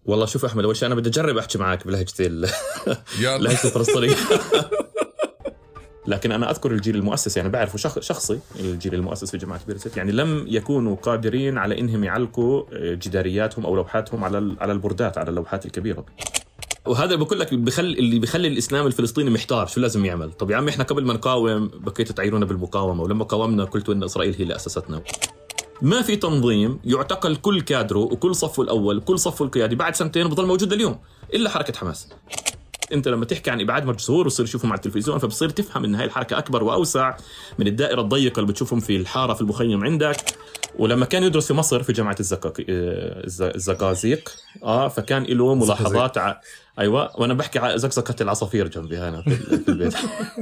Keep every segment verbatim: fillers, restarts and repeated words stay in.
والله شوف أحمد، أول شيء أنا بدي أجرب أحكي معك بلهجتي لهجتي الفلسطينية. لكن أنا أذكر الجيل المؤسس، يعني بعرفه شخ... شخصي الجيل المؤسس في جامعة بيرسيت، يعني لم يكونوا قادرين على إنهم يعلقوا جدارياتهم أو لوحاتهم على على البوردات، على اللوحات الكبيرة. وهذا بقول لك بخل... اللي بيخلي الإسلام الفلسطيني محتار شو لازم يعمل. طب يا عمي إحنا قبل ما نقاوم بكيتوا تعيرونا بالمقاومة، ولما قاومنا قلتوا إن إسرائيل هي اللي أسستنا. ما في تنظيم يعتقل كل كادره وكل صفه الأول وكل صفه القيادي بعد سنتين وبضل موجود اليوم إلا حركة حماس. انت لما تحكي عن ابعاد مجزور وتصير تشوفهم على التلفزيون فبصير تفهم ان هاي الحركه اكبر واوسع من الدائره الضيقه اللي بتشوفهم في الحاره في المخيم عندك. ولما كان يدرس في مصر في جامعه الزقاق الزقازيق اه فكان له ملاحظات ع... ايوه وانا بحكي على زقزقه العصافير جنبي هنا في البيت.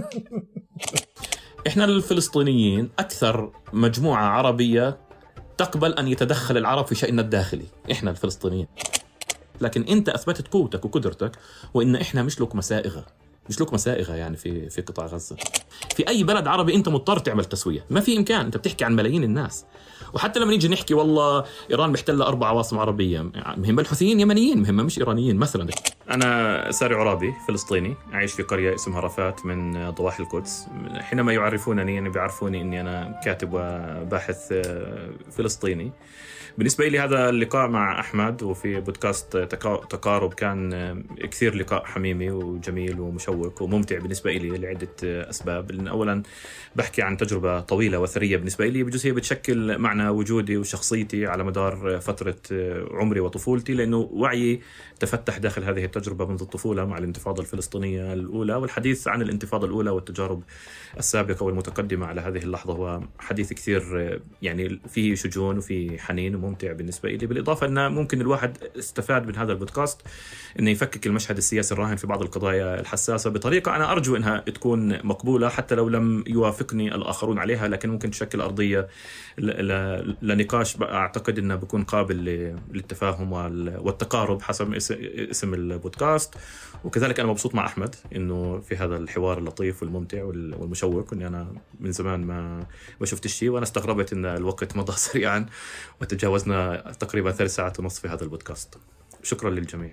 احنا الفلسطينيين اكثر مجموعه عربيه تقبل ان يتدخل العرب في شأننا الداخلي، احنا الفلسطينيين. لكن انت اثبتت قوتك وقدرتك، وان احنا مش لك مسائغه، مش لك مسائغه يعني في في قطاع غزه. في اي بلد عربي انت مضطر تعمل تسويه، ما في امكان، انت بتحكي عن ملايين الناس. وحتى لما نيجي نحكي والله ايران محتله اربع عواصم عربيه، مهم الحوثيين يمنيين، مهم مش ايرانيين. مثلا انا ساري عرابي فلسطيني عايش في قريه اسمها رفات من ضواحي القدس. حينما يعرفونني يعني بيعرفوني اني انا كاتب وباحث فلسطيني. بالنسبة لي هذا اللقاء مع أحمد وفي بودكاست تقارب كان كثير لقاء حميمي وجميل ومشوق وممتع بالنسبة لي لعدة أسباب. لأن أولا بحكي عن تجربة طويلة وثرية بالنسبة لي، بجوز هي بتشكل معنى وجودي وشخصيتي على مدار فترة عمري وطفولتي، لأنه وعيي تفتح داخل هذه التجربة منذ الطفولة مع الانتفاضة الفلسطينية الأولى. والحديث عن الانتفاضة الأولى والتجارب السابقة والمتقدمة على هذه اللحظة هو حديث كثير يعني فيه شجون وفيه حنين وممتع بالنسبة لي. بالإضافة أن ممكن الواحد استفاد من هذا البودكاست أنه يفكك المشهد السياسي الراهن في بعض القضايا الحساسة بطريقة أنا أرجو أنها تكون مقبولة حتى لو لم يوافقني الآخرون عليها، لكن ممكن تشكل أرضية لنقاش أعتقد أنه بيكون قابل للتفاهم والتقارب حسب اسم البودكاست. وكذلك أنا مبسوط مع أحمد أنه في هذا الحوار اللطيف والممتع والمشوق، أني أنا من زمان ما ما شفت الشيء، وأنا استغربت أن الوقت مضى سريعا وتجاوزنا تقريبا ثلاث ساعات ونصف في هذا البودكاست. شكرا للجميع.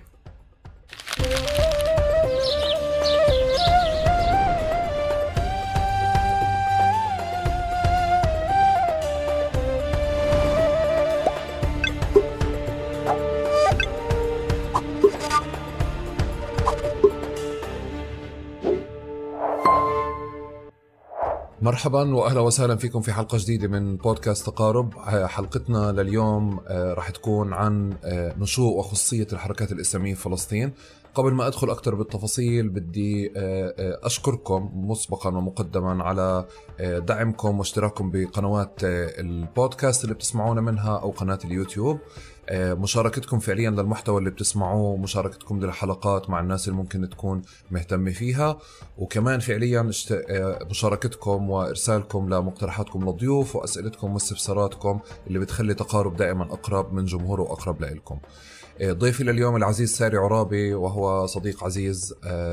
مرحبا وأهلا وسهلا فيكم في حلقة جديدة من بودكاست تقارب. حلقتنا لليوم راح تكون عن نشوء وخصوصية الحركات الإسلامية في فلسطين. قبل ما أدخل أكثر بالتفاصيل بدي أشكركم مسبقا ومقدما على دعمكم واشتراككم بقنوات البودكاست اللي بتسمعونا منها أو قناة اليوتيوب، مشاركتكم فعليا للمحتوى اللي بتسمعوه، مشاركتكم للحلقات مع الناس اللي ممكن تكون مهتمة فيها، وكمان فعليا مشاركتكم وإرسالكم لمقترحاتكم للضيوف وأسئلتكم واستفساراتكم اللي بتخلي تقارب دائما أقرب من جمهوره وأقرب لإلكم. ضيفي لليوم العزيز ساري عرابي، وهو صديق عزيز.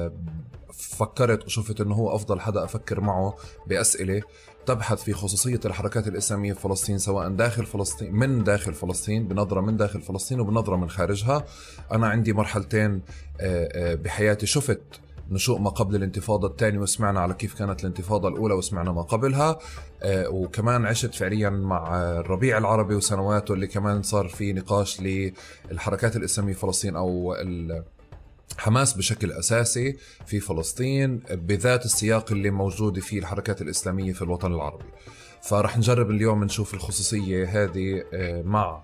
فكرت وشفت أنه هو أفضل حدا أفكر معه بأسئلة تبحث في خصوصية الحركات الإسلامية في فلسطين، سواء داخل فلسطين من داخل فلسطين بنظرة من داخل فلسطين وبنظرة من خارجها. أنا عندي مرحلتين بحياتي، شفت نشوء ما قبل الانتفاضة الثانية وسمعنا على كيف كانت الانتفاضة الأولى وسمعنا ما قبلها، وكمان عشت فعليا مع الربيع العربي وسنواته اللي كمان صار في نقاش للحركات الإسلامية في فلسطين أو حماس بشكل أساسي في فلسطين، بذات السياق اللي موجود فيه الحركات الإسلامية في الوطن العربي. فرح نجرب اليوم نشوف الخصوصية هذه مع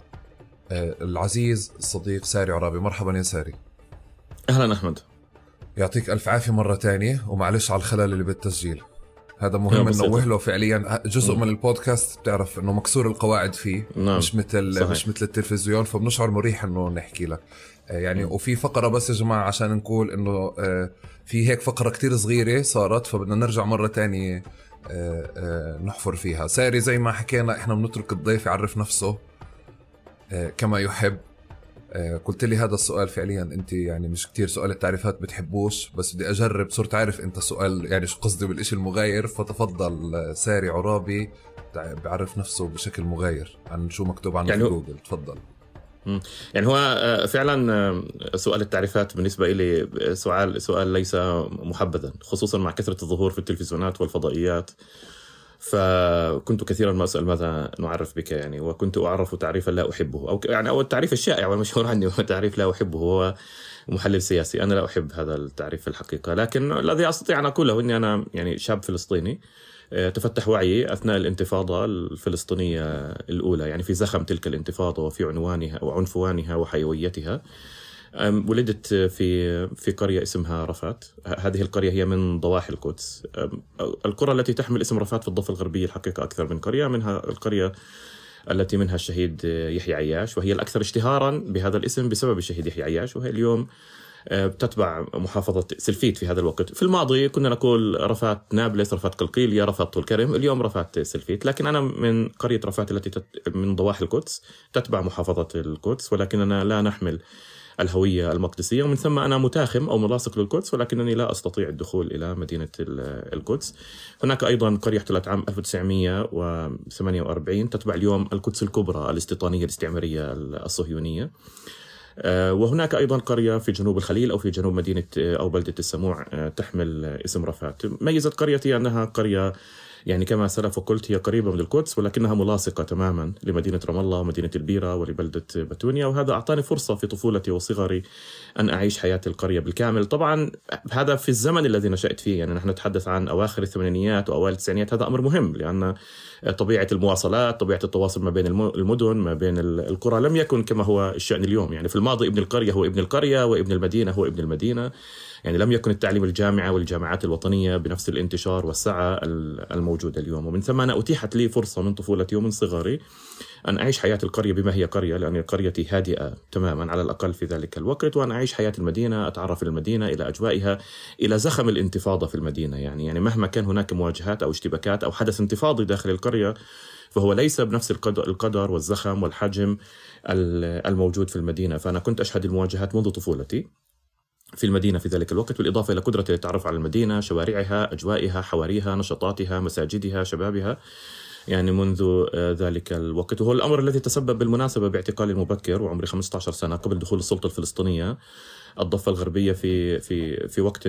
العزيز الصديق ساري عرابي. مرحبا يا ساري. أهلا أحمد، يعطيك ألف عافية مرة تانية، ومعلش على الخلل اللي بالتسجيل. هذا مهم نوه له فعليا، جزء من البودكاست بتعرف انه مكسور القواعد فيه. نعم. مش مثل صحيح. مش مثل التلفزيون، فبنشعر مريح انه نحكي لك يعني. وفي فقرة بس يا جماعة عشان نقول انه في هيك فقرة كتير صغيرة صارت، فبدنا نرجع مرة تانية نحفر فيها. ساري زي ما حكينا احنا بنترك الضيف يعرف نفسه كما يحب. قلت لي هذا السؤال فعليا انت يعني مش كتير سؤال التعريفات بتحبوش، بس بدي اجرب صرت عارف انت سؤال يعني شو قصدي بالاشي المغاير. فتفضل ساري عرابي بعرف نفسه بشكل مغاير عن شو مكتوب عنه يعني في جوجل. تفضل. يعني هو فعلا سؤال التعريفات بالنسبة إلي سؤال سؤال ليس محبذا، خصوصا مع كثرة الظهور في التلفزيونات والفضائيات. فكنت كثيرا ما أسأل ماذا نعرف بك يعني، وكنت أعرف تعريفا لا أحبه، أو يعني أو التعريف الشائع والمشهور عني هو تعريف لا أحبه، هو محلل سياسي. أنا لا أحب هذا التعريف في الحقيقة، لكن الذي أستطيع أن أقوله أني أنا يعني شاب فلسطيني تفتح وعيي أثناء الانتفاضة الفلسطينية الأولى، يعني في زخم تلك الانتفاضة وفي عنوانها وعنفوانها وحيويتها. ولدت في في قرية اسمها رفات. هذه القرية هي من ضواحي القدس. القرى التي تحمل اسم رفات في الضفة الغربية الحقيقة أكثر من قرية، منها القرية التي منها الشهيد يحيى عياش، وهي الأكثر اشتهارا بهذا الاسم بسبب الشهيد يحيى عياش، وهي اليوم بتتبع محافظة سلفيت. في هذا الوقت في الماضي كنا نقول رفات نابلس، رفات قلقيلية، رفات طول كرم، اليوم رفات سلفيت. لكن أنا من قرية رفات التي تت... من ضواحي القدس تتبع محافظة القدس، ولكننا لا نحمل الهوية المقدسية، ومن ثم أنا متاخم أو ملاصق للقدس، ولكنني لا أستطيع الدخول إلى مدينة القدس. هناك أيضا قرية احتلت عام ألف وتسعمائة وثمانية وأربعين تتبع اليوم القدس الكبرى الاستيطانية الاستعمارية الصهيونية. وهناك أيضا قرية في جنوب الخليل أو في جنوب مدينة أو بلدة السموع تحمل اسم رفات. ميزت قريتي أنها قرية يعني كما سلف وقلت هي قريبة من القدس، ولكنها ملاصقة تماما لمدينة رام الله ومدينة البيرة ولبلدة بتونيا، وهذا أعطاني فرصة في طفولتي وصغري أن أعيش حياة القرية بالكامل. طبعا هذا في الزمن الذي نشأت فيه، يعني نحن نتحدث عن أواخر الثمانينيات وأوائل التسعينيات. هذا أمر مهم لأن طبيعة المواصلات، طبيعة التواصل ما بين المدن ما بين القرى لم يكن كما هو الشأن اليوم. يعني في الماضي ابن القرية هو ابن القرية وابن المدينة هو ابن المدينة. يعني لم يكن التعليم الجامعة والجامعات الوطنية بنفس الانتشار والسعة الموجودة اليوم. ومن ثم أنا أتيحت لي فرصة من طفولتي ومن صغري أن أعيش حياة القرية بما هي قرية، لأن قريتي هادئة تماما على الأقل في ذلك الوقت، وأن أعيش حياة المدينة، أتعرف المدينة إلى أجوائها، إلى زخم الانتفاضة في المدينة. يعني يعني مهما كان هناك مواجهات أو اشتباكات أو حدث انتفاضي داخل القرية، فهو ليس بنفس القدر والزخم والحجم الموجود في المدينة. فأنا كنت أشهد المواجهات منذ طفولتي في المدينة في ذلك الوقت، بالإضافة إلى قدرتي للتعرف على المدينة، شوارعها، أجوائها، حواريها، نشاطاتها، مساجدها، شبابها، يعني منذ ذلك الوقت. وهو الأمر الذي تسبب بالمناسبة باعتقالي المبكر وعمري خمسة عشر سنة قبل دخول السلطة الفلسطينية الضفة الغربية في في في وقت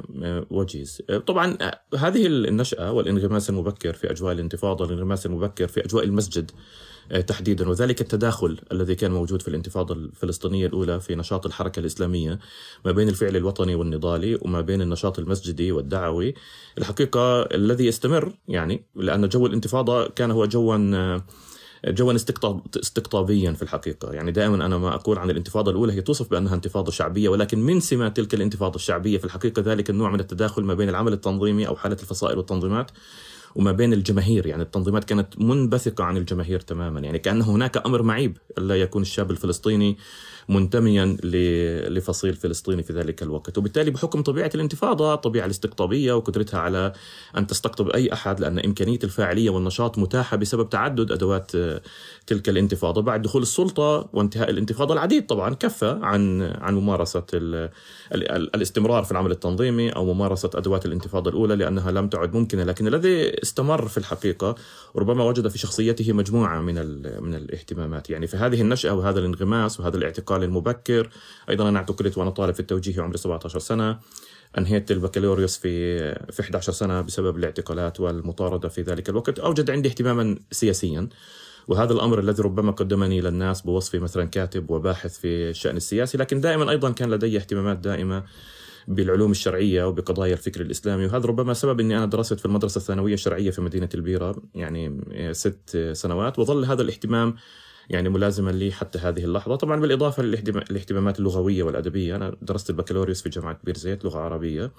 وجيز. طبعا هذه النشأة والانغماس المبكر في أجواء الانتفاضة، الانغماس المبكر في أجواء المسجد تحديدا، وذلك التداخل الذي كان موجود في الانتفاضة الفلسطينية الأولى في نشاط الحركة الإسلامية ما بين الفعل الوطني والنضالي وما بين النشاط المسجدي والدعوي، الحقيقة الذي يستمر، يعني لأن جو الانتفاضة كان هو جوا جوا استقطاب استقطابيا في الحقيقة. يعني دائما أنا ما أقول عن الانتفاضة الأولى هي توصف بأنها انتفاضة شعبية، ولكن من سمات تلك الانتفاضة الشعبية في الحقيقة ذلك النوع من التداخل ما بين العمل التنظيمي أو حالة الفصائل والتنظيمات وما بين الجماهير. يعني التنظيمات كانت منبثقة عن الجماهير تماما، يعني كأن هناك أمر معيب ألا يكون الشاب الفلسطيني منتميا لفصيل فلسطيني في ذلك الوقت. وبالتالي بحكم طبيعة الانتفاضة، الطبيعة الاستقطابية وقدرتها على أن تستقطب أي أحد، لأن إمكانية الفاعلية والنشاط متاحة بسبب تعدد أدوات تلك الانتفاضة. بعد دخول السلطة وانتهاء الانتفاضة العديد طبعا كفى عن عن ممارسة ال ال الاستمرار في العمل التنظيمي أو ممارسة أدوات الانتفاضة الأولى لأنها لم تعد ممكنة. لكن الذي استمر في الحقيقة ربما وجد في شخصيته مجموعة من من الاهتمامات. يعني في هذه النشأة وهذا الانغماس وهذا الاعتقال المبكر، أيضا أنا اعتقلت وأنا طالب في التوجيهي وعمري سبعة عشر سنة، أنهيت البكالوريوس في في إحدى عشرة سنة بسبب الاعتقالات والمطاردة في ذلك الوقت. أوجد عندي اهتماما سياسيا، وهذا الأمر الذي ربما قدمني للناس بوصفي مثلا كاتب وباحث في الشأن السياسي، لكن دائما أيضا كان لدي اهتمامات دائمة بالعلوم الشرعية وبقضايا الفكر الإسلامي. وهذا ربما سبب أني أنا درست في المدرسة الثانوية الشرعية في مدينة البيرة يعني ست سنوات، وظل هذا الاهتمام يعني ملازما لي حتى هذه اللحظة. طبعا بالإضافة للاهتمامات اللغوية والأدبية، أنا درست البكالوريوس في جامعة بير زيت لغة عربية.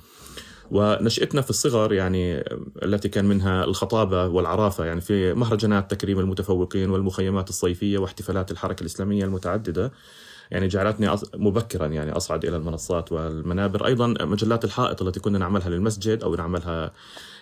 ونشأتنا في الصغر يعني التي كان منها الخطابة والعرافة، يعني في مهرجانات تكريم المتفوقين والمخيمات الصيفية واحتفالات الحركة الإسلامية المتعددة، يعني جعلتني مبكرا يعني أصعد إلى المنصات والمنابر. أيضا مجلات الحائط التي كنا نعملها للمسجد أو نعملها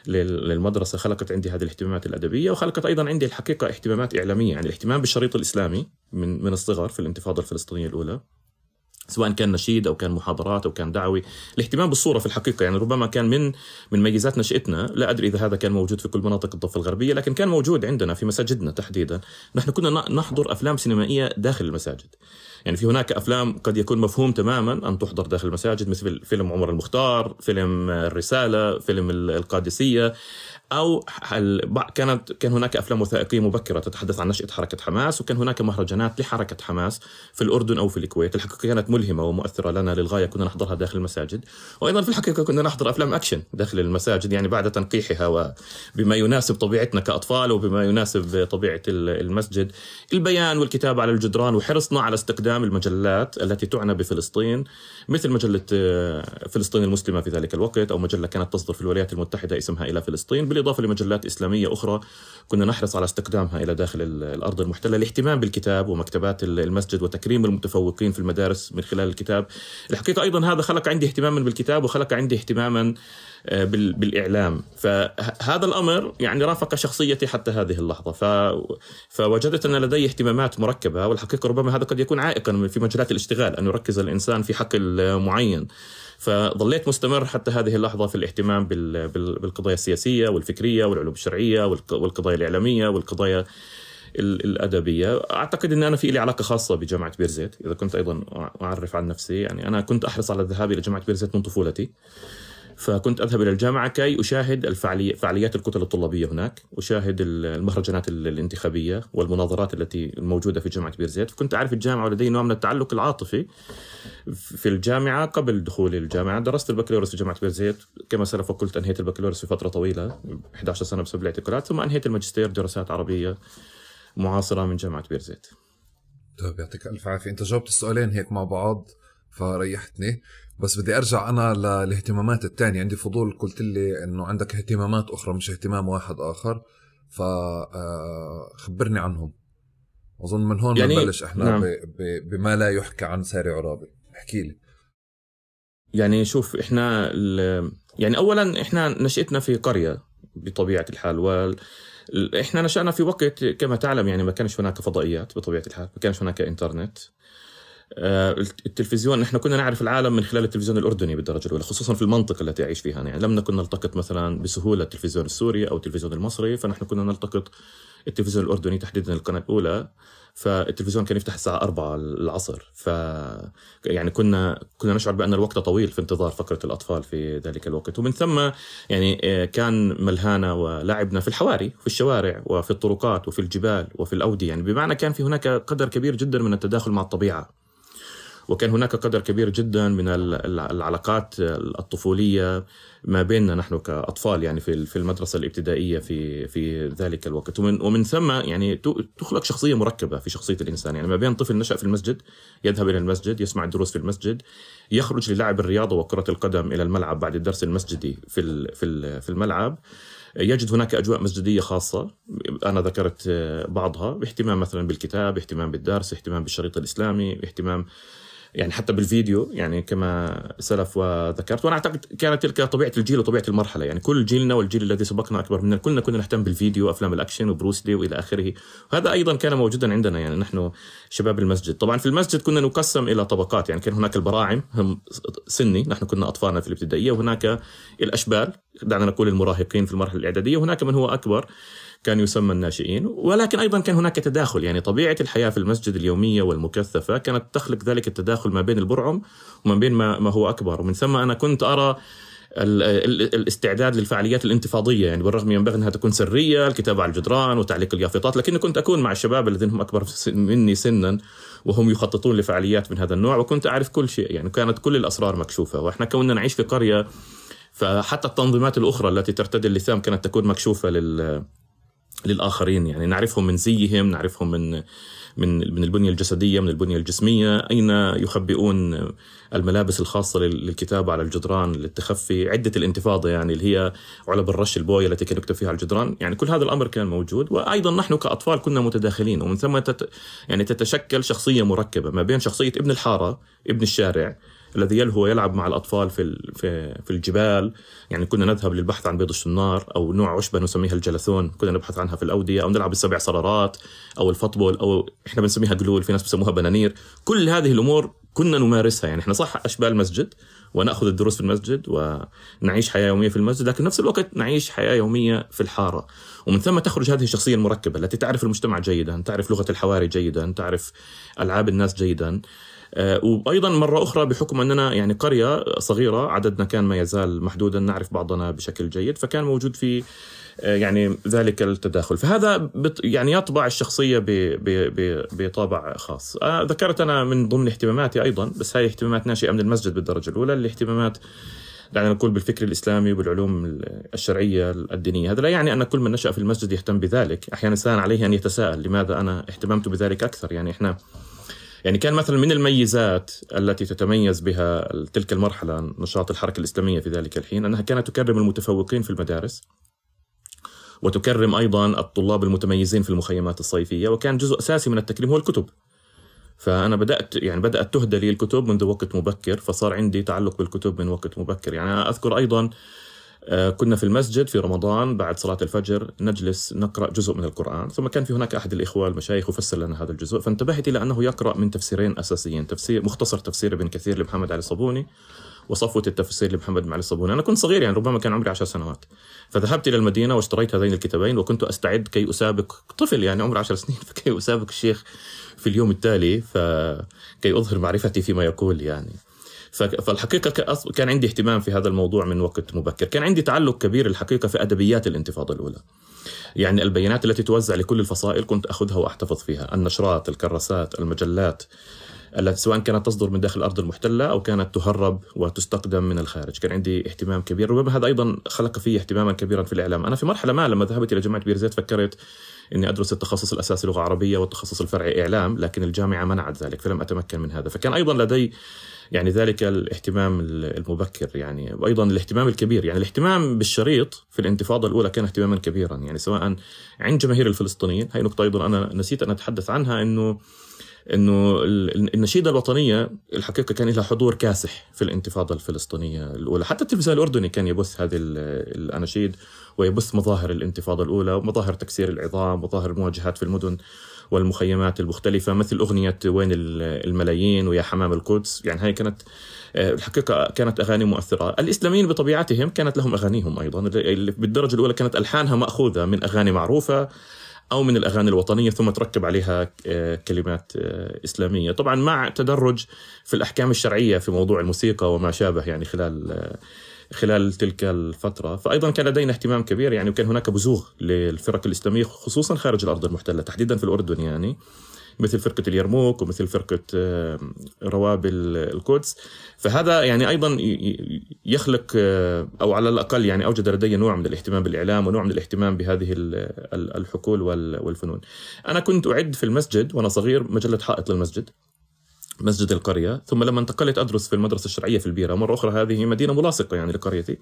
للمدرسة خلقت عندي هذه الاهتمامات الأدبية، وخلقت أيضا عندي الحقيقة اهتمامات إعلامية، يعني الاهتمام بالشريط الإسلامي من من الصغر في الانتفاضة الفلسطينية الأولى. سواء كان نشيد أو كان محاضرات أو كان دعوي. الاهتمام بالصورة في الحقيقة يعني ربما كان من من ميزات نشأتنا، لا أدري إذا هذا كان موجود في كل مناطق الضفة الغربية، لكن كان موجود عندنا في مساجدنا تحديدا. نحن كنا نحضر أفلام سينمائية داخل المساجد. يعني في هناك أفلام قد يكون مفهوم تماما أن تحضر داخل المساجد، مثل فيلم عمر المختار، فيلم الرسالة، فيلم القادسية، أو كانت كان هناك أفلام وثائقية مبكرة تتحدث عن نشأة حركة حماس، وكان هناك مهرجانات لحركة حماس في الأردن أو في الكويت. الحقيقة كانت ملهمة ومؤثرة لنا للغاية، كنا نحضرها داخل المساجد. وأيضا في الحقيقة كنا نحضر أفلام أكشن داخل المساجد، يعني بعد تنقيحها وبما يناسب طبيعتنا كأطفال وبما يناسب طبيعة المسجد، البيان والكتابة على الجدران، وحرصنا على استخدام المجلات التي تعنى بفلسطين، مثل مجلة فلسطين المسلمة في ذلك الوقت، أو مجلة كانت تصدر في الولايات المتحدة اسمها إلى فلسطين، بالإضافة لمجلات إسلامية أخرى كنا نحرص على استخدامها إلى داخل الأرض المحتلة. الاهتمام بالكتاب ومكتبات المسجد وتكريم المتفوقين في المدارس من خلال الكتاب. الحقيقة أيضا هذا خلق عندي اهتماما بالكتاب وخلق عندي اهتماما بالإعلام. فهذا الأمر يعني رافق شخصيتي حتى هذه اللحظة. ف... فوجدت أن لدي اهتمامات مركبة، والحقيقة ربما هذا قد يكون عائقا في مجالات الاشتغال أن يركز الإنسان في حقل معين. فظليت مستمر حتى هذه اللحظة في الاهتمام بال... بال... بالقضايا السياسية والفكرية والعلوم الشرعية والق... والقضايا الإعلامية والقضايا الأدبية. أعتقد أن أنا في لي علاقة خاصة بجامعة بيرزيت. إذا كنت أيضا أعرف عن نفسي، يعني أنا كنت أحرص على الذهاب إلى جامعة بيرزيت من طفولتي. فكنت أذهب إلى الجامعة كي أشاهد الفعالي... فعاليات الكتل الطلابية هناك، أشاهد المهرجانات الانتخابية والمناظرات التي الموجودة في جامعة بيرزيت. فكنت أعرف الجامعة ولدي نوع من التعلق العاطفي في الجامعة. قبل دخولي الجامعة درست البكالوريوس في جامعة بيرزيت، كما سلف وقلت أنهيت البكالوريوس في فترة طويلة إحدى عشرة سنة بسبب الاعتقالات، ثم أنهيت الماجستير دراسات عربية معاصرة من جامعة بيرزيت. طيب يعطيك ألف عافية. أنت جاوبت السؤالين هيك مع بعض فريحتني، بس بدي أرجع أنا للاهتمامات التانية. عندي فضول، قلت لي أنه عندك اهتمامات أخرى مش اهتمام واحد آخر، فخبرني عنهم. أظن من هون يعني نبلش إحنا نعم. بما لا يحكى عن ساري عرابي. احكي لي. يعني شوف، إحنا يعني أولا إحنا نشأتنا في قرية بطبيعة الحال، و إحنا نشأنا في وقت كما تعلم يعني ما كانش هناك فضائيات بطبيعة الحال، ما كانش هناك إنترنت. التلفزيون، نحن كنا نعرف العالم من خلال التلفزيون الأردني بالدرجة الأولى، خصوصا في المنطقة التي أعيش فيها. يعني لم نكن نلتقط مثلا بسهولة التلفزيون السوري أو التلفزيون المصري، فنحن كنا نلتقط التلفزيون الأردني تحديدا القناة الأولى. فالتلفزيون كان يفتح الساعة أربعة العصر، ف يعني كنا كنا نشعر بأن الوقت طويل في انتظار فقرة الأطفال في ذلك الوقت. ومن ثم يعني كان ملهانا ولعبنا في الحواري، في الشوارع وفي الطرقات وفي الجبال وفي الأودية، يعني بمعنى كان في هناك قدر كبير جدا من التداخل مع الطبيعة، وكان هناك قدر كبير جدا من العلاقات الطفولية ما بيننا نحن كأطفال، يعني في في المدرسة الابتدائية في في ذلك الوقت. ومن ومن ثم يعني تخلق شخصية مركبة في شخصية الإنسان، يعني ما بين طفل نشأ في المسجد، يذهب إلى المسجد، يسمع الدروس في المسجد، يخرج للعب الرياضة وكرة القدم إلى الملعب بعد الدرس المسجدي في في في الملعب، يجد هناك أجواء مسجدية خاصة أنا ذكرت بعضها، اهتمام مثلا بالكتاب، اهتمام بالدرس، اهتمام بالشريط الإسلامي، اهتمام يعني حتى بالفيديو يعني كما سلف وذكرت. وأنا أعتقد كانت تلك طبيعة الجيل وطبيعة المرحلة، يعني كل جيلنا والجيل الذي سبقنا أكبر مننا كلنا كنا نهتم بالفيديو وأفلام الأكشن وبروسلي وإلى آخره. وهذا أيضا كان موجودا عندنا، يعني نحن شباب المسجد. طبعا في المسجد كنا نقسم إلى طبقات، يعني كان هناك البراعم هم سني، نحن كنا أطفالنا في الابتدائية، وهناك الأشبال دعنا نقول المراهقين في المرحلة الإعدادية، وهناك من هو أكبر كان يسمى الناشئين. ولكن أيضا كان هناك تداخل، يعني طبيعة الحياة في المسجد اليومية والمكثفة كانت تخلق ذلك التداخل ما بين البرعم وما بين ما, ما هو أكبر. ومن ثم أنا كنت أرى الاستعداد للفعاليات الانتفاضية، يعني بالرغم ينبغي أنها تكون سرية، الكتابة على الجدران وتعليق اليافطات، لكن كنت أكون مع الشباب الذين هم أكبر مني سنا وهم يخططون لفعاليات من هذا النوع، وكنت أعرف كل شيء، يعني كانت كل الأسرار مكشوفة. وإحنا كنا نعيش في قرية، فحتى التنظيمات الأخرى التي ترتدي اللثام كانت تكون مكشوفة لل للآخرين، يعني نعرفهم من زيهم، نعرفهم من من من البنية الجسدية، من البنية الجسمية، أين يخبئون الملابس الخاصة للكتابة على الجدران للتخفي، عدة الانتفاضة يعني اللي هي علب الرش البوية التي كان يكتب فيها على الجدران، يعني كل هذا الأمر كان موجود. وأيضا نحن كأطفال كنا متداخلين، ومن ثم تت يعني تتشكل شخصية مركبة ما بين شخصية ابن الحارة، ابن الشارع الذي يلهو ويلعب مع الأطفال في في في الجبال، يعني كنا نذهب للبحث عن بيض الشنار أو نوع عشبة نسميها الجلثون، كنا نبحث عنها في الأودية، أو نلعب السبع صرارات أو الفطبول، أو إحنا بنسميها قلول، في ناس بيسموها بنانير. كل هذه الأمور كنا نمارسها. يعني إحنا صح أشبال المسجد ونأخذ الدروس في المسجد ونعيش حياة يومية في المسجد، لكن نفس الوقت نعيش حياة يومية في الحارة. ومن ثم تخرج هذه الشخصية المركبة التي تعرف المجتمع جيدا، تعرف لغة الحواري جيدا، تعرف ألعاب الناس جيدا. وأيضا مرة أخرى بحكم أننا يعني قرية صغيرة عددنا كان ما يزال محدودا، نعرف بعضنا بشكل جيد، فكان موجود في يعني ذلك التداخل. فهذا يعني يطبع الشخصية بطابع خاص. ذكرت أنا من ضمن اهتماماتي أيضا، بس هاي اهتمامات ناشئة من المسجد بالدرجة الأولى، الاهتمامات دعنا نقول بالفكر الإسلامي وبالعلوم الشرعية الدينية. هذا لا يعني أن كل من نشأ في المسجد يهتم بذلك. أحيانا الإنسان عليه أن يتساءل لماذا أنا اهتممت بذلك أكثر. يعني إحنا يعني كان مثلا من الميزات التي تتميز بها تلك المرحلة نشاط الحركة الإسلامية في ذلك الحين أنها كانت تكرم المتفوقين في المدارس، وتكرم أيضا الطلاب المتميزين في المخيمات الصيفية، وكان جزء أساسي من التكريم هو الكتب. فأنا بدأت يعني بدأت تهدى لي الكتب منذ وقت مبكر، فصار عندي تعلق بالكتب من وقت مبكر. يعني أنا أذكر أيضا كنا في المسجد في رمضان بعد صلاة الفجر نجلس نقرأ جزء من القرآن، ثم كان في هناك أحد الإخوة المشايخ يفسر لنا هذا الجزء، فانتبهت إلى أنه يقرأ من تفسيرين أساسيين، تفسير مختصر تفسير ابن كثير لمحمد علي الصابوني، وصفوة التفسير لمحمد علي الصابوني. أنا كنت صغير يعني ربما كان عمري عشر سنوات، فذهبت إلى المدينة واشتريت هذين الكتابين، وكنت أستعد كي أسابق طفل يعني عمري عشر سنين، فكي أسابق الشيخ في اليوم التالي فكي أظهر معرفتي فيما يقول يعني. فالحقيقة كان عندي اهتمام في هذا الموضوع من وقت مبكر. كان عندي تعلق كبير الحقيقة في أدبيات الانتفاضة الأولى، يعني البيانات التي توزع لكل الفصائل كنت أخذها وأحتفظ فيها، النشرات، الكراسات، المجلات التي سواء كانت تصدر من داخل الأرض المحتلة أو كانت تهرب وتستقدم من الخارج. كان عندي اهتمام كبير، ربما هذا أيضا خلق فيه اهتماما كبيرا في الإعلام. أنا في مرحلة ما لما ذهبت إلى جامعة بير زيت فكرت إني أدرس التخصص الأساسي لغة عربية والتخصص الفرعي إعلام، لكن الجامعة منعت ذلك فلم أتمكن من هذا. فكان أيضا لدي يعني ذلك الاهتمام المبكر يعني، وأيضا الاهتمام الكبير يعني الاهتمام بالشريط في الانتفاضة الأولى كان اهتماما كبيرا، يعني سواء عند جماهير الفلسطينيين. هاي نقطة أيضا أنا نسيت أن أتحدث عنها، إنه إنه النشيدة الوطنية الحقيقة كان لها حضور كاسح في الانتفاضة الفلسطينية الأولى. حتى التلفزيون الأردني كان يبث هذه الأناشيد ويبث مظاهر الانتفاضة الأولى ومظاهر تكسير العظام، مظاهر المواجهات في المدن والمخيمات المختلفة، مثل أغنية وين الملايين ويا حمام القدس. يعني هاي كانت الحقيقة كانت أغاني مؤثرة. الإسلاميين بطبيعتهم كانت لهم أغانيهم أيضا بالدرجة الأولى، كانت ألحانها مأخوذة من أغاني معروفة أو من الأغاني الوطنية ثم تركب عليها كلمات إسلامية، طبعا مع تدرج في الأحكام الشرعية في موضوع الموسيقى وما شابه يعني خلال خلال تلك الفترة. فأيضا كان لدينا اهتمام كبير يعني، وكان هناك بزوغ للفرق الإسلامية خصوصا خارج الأرض المحتلة تحديدا في الأردن، يعني مثل فرقة اليرموك ومثل فرقة روابي القدس. فهذا يعني أيضا يخلق أو على الأقل يعني أوجد لدي نوع من الاهتمام بالإعلام ونوع من الاهتمام بهذه الحقول والفنون. أنا كنت أعد في المسجد وأنا صغير مجلة حائط للمسجد، مسجد القرية، ثم لما انتقلت أدرس في المدرسة الشرعية في البيرة مرة أخرى، هذه مدينة ملاصقة يعني لقريتي،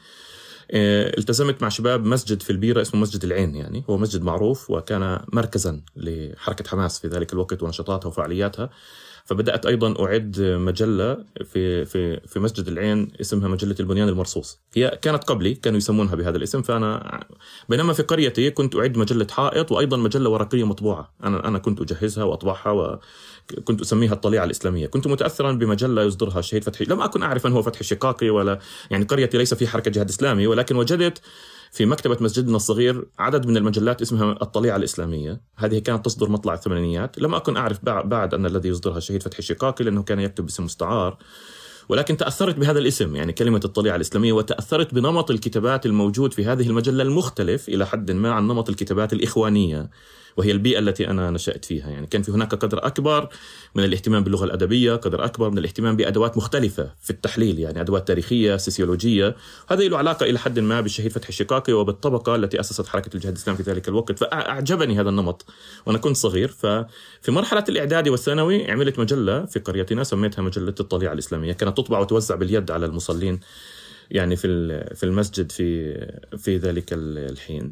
التزمت مع شباب مسجد في البيرة اسمه مسجد العين. يعني هو مسجد معروف وكان مركزا لحركة حماس في ذلك الوقت ونشاطاتها وفعالياتها. فبدأت أيضا أعد مجلة في في في مسجد العين اسمها مجلة البنيان المرصوص، هي كانت قبلي كانوا يسمونها بهذا الاسم. فأنا بينما في قريتي كنت أعد مجلة حائط وأيضا مجلة ورقية مطبوعة، أنا أنا كنت أجهزها وأطبعها وكنت أسميها الطليعة الإسلامية. كنت متأثرا بمجلة يصدرها الشهيد فتحي، لم أكن أعرف أن هو فتحي الشقاقي ولا يعني قريتي ليس في حركة جهاد إسلامي، ولكن وجدت في مكتبة مسجدنا الصغير عدد من المجلات اسمها الطليعة الإسلامية، هذه كانت تصدر مطلع الثمانينيات. لم أكن أعرف بعد أن الذي يصدرها الشهيد فتحي الشقاقي لأنه كان يكتب باسم مستعار، ولكن تأثرت بهذا الاسم يعني كلمة الطليعة الإسلامية، وتأثرت بنمط الكتابات الموجود في هذه المجلة المختلف إلى حد ما عن نمط الكتابات الإخوانية، وهي البيئة التي أنا نشأت فيها. يعني كان في هناك قدر أكبر من الاهتمام باللغة الأدبية، قدر أكبر من الاهتمام بأدوات مختلفة في التحليل، يعني أدوات تاريخية سوسيولوجية. هذا له علاقة إلى حد ما بالشهيد فتحي الشقاقي وبالطبقة التي أسست حركة الجهاد الإسلامي في ذلك الوقت. فأعجبني هذا النمط وأنا كنت صغير. ففي مرحلة الإعدادي والثانوي عملت مجلة في قريتنا سميتها مجلة الطليعة الإسلامية، كانت تطبع وتوزع باليد على المصلين يعني في في المسجد في في ذلك الحين.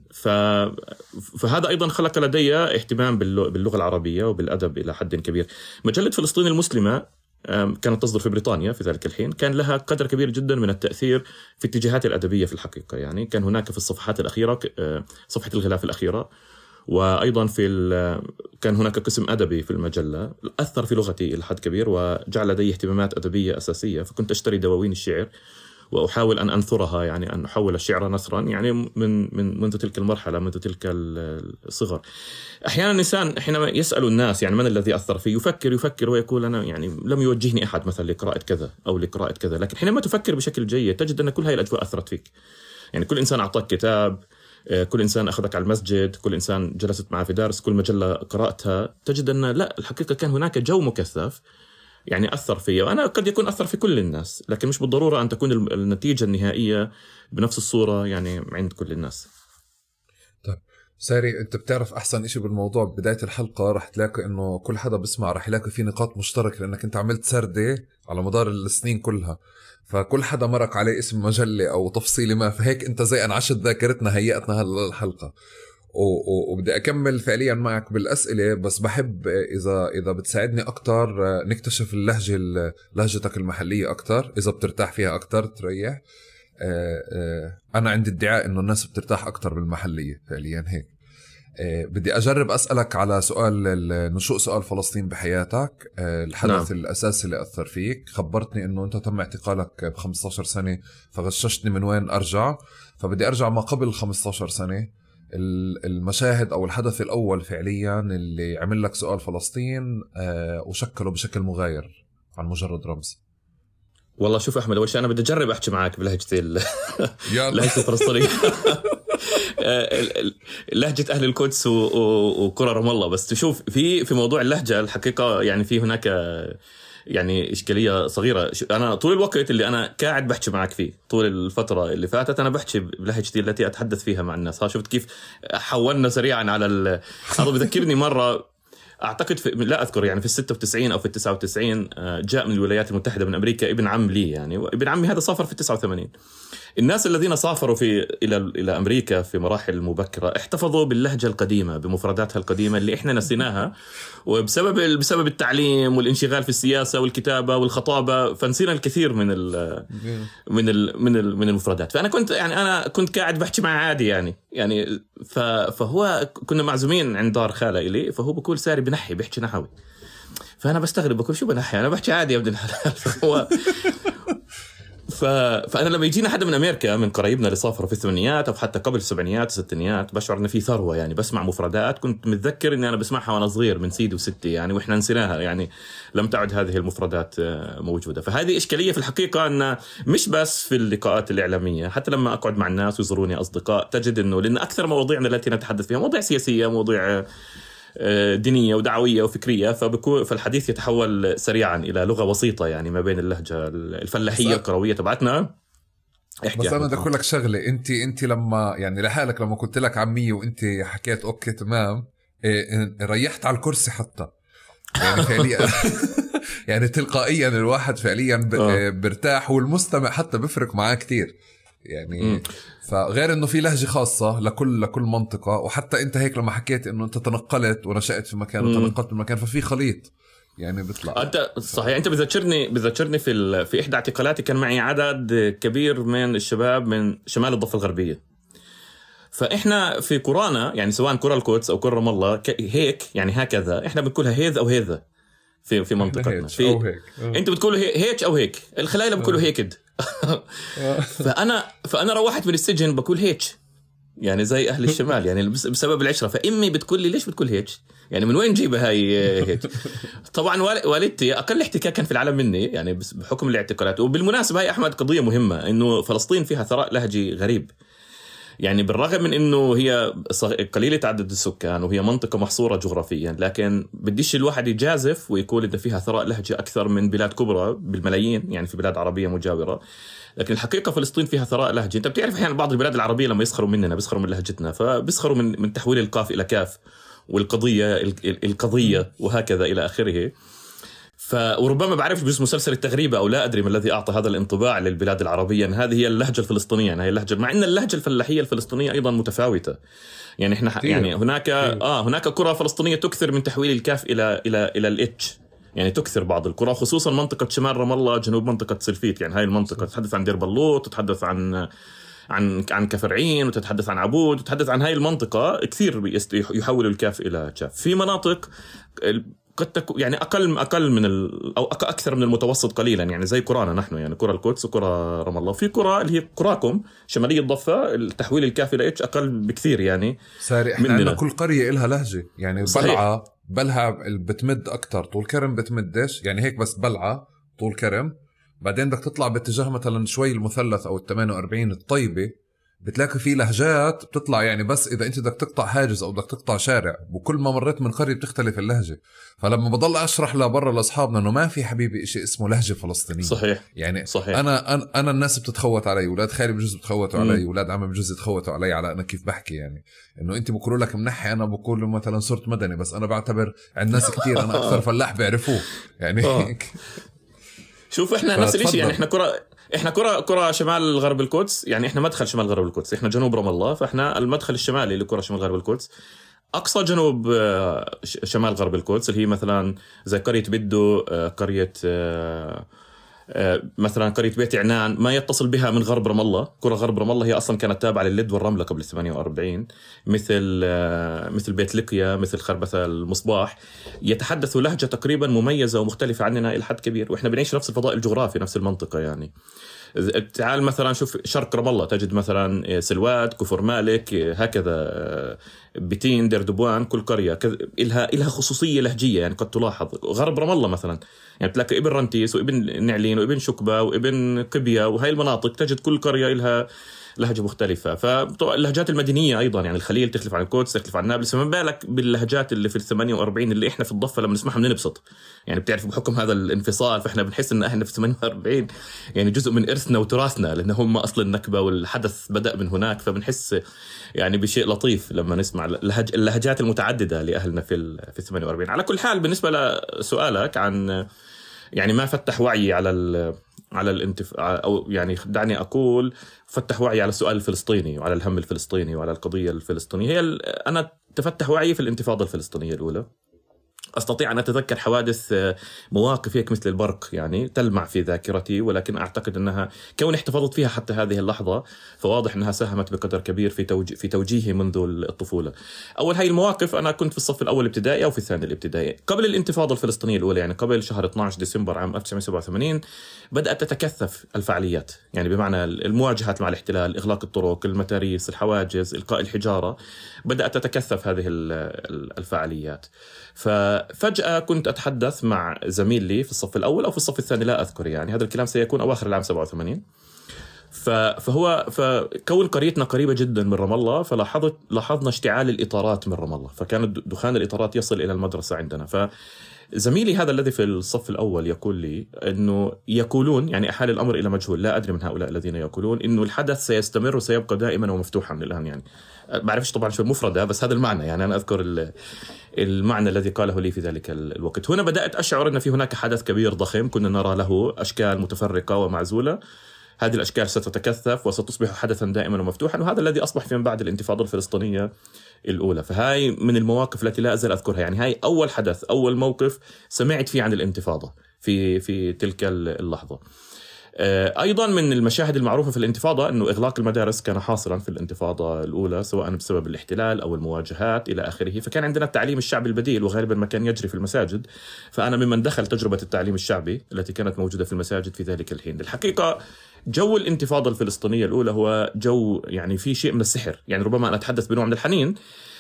فهذا أيضا خلق لدي اهتمام باللغة العربية وبالأدب إلى حد كبير. مجلة فلسطين المسلمة كانت تصدر في بريطانيا في ذلك الحين، كان لها قدر كبير جدا من التأثير في اتجاهات الأدبية في الحقيقة. يعني كان هناك في الصفحات الأخيرة صفحة الغلاف الأخيرة وأيضا في كان هناك قسم أدبي في المجلة أثر في لغتي إلى حد كبير وجعل لدي اهتمامات أدبية أساسية. فكنت أشتري دواوين الشعر وأحاول أن أنثرها، يعني أن أحول الشعر نثرا، يعني من من منذ تلك المرحلة، منذ تلك الصغر. أحيانا الإنسان حينما يسأل الناس يعني من الذي أثر فيه، يفكر يفكر ويقول أنا يعني لم يوجهني أحد مثلا لقراءة كذا أو لقراءة كذا. لكن حينما تفكر بشكل جيد تجد أن كل هذه الأجواء أثرت فيك. يعني كل إنسان أعطاك كتاب، كل إنسان أخذك على المسجد، كل إنسان جلست معه في درس، كل مجلة قرأتها، تجد أن لا، الحقيقة كان هناك جو مكثف يعني أثر فيه. وأنا قد يكون أثر في كل الناس، لكن مش بالضرورة أن تكون النتيجة النهائية بنفس الصورة يعني عند كل الناس. طيب ساري، أنت بتعرف أحسن إشي بالموضوع بداية الحلقة رح تلاقي إنه كل حدا بسمع رح يلاقي فيه نقاط مشتركة، لأنك أنت عملت سردة على مدار السنين كلها، فكل حدا مرق عليه اسم مجلة أو تفصيلة ما، فهيك أنت زي أنعشت ذاكرتنا هيئتنا هلا الحلقة. وبدي أكمل فعليا معك بالأسئلة، بس بحب إذا إذا بتساعدني أكتر نكتشف اللهجة لهجتك المحلية أكتر، إذا بترتاح فيها أكتر تريح. أنا عندي ادعاء إنه الناس بترتاح أكتر بالمحلية فعليا هيك. بدي أجرب أسألك على سؤال نشوء سؤال فلسطين بحياتك، الحدث نعم. الأساسي اللي أثر فيك. خبرتني إنه أنت تم اعتقالك بخمسة عشر سنة، فغششتني من وين أرجع، فبدي أرجع ما قبل خمسة عشر سنة. المشاهد أو الحدث الأول فعليا اللي عمل لك سؤال فلسطين وشكله بشكل مغاير عن مجرد رمز. والله شوف أحمد، أول شيء أنا بدي أجرب أحكي معك بلهجتي لهجة الفلسطينية لهجة أهل القدس وقرى رام الله. بس تشوف في في موضوع اللهجة الحقيقة يعني في هناك يعني إشكالية صغيرة. أنا طول الوقت اللي أنا قاعد بحكي معك فيه طول الفترة اللي فاتت أنا بحكي بلهجتي التي أتحدث فيها مع الناس. ها شفت كيف حولنا سريعا على ال... هذا بذكرني مرة أعتقد في... لا أذكر يعني في الستة وتسعين أو في التسعة وتسعين جاء من الولايات المتحدة من أمريكا ابن عم لي، يعني ابن عمي هذا سافر في التسعة وثمانين. الناس الذين سافروا في إلى إلى أمريكا في مراحل مبكرة احتفظوا باللهجة القديمة بمفرداتها القديمة اللي إحنا نسيناها، وبسبب بسبب التعليم والانشغال في السياسة والكتابة والخطابة فنسينا الكثير من ال من ال من ال من المفردات. فأنا كنت يعني أنا كنت قاعد بحكي مع عادي يعني يعني فهو كنا معزومين عند دار خالة إلي، فهو بقول ساري بنحي بيحكي نحوي، فأنا بستغرب بقول شو بنحي، أنا بحكي عادي يا ابن الحلال. فهو ف... فأنا لما يجينا حدا من أمريكا من قرايبنا اللي سافروا في الثمانينات أو حتى قبل السبعينيات والستينيات بشعر إن في ثروة، يعني بسمع مفردات كنت متذكر إني أنا بسمعها وأنا صغير من سيدي وستي يعني، وإحنا نسيناها يعني لم تعد هذه المفردات موجودة. فهذه إشكالية في الحقيقة، أن مش بس في اللقاءات الإعلامية، حتى لما أقعد مع الناس ويزوروني أصدقاء تجد إنه لأن أكثر مواضيعنا التي نتحدث فيها مواضيع سياسية، مواضيع دينية ودعوية وفكرية، فبكون فالحديث يتحول سريعا إلى لغة وسيطة يعني ما بين اللهجة الفلاحية القروية تبعتنا. بس أنا بدي أقول لك شغلة، أنت أنت لما يعني لحالك لما قلت لك عمية وأنت حكيت أوكي تمام، ريحت على الكرسي حتى يعني فعليا يعني تلقائيا الواحد فعليا برتاح، والمستمع حتى بفرق معاه كتير يعني م. فغير انه في لهجة خاصة لكل لكل منطقة، وحتى انت هيك لما حكيت انه انت تنقلت ونشأت في مكان وتنقلت في مكان، ففي خليط يعني بيطلع. انت صحيح، انت بذكرني بذكرني في في احدى اعتقالاتي كان معي عدد كبير من الشباب من شمال الضفة الغربية، فاحنا في قرانا يعني سواء قرى القدس او قرى رام الله هيك يعني هكذا احنا بنقولها هيذ او هيذا في في منطقتنا، في أو هيك. انت بتقولوا هيك او هيك، الخلايله بيقولوا هيكد. فانا فانا روحت من السجن بقول هيك يعني زي اهل الشمال يعني بسبب العشره. فامي بتقول لي ليش بتقول هيك، يعني من وين جيبها هاي هيك. طبعا والدتي اقل احتكاكا في العالم مني يعني بحكم الاعتقالات. وبالمناسبه هاي احمد قضيه مهمه، انه فلسطين فيها ثراء لهجي غريب، يعني بالرغم من انه هي قليله عدد السكان وهي منطقه محصوره جغرافيا، لكن بديش الواحد يجازف ويقول ان فيها ثراء لهجي اكثر من بلاد كبرى بالملايين يعني في بلاد عربيه مجاوره. لكن الحقيقه فلسطين فيها ثراء لهجي. انت بتعرف احيانا بعض البلاد العربيه لما يسخروا مننا بيسخروا من لهجتنا، فبيسخروا من من تحويل القاف الى كاف والقضيه القضيه وهكذا الى اخره. وربما بعرف بجزء مسلسل التغريبة أو لا أدري ما الذي أعطى هذا الانطباع للبلاد العربية أن هذه هي اللهجة الفلسطينية، يعني هي اللهجة، مع أن اللهجة الفلاحية الفلسطينية أيضا متفاوتة. يعني إحنا كتير. يعني هناك كتير. آه هناك قرى فلسطينية تكثر من تحويل الكاف إلى إلى إلى الإتش، يعني تكثر بعض القرى خصوصا منطقة شمال رام الله جنوب منطقة سلفيت، يعني هاي المنطقة تتحدث عن دير بلوط، تتحدث عن عن عن كفرعين، وتتحدث عن عبود، وتتحدث عن هاي المنطقة كثير يحول الكاف إلى كاف. في مناطق قد تكون يعني أقل أقل من ال أو أكثر من المتوسط قليلا، يعني زي قرانا نحن، يعني قرى القدس وقرى رام الله. وفي قرى اللي هي قراكم شمالية الضفة التحويل الكاف إلى إتش أقل بكثير يعني. ساري إحنا عندنا كل قرية إلها لهجة، يعني صحيح. بلعة بلها بتمد أكتر، طول كرم بتمدش يعني هيك، بس بلعة طول كرم. بعدين بدك تطلع باتجاه مثلا شوي المثلث أو الثمانية وأربعين الطيبة، بتلاقي فيه لهجات بتطلع يعني، بس إذا أنت بدك تقطع حاجز أو بدك تقطع شارع، وكل ما مريت من قرية بتختلف اللهجة. فلما بضل أشرح لبرا لأصحابنا إنه ما في حبيبي إشي اسمه لهجة فلسطينية. صحيح. يعني صحيح. أنا أنا أنا الناس بتتخوت علي، ولاد خالي بجوز بتخوتوا علي، ولاد عمي بجوز يتخوتوا علي على أنا كيف بحكي. يعني إنه أنت بقولوا لك منحي، أنا بقول له مثلا صرت مدني، بس أنا بعتبر عند ناس كتير أنا أكثر فلاح بيعرفوه يعني. شوف إحنا نفس الشيء يعني، إحنا كرة احنا كرة كرة شمال غرب القدس، يعني احنا مدخل شمال غرب القدس، احنا جنوب رام الله، فاحنا المدخل الشمالي لكرة شمال غرب القدس. اقصى جنوب شمال غرب القدس اللي هي مثلا زي قرية بدو، قرية مثلا قرية بيت عنان، ما يتصل بها من غرب رام الله. كرة غرب رام الله هي اصلا كانت تابعة لللد والرملة قبل ثمانية وأربعين، مثل مثل بيت لقيا، مثل خربثة المصباح، يتحدثوا لهجة تقريبا مميزة ومختلفة عننا إلى حد كبير، واحنا بنعيش نفس الفضاء الجغرافي، نفس المنطقة يعني. تعال مثلا شوف شرق رام الله، تجد مثلا سلوات، كفر مالك، هكذا بتين، دردبوان، كل قرية إلها إلها خصوصية لهجية يعني قد تلاحظ. غرب رام الله مثلا يعني بتلاقي ابن رنتيس وابن نعلين وابن شكبة وابن قبية، وهي المناطق تجد كل قرية إلها لهجة مختلفة. فاللهجات المدنية أيضا يعني الخليل تختلف عن القدس، تختلف عن نابلس، فما بالك باللهجات اللي في الثمانية وأربعين اللي إحنا في الضفة لما نسمعها بننبسط يعني. بتعرف بحكم هذا الانفصال، فإحنا بنحس إن إحنا في ثمانية وأربعين يعني جزء من إرثنا وتراثنا، لأن هم أصل النكبة والحدث بدأ من هناك. فبنحس يعني بشيء لطيف لما نسمع اللهج اللهجات المتعددة لأهلنا في في ثمانية وأربعين. على كل حال، بالنسبة لسؤالك عن يعني ما فتح وعي على ال على الانتف أو يعني دعني أقول فتح وعي على السؤال الفلسطيني وعلى الهم الفلسطيني وعلى القضية الفلسطينية. هي أنا تفتح وعي في الانتفاضة الفلسطينية الأولى. أستطيع أن أتذكر حوادث مواقف هيك مثل البرق يعني تلمع في ذاكرتي، ولكن أعتقد أنها كون احتفظت فيها حتى هذه اللحظة فواضح أنها ساهمت بقدر كبير في توجيه في توجيهي منذ الطفولة. أول هاي المواقف أنا كنت في الصف الأول الابتدائي أو في الثاني الابتدائي قبل الانتفاضة الفلسطينية الأولى، يعني قبل شهر اثنا عشر ديسمبر عام ألف وتسعمائة وسبعة وثمانين بدأت تتكثف الفعاليات، يعني بمعنى المواجهات مع الاحتلال، إغلاق الطرق، المتاريس، الحواجز، إلقاء الحجارة، بدأت تتكثف هذه الفعاليات. ففجأة كنت أتحدث مع زميل لي في الصف الأول أو في الصف الثاني لا أذكر، يعني هذا الكلام سيكون أواخر العام سبعة وثمانين. فهو فكون قريتنا قريبة جدا من رام الله، فلاحظت لاحظنا اشتعال الإطارات من رام الله، فكان دخان الإطارات يصل إلى المدرسة عندنا. فزميلي هذا الذي في الصف الأول يقول لي أنه يقولون، يعني أحال الأمر إلى مجهول، لا أدري من هؤلاء الذين يقولون أنه الحدث سيستمر وسيبقى دائما ومفتوحا الآن. يعني بعرفش طبعا شو المفردة، بس هذا المعنى، يعني أنا أذكر المعنى الذي قاله لي في ذلك الوقت. هنا بدأت أشعر أن في هناك حدث كبير ضخم كنا نرى له أشكال متفرقة ومعزولة. هذه الأشكال ستتكثف وستصبح حدثا دائما ومفتوحا، وهذا الذي أصبح فيما بعد الانتفاضة الفلسطينية الأولى. فهاي من المواقف التي لا أزال أذكرها، يعني هاي أول حدث، أول موقف سمعت فيه عن الانتفاضة في في تلك اللحظة. أيضا من المشاهد المعروفة في الانتفاضة أنه إغلاق المدارس كان حاصلا في الانتفاضة الأولى، سواء بسبب الاحتلال أو المواجهات إلى آخره. فكان عندنا التعليم الشعبي البديل، وغالبا ما كان يجري في المساجد. فأنا ممن دخل تجربة التعليم الشعبي التي كانت موجودة في المساجد في ذلك الحين. الحقيقة جو الانتفاضة الفلسطينية الأولى هو جو يعني فيه شيء من السحر، يعني ربما أنا أتحدث بنوع من الحنين،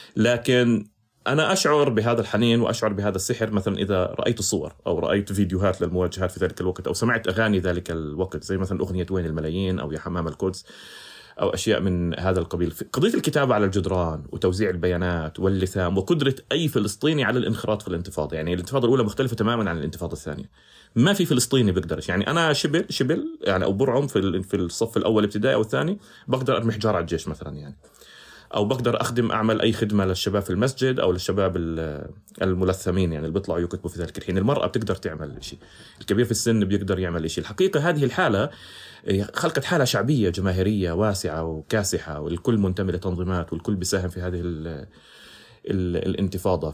لكن أنا أشعر بهذا الحنين وأشعر بهذا السحر مثلا إذا رأيت الصور أو رأيت فيديوهات للمواجهات في ذلك الوقت، أو سمعت أغاني ذلك الوقت زي مثلا أغنية وين الملايين أو يا حمام القدس أو أشياء من هذا القبيل. قضية الكتابة على الجدران وتوزيع البيانات واللثام وقدرة أي فلسطيني على الانخراط في الانتفاضة. يعني الانتفاضة الأولى مختلفة تماما عن الانتفاضة الثانية، ما في فلسطيني بيقدرش، يعني أنا شبل شبل يعني أو برعم في في الصف الأول ابتدائي أو الثاني بقدر أرمي حجارة على الجيش مثلا، يعني أو بقدر أخدم أعمل أي خدمة للشباب في المسجد أو للشباب الملثمين يعني اللي بيطلعوا يكتبوا في ذلك الحين. المرأة بتقدر تعمل شيء، الكبير في السن بيقدر يعمل شيء. الحقيقة هذه الحالة خلقت حالة شعبية جماهيرية واسعة وكاسحة، والكل منتمي لتنظيمات والكل بيساهم في هذه ال ال الانتفاضة.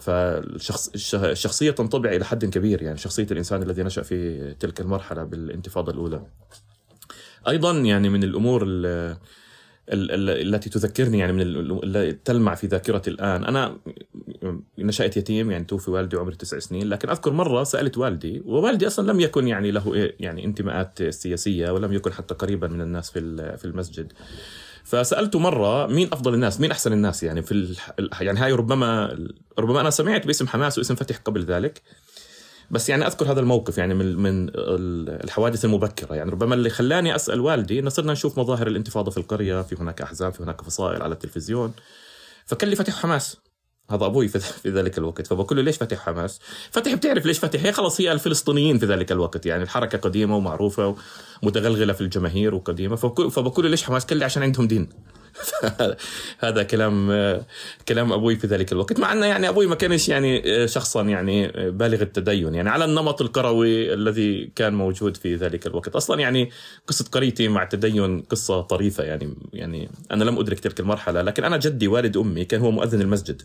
فالشخصية تنطبع إلى حد كبير، يعني شخصية الإنسان الذي نشأ في تلك المرحلة بالانتفاضة الأولى. أيضا يعني من الأمور التي تذكرني يعني من التي تلمع في ذاكرتي الآن. أنا نشأت يتيم، يعني توفي والدي عمري تسع سنين، لكن أذكر مرة سألت والدي، ووالدي أصلا لم يكن يعني له يعني انتماءات سياسية، ولم يكن حتى قريبا من الناس في في المسجد. فسألته مرة مين أفضل الناس، مين أحسن الناس يعني في ال... يعني هاي ربما ربما أنا سمعت باسم حماس واسم فتح قبل ذلك، بس يعني أذكر هذا الموقف يعني من من الحوادث المبكرة، يعني ربما اللي خلاني أسأل والدي إن صرنا نشوف مظاهر الانتفاضة في القرية، في هناك أحزاب، في هناك فصائل على التلفزيون، فكان لي فتح حماس، هذا أبوي في ذلك الوقت. فبقول له ليش فتح حماس؟ فتح بتعرف ليش فتح؟ هي خلص هي الفلسطينيين في ذلك الوقت، يعني الحركة قديمة ومعروفة ومتغلغلة في الجماهير وقديمة. فبقول له ليش حماس؟ قال لي عشان عندهم دين. هذا كلام كلام أبوي في ذلك الوقت، مع أنه يعني أبوي ما كانش يعني شخصا يعني بالغ التدين، يعني على النمط القروي الذي كان موجود في ذلك الوقت. أصلا يعني قصة قريتي مع التدين قصة طريفة، يعني يعني أنا لم أدرك تلك المرحلة، لكن أنا جدي والد أمي كان هو مؤذن المسجد،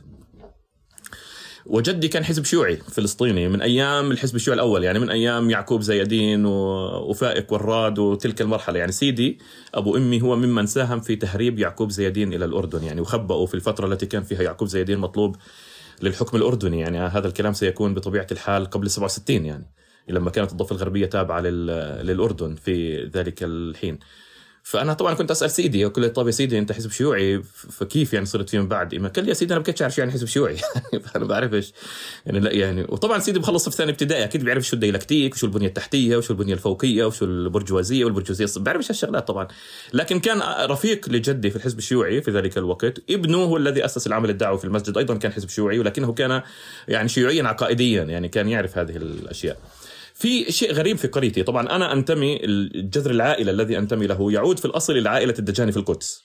وجدي كان حزب شيوعي فلسطيني من أيام الحزب الشيوعي الأول، يعني من أيام يعقوب زيادين وفائق والراد وتلك المرحلة. يعني سيدي أبو أمي هو ممن ساهم في تهريب يعقوب زيادين إلى الأردن، يعني وخبأوا في الفترة التي كان فيها يعقوب زيادين مطلوب للحكم الأردني. يعني هذا الكلام سيكون بطبيعة الحال قبل سبعة وستين، يعني لما كانت الضفة الغربية تابعة للأردن في ذلك الحين. فأنا طبعا كنت أسأل سيدي، وقلت له طيب يا سيدي أنت حزب شيوعي، فكيف يعني صرت فيه من بعد؟ ما قال لي يا سيدي أنا بكتش عارف يعني حزب شيوعي. فأنا بعرفش يعني، لا يعني. وطبعا سيدي بخلص في ثاني ابتدائي أكيد بيعرف شو الديالكتيك وشو البنية التحتية وشو البنية الفوقية وشو البرجوازية والبرجوازية، بعرفش هالشغلات طبعا. لكن كان رفيق لجدي في الحزب الشيوعي في ذلك الوقت، ابنه هو الذي أسس العمل الدعوي في المسجد، أيضا كان حزب شيوعي، ولكنه كان يعني شيوعيا عقائديا، يعني كان يعرف هذه الأشياء. في شيء غريب في قريتي، طبعا أنا أنتمي، الجذر العائلة الذي أنتمي له يعود في الأصل إلى عائلة الدجاني في القدس.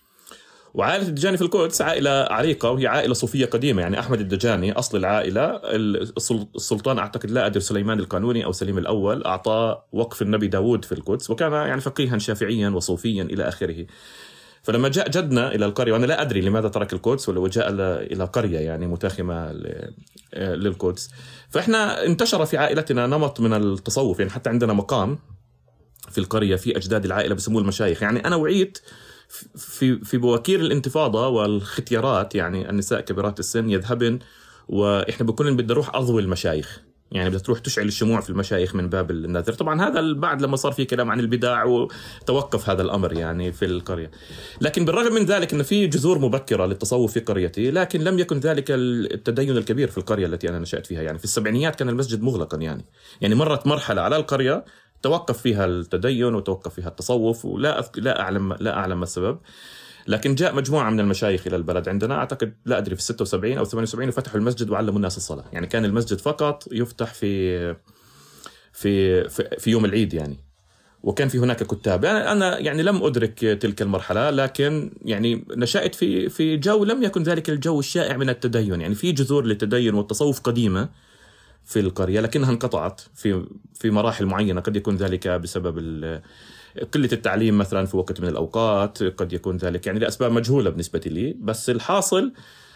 وعائلة الدجاني في القدس عائلة عريقة، وهي عائلة صوفية قديمة، يعني أحمد الدجاني أصل العائلة. السلطان أعتقد لا أدري سليمان القانوني أو سليم الأول أعطى وقف النبي داود في القدس، وكان يعني فقيها شافعيا وصوفيا إلى آخره. فلما جاء جدنا إلى القرية، وأنا لا أدري لماذا ترك القدس ولا جاء إلى قرية يعني متاخمة للقدس، فإحنا انتشر في عائلتنا نمط من التصوف، يعني حتى عندنا مقام في القرية في أجداد العائلة بسموه المشايخ. يعني أنا وعيت في في بواكير الانتفاضة والختيارات، يعني النساء كبيرات السن يذهبن، وإحنا بكون بدنا نروح أضوي المشايخ، يعني بدها تروح تشعل الشموع في المشايخ من باب النذر. طبعا هذا بعد لما صار في كلام عن البدع وتوقف هذا الأمر يعني في القرية. لكن بالرغم من ذلك أن في جذور مبكرة للتصوف في قريتي، لكن لم يكن ذلك التدين الكبير في القرية التي أنا نشأت فيها. يعني في السبعينيات كان المسجد مغلقا، يعني يعني مرت مرحلة على القرية توقف فيها التدين وتوقف فيها التصوف، ولا لا أعلم لا أعلم ما السبب. لكن جاء مجموعة من المشايخ إلى البلد عندنا، أعتقد لا أدري في ستة وسبعين أو ثمانية وسبعين، وفتحوا المسجد وعلموا الناس الصلاة. يعني كان المسجد فقط يفتح في في في, في يوم العيد يعني، وكان في هناك كتاب. يعني أنا يعني لم أدرك تلك المرحلة، لكن يعني نشأت في في جو لم يكن ذلك الجو الشائع من التدين. يعني في جذور للتدين والتصوف قديمة في القرية، لكنها انقطعت في في مراحل معينة. قد يكون ذلك بسبب قلة التعليم مثلا في وقت من الأوقات، قد يكون ذلك يعني لأسباب مجهولة بالنسبة لي. بس الحاصل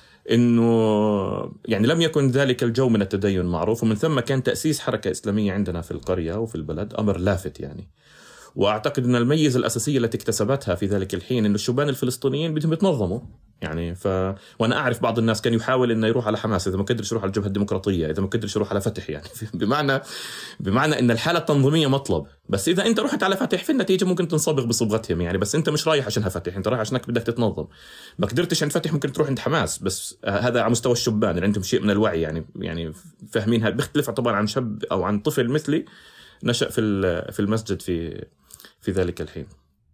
إنه يعني لم يكن ذلك الجو من التدين معروف، ومن ثم كان تأسيس حركة إسلامية عندنا في القرية وفي البلد أمر لافت يعني. وأعتقد أن الميزة الأساسية التي اكتسبتها في ذلك الحين إنه الشبان الفلسطينيين بدهم يتنظموا يعني. ف وأنا أعرف بعض الناس كان يحاول إنه يروح على حماس، إذا ما قدرش يروح على الجبهة الديمقراطية، إذا ما قدرش يروح على فتح، يعني بمعنى بمعنى إن الحالة التنظيمية مطلب. بس إذا أنت رحت على فتح في النتيجة ممكن تنصبغ بصبغتهم يعني، بس أنت مش رايح عشانها فتح، أنت رايح عشانك بدك تتنظم. ما قدرتش عند فتح ممكن تروح عند حماس، بس هذا على مستوى الشبان اللي عندهم شيء من الوعي، يعني يعني فاهمينها. بيختلف طبعا عن شاب أو عن طفل مثلي نشأ في في المسجد في في ذلك الحين.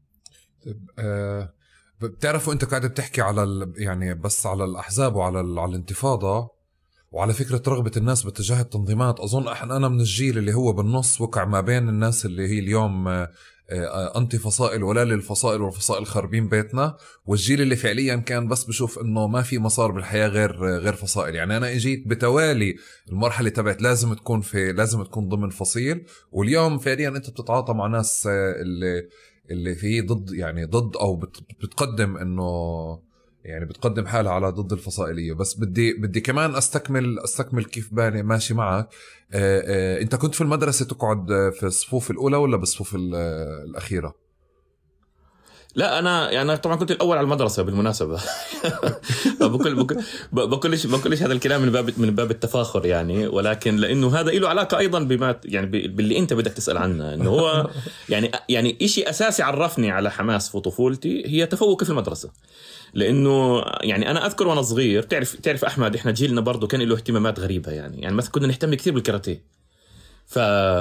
أه بتعرفوا انت قاعد بتحكي على ال... يعني بس على الاحزاب وعلى ال... على الانتفاضه وعلى فكره رغبه الناس باتجاه التنظيمات. اظن احنا انا من الجيل اللي هو بالنص وقع ما بين الناس اللي هي اليوم انتي فصائل ولا للفصائل والفصائل خاربين بيتنا، والجيل اللي فعليا كان بس بشوف انه ما في مسار بالحياه غير غير فصائل. يعني انا اجيت بتوالي المرحله تبعت لازم تكون في لازم تكون ضمن فصيل، واليوم فعليا انت بتتعاطى مع ناس اللي اللي فيه ضد يعني ضد او بتقدم انه يعني بتقدم حالها على ضد الفصائليه. بس بدي بدي كمان استكمل استكمل كيف باني ماشي معك. آآ آآ انت كنت في المدرسه تقعد في الصفوف الاولى ولا بالصفوف الاخيره؟ لا أنا يعني طبعا كنت الأول على المدرسة بالمناسبة. بقول بقول بقولش بقولش هذا الكلام من باب من باب التفاخر يعني، ولكن لأنه هذا له علاقة أيضا بما يعني باللي أنت بدك تسأل عنه، إنه هو يعني يعني إشي أساسي عرفني على حماس في طفولتي هي تفوقي في المدرسة. لأنه يعني أنا أذكر وأنا صغير، تعرف تعرف أحمد إحنا جيلنا برضو كان له اهتمامات غريبة يعني يعني مثلا كنا نهتم كثير بالكاراتيه. ف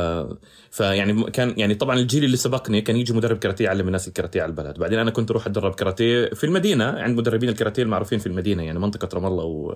فيعني كان يعني طبعا الجيل اللي سبقني كان يجي مدرب كاراتيه يعلم الناس الكاراتيه على البلد، بعدين انا كنت اروح اتدرب كاراتيه في المدينه عند مدربين الكاراتيه المعروفين في المدينه يعني منطقه رام الله و...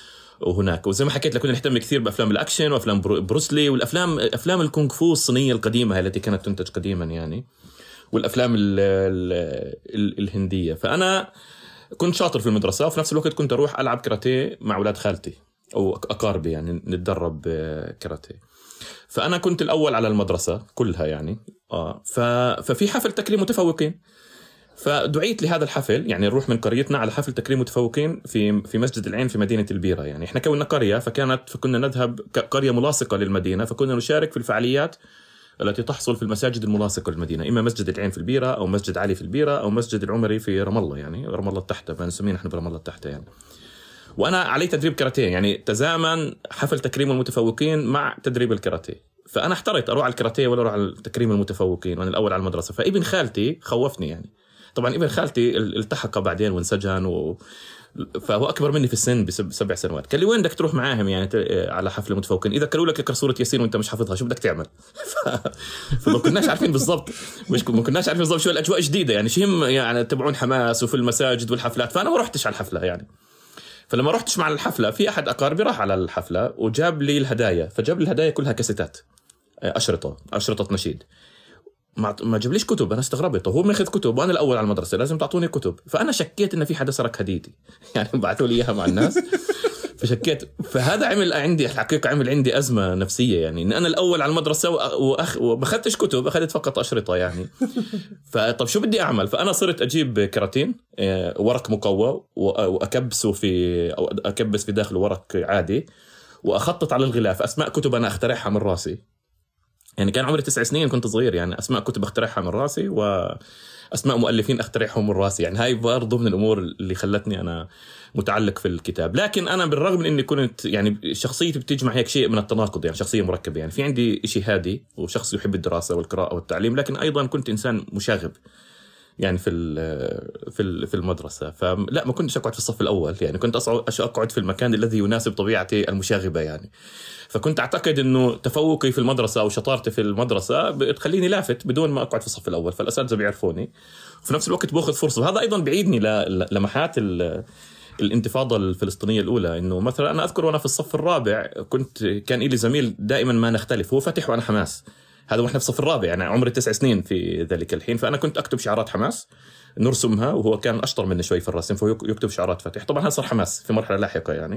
وهناك. وزي ما حكيت لك كنا نهتم كثير بافلام الاكشن وافلام بروسلي والافلام افلام الكونغ فو الصينيه القديمه التي كانت تنتج قديما يعني، والافلام ال... ال... ال... الهنديه. فانا كنت شاطر في المدرسه، وفي نفس الوقت كنت اروح العب كاراتيه مع اولاد خالتي او اقاربي يعني نتدرب كاراتيه. فأنا كنت الأول على المدرسة كلها يعني آه ف... ففي حفل تكريم متفوقين، فدعيت لهذا الحفل يعني نروح من قريتنا على حفل تكريم متفوقين في في مسجد العين في مدينة البيرة. يعني إحنا كنا قرية، فكانت فكنا نذهب قرية ملاصقة للمدينة، فكنا نشارك في الفعاليات التي تحصل في المساجد الملاصقة للمدينة، إما مسجد العين في البيرة أو مسجد علي في البيرة أو مسجد العمري في رام الله يعني رام الله التحتة، فنسميه نحن برام الله التحتة يعني. وأنا علي تدريب كاراتيه يعني تزامن حفل تكريم المتفوقين مع تدريب الكاراتيه، فأنا احتريت أروح على الكاراتيه ولا أروح على تكريم المتفوقين وأنا الأول على المدرسة. فابن خالتي خوفني يعني، طبعا ابن خالتي التحق بعدين وانسجن و... فهو أكبر مني في السن بسبع سنوات. قال لي وين بدك تروح معاهم يعني على حفل المتفوقين؟ إذا قالوا لك اقرأ سورة ياسين وأنت مش حافظها شو بدك تعمل؟ ف... فما كناش عارفين بالضبط مش ما كناش عارفين بالضبط شو الأجواء جديدة يعني شيء يعني تبعون حماس وفي المساجد والحفلات، فأنا ما رحتش على الحفلة يعني. فلما رحتش مع الحفلة في أحد أقاربي راح على الحفلة وجاب لي الهدايا، فجاب لي الهدايا كلها كاسيتات أشرطة أشرطة نشيد، ما ما جابليش كتب. أنا استغربت، هو ماخذ كتب وأنا الأول على المدرسة لازم تعطوني كتب. فأنا شكيت إن في حدا سرق هديتي يعني بعثوا لي إياها مع الناس فشكيت. فهذا عمل عندي الحقيقة عمل عندي أزمة نفسية يعني إن أنا الأول على المدرسة وأخ وما أخذتش كتب، أخذت فقط أشرطة يعني. فطب شو بدي أعمل؟ فأنا صرت أجيب كراتين ورق مقوى وأكبسه في أو أكبس في داخل ورق عادي وأخطط على الغلاف أسماء كتب أنا أخترعها من راسي. يعني كان عمري تسع سنين كنت صغير يعني، أسماء كتب أخترعها من راسي وأسماء مؤلفين أخترعهم من راسي يعني. هاي برضو من الأمور اللي خلتني أنا متعلق في الكتاب. لكن أنا بالرغم من أني كنت يعني شخصيتي بتجمع هيك شيء من التناقض يعني، شخصية مركبة يعني، في عندي إشي هادي وشخص يحب الدراسة والقراءة والتعليم، لكن أيضا كنت إنسان مشاغب يعني في في في المدرسة. فلا ما كنتش أقعد في الصف الأول يعني، كنت أقعد في المكان الذي يناسب طبيعتي المشاغبة يعني. فكنت أعتقد إنه تفوقي في المدرسة أو شطارتي في المدرسة بتخليني لافت بدون ما أقعد في الصف الأول، فالأساتذة بيعرفوني وفي نفس الوقت بأخذ فرصة. وهذا أيضا بعيدني لمحات الانتفاضة الفلسطينية الأولى. إنه مثلا أنا أذكر وأنا في الصف الرابع كنت كان إلي زميل دائما ما نختلف، هو فتح وأنا حماس، هذا واحنا في الصف الرابع يعني عمري تسع سنين في ذلك الحين. فأنا كنت أكتب شعارات حماس نرسمها وهو كان أشطر مني شوي في الرسم فهو يكتب شعارات فتح. طبعا هذا صار حماس في مرحلة لاحقة يعني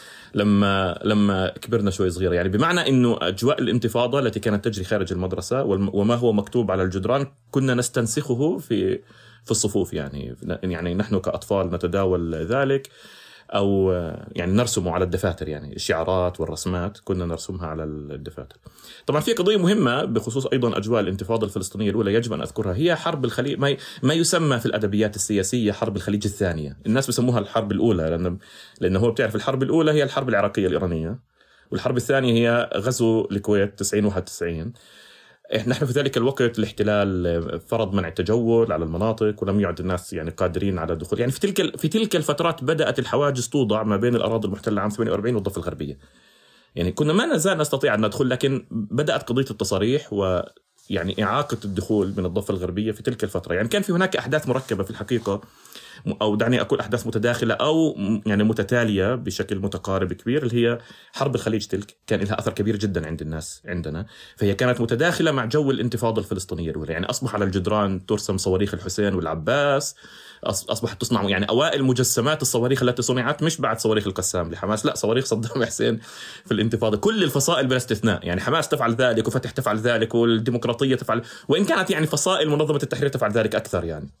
لما لما كبرنا شوي صغير يعني، بمعنى إنه أجواء الانتفاضة التي كانت تجري خارج المدرسة وما هو مكتوب على الجدران كنا نستنسخه في في الصفوف يعني. يعني نحن كأطفال نتداول ذلك أو يعني نرسمه على الدفاتر يعني، الشعارات والرسمات كنا نرسمها على الدفاتر. طبعا في قضية مهمة بخصوص أيضا أجواء الانتفاضة الفلسطينية الأولى يجب أن أذكرها، هي حرب الخليج، ما ما يسمى في الأدبيات السياسية حرب الخليج الثانية. الناس بيسموها الحرب الأولى لأن لأنه هو بتعرف الحرب الأولى هي الحرب العراقية الإيرانية، والحرب الثانية هي غزو الكويت تسعين واحد وتسعين. نحن في ذلك الوقت الاحتلال فرض منع التجول على المناطق ولم يعد الناس يعني قادرين على الدخول يعني. في تلك في تلك الفترات بدأت الحواجز توضع ما بين الأراضي المحتلة عام ثمانية وأربعين والضفة الغربية يعني. كنا ما نزال نستطيع أن ندخل، لكن بدأت قضية التصاريح ويعني إعاقة الدخول من الضفة الغربية في تلك الفترة يعني. كان في هناك أحداث مركبة في الحقيقة، أو دعني أقول أحداث متداخلة أو يعني متتالية بشكل متقارب كبير، اللي هي حرب الخليج تلك كان لها أثر كبير جدا عند الناس عندنا، فهي كانت متداخلة مع جو الانتفاضة الفلسطينية الأولى يعني. أصبح على الجدران ترسم صواريخ الحسين والعباس، أصبحت تصنع يعني أوائل مجسمات الصواريخ التي صنعت مش بعد صواريخ القسام لحماس، لا صواريخ صدام حسين في الانتفاضة. كل الفصائل بلا استثناء يعني، حماس تفعل ذلك وفتح تفعل ذلك والديمقراطية تفعل، وإن كانت يعني فصائل منظمة التحرير تفعل ذلك أكثر يعني.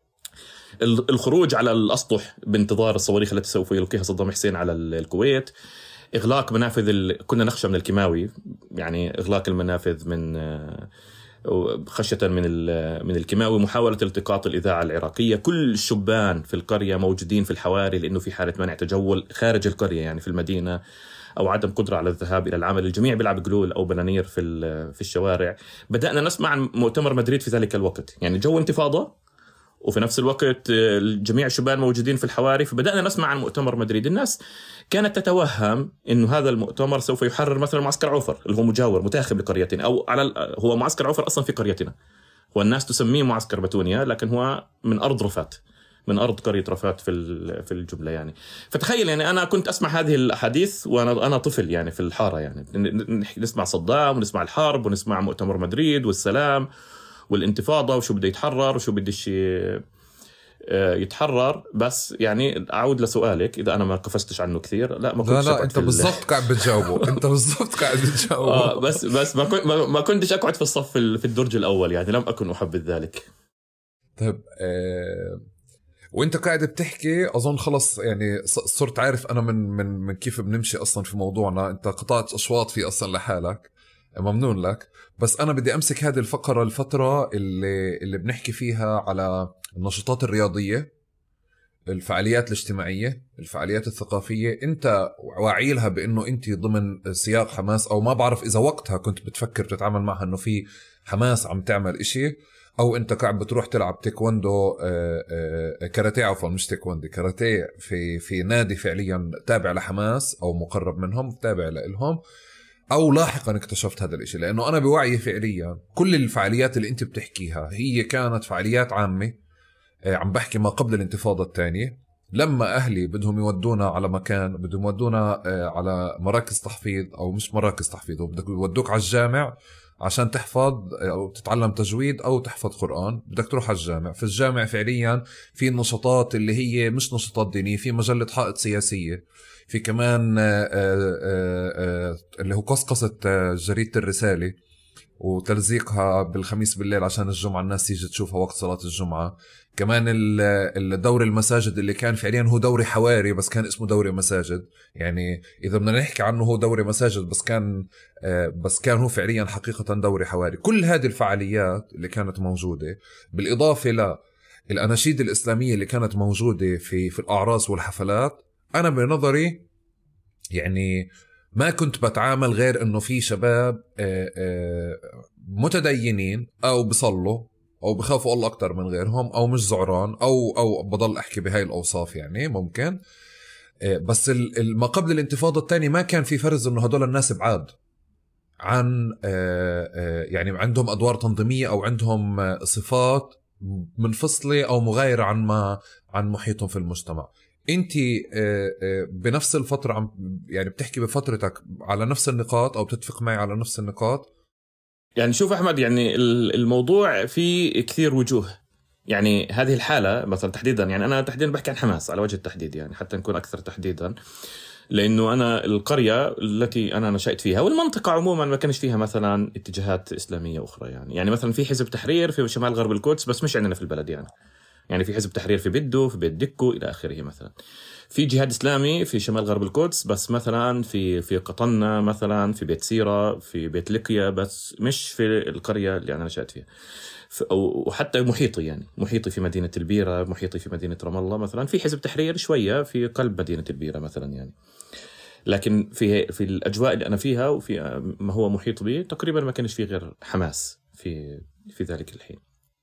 الخروج على الأسطح بانتظار الصواريخ التي سوف يلقيها صدام حسين على الكويت، إغلاق منافذ ال... كنا نخشى من الكيماوي يعني، إغلاق المنافذ من خشية من من الكيماوي، محاولة التقاط الإذاعة العراقية. كل الشبان في القرية موجودين في الحواري لأنه في حالة منع تجول خارج القرية يعني في المدينة، أو عدم قدرة على الذهاب إلى العمل. الجميع بيلعب جلول أو بنانير في في الشوارع. بدأنا نسمع عن مؤتمر مدريد في ذلك الوقت، يعني جو انتفاضة وفي نفس الوقت الجميع الشبان موجودين في الحواري، فبدأنا نسمع عن مؤتمر مدريد. الناس كانت تتوهم إنه هذا المؤتمر سوف يحرر مثلا معسكر عوفر اللي هو مجاور متاخم لقريتنا، أو على هو معسكر عوفر أصلا في قريتنا، والناس تسميه معسكر بتونيا، لكن هو من أرض رفات، من أرض قرية رفات في في الجملة يعني. فتخيل يعني أنا كنت أسمع هذه الأحاديث وأنا أنا طفل يعني في الحارة، يعني نسمع صدام ونسمع الحرب ونسمع مؤتمر مدريد والسلام والانتفاضة وشو بده يتحرر وشو بديش يتحرر. بس يعني أعود لسؤالك إذا أنا ما قفزتش عنه كثير، لا ما كنتش. لا لا أنت بالضبط قاعد بتجاوبه أنت بالضبط قاعد بتجاوبه. آه بس بس ما كنت ما كنتش أقعد في الصف في الدرج الأول، يعني لم أكن أحبذ ذلك. طيب آه... وانت قاعد بتحكي اظن خلص يعني صرت عارف انا من من من كيف بنمشي اصلا في موضوعنا. انت قطعت اشواط فيه اصلا لحالك، ممنون لك. بس انا بدي امسك هذه الفقره الفتره اللي اللي بنحكي فيها على النشاطات الرياضيه، الفعاليات الاجتماعيه، الفعاليات الثقافيه. انت واعي لها بانه انت ضمن سياق حماس، او ما بعرف اذا وقتها كنت بتفكر بتتعامل معها انه في حماس عم تعمل اشي، او انت قاعد بتروح تلعب تايكوندو كاراتيه، عفوا مش تايكوندو كاراتيه في في نادي فعليا تابع لحماس او مقرب منهم تابع لهم، او لاحقا اكتشفت هذا الاشي. لانه انا بوعي فعليا كل الفعاليات اللي انت بتحكيها هي كانت فعاليات عامة، عم بحكي ما قبل الانتفاضة الثانية، لما اهلي بدهم يودونا على مكان، بدهم يودونا على مراكز تحفيظ او مش مراكز تحفيظ، بدك يودوك على الجامع عشان تحفظ أو تتعلم تجويد أو تحفظ قرآن، بدك تروح على الجامع. في الجامع فعليا في النشاطات اللي هي مش نشاطات دينية، في مجلة حائط سياسية، في كمان آآ آآ اللي هو قصقصة جريدة الرسالة وتلزيقها بالخميس بالليل عشان الجمعة الناس تيجي تشوفها وقت صلاة الجمعة. كمان الدوري المساجد اللي كان فعليا هو دوري حواري بس كان اسمه دوري مساجد، يعني إذا بدنا نحكي عنه هو دوري مساجد بس كان بس كان هو فعليا حقيقة دوري حواري. كل هذه الفعاليات اللي كانت موجودة بالإضافة للأناشيد الإسلامية اللي كانت موجودة في في الأعراس والحفلات، أنا بنظري يعني ما كنت بتعامل غير انه في شباب متدينين او بصلوا او بخافوا الله اكتر من غيرهم او مش زعران او او بضل احكي بهاي الاوصاف يعني ممكن. بس ما قبل الانتفاضة الثانية ما كان في فرز انه هدول الناس بعاد عن يعني عندهم ادوار تنظيمية او عندهم صفات منفصلة او مغايرة عن ما عن محيطهم في المجتمع. انتي بنفس الفترة عم يعني بتحكي بفترتك على نفس النقاط او بتتفق معي على نفس النقاط؟ يعني شوف أحمد، يعني الموضوع فيه كثير وجوه. يعني هذه الحالة مثلا تحديدا، يعني أنا تحديدا بحكي عن حماس على وجه التحديد يعني حتى نكون أكثر تحديدا، لأنه أنا القرية التي أنا نشأت فيها والمنطقة عموما ما كانش فيها مثلا اتجاهات إسلامية أخرى. يعني يعني مثلا في حزب تحرير في شمال غرب القدس بس مش عندنا في البلد، يعني يعني في حزب تحرير في بدو، في بيت دكو إلى آخره. مثلا في جهاد إسلامي في شمال غرب القدس بس مثلا في في قطنة، مثلا في بيت سيرة، في بيت لقيا، بس مش في القرية اللي أنا نشأت فيها. وحتى محيطي يعني محيطي في مدينة البيرة، محيطي في مدينة رام الله مثلا في حزب تحرير شوية في قلب مدينة البيرة مثلا يعني. لكن في في الأجواء اللي أنا فيها وفي ما هو محيط به تقريبا ما كانش فيه غير حماس في في ذلك الحين.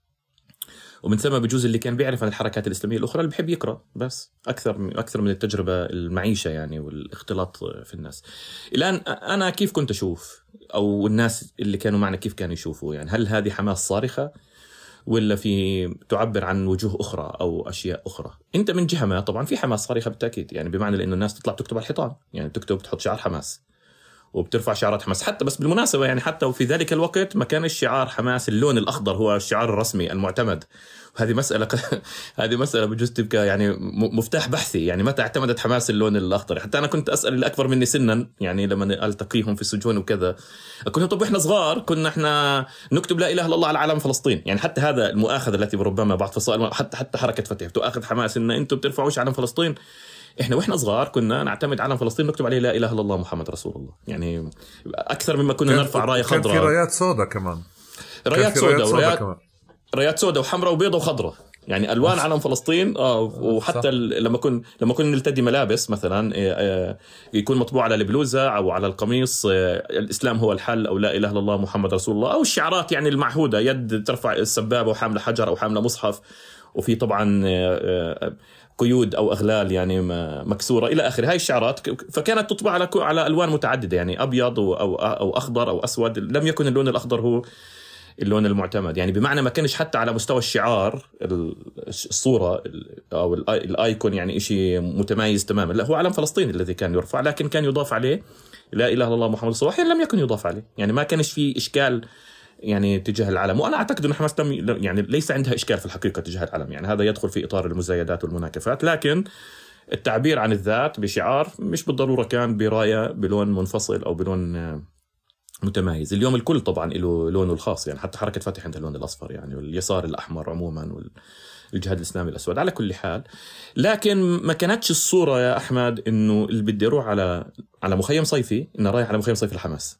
ومن ثم بجوز اللي كان بيعرف عن الحركات الإسلامية الأخرى اللي بيحب يقرأ بس أكثر أكثر من التجربة المعيشة يعني والاختلاط في الناس. الآن أنا كيف كنت أشوف أو الناس اللي كانوا معنا كيف كانوا يشوفوا، يعني هل هذه حماس صارخة ولا في تعبر عن وجوه أخرى أو أشياء أخرى؟ أنت من جهة ما طبعا في حماس صارخة بالتأكيد، يعني بمعنى لأنه الناس تطلع تكتب على الحيطان، يعني تكتب تحط شعار حماس وبترفع شعارات حماس. حتى بس بالمناسبة يعني حتى وفي ذلك الوقت ما كان الشعار حماس اللون الأخضر هو الشعار الرسمي المعتمد. وهذه مسألة هذه مسألة بجوز تبقى يعني مفتاح بحثي، يعني متى اعتمدت حماس اللون الأخضر؟ حتى أنا كنت أسأل اللي أكبر مني سنا يعني لما ألتقيهم في السجون وكذا، كنا طب إحنا صغار كنا إحنا نكتب لا إله إلا الله على علم فلسطين. يعني حتى هذا المؤاخذة التي ربما بعض فصائل حتى حتى حركة فتح تؤاخذ حماس إن أنتم بترفعوش علم فلسطين. إحنا وإحنا صغار كنا نعتمد علم فلسطين نكتب عليه لا إله إلا الله محمد رسول الله، يعني أكثر مما كنا نرفع راية خضراء. كان في رايات سوداء كمان. رايات سوداء ورايات رايات سوداء وحمراء وبيضة وخضراء، يعني الوان علم فلسطين. اه وحتى لما كن لما كنا نلتدي ملابس مثلا يكون مطبوع على البلوزه او على القميص الاسلام هو الحل، او لا اله الا الله محمد رسول الله، او الشعارات يعني المعهوده، يد ترفع السبابه وحامله حجر او حامله مصحف، وفي طبعا قيود او اغلال يعني مكسوره الى اخره، هاي الشعارات. فكانت تطبع على على الوان متعدده، يعني ابيض او او اخضر او اسود. لم يكن اللون الاخضر هو اللون المعتمد، يعني بمعنى ما كانش حتى على مستوى الشعار الصورة أو الآيكون يعني إشي متميز تماما، لا هو علم فلسطين الذي كان يرفع، لكن كان يضاف عليه لا إله إلا الله محمد رسول الله، لم يكن يضاف عليه، يعني ما كانش فيه إشكال يعني تجاه العلم. وأنا أعتقد أن حماس يعني ليس عندها إشكال في الحقيقة تجاه العلم، يعني هذا يدخل في إطار المزايدات والمناكفات، لكن التعبير عن الذات بشعار مش بالضرورة كان براية بلون منفصل أو بلون متميز. اليوم الكل طبعا له لونه الخاص، يعني حتى حركة فتح عندها اللون الأصفر يعني، واليسار الأحمر عموما، والجهاد الإسلامي الأسود. على كل حال، لكن ما كانتش الصورة يا أحمد إنه اللي بدي يروح على على مخيم صيفي إنه رايح على مخيم صيفي لحماس،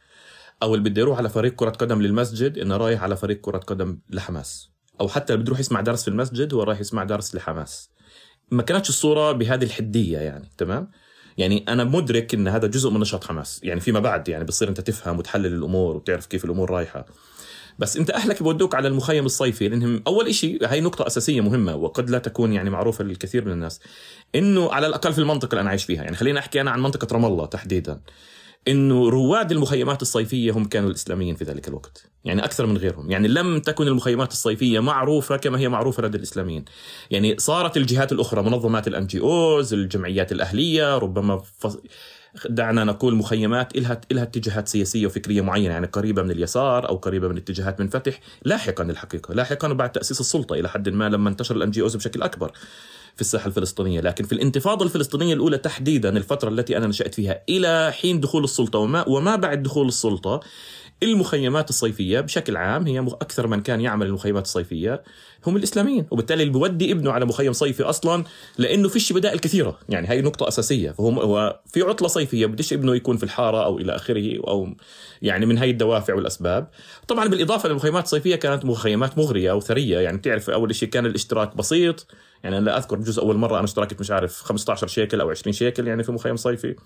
أو اللي بدي يروح على فريق كرة قدم للمسجد إنه رايح على فريق كرة قدم لحماس، أو حتى اللي بده يروح يسمع درس في المسجد هو رايح يسمع درس لحماس. ما كانتش الصورة بهذه الحدية يعني، تمام؟ يعني أنا مدرك إن هذا جزء من نشاط حماس، يعني فيما بعد يعني بتصير أنت تفهم وتحلل الأمور وتعرف كيف الأمور رايحة. بس أنت أهلك بودوك على المخيم الصيفي لأنهم أول إشي، هاي نقطة أساسية مهمة وقد لا تكون يعني معروفة للكثير من الناس، إنه على الأقل في المنطقة اللي أنا عايش فيها، يعني خلينا أحكي أنا عن منطقة رام الله تحديدا، إنه رواد المخيمات الصيفية هم كانوا الإسلاميين في ذلك الوقت، يعني أكثر من غيرهم. يعني لم تكن المخيمات الصيفية معروفة كما هي معروفة لدى الإسلاميين، يعني صارت الجهات الأخرى، منظمات الأن جي أوز، الجمعيات الأهلية، ربما فص... دعنا نقول مخيمات إلها إلها اتجاهات سياسية وفكرية معينة، يعني قريبة من اليسار أو قريبة من اتجاهات من فتح لاحقا الحقيقة، لاحقا بعد تأسيس السلطة إلى حد ما لما انتشر الأن جي أوز بشكل أكبر في الساحة الفلسطينية. لكن في الانتفاضة الفلسطينية الأولى تحديدا، الفترة التي أنا نشأت فيها إلى حين دخول السلطة وما, وما بعد دخول السلطة، المخيمات الصيفية بشكل عام هي أكثر من كان يعمل المخيمات الصيفية هم الإسلاميين، وبالتالي اللي بودي ابنه على مخيم صيفي أصلا لأنه فيش بدائل كثيرة، يعني هاي نقطة أساسية. فهم هو في عطلة صيفية بديش ابنه يكون في الحارة أو إلى آخره، أو يعني من هاي الدوافع والأسباب. طبعا بالإضافة للمخيمات الصيفية كانت مخيمات مغرية أو ثرية، يعني تعرف أول شيء كان الاشتراك بسيط، يعني أنا لا أذكر بجزء أول مرة أنا اشتركت مش عارف خمسة عشر شيكل أو عشرين شيكل يعني في مخيم صيفي.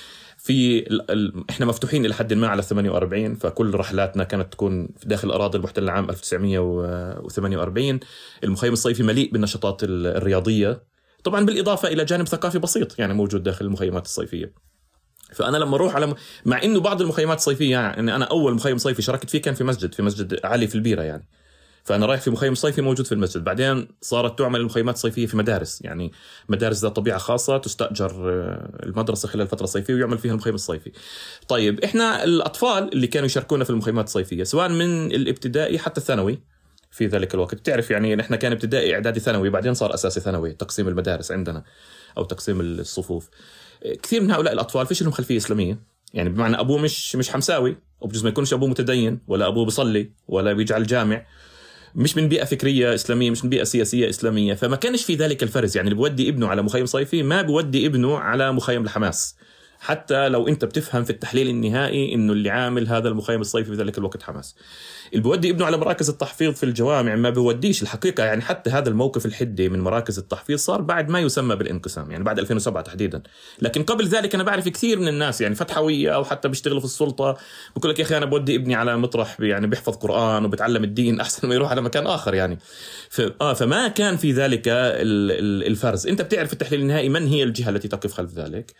في ال... ال... احنا مفتوحين الى حد ما على ثمانية وأربعين، فكل رحلاتنا كانت تكون في داخل الاراضي المحتله عام ألف وتسعمية وثمانية وأربعين. المخيم الصيفي مليء بالنشاطات الرياضيه، طبعا بالاضافه الى جانب ثقافي بسيط يعني موجود داخل المخيمات الصيفيه. فانا لما اروح على مع انه بعض المخيمات الصيفيه، يعني انا اول مخيم صيفي شاركت فيه كان في مسجد في مسجد علي في البيره، يعني فأنا رايح في مخيم صيفي موجود في المسجد. بعدين صارت تعمل المخيمات الصيفية في مدارس، يعني مدارس ذات طبيعة خاصة تستأجر المدرسة خلال الفترة الصيفية ويعمل فيها المخيم الصيفي. طيب إحنا الأطفال اللي كانوا يشاركونا في المخيمات الصيفية سواء من الابتدائي حتى الثانوي في ذلك الوقت، تعرف يعني نحن كان ابتدائي إعدادي ثانوي، بعدين صار أساسي ثانوي تقسيم المدارس عندنا أو تقسيم الصفوف. كثير من هؤلاء الأطفال فيش لهم خلفية إسلامية، يعني بمعنى أبوه مش مش حمساوي، أو بجوز ما يكونش أبوه متدين ولا أبوه بيصلي ولا بيجعل جامع، مش من بيئة فكرية إسلامية، مش من بيئة سياسية إسلامية. فما كانش في ذلك الفرز، يعني اللي بودي ابنه على مخيم صيفي ما بودي ابنه على مخيم الحماس، حتى لو أنت بتفهم في التحليل النهائي إنه اللي عامل هذا المخيم الصيفي في ذلك الوقت حماس. اللي بودي ابنه على مراكز التحفيظ في الجوامع ما بوديش الحقيقة، يعني حتى هذا الموقف الحدي من مراكز التحفيظ صار بعد ما يسمى بالانقسام، يعني بعد ألفين وسبعة تحديدا. لكن قبل ذلك أنا بعرف كثير من الناس يعني فتحوية أو حتى بيشتغلوا في السلطة بقول لك يا أخي أنا بودي ابني على مطرح يعني بيحفظ قرآن وبتعلم الدين أحسن ما يروح على مكان آخر يعني. ف... آه فما كان في ذلك الفرز. أنت بتعرف التحليل النهائي من هي الجهة التي تقف خلف ذلك،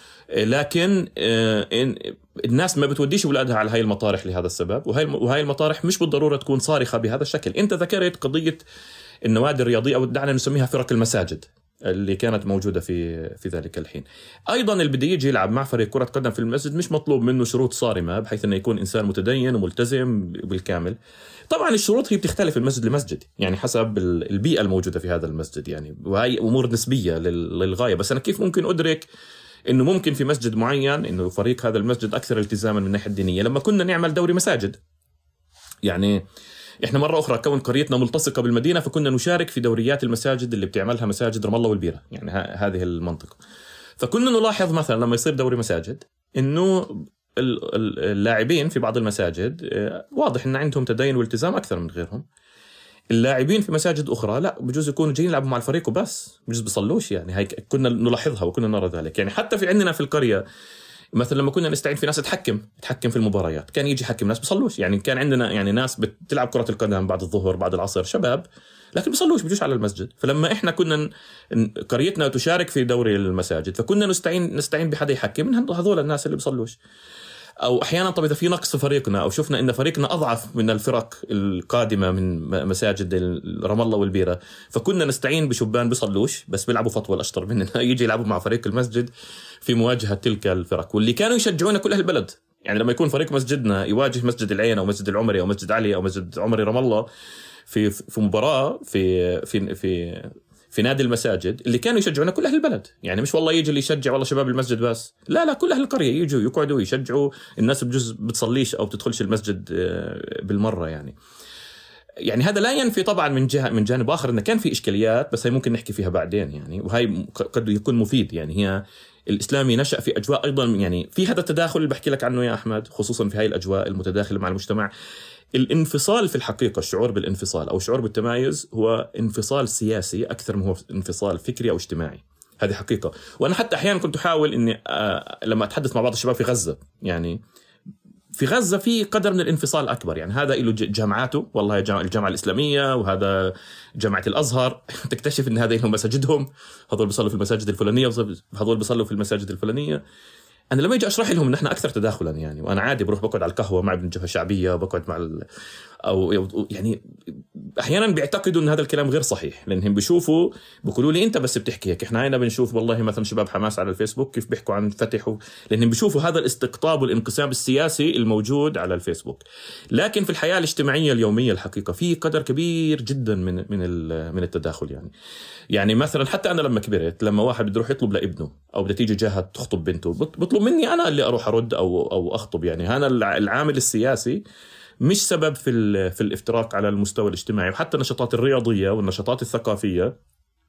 لكن الناس ما بتوديش أولادها على هاي المطارح لهذا السبب، وهاي وهاي المطارح مش بالضرورة تكون صارخة بهذا الشكل. أنت ذكرت قضية النوادي الرياضية أو دعنا نسميها فرق المساجد اللي كانت موجودة في في ذلك الحين. أيضا اللي بده يجي يلعب مع فريق كرة قدم في المسجد مش مطلوب منه شروط صارمة بحيث أنه يكون إنسان متدين وملتزم بالكامل. طبعا الشروط هي بتختلف من مسجد لمسجد، يعني حسب البيئة الموجودة في هذا المسجد يعني، وهي أمور نسبية للغاية. بس أنا كيف ممكن أدرك إنه ممكن في مسجد معين إنه فريق هذا المسجد أكثر التزاما من الناحية الدينية؟ لما كنا نعمل دوري مساجد، يعني إحنا مرة أخرى كون قريتنا ملتصقة بالمدينة فكنا نشارك في دوريات المساجد اللي بتعملها مساجد رام الله والبيرة، يعني هذه المنطقة. فكنا نلاحظ مثلا لما يصير دوري مساجد إنه اللاعبين في بعض المساجد واضح ان عندهم تدين والتزام اكثر من غيرهم. اللاعبين في مساجد اخرى لا، بجوز يكونوا جايين يلعبوا مع الفريق وبس، بجوز بيصلوش. يعني هاي كنا نلاحظها وكنا نرى ذلك. يعني حتى في عندنا في القريه مثلا لما كنا نستعين في ناس تحكم تحكم في المباريات، كان يجي يحكم ناس بيصلوش. يعني كان عندنا يعني ناس بتلعب كرة القدم بعد الظهر بعد العصر، شباب، لكن بيصلوش، بيجوش على المسجد. فلما احنا كنا قريتنا تشارك في دوري المساجد، فكنا نستعين نستعين بحدا يحكم من هذول الناس اللي بيصلوش. او احيانا طب اذا في نقص في فريقنا او شفنا ان فريقنا اضعف من الفرق القادمه من مساجد رام الله والبيره، فكنا نستعين بشبان بيصلوش بس بيلعبوا فطوه الاشطر مننا، يجي يلعبوا مع فريق المسجد في مواجهه تلك الفرق. واللي كانوا يشجعونا كل اهل البلد. يعني لما يكون فريق مسجدنا يواجه مسجد العين او مسجد العمري او مسجد علي او مسجد عمري رام الله في في مباراه في في في في نادي المساجد، اللي كانوا يشجعونا كل أهل البلد. يعني مش والله يجي اللي يشجع والله شباب المسجد بس، لا لا، كل أهل القرية يجوا يقعدوا يشجعوا الناس. بجوز بتصليش أو بتدخلش المسجد بالمرة. يعني يعني هذا لا ينفي طبعا من جهة من جانب آخر إنه كان في إشكاليات، بس هي ممكن نحكي فيها بعدين يعني، وهي قد يكون مفيد. يعني هي الإسلامي نشأ في أجواء أيضا يعني في هذا التداخل اللي بحكي لك عنه يا أحمد، خصوصا في هاي الأجواء المتداخلة مع المجتمع. الانفصال في الحقيقة، الشعور بالانفصال أو الشعور بالتمايز هو انفصال سياسي أكثر من هو انفصال فكري أو اجتماعي. هذه حقيقة. وأنا حتى أحيانا كنت أحاول إني آه لما أتحدث مع بعض الشباب في غزة، يعني في غزة في قدر من الانفصال أكبر. يعني هذا له جامعاته، والله الجامعة الإسلامية وهذا جامعة الأزهر، تكتشف إن هذا لهم مساجدهم، هذول بيصلوا في المساجد الفلانية وهذول بيصلوا في المساجد الفلانية. أنا لما يجي أشرح لهم إن إحنا أكثر تداخلاً يعني، وأنا عادي بروح بقعد على القهوة مع ابن الجبهة الشعبية، بقعد مع ال... أو يعني أحياناً بيعتقدوا إن هذا الكلام غير صحيح، لأنهم بيشوفوا بيقولوا لي أنت بس بتحكي هيك. إحنا هنا بنشوف والله مثلاً شباب حماس على الفيسبوك كيف بيحكوا عن فتح و... لأنهم بيشوفوا هذا الاستقطاب والانقسام السياسي الموجود على الفيسبوك. لكن في الحياة الاجتماعية اليومية الحقيقة في قدر كبير جداً من من ال... من التداخل. يعني يعني مثلاً حتى أنا لما كبرت، لما واحد بده يروح يطلب لابنه أو بدها تيجي جهة تخطب بنته، بطلب مني أنا اللي أروح أرد أو أو أخطب. يعني هذا العامل السياسي مش سبب في في الافتراق على المستوى الاجتماعي. وحتى النشاطات الرياضية والنشاطات الثقافية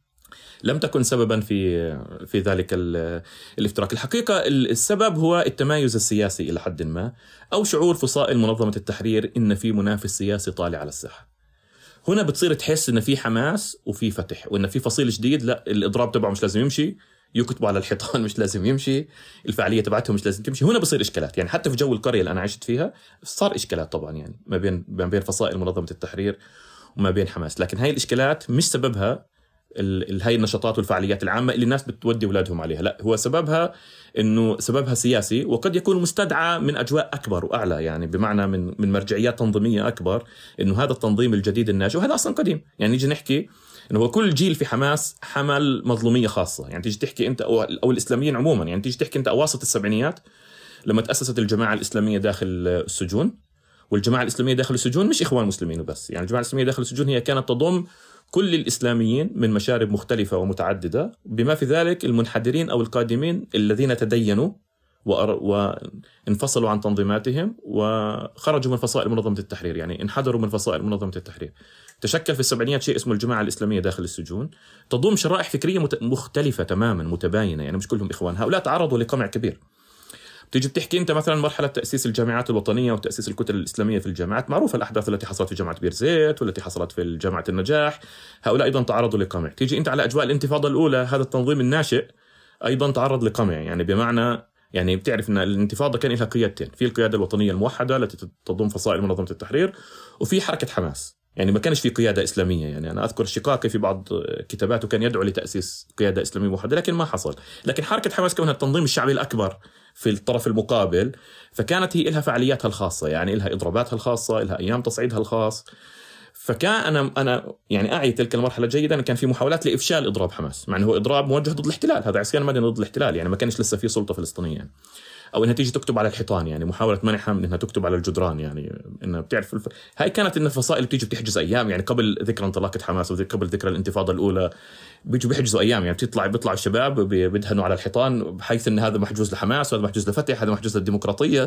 لم تكن سببا في في ذلك الافتراق. الحقيقة السبب هو التمايز السياسي إلى حد ما، أو شعور فصائل منظمة التحرير إن في منافس سياسي طالع على الساحة. هنا بتصير تحس إن في حماس وفي فتح، وإن في فصيل جديد لا الإضراب تبعه مش لازم يمشي، يكتبوا على الحيطان مش لازم يمشي، الفعالية تبعتهم مش لازم تمشي. هنا بصير إشكالات. يعني حتى في جو القرية اللي أنا عشت فيها صار إشكالات طبعا، يعني ما بين ما بين فصائل منظمة التحرير وما بين حماس. لكن هاي الإشكالات مش سببها ال... هاي النشاطات والفعاليات العامة اللي الناس بتودي أولادهم عليها، لا، هو سببها إنه سببها سياسي، وقد يكون مستدعى من أجواء أكبر وأعلى، يعني بمعنى من من مرجعيات تنظيمية أكبر، إنه هذا التنظيم الجديد الناشئ، وهذا أصلا قديم. يعني نيجي نحكي إنه هو كل جيل في حماس حمل مظلومية خاصة. يعني تيجي تحكي أنت أو, أو الإسلاميين عموما، يعني تيجي تحكي أنت أواسط السبعينيات لما تأسست الجماعة الإسلامية داخل السجون، والجماعة الإسلامية داخل السجون مش إخوان مسلمين وبس. يعني الجماعة الإسلامية داخل السجون هي كانت تضم كل الإسلاميين من مشارب مختلفة ومتعددة، بما في ذلك المنحدرين أو القادمين الذين تدينوا وانفصلوا عن تنظيماتهم وخرجوا من فصائل منظمة التحرير، يعني انحدروا من فصائل منظمة التحرير. تشكل في السبعينيات شيء اسمه الجماعة الإسلامية داخل السجون، تضم شرائح فكرية مختلفة تماما متباينة، يعني مش كلهم إخوان. هؤلاء تعرضوا لقمع كبير. تيجي بتحكي أنت مثلا مرحلة تأسيس الجامعات الوطنية وتأسيس الكتل الإسلامية في الجامعات، معروفة الأحداث التي حصلت في جامعة بيرزيت والتي حصلت في جامعة النجاح، هؤلاء أيضا تعرضوا لقمع. تيجي أنت على أجواء الانتفاضة الأولى، هذا التنظيم الناشئ أيضا تعرض لقمع، يعني بمعنى يعني بتعرف أن الانتفاضة كان لها قيادتين، في القيادة الوطنية الموحدة التي تضم فصائل منظمة التحرير، وفي حركة حماس. يعني ما كانش في قيادة إسلامية. يعني أنا أذكر الشقاقي في بعض كتاباته كان يدعو لتأسيس قيادة إسلامية موحدة، لكن ما حصل. لكن حركة حماس كونها التنظيم الشعبي الأكبر في الطرف المقابل، فكانت هي إلها فعالياتها الخاصة، يعني إلها إضراباتها الخاصة، إلها أيام تصعيدها الخاص. فكان أنا أنا يعني أعي تلك المرحلة جيدا. كان في محاولات لإفشال إضراب حماس، مع أنه هو إضراب موجه ضد الاحتلال، هذا عسكري مدني ضد الاحتلال، يعني ما كانش لسه في سلطة فلسطينية يعني. أو إنها تيجي تكتب على الحيطان، يعني محاولة منعها من إنها تكتب على الجدران، يعني إنها بتعرف الف... هاي كانت إن الفصائل بتيجي بتحجز أيام، يعني قبل ذكرى انطلاقة حماس وقبل ذكرى الانتفاضة الأولى بيجوا بيحجزوا أيام، يعني بتطلع بيطلع الشباب بيدهنوا على الحيطان بحيث إن هذا محجوز لحماس وهذا محجوز لفتح، هذا محجوز للديمقراطية.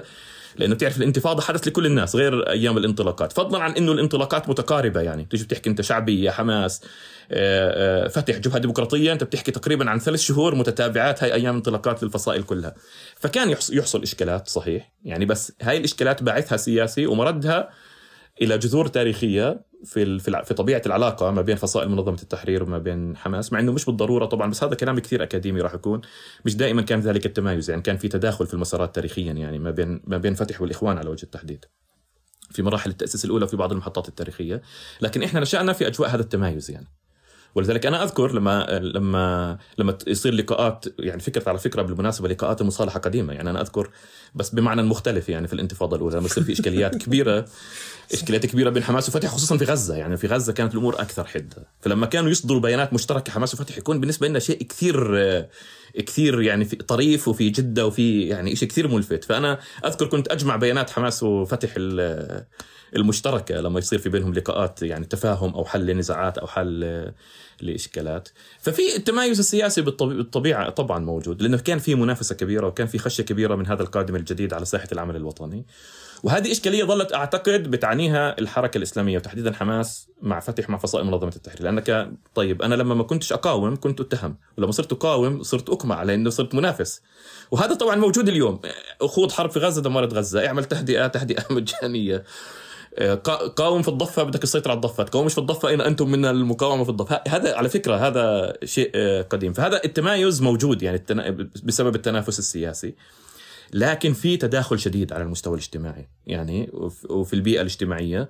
لأنه تعرف الانتفاضة حدث لكل الناس غير أيام الانطلاقات، فضلا عن أنه الانطلاقات متقاربة. يعني تيجي بتحكي أنت شعبية حماس فتح جبهة ديمقراطية، أنت بتحكي تقريبا عن ثلاث شهور متتابعات هاي أيام انطلاقات للفصائل كلها. فكان يحصل إشكالات صحيح يعني، بس هاي الإشكالات باعثها سياسي ومردها إلى جذور تاريخية في في طبيعة العلاقة ما بين فصائل منظمة التحرير وما بين حماس، مع إنه مش بالضرورة طبعا، بس هذا كلام كثير أكاديمي راح يكون، مش دائما كان ذلك التمايز. يعني كان في تداخل في المسارات تاريخيا يعني ما بين ما بين فتح والإخوان على وجه التحديد في مراحل التأسيس الأولى وفي بعض المحطات التاريخية، لكن إحنا نشأنا في أجواء هذا التمايز يعني. ولذلك أنا أذكر لما لما لما يصير لقاءات، يعني فكرة على فكرة بالمناسبة لقاءات المصالحة قديمة، يعني أنا أذكر بس بمعنى مختلف يعني في الانتفاضة الأولى لما يصير في إشكاليات كبيرة إشكاليات كبيرة بين حماس وفتح، خصوصا في غزة. يعني في غزة كانت الأمور أكثر حدة، فلما كانوا يصدروا بيانات مشتركة حماس وفتح يكون بالنسبة لنا شيء كثير كثير يعني في طريف وفي جدة وفي يعني شيء كثير ملفت. فأنا أذكر كنت أجمع بيانات حماس وفتح المشتركة لما يصير في بينهم لقاءات يعني تفاهم أو حل لنزاعات أو حل لإشكالات. ففي التمايز السياسي بالطبيعة طبعا موجود، لأنه كان في منافسة كبيرة وكان في خشية كبيرة من هذا القادم الجديد على ساحة العمل الوطني. وهذه إشكالية ظلت أعتقد بتعنيها الحركة الإسلامية وتحديدا حماس مع فتح مع فصائل منظمة التحرير. لأنك طيب أنا لما ما كنتش أقاوم كنت أتهم، ولما صرت أقاوم صرت أقمع لأنه صرت منافس. وهذا طبعا موجود اليوم. أخوض حرب في غزة دمرت غزة، اعمل تهدئة تهدئة مجانية، قاوم في الضفة بدك تسيطر على الضفة، تقاومش في الضفة إن أنتم من المقاومة في الضفة. هذا على فكرة هذا شيء قديم. فهذا التمايز موجود يعني بسبب التنافس السياسي، لكن في تداخل شديد على المستوى الاجتماعي يعني وفي البيئة الاجتماعية.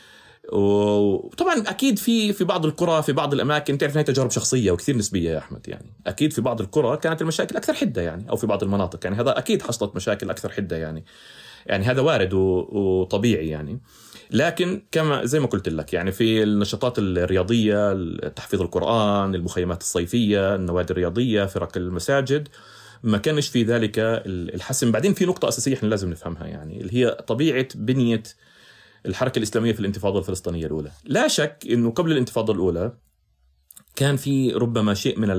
وطبعا أكيد في في بعض القرى في بعض الأماكن، تعرف هاي تجارب شخصية وكثير نسبية يا أحمد. يعني أكيد في بعض القرى كانت المشاكل أكثر حدة يعني، أو في بعض المناطق يعني هذا أكيد حصلت مشاكل أكثر حدة يعني، يعني هذا وارد وطبيعي يعني. لكن كما زي ما قلت لك يعني في النشاطات الرياضية، تحفيظ القرآن، المخيمات الصيفية، النوادي الرياضية، فرق المساجد، ما كانش في ذلك الحسم. بعدين في نقطة أساسية احنا لازم نفهمها يعني، اللي هي طبيعة بنية الحركة الإسلامية في الانتفاضة الفلسطينية الأولى. لا شك إنه قبل الانتفاضة الأولى كان في ربما شيء من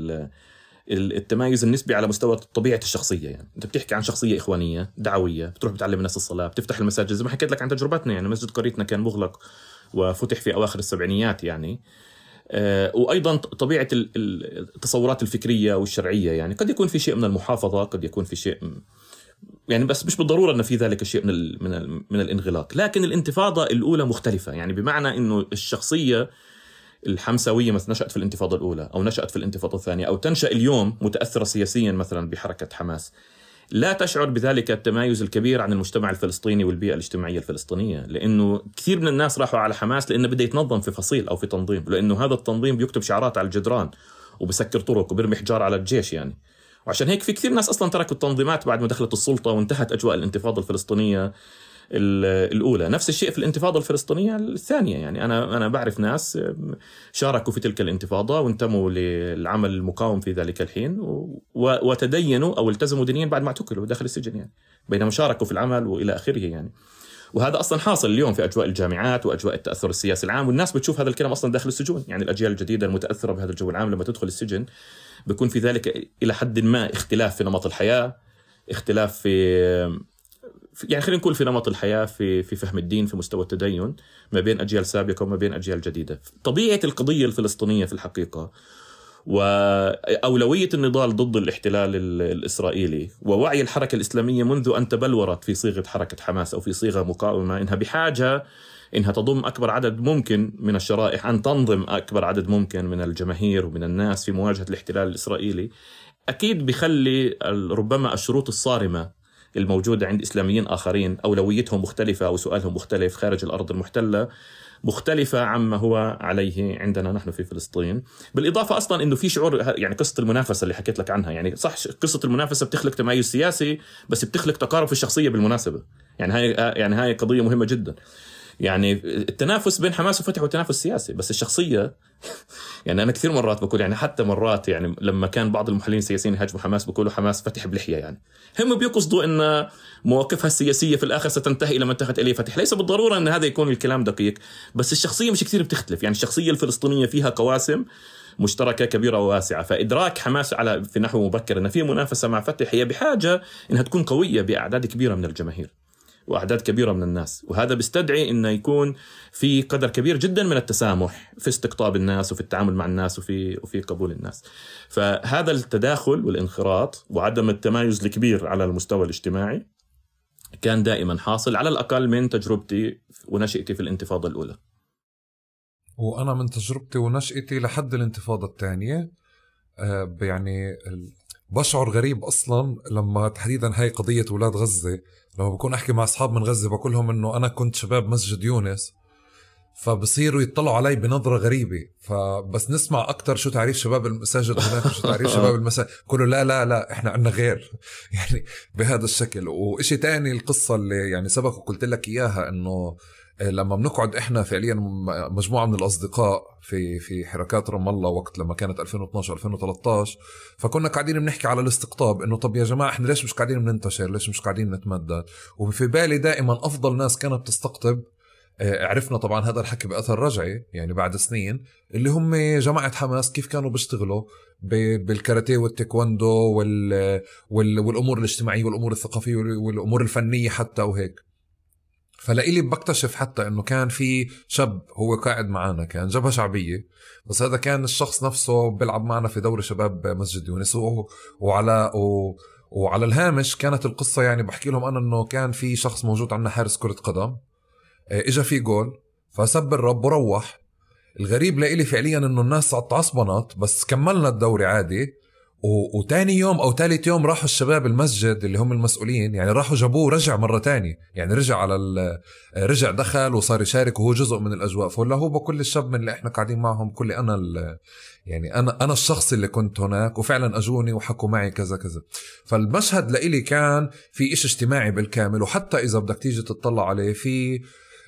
التمايز النسبي على مستوى طبيعة الشخصية. يعني أنت بتحكي عن شخصية إخوانية دعوية، بتروح بتعلم الناس الصلاة، بتفتح المساجد زي ما حكيت لك عن تجربتنا. يعني مسجد قريتنا كان مغلق وفتح في أواخر السبعينيات يعني. وأيضا طبيعة التصورات الفكرية والشرعية، يعني قد يكون في شيء من المحافظة، قد يكون في شيء يعني، بس مش بالضرورة أن في ذلك الشيء من ال من ال من الانغلاق. لكن الانتفاضة الأولى مختلفة يعني، بمعنى إنه الشخصية الحمساوية مثلا نشأت في الانتفاضة الأولى أو نشأت في الانتفاضة الثانية أو تنشأ اليوم متأثرة سياسيا مثلا بحركة حماس، لا تشعر بذلك التمايز الكبير عن المجتمع الفلسطيني والبيئة الاجتماعية الفلسطينية، لأنه كثير من الناس راحوا على حماس لأنه بده يتنظم في فصيل أو في تنظيم، لأنه هذا التنظيم بيكتب شعارات على الجدران وبسكر طرق وبرمي حجار على الجيش يعني. وعشان هيك في كثير ناس أصلا تركوا التنظيمات بعد ما دخلت السلطة وانتهت أجواء الانتفاضة الفلسطينية الأولى. نفس الشيء في الانتفاضة الفلسطينية الثانية يعني. أنا أنا بعرف ناس شاركوا في تلك الانتفاضة وانتموا للعمل المقاوم في ذلك الحين وتدينوا أو التزموا دينيا بعد ما اعتقلوا داخل السجن يعني، بينما شاركوا في العمل وإلى آخره يعني. وهذا أصلا حاصل اليوم في أجواء الجامعات وأجواء التأثر السياسي العام، والناس بتشوف هذا الكلام أصلا داخل السجون. يعني الأجيال الجديدة المتأثرة بهذا الجو العام لما تدخل السجن بيكون في ذلك إلى حد ما اختلاف في نمط الحياة، اختلاف في يعني خلينا نقول في نمط الحياة، في في فهم الدين، في مستوى التدين ما بين أجيال سابقة وما بين أجيال جديدة. طبيعة القضية الفلسطينية في الحقيقة وأولوية النضال ضد الاحتلال الإسرائيلي ووعي الحركة الإسلامية منذ أن تبلورت في صيغة حركة حماس أو في صيغة مقاومة إنها بحاجة إنها تضم أكبر عدد ممكن من الشرائح، أن تنظم أكبر عدد ممكن من الجماهير ومن الناس في مواجهة الاحتلال الإسرائيلي، أكيد بيخلي ربما الشروط الصارمة الموجودة عند إسلاميين آخرين أولويتهم مختلفة أو سؤالهم مختلف خارج الأرض المحتلة مختلفة عما هو عليه عندنا نحن في فلسطين. بالإضافة أصلا إنه في شعور يعني قصة المنافسة اللي حكيت لك عنها، يعني صح قصة المنافسة بتخلق تمايز سياسي بس بتخلق تقارب في الشخصية بالمناسبة. يعني هاي يعني هاي قضية مهمة جدا. يعني التنافس بين حماس وفتح وتنافس سياسي، بس الشخصية يعني أنا كثير مرات بقول يعني حتى مرات يعني لما كان بعض المحللين السياسيين يهاجموا حماس بيقولوا حماس فتح بلحية، يعني هم بيقصدوا أن مواقفها السياسية في الآخر ستنتهي إلى ما انتهت إليه فتح. ليس بالضرورة أن هذا يكون الكلام دقيق، بس الشخصية مش كثير بتختلف. يعني الشخصية الفلسطينية فيها قواسم مشتركة كبيرة وواسعة، فإدراك حماس على في نحو مبكر أن في منافسة مع فتح هي بحاجة أنها تكون قوية بأعداد كبيرة من الجماهير. وأعداد كبيرة من الناس، وهذا بيستدعي إنه يكون في قدر كبير جدا من التسامح في استقطاب الناس وفي التعامل مع الناس وفي وفي قبول الناس. فهذا التداخل والانخراط وعدم التمايز الكبير على المستوى الاجتماعي كان دائما حاصل، على الأقل من تجربتي ونشأتي في الانتفاضة الأولى. وأنا من تجربتي ونشأتي لحد الانتفاضة الثانية آه يعني بشعر غريب أصلا لما تحديدا هاي قضية ولاد غزة، لما بكون أحكي مع أصحاب من غزة بقولهم إنه أنا كنت شباب مسجد يونس، فبصيروا يطلعوا علي بنظرة غريبة. فبس نسمع أكتر شو تعريف شباب المساجد هناك وشو تعريف شباب المساجد، كله لا لا لا إحنا عنا غير يعني بهذا الشكل. وإشي تاني القصة اللي يعني سبق وقلت لك إياها، إنه لما بنقعد إحنا فعليا مجموعة من الأصدقاء في في حركات رام الله وقت لما كانت ألفين واثناشر ألفين وثلاثة عشر، فكنا قاعدين بنحكي على الاستقطاب، إنه طب يا جماعة إحنا ليش مش قاعدين بننتشر، ليش مش قاعدين نتمدد. وفي بالي دائما أفضل ناس كانت تستقطب، عرفنا طبعا هذا الحكي بأثر رجعي يعني بعد سنين، اللي هم جماعة حماس كيف كانوا بيشتغلوا بالكاراتيه والتايكوندو وال... وال... والأمور الاجتماعية والأمور الثقافية والأمور الفنية حتى وهيك. فلقيلي بكتشف حتى انه كان في شاب هو قاعد معنا، كان جبهة شعبية، بس هذا كان الشخص نفسه بيلعب معنا في دوري شباب مسجد يونس. و... وعلى و... وعلى الهامش كانت القصة يعني بحكي لهم أنا إنه كان في شخص موجود عندنا حارس كرة قدم اجا في جول فسب الرب وروح. الغريب لإلي فعليا انه الناس تعصبنت، بس كملنا الدوري عادي. و... وتاني يوم او تالت يوم راحوا الشباب المسجد اللي هم المسؤولين يعني راحوا جابوه رجع مرة تاني، يعني رجع على ال... رجع دخل وصار يشارك وهو جزء من الاجواء. فولا هو بكل الشاب من اللي احنا قاعدين معهم كل انا ال... يعني انا انا الشخص اللي كنت هناك، وفعلا اجوني وحكوا معي كذا كذا. فالمشهد لإلي كان في إشي اجتماعي بالكامل. وحتى اذا بدك تيجي تطلع عليه في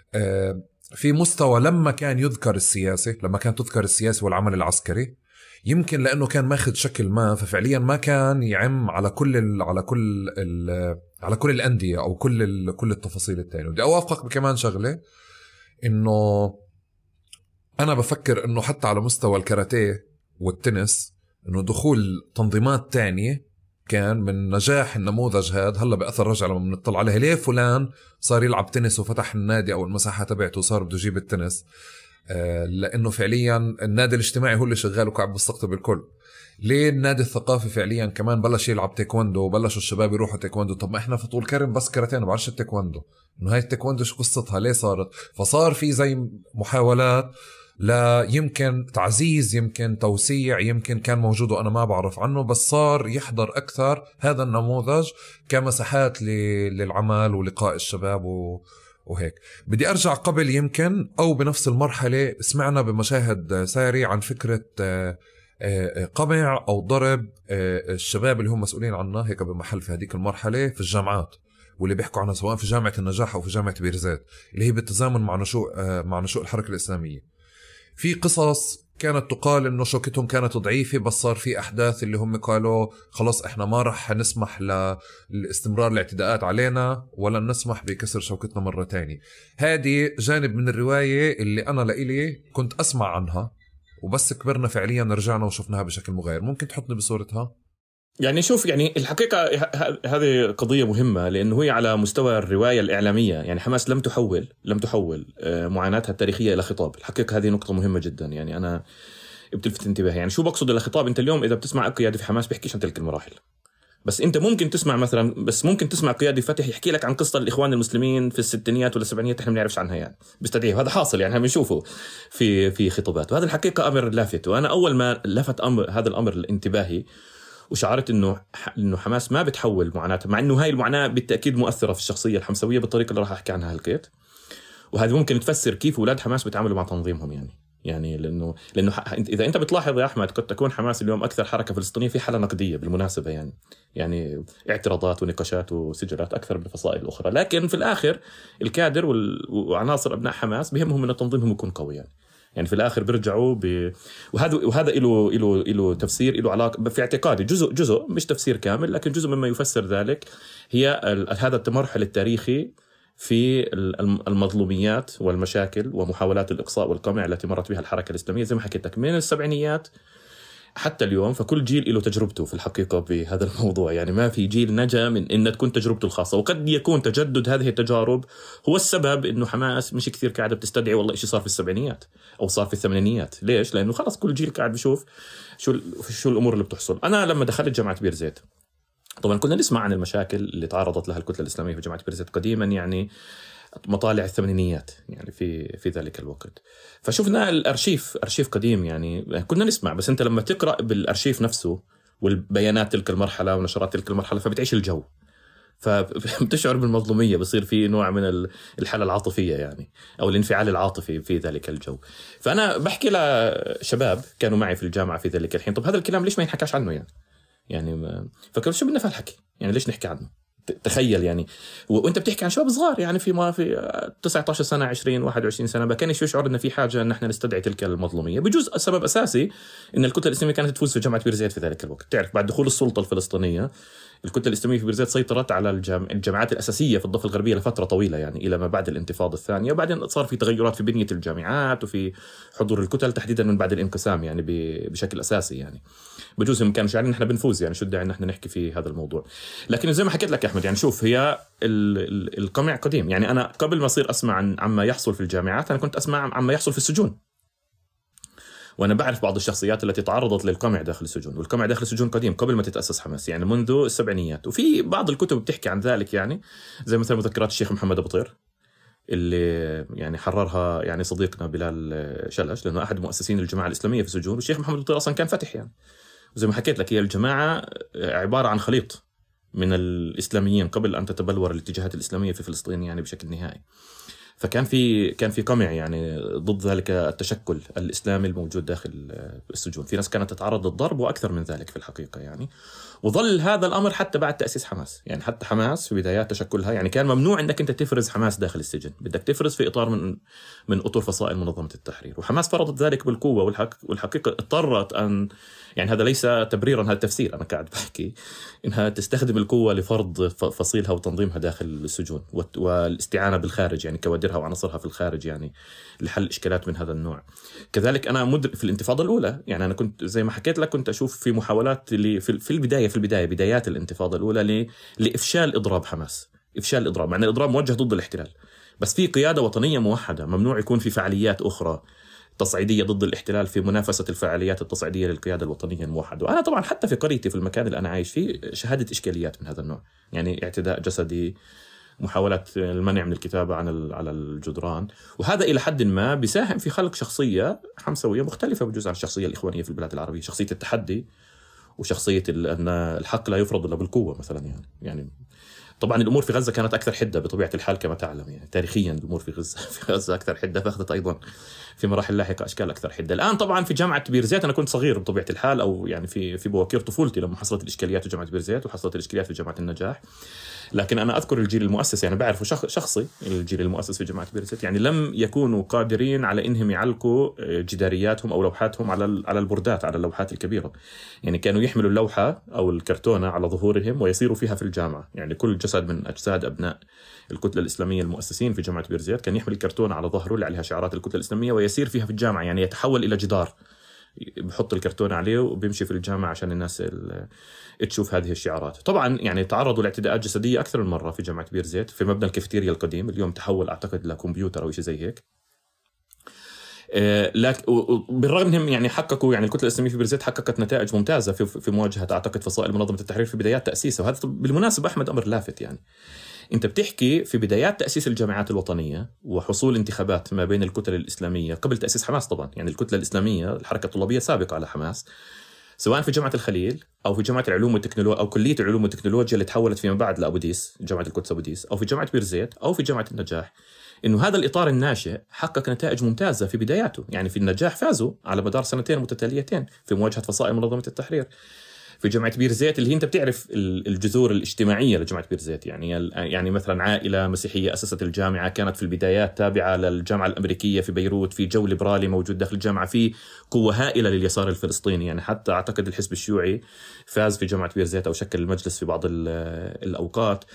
في مستوى لما كان يذكر السياسة، لما كان تذكر السياسة والعمل العسكري، يمكن لأنه كان ماخذ شكل ما، ففعليا ما كان يعم على كل ال على كل ال على كل الأندية أو كل ال كل التفاصيل التانية. بدي أوافقك بكمان شغلة، إنه أنا بفكر إنه حتى على مستوى الكاراتيه والتنس إنه دخول تنظيمات تانية كان من نجاح النموذج هذا. هلا بأثر رجع لما بنطلع عليه، ليه فلان صار يلعب تنس وفتح النادي أو المساحة تبعته وصار بده يجيب التنس؟ آه لأنه فعليا النادي الاجتماعي هو اللي شغال وقاعد بيستقطب الكل. ليه النادي الثقافي فعليا كمان بلش يلعب تايكوندو وبلشوا الشباب يروحوا تايكوندو؟ طب ما احنا في طول كرم بس كاراتيه، ما بعرفش التايكوندو انه هاي التايكوندو شو قصتها، ليه صارت؟ فصار في زي محاولات لا يمكن تعزيز، يمكن توسيع، يمكن كان موجود وأنا ما بعرف عنه، بس صار يحضر أكثر هذا النموذج كمساحات للعمل ولقاء الشباب وهيك. بدي أرجع قبل يمكن أو بنفس المرحلة، سمعنا بمشاهد ساري عن فكرة قمع أو ضرب الشباب اللي هم مسؤولين عنه هيك بمحل في هذيك المرحلة في الجامعات، واللي بيحكوا عنها سواء في جامعة النجاح أو في جامعة بيرزيت، اللي هي بالتزامن مع نشوء مع نشوء الحركة الإسلامية. في قصص كانت تقال إنه شوكتهم كانت ضعيفة، بس صار في أحداث اللي هم قالوا خلاص إحنا ما رح نسمح لاستمرار الاعتداءات علينا ولا نسمح بكسر شوكتنا مرة تاني. هذه جانب من الرواية اللي أنا لإلي كنت أسمع عنها، وبس كبرنا فعليا رجعنا وشفناها بشكل مغاير. ممكن تحطني بصورتها؟ يعني شوف، يعني الحقيقة هذه قضية مهمة، لأنه هي على مستوى الرواية الإعلامية. يعني حماس لم تحول لم تحول معاناتها التاريخية إلى خطاب. الحقيقة هذه نقطة مهمة جدا، يعني أنا بتلفت انتباهي. يعني شو بقصد الخطاب؟ أنت اليوم إذا بتسمع قيادي في حماس بيحكيش عن تلك المراحل، بس أنت ممكن تسمع مثلا بس ممكن تسمع قيادي فتح يحكي لك عن قصة الإخوان المسلمين في الستينيات ولا السبعينيات إحنا ما بنعرفش عنها، يعني بيستدعيه. هذا حاصل، يعني بنشوفه في في خطابات، وهذا الحقيقة أمر لافت. وأنا أول ما لفت أمر هذا الأمر الانتباهي وشعرت إنه إنه حماس ما بتحول معاناتها، مع إنه هاي المعاناة بالتأكيد مؤثرة في الشخصية الحمسوية بالطريقة اللي راح أحكي عنها هالكيت. وهذا ممكن تفسر كيف أولاد حماس بيتعاملوا مع تنظيمهم. يعني يعني لأنه لأنه إذا أنت بتلاحظ يا أحمد، قد تكون حماس اليوم أكثر حركة فلسطينية في حالة نقدية بالمناسبة، يعني يعني اعتراضات ونقاشات وسجلات أكثر من الفصائل الأخرى، لكن في الآخر الكادر وعناصر أبناء حماس بهمهم أن تنظيمهم يكون قوي. يعني يعني في الآخر بيرجعوا ب... وهذا وهذا له له له تفسير، له علاقة في اعتقادي، جزء جزء مش تفسير كامل، لكن جزء مما يفسر ذلك هي هذا التمرحل التاريخي في المظلوميات والمشاكل ومحاولات الإقصاء والقمع التي مرت بها الحركة الإسلامية زي ما حكيت لك من السبعينيات حتى اليوم فكل جيل له تجربته في الحقيقة بهذا الموضوع. يعني ما في جيل نجا من إن تكون تجربته الخاصة، وقد يكون تجدد هذه التجارب هو السبب إنه حماس مش كثير قاعدة بتستدعي والله إشي صار في السبعينيات أو صار في الثمانينيات. ليش؟ لأنه خلاص كل جيل قاعد بيشوف شو شو الأمور اللي بتحصل. أنا لما دخلت جامعة بيرزيت طبعا كنا نسمع عن المشاكل اللي تعرضت لها الكتلة الإسلامية في جامعة بيرزيت قديما، يعني مطالع الثمانينيات يعني في في ذلك الوقت. فشفنا الارشيف، ارشيف قديم يعني كنا نسمع، بس انت لما تقرا بالارشيف نفسه والبيانات تلك المرحله ونشرات تلك المرحله فبتعيش الجو، فبتشعر بالمظلوميه، بصير في نوع من الحاله العاطفيه يعني او الانفعال العاطفي في ذلك الجو. فانا بحكي لشباب كانوا معي في الجامعه في ذلك الحين، طب هذا الكلام ليش ما ينحكاش عنه يعني يعني فكرت شو بدنا فالحكي يعني ليش نحكي عنه؟ تخيل يعني وانت بتحكي عن شباب صغار يعني في ما في تسعة عشر سنه عشرين واحد وعشرين سنه، ما كانش يشعر ان في حاجه ان احنا نستدعي تلك المظلوميه. بجزء سبب اساسي ان الكتله الاسلاميه كانت تفوز في جامعه بيرزيت في ذلك الوقت. تعرف بعد دخول السلطه الفلسطينيه الكتله الاسلاميه في بيرزيت سيطرت على الجامعات الاساسيه في الضفه الغربيه لفتره طويله يعني الى ما بعد الانتفاضه الثانيه، وبعدين صار في تغيرات في بنيه الجامعات وفي حضور الكتل تحديدا من بعد الانقسام يعني بشكل اساسي. يعني بجوز هم كانوا شاعرين ان احنا بنفوز، يعني شو الداعي ان احنا نحكي في هذا الموضوع. لكن زي ما حكيت لك يا احمد يعني شوف هي القمع قديم. يعني انا قبل ما اصير اسمع عن عما يحصل في الجامعات انا كنت اسمع عما يحصل في السجون، وانا بعرف بعض الشخصيات التي تعرضت للقمع داخل السجون، والقمع داخل السجون قديم قبل ما تتاسس حماس يعني منذ السبعينيات. وفي بعض الكتب بتحكي عن ذلك يعني زي مثلا مذكرات الشيخ محمد ابو طير اللي يعني حررها يعني صديقنا بلال شلش، لانه احد مؤسسين الجماعه الاسلاميه في السجون، والشيخ محمد ابو طير اصلا كان فتح يعني. وزي ما حكيت لك هي الجماعه عباره عن خليط من الاسلاميين قبل ان تتبلور الاتجاهات الاسلاميه في فلسطين يعني بشكل نهائي. فكان في كان في قمع يعني ضد ذلك التشكل الاسلامي الموجود داخل السجون. في ناس كانت تتعرض للضرب واكثر من ذلك في الحقيقه يعني. وظل هذا الامر حتى بعد تاسيس حماس، يعني حتى حماس في بدايات تشكلها يعني كان ممنوع انك انت تفرز حماس داخل السجن، بدك تفرز في اطار من من اطر فصائل منظمه التحرير. وحماس فرضت ذلك بالقوه، والحق والحقيقه اضطرت ان يعني هذا ليس تبريرا، هذا تفسير انا قاعد بحكي انها تستخدم القوه لفرض فصيلها وتنظيمها داخل السجون والاستعانه بالخارج يعني كوادرها وعناصرها في الخارج يعني لحل اشكالات من هذا النوع. كذلك انا مدرك في الانتفاضه الاولى يعني انا كنت زي ما حكيت لك كنت اشوف في محاولات اللي في البدايه في البدايه بدايات الانتفاضه الاولى لافشال اضراب حماس، افشال الاضراب، مع ان الاضراب موجه ضد الاحتلال، بس في قياده وطنيه موحده، ممنوع يكون في فعاليات اخرى تصعيديه ضد الاحتلال في منافسه الفعاليات التصعيديه للقياده الوطنيه الموحده. وانا طبعا حتى في قريتي في المكان اللي انا عايش فيه شهدت اشكاليات من هذا النوع، يعني اعتداء جسدي، محاولات المنع من الكتابه عن على الجدران، وهذا الى حد ما بيساهم في خلق شخصيه حمسويه مختلفه بجوز عن الشخصيه الاخوانيه في البلاد العربيه، شخصيه التحدي وشخصيه ان الحق لا يفرض الا بالقوه مثلا يعني. يعني طبعا الامور في غزه كانت اكثر حده بطبيعه الحال كما تعلم، يعني تاريخيا الامور في غزه في غزه اكثر حده، فاخذت ايضا في مراحل لاحقه اشكال اكثر حده. الان طبعا في جامعه بيرزيت انا كنت صغير بطبيعه الحال، او يعني في في بواكير طفولتي لما حصلت الاشكاليات في جامعه بيرزيت وحصلت الاشكاليات في جامعه النجاح. لكن انا اذكر الجيل المؤسس، يعني بعرفه شخ شخصي الجيل المؤسس في جامعه بيرزيت، يعني لم يكونوا قادرين على انهم يعلقوا جدارياتهم او لوحاتهم على على البوردات، على اللوحات الكبيره. يعني كانوا يحملوا اللوحه او الكرتونه على ظهورهم ويسيروا فيها في الجامعه، يعني كل جسد من اجساد ابناء الكتله الاسلاميه المؤسسين في جامعه بيرزيت كان يحمل الكرتونه على ظهره اللي عليها شعارات الكتله الاسلاميه ويسير فيها في الجامعه، يعني يتحول الى جدار بحط الكرتون عليه وبيمشي في الجامعة عشان الناس تشوف هذه الشعارات. طبعا يعني تعرضوا لاعتداءات جسدية أكثر من مرة في جامعة بيرزيت في مبنى الكافيتيريا القديم، اليوم تحول أعتقد لكمبيوتر أو شيء زي هيك. لكن بالرغم منهم يعني حققوا، يعني الكتلة الإسلامية في بيرزيت حققت نتائج ممتازة في في مواجهة أعتقد فصائل منظمة التحرير في بدايات تأسيسها. وهذا بالمناسبة أحمد أمر لافت، يعني أنت بتحكي في بدايات تأسيس الجامعات الوطنية وحصول انتخابات ما بين الكتل الإسلامية قبل تأسيس حماس. طبعا يعني الكتلة الإسلامية الحركة الطلابية سابقة على حماس، سواء في جامعة الخليل أو في جامعة العلوم والتكنولوجيا أو كلية العلوم والتكنولوجيا اللي تحولت فيما بعد لأبوديس، جامعة القدس أبوديس، أو في جامعة بيرزيت أو في جامعة النجاح، إنه هذا الإطار الناشئ حقق نتائج ممتازة في بداياته. يعني في النجاح فازوا على مدار سنتين متتاليتين في مواجهة فصائل منظمة التحرير. في جامعة بيرزيت اللي هي أنت بتعرف الجذور الاجتماعية لجامعة بيرزيت، يعني يعني مثلا عائلة مسيحية أسست الجامعة، كانت في البدايات تابعة للجامعة الأمريكية في بيروت، في جو ليبرالي موجود داخل الجامعة، في قوة هائلة لليسار الفلسطيني، يعني حتى أعتقد الحزب الشيوعي فاز في جامعة بيرزيت أو شكل المجلس في بعض الأوقات.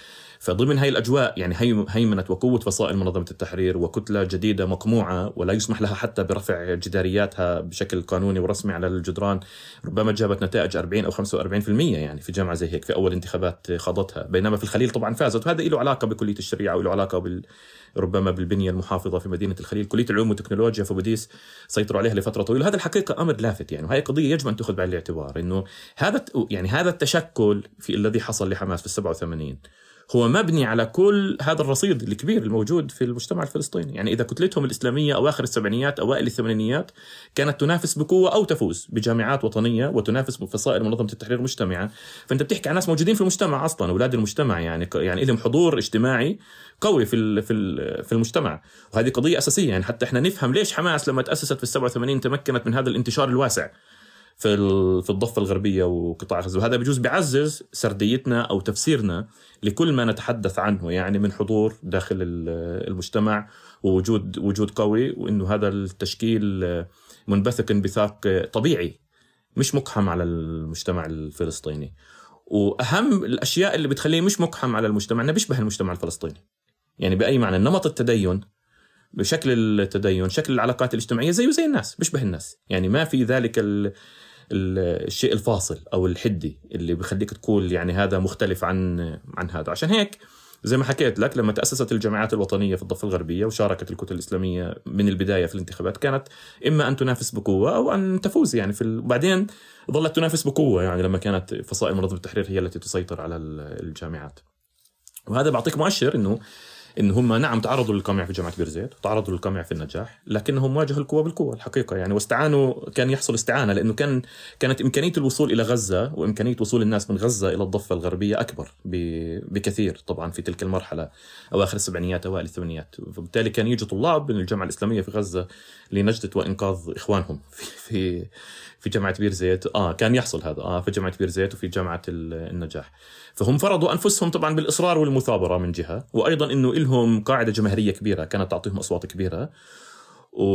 فضمن هاي الأجواء يعني هي هيمنة وقوة فصائل منظمة التحرير وكتلة جديدة مقموعة ولا يسمح لها حتى برفع جدارياتها بشكل قانوني ورسمي على الجدران، ربما جابت نتائج أربعين أو خمسة وأربعين بالمئة يعني في جامعة زي هيك في أول انتخابات خاضتها، بينما في الخليل طبعا فازت، وهذا له علاقة بكلية الشريعة وله علاقة بال ربما بالبنية المحافظة في مدينة الخليل. كلية العلوم والتكنولوجيا في بوديس سيطروا عليها لفترة طويلة. هذا الحقيقة أمر لافت يعني، وهي قضية يجب أن تأخذ بعين الاعتبار إنه هذا يعني هذا التشكل في الذي حصل لحماس في السبعة وثمانين هو مبني على كل هذا الرصيد الكبير الموجود في المجتمع الفلسطيني. يعني إذا كتلتهم الإسلامية أواخر السبعينيات أوائل الثمانينيات كانت تنافس بقوة أو تفوز بجامعات وطنية وتنافس بفصائل منظمة التحرير مجتمعة، فأنت بتحكي عن ناس موجودين في المجتمع أصلا، أولاد المجتمع يعني يعني لهم حضور اجتماعي قوي في في في المجتمع، وهذه قضية أساسية. يعني حتى إحنا نفهم ليش حماس لما تأسست في السبعة وثمانين تمكنت من هذا الانتشار الواسع في في الضفة الغربية وقطاع غزة، وهذا بجوز بعزز سرديتنا أو تفسيرنا لكل ما نتحدث عنه يعني من حضور داخل المجتمع ووجود وجود قوي، وإنه هذا التشكيل منبثق انبثاق طبيعي مش مقحم على المجتمع الفلسطيني. وأهم الأشياء اللي بتخليه مش مقحم على المجتمع إنه بيشبه المجتمع الفلسطيني، يعني بأي معنى نمط التدين بشكل التدين شكل العلاقات الاجتماعية زيه زي الناس، بيشبه الناس، يعني ما في ذلك ال الشيء الفاصل أو الحدي اللي بيخليك تقول يعني هذا مختلف عن عن هذا. عشان هيك زي ما حكيت لك لما تأسست الجماعات الوطنية في الضفة الغربية وشاركت الكتل الإسلامية من البداية في الانتخابات كانت إما أن تنافس بقوة أو أن تفوز يعني في ال... بعدين ظلت تنافس بقوة يعني لما كانت فصائل منظمة التحرير هي التي تسيطر على الجامعات. وهذا بعطيك مؤشر إنه إن هم نعم تعرضوا للقمع في جامعة بير زيت وتعرضوا للقمع في النجاح، لكنهم واجهوا القوة بالقوة الحقيقة يعني، واستعانوا، كان يحصل استعانة لأنه كان كانت إمكانية الوصول إلى غزة وإمكانية وصول الناس من غزة إلى الضفة الغربية أكبر بكثير طبعا في تلك المرحلة أواخر السبعينيات أوائل الثمانينيات، وبالتالي كان يجي طلاب من الجامعة الإسلامية في غزة لنجدة وإنقاذ إخوانهم في في في جامعة بير زيت. آه كان يحصل هذا آه في جامعة بير زيت وفي جامعة النجاح. فهم فرضوا أنفسهم طبعا بالإصرار والمثابرة من جهة، وأيضا إنه إلهم قاعدة جماهيرية كبيرة كانت تعطيهم أصوات كبيرة، و...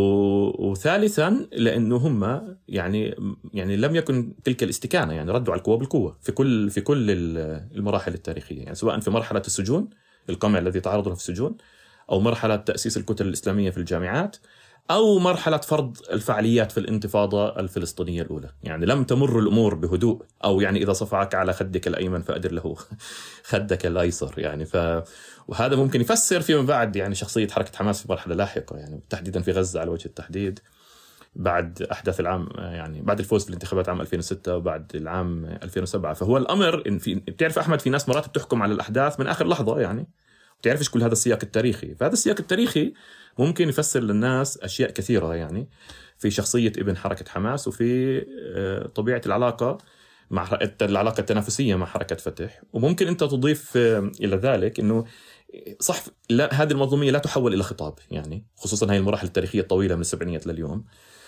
وثالثا لأنه هم يعني يعني لم يكن تلك الاستكانة، يعني ردوا على القوة بالقوة في كل في كل المراحل التاريخية، يعني سواء في مرحلة السجون القمع الذي تعرضوا له في السجون، أو مرحلة تأسيس الكتل الإسلامية في الجامعات، أو مرحلة فرض الفعاليات في الانتفاضة الفلسطينية الأولى. يعني لم تمر الأمور بهدوء، أو يعني إذا صفعك على خدك الأيمن فأدر له خدك الأيسر يعني. ف وهذا ممكن يفسر فيما بعد يعني شخصية حركة حماس في مرحلة لاحقة، يعني تحديدا في غزة على وجه التحديد بعد أحداث العام، يعني بعد الفوز في الانتخابات عام ألفين وستة وبعد العام ألفين وسبعة. فهو الأمر إن في بتعرف أحمد في ناس مرات بتحكم على الأحداث من آخر لحظة، يعني بتعرفش كل هذا السياق التاريخي، فهذا السياق التاريخي ممكن يفسر للناس أشياء كثيرة يعني في شخصية ابن حركة حماس وفي طبيعة العلاقة مع العلاقة التنافسية مع حركة فتح. وممكن أنت تضيف إلى ذلك أنه صح لا هذه المنظومية لا تحول إلى خطاب، يعني خصوصا هاي المراحل التاريخية الطويلة من السبعينيات لليوم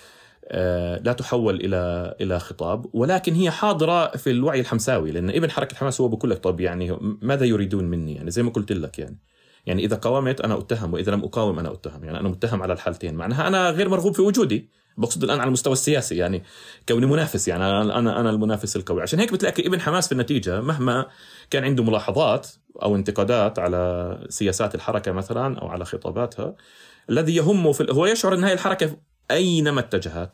لا تحول إلى إلى خطاب، ولكن هي حاضرة في الوعي الحمساوي، لأن ابن حركة حماس هو بقول لك طب يعني ماذا يريدون مني، يعني زي ما قلت لك يعني يعني إذا قاومت أنا أتهم وإذا لم أقاوم أنا أتهم، يعني أنا متهم على الحالتين، معناها أنا غير مرغوب في وجودي، بقصد الآن على المستوى السياسي يعني كوني منافس، يعني أنا أنا أنا المنافس القوي. عشان هيك بتلاقي ابن حماس في النتيجة مهما كان عنده ملاحظات أو انتقادات على سياسات الحركة مثلا أو على خطاباتها، الذي يهمه في هو يشعر أن هاي الحركة أينما اتجهت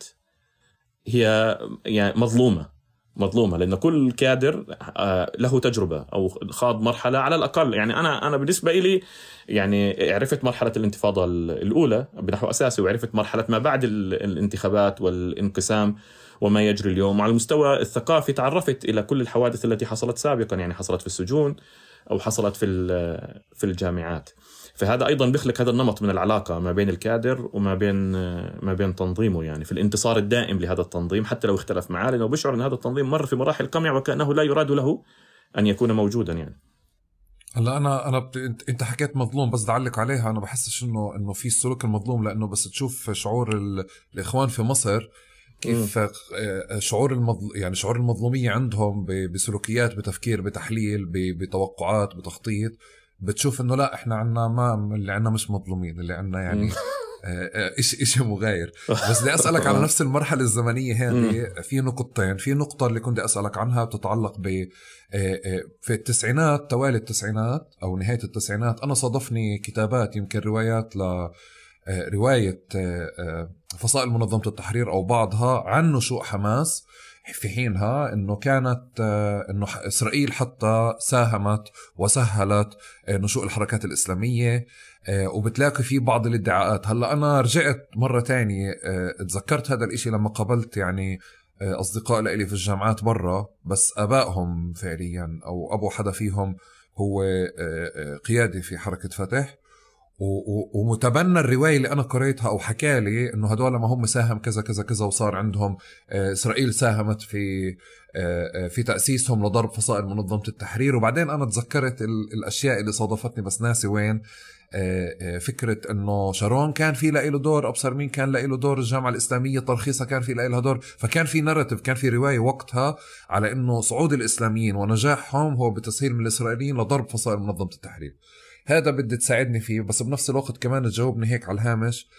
هي يعني مظلومة مظلومة لأن كل كادر له تجربة أو خاض مرحلة على الأقل. يعني أنا أنا بالنسبة إلي يعني عرفت مرحلة الانتفاضة الأولى بنحو أساسي، وعرفت مرحلة ما بعد الانتخابات والانقسام وما يجري اليوم. على المستوى الثقافي تعرفت إلى كل الحوادث التي حصلت سابقا، يعني حصلت في السجون أو حصلت في في الجامعات. فهذا أيضا بيخلق هذا النمط من العلاقة ما بين الكادر وما بين ما بين تنظيمه، يعني في الانتصار الدائم لهذا التنظيم حتى لو اختلف معاه، لأنه بيشعر أن هذا التنظيم مر في مراحل قمع وكأنه لا يراد له أن يكون موجودا. يعني هلا أنا أنا بت... أنت حكيت مظلوم، بس دعلق عليها، أنا بحسش إنه إنه في السلوك المظلوم، لأنه بس تشوف شعور ال... الإخوان في مصر كيف م. شعور المظل... يعني شعور المظلومية عندهم ب... بسلوكيات، بتفكير، بتحليل، ب... بتوقعات، بتخطيط، بتشوف انه لا احنا عنا ما اللي عنا مش مظلومين، اللي عنا يعني إشي إشي مغاير. بس بدي أسألك على نفس المرحلة الزمنية هذه في نقطتين. في نقطة اللي كنت أسألك عنها بتتعلق ب في التسعينات، توالي التسعينات أو نهاية التسعينات، أنا صادفني كتابات يمكن روايات ل رواية فصائل منظمة التحرير أو بعضها عن نشوء حماس في حينها، إنه كانت إنه إسرائيل حتى ساهمت وسهلت نشوء الحركات الإسلامية، وبتلاقي في بعض الادعاءات. هلأ أنا رجعت مرة تانية اتذكرت هذا الإشي لما قابلت يعني أصدقاء لإلي في الجامعات برا، بس أبائهم فعليا أو أبو حدا فيهم هو قيادي في حركة فتح، ومتبنى الرواية اللي أنا قريتها أو حكالي إنه هدول ما هم ساهم كذا كذا كذا، وصار عندهم إسرائيل ساهمت في في تأسيسهم لضرب فصائل منظمة التحرير. وبعدين أنا تذكرت الأشياء اللي صادفتني بس ناسي وين. فكرة إنه شارون كان في له دور، أبصر مين كان له دور، الجامعة الإسلامية ترخيصها كان في لها دور. فكان في ناراتيف، كان في رواية وقتها على إنه صعود الإسلاميين ونجاحهم هو بتسهيل من الإسرائيليين لضرب فصائل منظمة التحرير. هذا بدي تساعدني فيه، بس بنفس الوقت كمان تجاوبني هيك على الهامش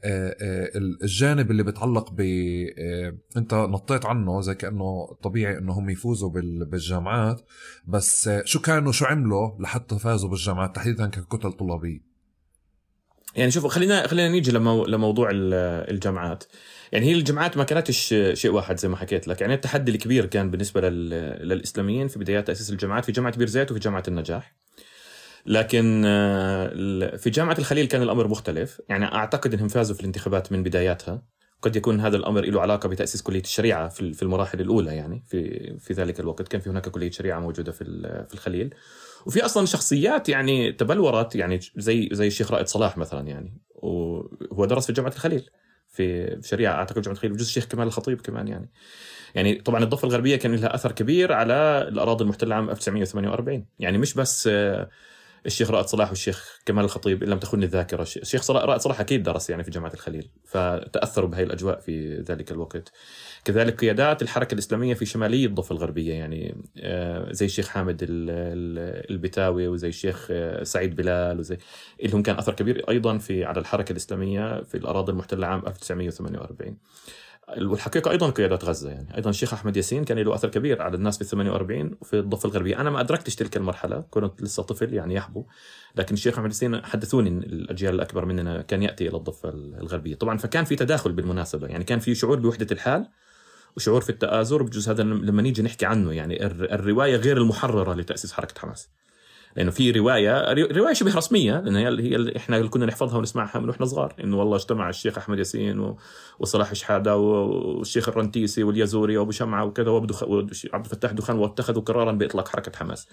الجانب اللي بتعلق ب انت نطيت عنه زي كأنه طبيعي انه هم يفوزوا بالجامعات، بس شو كانوا شو عملوا لحتى فازوا بالجامعات تحديدا ككتل طلابية؟ يعني شوفوا، خلينا خلينا نيجي لمو... لموضوع الجامعات. يعني هي الجامعات ما كانتش شيء واحد زي ما حكيت لك. يعني التحدي الكبير كان بالنسبة لل... للإسلاميين في بدايات تأسيس الجامعات في جامعة بير زيت وفي جامعة النجاح. لكن في جامعة الخليل كان الأمر مختلف. يعني أعتقد أنهم فازوا في الانتخابات من بداياتها. قد يكون هذا الأمر له علاقة بتأسيس كلية الشريعة في المراحل الأولى. يعني في في ذلك الوقت كان في هناك كلية شريعة موجودة في في الخليل، وفي أصلا شخصيات يعني تبلورت، يعني زي زي الشيخ رائد صلاح مثلا، يعني وهو درس في جامعة الخليل في شريعة أعتقد جامعة الخليل، وجزء الشيخ كمال الخطيب كمان. يعني يعني طبعا الضفة الغربية كان لها أثر كبير على الأراضي المحتلة عام ألف وتسعمية وثمانية وأربعين. يعني مش بس الشيخ رائد صلاح والشيخ كمال الخطيب إن لم تخني الذاكرة، الشيخ رائد صلاح أكيد درس يعني في جامعة الخليل، فتأثروا بهاي الأجواء في ذلك الوقت. كذلك قيادات الحركة الإسلامية في شمالية الضفة الغربية، يعني زي الشيخ حامد البتاوي وزي الشيخ سعيد بلال وزي اللي هم كان أثر كبير أيضا في على الحركة الإسلامية في الأراضي المحتلة عام ألف وتسعمية وثمانية وأربعين. والحقيقة أيضا قيادات غزة، يعني أيضا الشيخ أحمد ياسين كان له أثر كبير على الناس في ثمانية وأربعين وفي الضفة الغربية. أنا ما أدركتش تلك المرحلة، كنت لسه طفل يعني يحبو، لكن الشيخ أحمد ياسين حدثوني إن الأجيال الأكبر مننا كان يأتي إلى الضفة الغربية. طبعا فكان في تداخل بالمناسبة، يعني كان في شعور بوحدة الحال وشعور في التآزر. بجوز هذا لما نيجي نحكي عنه، يعني الرواية غير المحررة لتأسيس حركة حماس، لأنه في رواية رواية شبه رسمية، لأن هي هي إحنا اللي كنا نحفظها ونسمعها من وإحنا صغار، إنه والله اجتمع الشيخ أحمد ياسين وصلاح شحادة والشيخ الرنتيسي واليزوري وأبو شمعة وكذا وعبد الفتاح دخان، واتخذوا قرارا بإطلاق حركة حماس.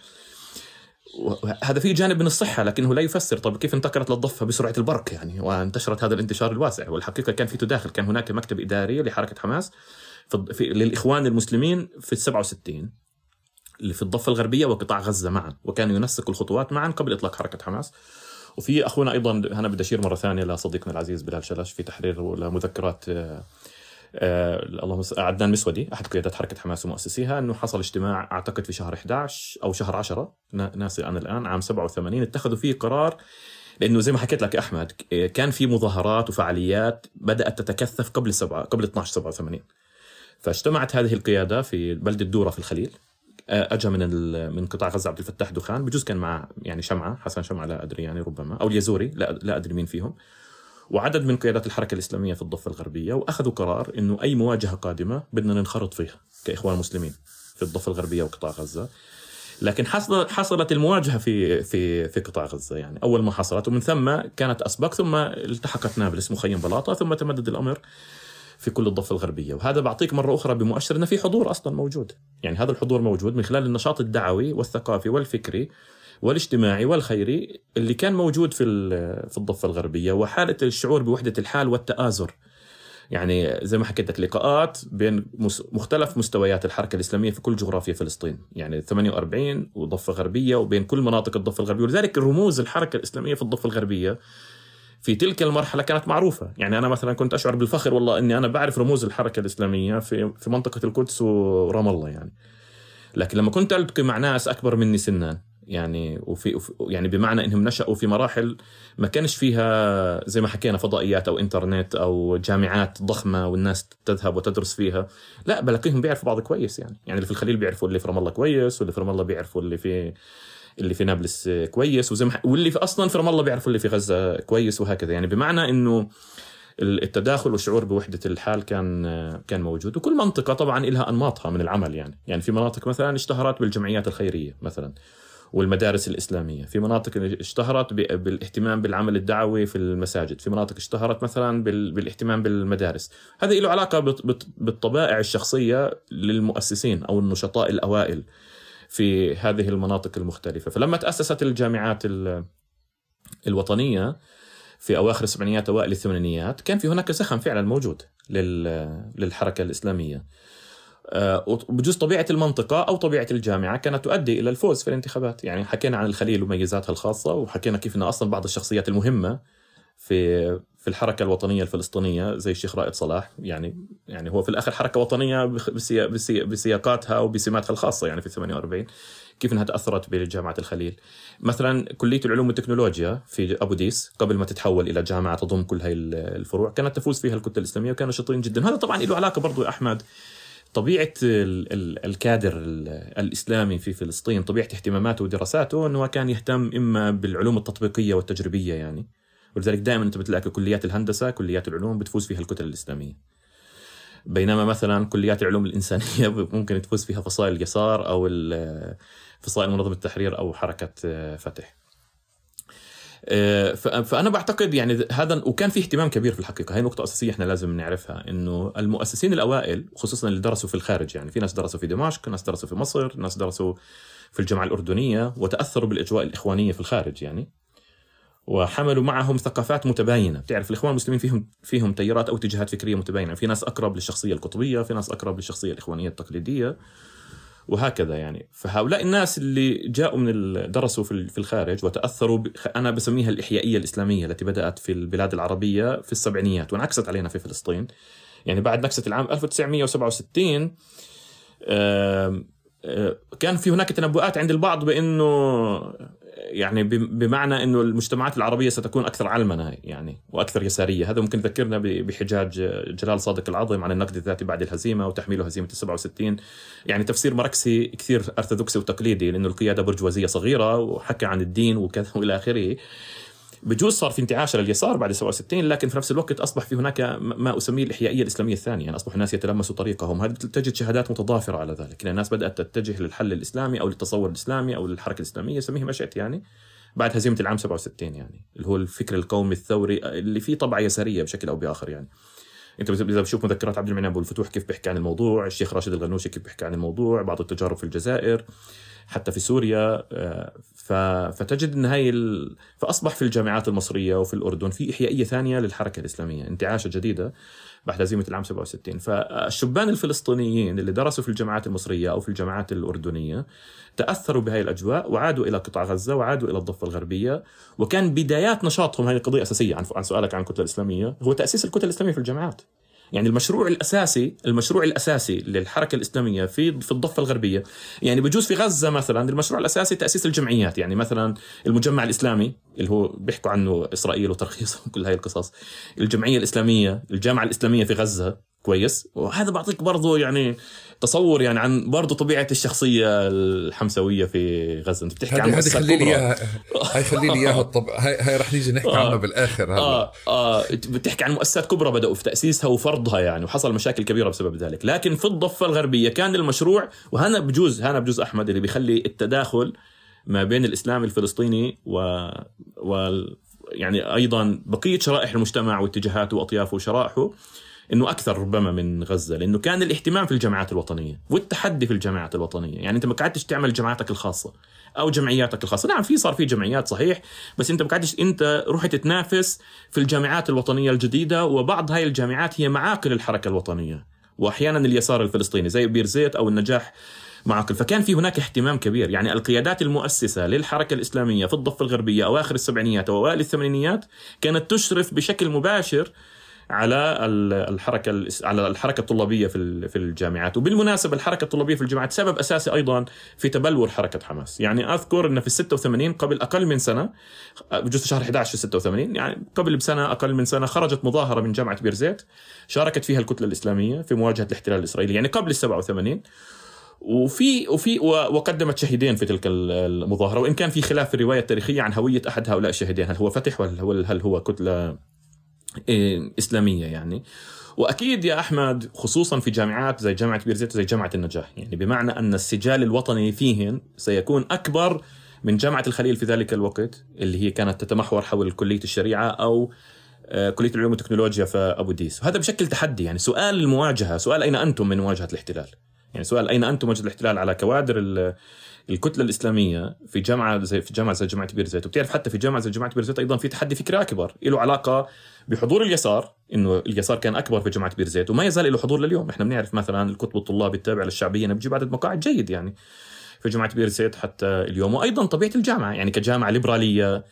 هذا فيه جانب من الصحة، لكنه لا يفسر طب كيف انتقلت للضفة بسرعة البرق يعني وانتشرت هذا الانتشار الواسع. والحقيقة كان في تداخل، كان هناك مكتب إداري لحركة حماس في في للإخوان المسلمين في السبعة وستين اللي في الضفة الغربية وقطاع غزة معا، وكانوا ينسقوا الخطوات معا قبل إطلاق حركة حماس. وفي أخونا أيضا، أنا بدي أشير مرة ثانية لصديقنا العزيز بلال شلش في تحرير لمذكرات آه آه اللهم عدنان مسودي أحد قيادات حركة حماس ومؤسسيها، أنه حصل اجتماع أعتقد في شهر إحدى عشر أو شهر عشرة ناسي أنا الآن عام سبعة وثمانين، اتخذوا فيه قرار. لأنه زي ما حكيت لك أحمد، كان في مظاهرات وفعاليات بدأت تتكثف قبل سبعة قبل اثناشر سبعة وثمانين. فاجتمعت هذه القيادة في بلدة دورة في الخليل. أجا من من قطاع غزة عبد الفتاح دخان، بجوز كان مع يعني شمعة حسن شمعة لا أدري يعني ربما، أو اليزوري لا لا أدري مين فيهم، وعدد من قيادات الحركة الإسلامية في الضفة الغربية. وأخذوا قرار إنه أي مواجهة قادمة بدنا ننخرط فيها كإخوان مسلمين في الضفة الغربية وقطاع غزة. لكن حصل حصلت المواجهة في في في قطاع غزة، يعني أول ما حصلت، ومن ثم كانت أسبق، ثم التحقت نابلس مخيم بلاطة، ثم تمدد الأمر في كل الضفة الغربية. وهذا بعطيك مرة أخرى بمؤشر أن في حضور أصلا موجود. يعني هذا الحضور موجود من خلال النشاط الدعوي والثقافي والفكري والاجتماعي والخيري اللي كان موجود في في الضفة الغربية، وحالة الشعور بوحدة الحال والتآزر. يعني زي ما حكيت لك، لقاءات بين مختلف مستويات الحركة الإسلامية في كل جغرافيا فلسطين، يعني ثمانية وأربعين وضفة غربية وبين كل مناطق الضفة الغربية. ولذلك الرموز الحركة الإسلامية في الضفة الغربية في تلك المرحلة كانت معروفة. يعني أنا مثلا كنت أشعر بالفخر والله أني أنا بعرف رموز الحركة الإسلامية في في منطقة القدس ورام الله يعني. لكن لما كنت ألتقي مع ناس أكبر مني سنا يعني وفي يعني بمعنى انهم نشأوا في مراحل ما كانش فيها زي ما حكينا فضائيات او انترنت او جامعات ضخمه والناس تذهب وتدرس فيها، لا بلاقيهم بيعرفوا بعض كويس يعني يعني اللي في الخليل بيعرفوا اللي في رام الله كويس، واللي في رام الله بيعرفوا اللي في اللي في نابلس كويس، وزي ما واللي في اصلا في رام الله بيعرفوا اللي في غزه كويس، وهكذا يعني بمعنى انه التداخل والشعور بوحدة الحال كان كان موجود. وكل منطقة طبعا لها أنماطها من العمل يعني يعني في مناطق مثلا اشتهرت بالجمعيات الخيرية مثلا والمدارس الإسلامية، في مناطق اشتهرت بالاهتمام بالعمل الدعوي في المساجد، في مناطق اشتهرت مثلا بالاهتمام بالمدارس. هذا له علاقة بالطبائع الشخصية للمؤسسين أو النشطاء الأوائل في هذه المناطق المختلفة. فلما تأسست الجامعات الوطنية في أواخر السبعينيات أوائل الثمانينيات كان في هناك زخم فعلا موجود للحركة الإسلامية، بجوز طبيعة المنطقة أو طبيعة الجامعة كانت تؤدي إلى الفوز في الانتخابات. يعني حكينا عن الخليل وميزاتها الخاصة، وحكينا كيف أن أصلا بعض الشخصيات المهمة في في الحركة الوطنية الفلسطينية زي الشيخ رائد صلاح، يعني يعني هو في الآخر حركة وطنية بسياقاتها وبسماتها الخاصة يعني في ثمانية وأربعين، كيف أنها تأثرت بجامعة الخليل. مثلا كلية العلوم والتكنولوجيا في أبو ديس قبل ما تتحول إلى جامعة تضم كل هاي الفروع كانت تفوز فيها الكتلة الإسلامية وكانوا شاطرين جدا. هذا طبعا له علاقة برضو يا أحمد طبيعة الكادر الإسلامي في فلسطين، طبيعة اهتماماته ودراساته أنه كان يهتم إما بالعلوم التطبيقية والتجريبية يعني، ولذلك دائما أنت بتلاقي كليات الهندسة كليات العلوم بتفوز فيها الكتل الإسلامية، بينما مثلا كليات العلوم الإنسانية ممكن تفوز فيها فصائل اليسار أو فصائل منظمة التحرير أو حركة فتح. فأنا بعتقد يعني هذا، وكان في اهتمام كبير في الحقيقة. هاي نقطة أساسية إحنا لازم نعرفها، إنه المؤسسين الأوائل خصوصا اللي درسوا في الخارج، يعني في ناس درسوا في دمشق، ناس درسوا في مصر، ناس درسوا في الجامعة الأردنية وتأثروا بالإجواء الإخوانية في الخارج يعني، وحملوا معهم ثقافات متباينة. تعرف الإخوان المسلمين فيهم فيهم تيارات أو اتجاهات فكرية متباينة، في ناس أقرب للشخصية القطبية، في ناس أقرب للشخصية الإخوانية التقليدية وهكذا يعني. فهؤلاء الناس اللي جاءوا من درسوا في الخارج وتأثروا ب... أنا بسميها الإحيائية الإسلامية التي بدأت في البلاد العربية في السبعينيات وانعكست علينا في فلسطين. يعني بعد نكسة العام ألف وتسعمية وسبعة وستين آه... آه... كان في هناك تنبؤات عند البعض بأنه يعني بمعنى أنه المجتمعات العربية ستكون أكثر علمنة يعني وأكثر يسارية. هذا ممكن يذكرنا بحجاج جلال صادق العظيم عن النقد الذاتي بعد الهزيمة وتحميله هزيمة السبعة وستين، يعني تفسير ماركسي كثير أرثوذكسي وتقليدي، لأنه القيادة برجوازية صغيرة وحكى عن الدين وكذا وإلى آخره. بجوز صار في انتعاش لليسار بعد سبعة وستين، لكن في نفس الوقت أصبح في هناك ما أسميه الإحيائية الإسلامية الثانية، يعني أصبح الناس يتلمسوا طريقهم. هذا تجد شهادات متضافرة على ذلك، الناس بدأت تتجه للحل الإسلامي أو للتصور الإسلامي أو للحركة الإسلامية، سميه ما شئت يعني، بعد هزيمة العام سبعة وستين يعني، اللي هو الفكر القومي الثوري اللي فيه طبعة يسارية بشكل أو بآخر يعني. أنت إذا بشوف مذكرات عبد المنعم أبو الفتوح كيف بيحكي عن الموضوع، الشيخ راشد الغنوشي كيف بيحكي عن الموضوع، بعض التجارب في الجزائر حتى في سوريا، فتجد أن هاي ال... فأصبح في الجامعات المصرية وفي الأردن في إحيائية ثانية للحركة الإسلامية، انتعاشة جديدة بعد هزيمة العام سبعة وستين. فالشبان الفلسطينيين اللي درسوا في الجامعات المصرية أو في الجامعات الأردنية تأثروا بهاي الأجواء وعادوا إلى قطاع غزة وعادوا إلى الضفة الغربية، وكان بدايات نشاطهم، هذه قضية أساسية عن عن سؤالك عن الكتلة الإسلامية، هو تأسيس الكتلة الإسلامية في الجامعات. يعني المشروع الأساسي المشروع الأساسي للحركة الإسلامية في في الضفة الغربية، يعني بجوز في غزة مثلا المشروع الأساسي تأسيس الجمعيات، يعني مثلا المجمع الإسلامي اللي هو بيحكوا عنه إسرائيل وترخيص وكل هاي القصص، الجمعية الإسلامية، الجامعة الإسلامية في غزة كويس. وهذا بعطيك برضو يعني تصور يعني عن برضو طبيعة الشخصية الحمسوية في غزة. انت بتحكي عن هذه خلي لي اياها هاي خلي لي اياها الطب هاي هاي رح نيجي نحكي عنها بالاخر. هلا اه اه بتحكي عن مؤسسات كبرى بدأوا في تأسيسها وفرضها يعني، وحصل مشاكل كبيرة بسبب ذلك. لكن في الضفة الغربية كان المشروع، وهنا بجوز هنا بجوز أحمد اللي بيخلي التداخل ما بين الإسلام الفلسطيني و, و... يعني أيضا بقية شرائح المجتمع واتجاهاته وأطيافه وشرائحه إنه أكثر ربما من غزة، لأنه كان الاهتمام في الجامعات الوطنية والتحدي في الجامعات الوطنية. يعني أنت ما قعدتش تعمل جامعاتك الخاصة أو جمعياتك الخاصة، نعم في صار في جمعيات صحيح، بس أنت ما قعدتش أنت رحت تنافس في الجامعات الوطنية الجديدة، وبعض هاي الجامعات هي معاقل الحركة الوطنية وأحيانا اليسار الفلسطيني زي بيرزيت أو النجاح معاقل. فكان في هناك اهتمام كبير. يعني القيادات المؤسسة للحركة الإسلامية في الضفة الغربية أواخر السبعينيات وأوائل الثمانينيات كانت تشرف بشكل مباشر على الحركة على الحركة الطلابية في في الجامعات. وبالمناسبة الحركة الطلابية في الجامعات سبب أساسي أيضا في تبلور حركة حماس. يعني أذكر أن في ستة وثمانين قبل أقل من سنة، بجوز شهر أحد عشر في ستة وثمانين، يعني قبل بسنة أقل من سنة، خرجت مظاهرة من جامعة بيرزيت شاركت فيها الكتلة الإسلامية في مواجهة الاحتلال الإسرائيلي، يعني قبل السبعة وثمانين، وفي وفي وقدمت شهيدين في تلك المظاهرة، وإن كان في خلاف في الرواية التاريخية عن هوية أحد هؤلاء الشهيدين، هل هو فتح ولا هل هو كتلة إسلامية يعني. وأكيد يا أحمد خصوصا في جامعات زي جامعة بيرزيت وزي جامعة النجاح، يعني بمعنى أن السجال الوطني فيهن سيكون أكبر من جامعة الخليل في ذلك الوقت، اللي هي كانت تتمحور حول كلية الشريعة أو كلية العلوم والتكنولوجيا في أبو ديس. وهذا بشكل تحدي، يعني سؤال المواجهة، سؤال أين أنتم من مواجهة الاحتلال، يعني سؤال أين أنتم مواجهة الاحتلال على كوادر الكتلة الإسلامية في جامعة زي في جامعة زي جامعة بيرزيت. وبتعرف حتى في جامعة زي جامعة بيرزيت أيضا في تحدي فكري أكبر له علاقة بحضور اليسار، إنه اليسار كان أكبر في جامعة بيرزيت وما يزال له حضور لليوم. إحنا بنعرف مثلا الكتب الطلاب التابعة للشعبية بتجيب عدد مقاعد جيد يعني في جامعة بيرزيت حتى اليوم. وأيضا طبيعة الجامعة، يعني كجامعة ليبرالية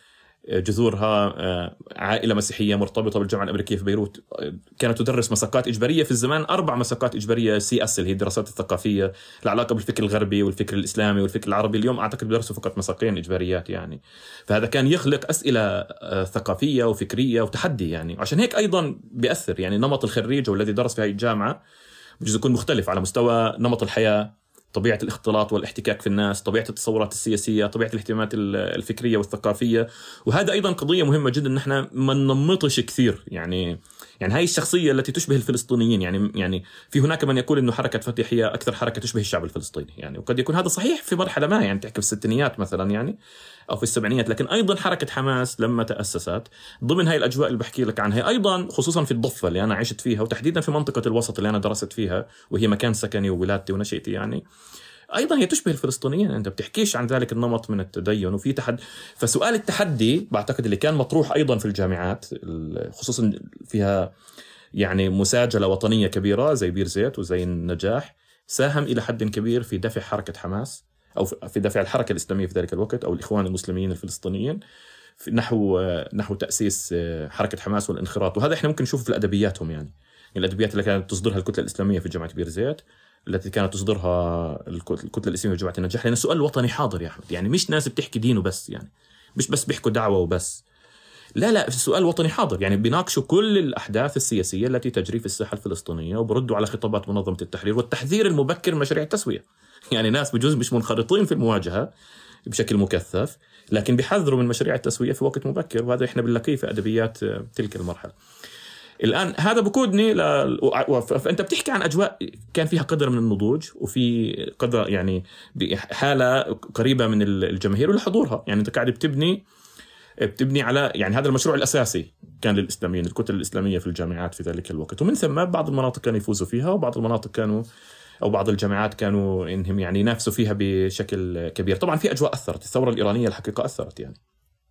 جذورها عائلة مسيحية مرتبطة بالجامعة الأمريكية في بيروت، كانت تدرس مساقات إجبارية في الزمان، أربع مساقات إجبارية سي أس اللي هي الدراسات الثقافية العلاقة بالفكر الغربي والفكر الإسلامي والفكر العربي. اليوم أعتقد بدرسوا فقط مساقين إجباريات يعني. فهذا كان يخلق أسئلة ثقافية وفكرية وتحدي يعني. وعشان هيك أيضا بيأثر يعني نمط الخريج والذي درس في هذه الجامعة بجوز يكون مختلف على مستوى نمط الحياة، طبيعة الاختلاط والاحتكاك في الناس، طبيعة التصورات السياسية، طبيعة الاهتمامات الفكرية والثقافية. وهذا أيضا قضية مهمة جدا، إن احنا ما ننمطش كثير يعني. يعني هاي الشخصية التي تشبه الفلسطينيين، يعني يعني في هناك من يقول إنه حركة فتح هي أكثر حركة تشبه الشعب الفلسطيني يعني، وقد يكون هذا صحيح في مرحلة ما، يعني تحكي في الستينيات مثلا يعني أو في السبعينيات. لكن أيضا حركة حماس لما تأسست ضمن هاي الأجواء اللي بحكي لك عنها، أيضا خصوصا في الضفة اللي أنا عشت فيها وتحديدا في منطقة الوسط اللي أنا درست فيها وهي مكان سكني وولادتي ونشأتي يعني، أيضا هي تشبه الفلسطينيين. أنت بتحكيش عن ذلك النمط من التدين وفي تحدي. فسؤال التحدي بعتقد اللي كان مطروح أيضا في الجامعات خصوصا فيها يعني مساجلة وطنية كبيرة زي بيرزيت وزي النجاح، ساهم إلى حد كبير في دفع حركة حماس أو في دفع الحركة الإسلامية في ذلك الوقت أو الإخوان المسلمين الفلسطينيين في نحو نحو تأسيس حركة حماس والانخراط. وهذا إحنا ممكن نشوفه في الأدبياتهم يعني. الأدبيات اللي كانت تصدرها الكتلة الإسلامية في جامعة بيرزيت التي كانت تصدرها الكتلة الإسلامية في جامعة النجاح، لأن السؤال الوطني حاضر يا أحمد. يعني مش ناس بتحكي دينه بس، يعني مش بس بيحكوا دعوة وبس، لا لا، السؤال الوطني حاضر. يعني بيناقشوا كل الأحداث السياسية التي تجري في الساحة الفلسطينية وبردوا على خطابات منظمة التحرير والتحذير المبكر من مشاريع التسوية. يعني ناس بجوز مش منخرطين في المواجهة بشكل مكثف، لكن بيحذروا من مشاريع التسوية في وقت مبكر، وهذا إحنا بنلاقيه في أدبيات تلك المرحلة. الآن هذا بقودني ل... فأنت بتحكي عن أجواء كان فيها قدر من النضوج وفي قدر يعني حالة قريبة من الجماهير ولحضورها. يعني أنت قاعد بتبني بتبني على يعني هذا المشروع الأساسي كان للإسلاميين، الكتل الإسلامية في الجامعات في ذلك الوقت. ومن ثم بعض المناطق كانوا يفوزوا فيها وبعض المناطق كانوا أو بعض الجامعات كانوا إنهم يعني ينافسوا فيها بشكل كبير. طبعا في أجواء أثرت، الثورة الإيرانية الحقيقة أثرت. يعني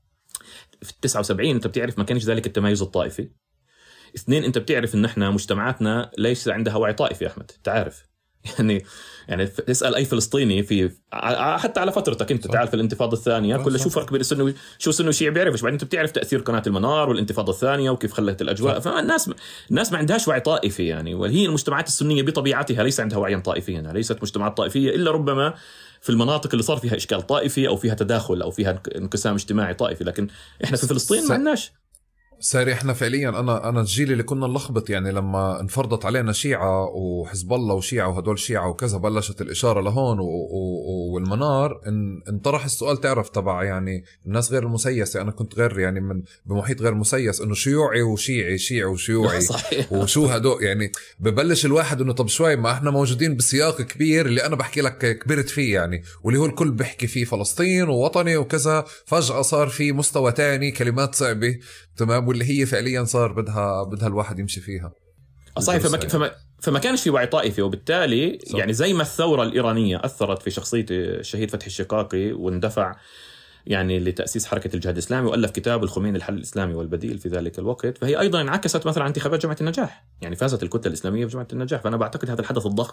في التسعة وسبعين أنت بتعرف ما كانش ذلك التمايز الطائفي. اثنين، أنت بتعرف إن إحنا مجتمعاتنا ليس عندها وعي طائفي يا أحمد، تعرف يعني. يعني تسأل أي فلسطيني في حتى على فترتك أنت تعرف الانتفاضة الثانية كل شو فرق بين السنة شو سنة وشيعي بيعرفش. بعدين أنت بتعرف تأثير قناة المنار والانتفاضة الثانية وكيف خلت الأجواء. فالناس الناس ما عندهاش وعي طائفي يعني. وهي المجتمعات السنية بطبيعتها ليس عندها وعي طائفي، يعني ليست مجتمعات طائفية إلا ربما في المناطق اللي صار فيها إشكال طائفي أو فيها تداخل أو فيها انقسام اجتماعي طائفي. لكن إحنا في فلسطين ما عندناش. ساري احنا فعليا انا انا الجيل اللي كنا نلخبط يعني لما انفرضت علينا شيعة وحزب الله وشيعة وهدول شيعة وكذا، بلشت الاشاره لهون و... و... والمنار ان انطرح السؤال تعرف تبع يعني الناس غير المسيسه. انا كنت غير يعني من بمحيط غير مسيس انه شيوعي وشيعي شيعي وشيوعي وشو هدول. يعني ببلش الواحد انه طب شوي ما احنا موجودين بسياق كبير اللي انا بحكي لك كبرت فيه يعني، واللي هو الكل بيحكي فيه فلسطين ووطني وكذا. فجأة صار في مستوى تاني كلمات صعبة تمام، واللي هي فعليا صار بدها بدها الواحد يمشي فيها. صحيح. فما, فما, فما كانش في وعي طائفي، وبالتالي صح. يعني زي ما الثورة الإيرانية أثرت في شخصية الشهيد فتحي الشقاقي واندفع يعني لتأسيس حركة الجهاد الإسلامي وألف كتاب الخميني الحل الإسلامي والبديل في ذلك الوقت، فهي أيضا انعكست مثلا على انتخابات جامعة النجاح. يعني فازت الكتلة الإسلامية في جامعة النجاح. فأنا بعتقد هذا الحدث الضخم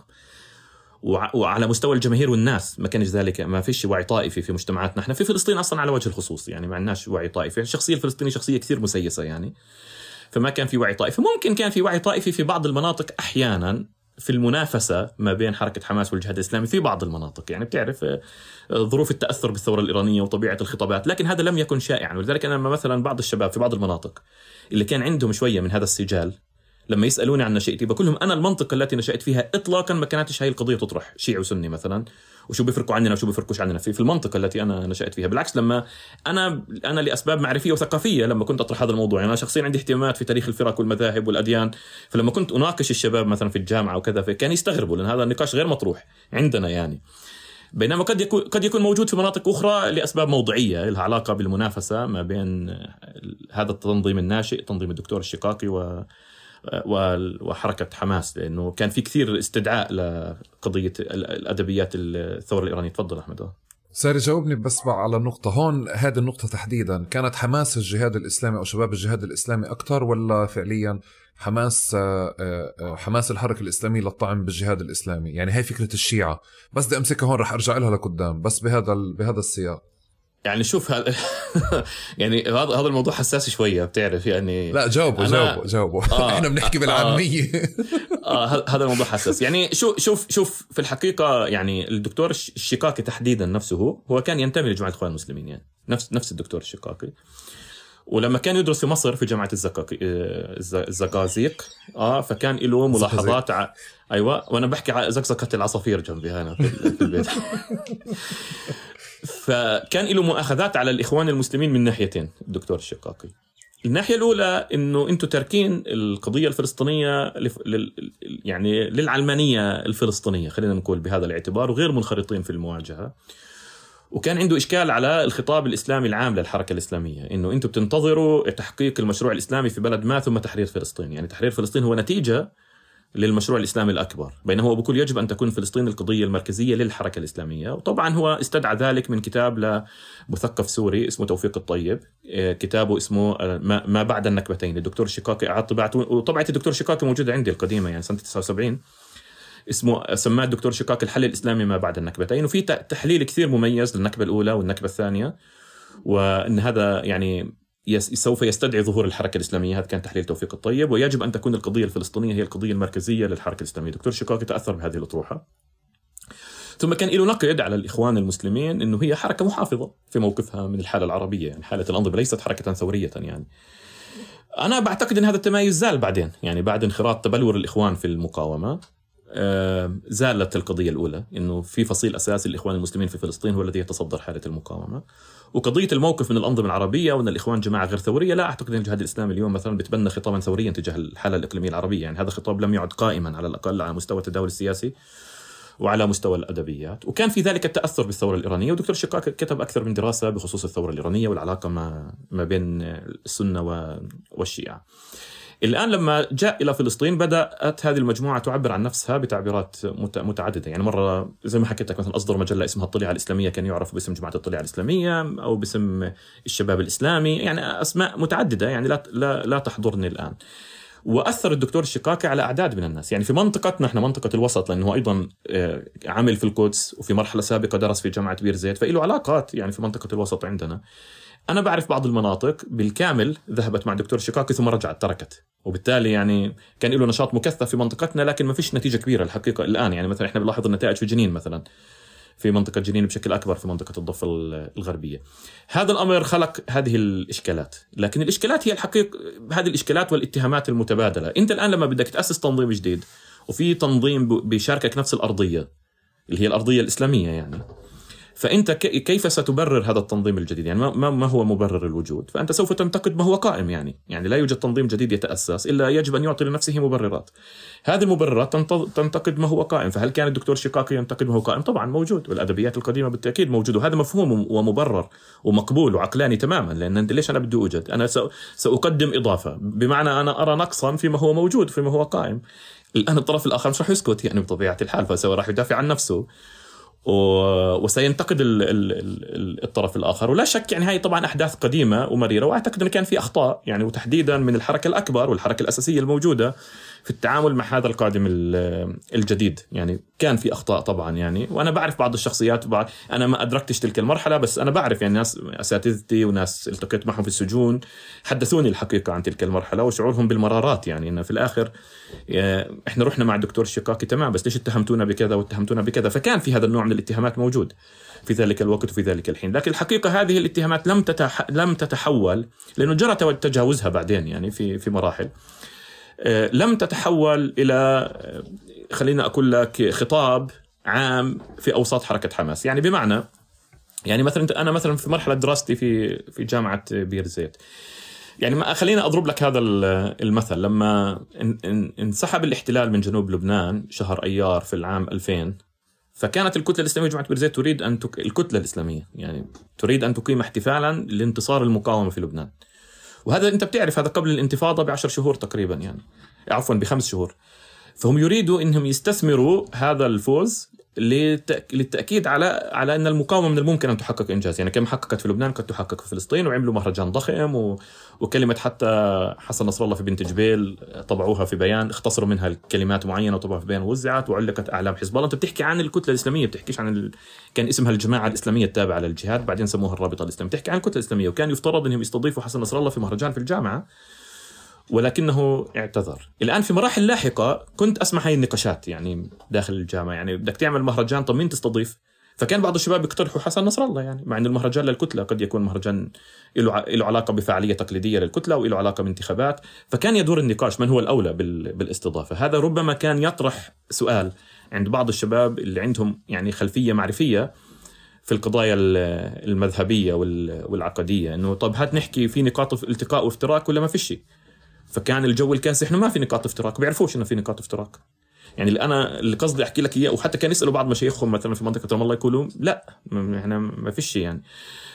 وعلى مستوى الجماهير والناس ما كانش ذلك، ما فيش وعي طائفي في مجتمعاتنا. احنا في فلسطين اصلا على وجه الخصوص يعني ما عندناش وعي طائفي. الشخصيه الفلسطينيه شخصيه كثير مسيسه يعني. فما كان في وعي طائفي. ممكن كان في وعي طائفي في بعض المناطق أحيانا في المنافسة ما بين حركة حماس والجهاد الإسلامي في بعض المناطق، يعني بتعرف ظروف التأثر بالثورة الإيرانية وطبيعة الخطابات، لكن هذا لم يكن شائعا. ولذلك أنا مثلا بعض الشباب في بعض المناطق اللي كان عندهم شوية من هذا السجال لما يسألوني عن نشأتي بقول لهم أنا المنطقة التي نشأت فيها إطلاقا ما كانتش هاي القضية تطرح شيعي وسني مثلا وشو بيفرقوا عننا وشو بيفرقوش عننا في في المنطقة التي أنا نشأت فيها. بالعكس لما أنا أنا لأسباب معرفية وثقافية لما كنت أطرح هذا الموضوع، يعني أنا شخصيا عندي اهتمامات في تاريخ الفرق والمذاهب والأديان، فلما كنت أناقش الشباب مثلا في الجامعة وكذا فكان يستغربوا لأن هذا النقاش غير مطروح عندنا يعني. بينما قد يكون قد يكون موجود في مناطق أخرى لأسباب موضوعية لها علاقة بالمنافسة ما بين هذا التنظيم الناشئ تنظيم الدكتور الشقاقي و وحركة حماس، لأنه كان في كثير استدعاء لقضية الأدبيات الثورة الإيرانية. تفضل أحمد. ساري جاوبني بس بقى على النقطة هون، هذه النقطة تحديدا كانت حماس الجهاد الإسلامي أو شباب الجهاد الإسلامي أكتر ولا فعليا حماس حماس الحركة الإسلامية للطعن بالجهاد الإسلامي؟ يعني هاي فكرة الشيعة بس بدي أمسكها هون رح أرجع لها لقدام، بس بهذا بهذا السياق. يعني شوف هذا يعني هذا هذا الموضوع حساس شويه بتعرف يعني. لا جاوبوا جاوبوا جاوبوا آه احنا بنحكي بالعاميه. اه, آه هذا الموضوع حساس. يعني شو شوف شوف في الحقيقه يعني الدكتور الشقاقي تحديدا نفسه هو هو كان ينتمي لجماعه الاخوان المسلمين، يعني نفس نفس الدكتور الشقاقي. ولما كان يدرس في مصر في جامعه الزقاقي الزقازيق اه فكان له ملاحظات ع... ايوه وانا بحكي على زقزقه العصافير جنبي هنا في البيت. فكان له مؤاخذات على الإخوان المسلمين من ناحيتين الدكتور الشقاقي. الناحية الأولى إنه أنتم تاركين القضية الفلسطينية لل يعني للعلمانية الفلسطينية خلينا نقول بهذا الاعتبار وغير منخرطين في المواجهة. وكان عنده إشكال على الخطاب الإسلامي العام للحركة الإسلامية إنه أنتم بتنتظروا تحقيق المشروع الإسلامي في بلد ما ثم تحرير فلسطين، يعني تحرير فلسطين هو نتيجة للمشروع الإسلامي الأكبر، بينما هو بقول يجب أن تكون فلسطين القضية المركزية للحركة الإسلامية. وطبعا هو استدعى ذلك من كتاب لمثقف سوري اسمه توفيق الطيب، كتابه اسمه ما بعد النكبتين. الدكتور الشقاقي أعاد طبعته، وطبعة الدكتور الشقاقي موجودة عندي القديمة يعني سنة تسعة وسبعين، اسمه سماه الدكتور الشقاقي الحل الإسلامي ما بعد النكبتين. وفي تحليل كثير مميز للنكبة الأولى والنكبة الثانية، وأن هذا يعني سوف يستدعي ظهور الحركة الإسلامية. هذا كان تحليل توفيق الطيب، ويجب أن تكون القضية الفلسطينية هي القضية المركزية للحركة الإسلامية. دكتور الشقاقي تأثر بهذه الأطروحة. ثم كان له نقد على الإخوان المسلمين أنه هي حركة محافظة في موقفها من الحالة العربية، يعني حالة الأنظمة ليست حركة ثورية. يعني أنا بعتقد أن هذا التمايز زال بعدين، يعني بعد انخراط تبلور الإخوان في المقاومة زالت القضية الأولى أنه في فصيل أساسي الإخوان المسلمين في فلسطين هو الذي يتصدر حالة المقاومة. وقضية الموقف من الأنظمة العربية وأن الإخوان جماعة غير ثورية، لا أعتقد أن الجهاد الإسلامي اليوم مثلا بتبنى خطابا ثوريا تجاه الحالة الإقليمية العربية، يعني هذا خطاب لم يعد قائما على الأقل على مستوى التداول السياسي وعلى مستوى الأدبيات. وكان في ذلك التأثر بالثورة الإيرانية، ودكتور الشقاقي كتب أكثر من دراسة بخصوص الثورة الإيرانية والعلاقة ما ما بين السنة والشيعة. الآن لما جاء إلى فلسطين بدأت هذه المجموعة تعبر عن نفسها بتعبيرات متعددة. يعني مرة زي ما حكيت لك مثلا أصدر مجلة اسمها الطليعة الإسلامية، كان يعرف باسم جماعة الطليعة الإسلامية أو باسم الشباب الإسلامي، يعني أسماء متعددة يعني لا لا لا تحضرني الآن. وأثر الدكتور الشقاقي على أعداد من الناس، يعني في منطقتنا إحنا منطقة الوسط، لأنه أيضا عمل في القدس وفي مرحلة سابقة درس في جامعة بير زيت، فإله علاقات يعني في منطقة الوسط عندنا. أنا بعرف بعض المناطق بالكامل ذهبت مع الدكتور الشقاقي ثم رجعت تركت، وبالتالي يعني كان له نشاط مكثف في منطقتنا لكن ما فيش نتيجة كبيرة الحقيقة الآن. يعني مثلا إحنا بنلاحظ النتائج في جنين مثلا، في منطقة جنين بشكل أكبر في منطقة الضفة الغربية. هذا الأمر خلق هذه الإشكالات، لكن الإشكالات هي الحقيقة هذه الإشكالات والاتهامات المتبادلة. أنت الآن لما بدك تأسس تنظيم جديد وفي تنظيم بيشاركك نفس الأرضية اللي هي الأرضية الإسلامية، يعني فأنت كيف ستبرر هذا التنظيم الجديد؟ يعني ما ما هو مبرر الوجود؟ فأنت سوف تنتقد ما هو قائم. يعني يعني لا يوجد تنظيم جديد يتأسس إلا يجب أن يعطي لنفسه مبررات. هذه المبررات تنتقد ما هو قائم. فهل كان الدكتور الشقاقي ينتقد ما هو قائم؟ طبعا موجود، والأدبيات القديمة بالتأكيد موجود، وهذا مفهوم ومبرر ومقبول وعقلاني تماما. لأن أنت ليش أنا بدي أوجد؟ أنا سأقدم إضافة، بمعنى أنا أرى نقصا فيما هو موجود فيما هو قائم. الآن الطرف الآخر مش راح يسكت يعني بطبيعة الحال، فسوف راح يدافع عن نفسه وسينتقد الطرف الآخر. ولا شك يعني هاي طبعا أحداث قديمة ومريرة، وأعتقد أن كان في أخطاء يعني، وتحديدا من الحركة الأكبر والحركة الأساسية الموجودة في التعامل مع هذا القادم الجديد. يعني كان في أخطاء طبعا يعني، وأنا بعرف بعض الشخصيات بعض، أنا ما أدركتش تلك المرحلة، بس أنا بعرف يعني ناس أساتذتي وناس التقيت معهم في السجون حدثوني الحقيقة عن تلك المرحلة وشعورهم بالمرارات. يعني إن في الآخر إحنا رحنا مع الدكتور الشقاقي تمام، بس ليش اتهمتونا بكذا واتهمتونا بكذا؟ فكان في هذا النوع من الاتهامات موجود في ذلك الوقت وفي ذلك الحين. لكن الحقيقة هذه الاتهامات لم تتح... لم تتحول، لأنه جرى تجاوزها بعدين يعني في في مراحل، آه لم تتحول إلى خلينا أقول لك خطاب عام في أوساط حركة حماس. يعني بمعنى يعني مثلا أنا مثلا في مرحلة دراستي في في جامعة بيرزيت، يعني ما خلينا أضرب لك هذا المثل. لما انسحب الاحتلال من جنوب لبنان شهر أيار في العام ألفين، فكانت الكتلة الإسلامية جماعة بيرزيت تريد أن تك... الكتلة الإسلامية يعني تريد أن تقيم احتفالا لانتصار المقاومة في لبنان. وهذا أنت بتعرف هذا قبل الانتفاضة بعشر شهور تقريبا، يعني عفوا بخمس شهور. فهم يريدوا أنهم يستثمروا هذا الفوز للتأك... للتأكيد على على أن المقاومة من الممكن أن تحقق إنجاز. يعني كما حققت في لبنان قد تحقق في فلسطين، وعملوا مهرجان ضخم و... وكلمة حتى حسن نصر الله في بنت جبيل طبعوها في بيان، اختصروا منها الكلمات معينة وطبعوها في بيان ووزعت، وعلقت أعلام حزب الله. أنت بتحكي عن الكتلة الإسلامية، بتحكيش عن ال... كان اسمها الجماعة الإسلامية التابعة للجهاد، بعدين سموها الرابطة الإسلامية. بتحكي عن الكتلة الإسلامية، وكان يفترض أنهم يستضيفوا حسن نصر الله في مهرجان في الجامعة، ولكنه اعتذر. الآن في مراحل لاحقة كنت أسمع هاي النقاشات يعني داخل الجامعة، يعني بدك تعمل مهرجان، طب مين تستضيف؟ فكان بعض الشباب يقترحوا حسن نصر الله، يعني مع أن المهرجان للكتلة قد يكون مهرجان له علاقة بفعالية تقليدية للكتلة وله علاقة بانتخابات. فكان يدور النقاش من هو الأولى بالاستضافة. هذا ربما كان يطرح سؤال عند بعض الشباب اللي عندهم يعني خلفية معرفية في القضايا المذهبية والعقدية، إنه طب هات نحكي في نقاط التقاء وافتراق ولا ما في شيء. فكان الجو الكاسح إنه ما في نقاط افتراق، بيعرفوش إنه في نقاط افتراق. يعني اللي أنا اللي قصدي أحكي لك إياه، وحتى كان يسألوا بعض مشايخهم مثلا في منطقة رام الله يقولوا لا إحنا ما فيش شيء. يعني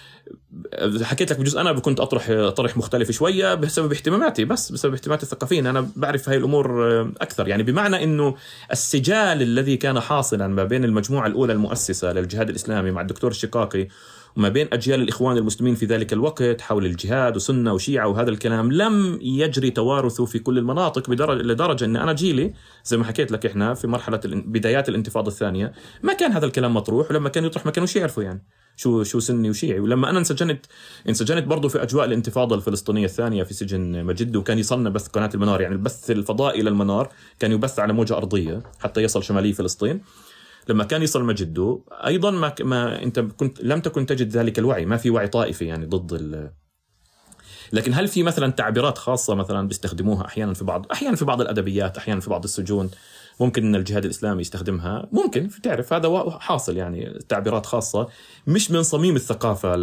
حكيت لك بجزء أنا كنت أطرح طرح مختلف شوية بسبب اهتماماتي، بس بسبب اهتماماتي الثقافية أنا بعرف هاي الأمور أكثر. يعني بمعنى إنه السجال الذي كان حاصلا ما بين المجموعة الأولى المؤسسة للجهاد الإسلامي مع الدكتور الشقاقي وما بين أجيال الإخوان المسلمين في ذلك الوقت حول الجهاد وسنة وشيعة وهذا الكلام، لم يجري توارثه في كل المناطق بدرجة لدرجة أن أنا جيلي زي ما حكيت لك إحنا في مرحلة بدايات الانتفاضة الثانية ما كان هذا الكلام مطروح، ولما كان يطرح ما كانوش يعرفوا يعني شو شو سني وشيعي. ولما أنا انسجنت انسجنت برضو في أجواء الانتفاضة الفلسطينية الثانية في سجن مجد، وكان يصلنا بث قناة المنار، يعني البث الفضائي للمنار كان يبث على موجة أرضية حتى يصل شمالي فلسطين. لما كان يصل مجده أيضا ما, ما أنت كنت لم تكن تجد ذلك الوعي، ما في وعي طائفي يعني ضد ال... لكن هل في مثلا تعبيرات خاصة مثلا بيستخدموها أحيانا في بعض أحيانا في بعض الأدبيات، أحيانا في بعض السجون ممكن أن الجهاد الإسلامي يستخدمها، ممكن تعرف هذا حاصل. يعني تعبيرات خاصة مش من صميم الثقافة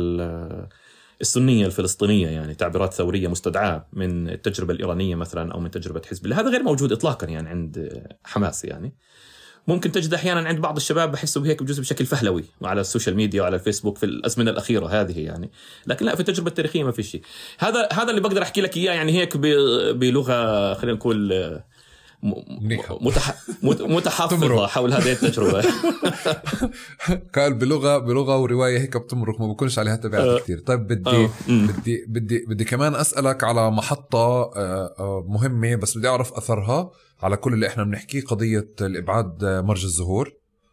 السنية الفلسطينية، يعني تعبيرات ثورية مستدعاة من التجربة الإيرانية مثلا أو من تجربة حزب الله، هذا غير موجود إطلاقا يعني عند حماس. يعني ممكن تجد أحيانا عند بعض الشباب بحسوا بهيك بجزء بشكل فهلوي على السوشيال ميديا وعلى الفيسبوك في الأزمنة الأخيرة هذه يعني، لكن لا في التجربة التاريخية ما في شيء. هذا هذا اللي بقدر أحكي لك إياه يعني هيك بلغة خلينا نقول متح... متحفظة حول هذه التجربة. قال بلغة بلغة ورواية هيك بتمرق، ما بكونش عليها تبعات كتير. طيب بدي بدي بدي بدي كمان أسألك على محطة مهمة، بس بدي أعرف أثرها على كل اللي إحنا بنحكيه، قضية الإبعاد مرج الزهور.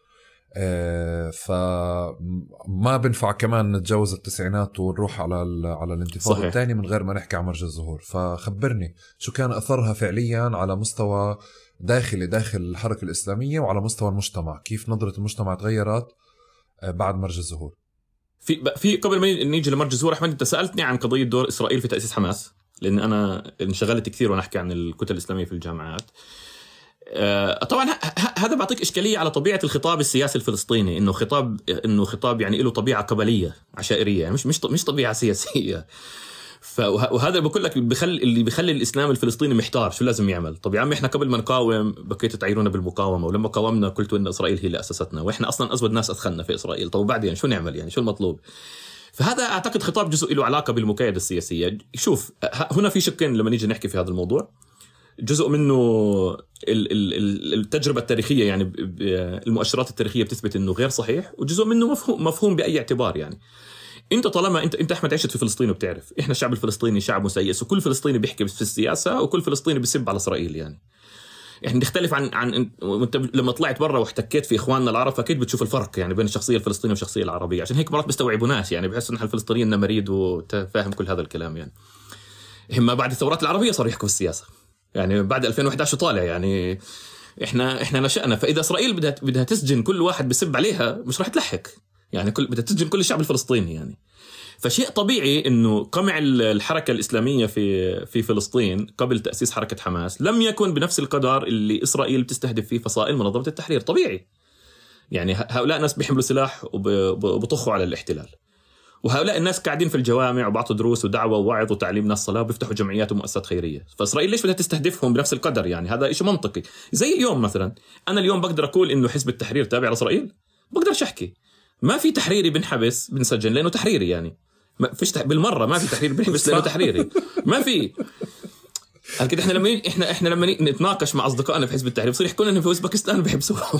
فما بنفع كمان نتجاوز التسعينات ونروح على على الانتفاضة الثانية من غير ما نحكي عن مرج الزهور. فخبرني شو كان أثرها فعليا على مستوى داخلي داخل الحركة الإسلامية وعلى مستوى المجتمع، كيف نظرة المجتمع تغيرت بعد مرج الزهور. في في قبل ما نيجي لمرج الزهور أحمد، أنت سألتني عن قضية دور إسرائيل في تأسيس حماس، لأن أنا انشغلت كثير وأنا أحكي عن الكتل الإسلامية في الجامعات. طبعا هذا بعطيك إشكالية على طبيعة الخطاب السياسي الفلسطيني، إنه خطاب إنه خطاب يعني له طبيعة قبلية عشائرية، يعني مش مش مش طبيعة سياسية. وهذا بقول لك بخلي اللي بيخلي الإسلام الفلسطيني محتار شو لازم يعمل. طب يا عم إحنا قبل ما نقاوم بقيتوا تعيرونا بالمقاومة، ولما قاومنا قلتوا إن إسرائيل هي اللي أسستنا، وإحنا أصلا أزود ناس أدخلنا في إسرائيل. طب وبعدين شو نعمل يعني شو المطلوب؟ فهذا أعتقد خطاب جزء له علاقة بالمكايدة السياسية. شوف هنا في شقين لما نيجي نحكي في هذا الموضوع، جزء منه التجربة التاريخية، يعني المؤشرات التاريخية بتثبت إنه غير صحيح، وجزء منه مفهوم مفهوم بأي اعتبار. يعني أنت طالما أنت أنت أحمد عشت في فلسطين وبتعرف إحنا الشعب الفلسطيني شعب مسيس، وكل فلسطيني بيحكي في السياسة وكل فلسطيني بيسب على إسرائيل يعني. احنا نختلف عن عن وانت لما طلعت برا واحتكيت في اخواننا العرب اكيد بتشوف الفرق يعني بين الشخصيه الفلسطينيه والشخصيه العربيه. عشان هيك مرات بيستوعبوناش يعني بحس ان الفلسطينيين مريض وتفاهم كل هذا الكلام. يعني هم بعد الثورات العربيه صاروا يحكوا في السياسه يعني بعد ألفين وإحدى عشر طالع يعني احنا احنا نشأنا. فاذا اسرائيل بدها بدها تسجن كل واحد بيسب عليها مش راح تلحق يعني كل بدها تسجن كل الشعب الفلسطيني يعني. فشيء طبيعي انه قمع الحركه الاسلاميه في في فلسطين قبل تاسيس حركه حماس لم يكن بنفس القدر اللي اسرائيل بتستهدف فيه فصائل منظمه التحرير. طبيعي يعني هؤلاء ناس بيحملوا سلاح وبطخوا على الاحتلال، وهؤلاء الناس قاعدين في الجوامع وبعطوا دروس ودعوه ووعظ وتعليم ناس الصلاه وبيفتحوا جمعيات ومؤسسات خيريه. فاسرائيل ليش بدها تستهدفهم بنفس القدر؟ يعني هذا شيء منطقي. زي اليوم مثلا انا اليوم بقدر اقول انه حزب التحرير تابع لاسرائيل، بقدرش احكي ما في تحريري بنحبس بنسجن لانه تحريري يعني ما فيش تح... بالمره ما في تحرير بنحبس لانه تحريري ما في. كده احنا لما احنا احنا لما نتناقش مع اصدقائنا في حزب التحرير بصير يحكوا لنا في اوزبكستان بيحبسوهم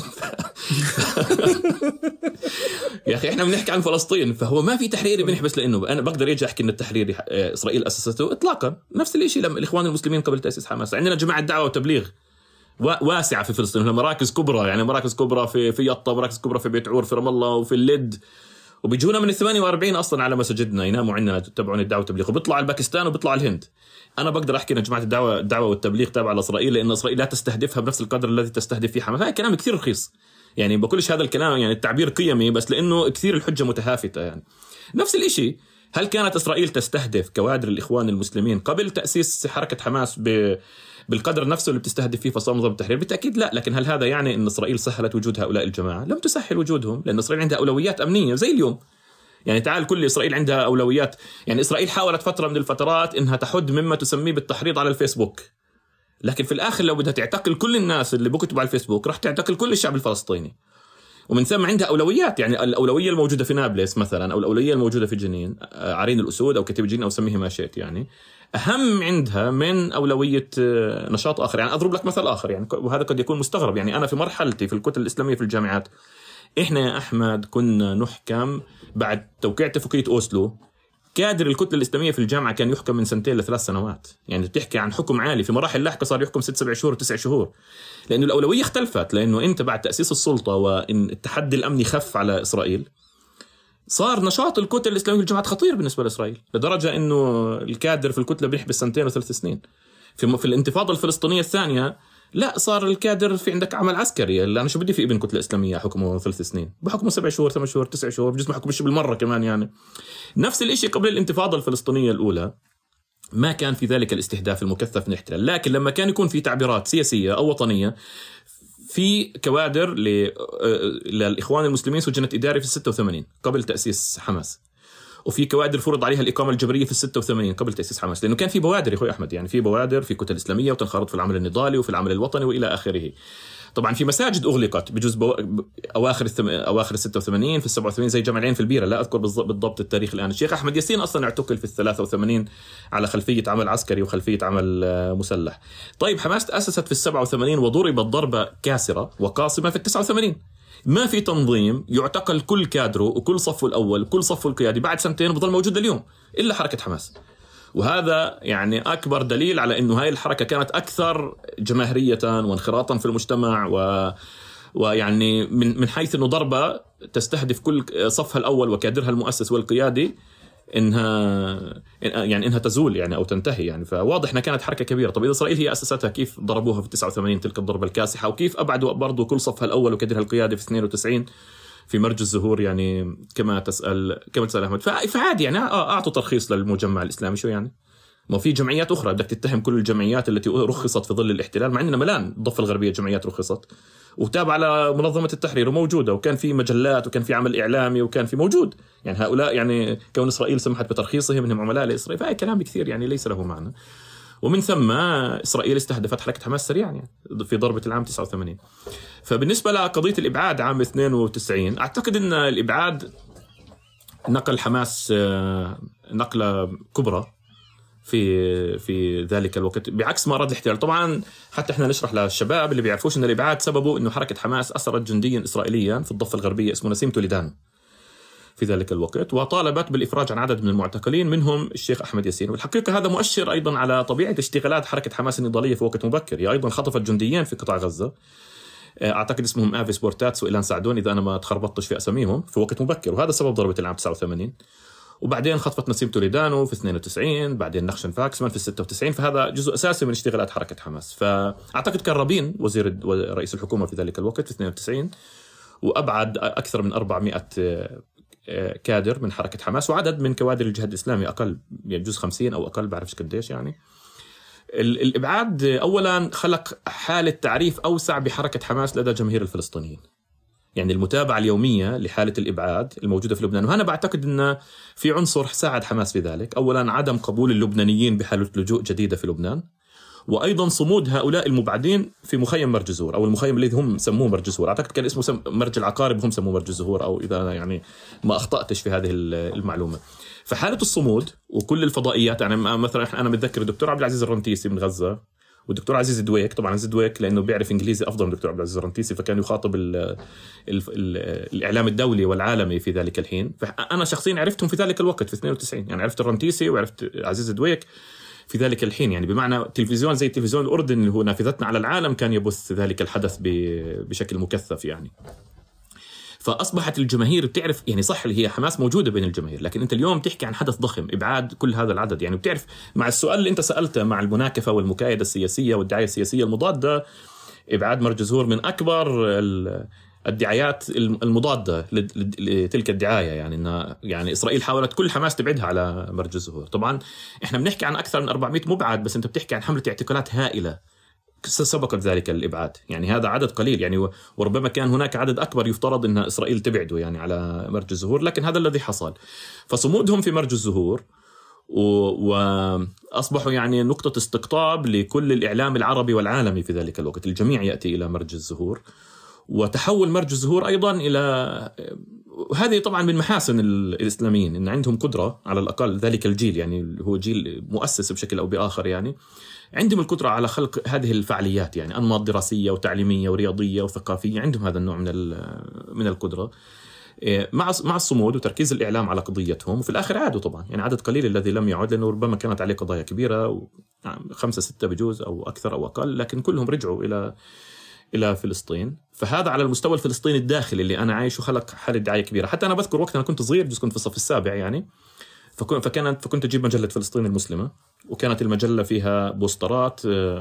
يا اخي احنا بنحكي عن فلسطين. فهو ما في تحريري بنحبس لانه انا بقدر اجي احكي ان التحرير اسرائيل اسسته اطلاقا. نفس الشيء لما الاخوان المسلمين قبل تاسيس حماس عندنا جماعه دعوه وتبليغ واسعه في فلسطين، مراكز كبرى يعني مراكز كبرى في في يطا، مراكز كبرى في بيت عور في رام الله وفي اللد، وبيجونا من الثمانية وأربعين اصلا على مساجدنا يناموا عندنا تتبعون الدعوه والتبليغ، وبيطلعوا على باكستان وبيطلعوا على الهند. انا بقدر احكي ان جماعه الدعوه الدعوه والتبليغ تابعه لاسرائيل لان اسرائيل لا تستهدفها بنفس القدر الذي تستهدف فيه حماس. هذا كلام كثير رخيص يعني بقولش هذا الكلام يعني التعبير قيمي بس لانه كثير الحجه متهافته. يعني نفس الشيء هل كانت اسرائيل تستهدف كوادر الاخوان المسلمين قبل تاسيس حركه حماس ب بالقدر نفسه اللي بتستهدف فيه فصائل منظمة التحرير؟ بالتأكيد لا. لكن هل هذا يعني أن إسرائيل سهلت وجود هؤلاء الجماعة؟ لم تسهل وجودهم لأن إسرائيل عندها أولويات أمنية زي اليوم. يعني تعال كل إسرائيل عندها أولويات. يعني إسرائيل حاولت فترة من الفترات إنها تحد مما تسميه بالتحريض على الفيسبوك، لكن في الآخر لو بدها تعتقل كل الناس اللي بكتبوا على الفيسبوك راح تعتقل كل الشعب الفلسطيني. ومن ثم عندها أولويات، يعني الأولوية الموجودة في نابلس مثلا أو الأولوية الموجودة في جنين عرين الأسود أو كتيبة جنين أو سميه ما شئت، يعني أهم عندها من أولوية نشاط آخر. يعني أضرب لك مثل آخر يعني وهذا قد يكون مستغرب. يعني أنا في مرحلتي في الكتل الإسلامية في الجامعات إحنا يا أحمد كنا نحكم بعد توقيع اتفاقية أوسلو. كادر الكتلة الإسلامية في الجامعة كان يحكم من سنتين لثلاث سنوات. يعني بتحكي عن حكم عالي. في مراحل لاحقة صار يحكم ست سبع شهور وتسع شهور لأنه الأولوية اختلفت. لأنه أنت بعد تأسيس السلطة وإن التحدي الأمني خف على إسرائيل صار نشاط الكتل الإسلامية في الجامعات خطير بالنسبة لإسرائيل لدرجة إنه الكادر في الكتلة بيحبس سنتين وثلاث سنين. في في الانتفاضة الفلسطينية الثانية لا صار الكادر في عندك عمل عسكري. اللي أنا شو بدي في ابن كتلة إسلامية حكمه ثلاث سنين بحكمه سبع شهور ثمان شهور تسع شهور بجزء ما حكمش بالمرة كمان. يعني نفس الشيء قبل الانتفاضة الفلسطينية الأولى ما كان في ذلك الاستهداف المكثف من الاحتلال، لكن لما كان يكون في تعبيرات سياسية أو وطنية في كوادر للإخوان المسلمين سجنت إداري في الستة وثمانين قبل تأسيس حماس، وفي كوادر فرض عليها الإقامة الجبرية في الستة وثمانين قبل تأسيس حماس، لأنه كان في بوادر يا أخوي أحمد. يعني في بوادر في كتل إسلامية وتنخرط في العمل النضالي وفي العمل الوطني وإلى آخره. طبعا في مساجد أغلقت بجزء بو... أواخر الثم... أواخر الستة وثمانين في السبعة وثمانين زي جامع العين في البيرة. لا أذكر بالضبط التاريخ الآن. الشيخ أحمد ياسين أصلا اعتقل في الثلاثة وثمانين على خلفية عمل عسكري وخلفية عمل مسلح. طيب حماس تأسست في السبعة وثمانين وضربت ضربة كاسرة وقاصمة في التسعة وثمانين. ما في تنظيم يعتقل كل كادره وكل صفه الأول وكل صفه القيادي بعد سنتين وبظل موجود اليوم إلا حركة حماس. وهذا يعني أكبر دليل على أنه هاي الحركة كانت أكثر جماهيرية وانخراطا في المجتمع و... ويعني من من حيث أنه ضربة تستهدف كل صفها الأول وكادرها المؤسس والقيادي إنها يعني إنها تزول يعني أو تنتهي. يعني فواضح إنها كانت حركة كبيرة. طب إذا إسرائيل هي أسستها كيف ضربوها في تسعة وثمانين تلك الضربة الكاسحة، وكيف أبعدوا برضو كل صفها الأول وكادرها القيادي في اثنين وتسعين في مرج الزهور يعني كما تسأل كما تسأل أحمد. فعادي يعني أعطوا ترخيص للمجمع الإسلامي شو يعني ما في جمعيات أخرى بدك تتهم كل الجمعيات التي رخصت في ظل الاحتلال، مع أننا ملان الضفة الغربية جمعيات رخصت وتابع على منظمة التحرير وموجودة وكان في مجلات وكان في عمل إعلامي وكان في موجود. يعني هؤلاء يعني كون إسرائيل سمحت بترخيصهم إنهم عملاء لإسرائيل فهي كلام كثير يعني ليس له معنى. ومن ثم إسرائيل استهدفت حركة حماس سريعا يعني في ضربة العام تسعة وثمانين. فبالنسبة لقضية الإبعاد عام اثنين وتسعين أعتقد أن الإبعاد نقل حماس نقلة كبرى في في ذلك الوقت بعكس ما أراد الاحتلال. طبعا حتى احنا نشرح للشباب اللي بيعرفوش ان الابعاد سببه انه حركه حماس اسرت جنديا اسرائيليا في الضفه الغربيه اسمه نسيم توليدان. في ذلك الوقت، وطالبت بالإفراج عن عدد من المعتقلين منهم الشيخ أحمد ياسين. والحقيقة هذا مؤشر أيضا على طبيعة اشتغالات حركة حماس النضالية في وقت مبكر. هي أيضا خطفت جنديين في قطاع غزة، أعتقد اسمهم آفيس بورتاتس وإلان سعدون إذا أنا ما تخربطتش في أساميهم، في وقت مبكر، وهذا سبب ضربة العام تسعة وثمانين. وبعدين خطفت نسيم توليدانو في اثنين وتسعين، بعدين نخشن فاكسمان في ستة وتسعين. فهذا جزء أساسي من اشتغالات حركة حماس. فأعتقد كان رابين وزير رئيس الحكومة في ذلك الوقت في اثنين وتسعين، وأبعد أكثر من أربعمائة كادر من حركة حماس، وعدد من كوادر الجهاد الإسلامي أقل، يعني جزء خمسين أو أقل، بعرفش قديش يعني. الإبعاد أولا خلق حالة تعريف أوسع بحركة حماس لدى جماهير الفلسطينيين، يعني المتابعة اليومية لحالة الإبعاد الموجودة في لبنان. وأنا بعتقد أن في عنصر ساعد حماس في ذلك. أولا عدم قبول اللبنانيين بحالة لجوء جديدة في لبنان، وأيضا صمود هؤلاء المبعدين في مخيم مرج الزهور، أو المخيم الذي هم سموه مرج الزهور. أعتقد كان اسمه سم... مرج العقارب، هم سموه مرج الزهور، أو إذا يعني ما أخطأتش في هذه المعلومة. فحالة الصمود وكل الفضائيات، يعني مثلا أنا متذكر الدكتور عبد العزيز الرنتيسي من غزة، والدكتور عزيز دويك، طبعا عزيز دويك لأنه بيعرف إنجليزي أفضل من الدكتور عبد العزيز الرنتيسي، فكان يخاطب ال ال ال الإعلام الدولي والعالمي في ذلك الحين. فأنا شخصيا عرفتهم في ذلك الوقت في اثنين وتسعين، يعني عرفت الرنتيسي وعرفت عزيز دويك في ذلك الحين، يعني بمعنى تلفزيون زي تلفزيون الأردن اللي هو نافذتنا على العالم كان يبث ذلك الحدث بشكل مكثف يعني. فأصبحت الجماهير بتعرف، يعني صح اللي هي حماس موجودة بين الجماهير، لكن أنت اليوم تحكي عن حدث ضخم إبعاد كل هذا العدد، يعني بتعرف مع السؤال اللي أنت سألته مع المناكفة والمكايدة السياسية والدعاية السياسية المضادة، إبعاد مرج الزهور من أكبر الدعايات المضادة لتلك الدعاية، يعني إن يعني إسرائيل حاولت كل حماس تبعدها على مرج الزهور. طبعا إحنا بنحكي عن أكثر من أربعمائة مبعد، بس أنت بتحكي عن حملة اعتقالات هائلة سبقت ذلك الإبعاد، يعني هذا عدد قليل يعني، وربما كان هناك عدد أكبر يفترض أن إسرائيل تبعده يعني على مرج الزهور، لكن هذا الذي حصل. فصمودهم في مرج الزهور وأصبحوا يعني نقطة استقطاب لكل الإعلام العربي والعالمي في ذلك الوقت، الجميع يأتي إلى مرج الزهور. وتحول مرج الزهور أيضا إلى، هذه طبعا من محاسن الإسلاميين أن عندهم قدرة على الأقل، ذلك الجيل يعني هو جيل مؤسس بشكل أو بآخر، يعني عندهم القدرة على خلق هذه الفعاليات، يعني أنماط دراسية وتعليمية ورياضية وثقافية، عندهم هذا النوع من من القدرة مع مع الصمود وتركيز الإعلام على قضيتهم. وفي الآخر عادوا طبعا، يعني عدد قليل الذي لم يعد، لأنه ربما كانت عليه قضايا كبيرة، خمسة ستة بجوز أو أكثر أو أقل، لكن كلهم رجعوا إلى إلى فلسطين. فهذا على المستوى الفلسطيني الداخلي اللي أنا عايشه خلق حالة دعاية كبيرة. حتى أنا بذكر وقت أنا كنت صغير، جزء كنت في الصف السابع يعني، فكانت فكنت أجيب مجلة فلسطين المسلمة، وكانت المجلة فيها بوسترات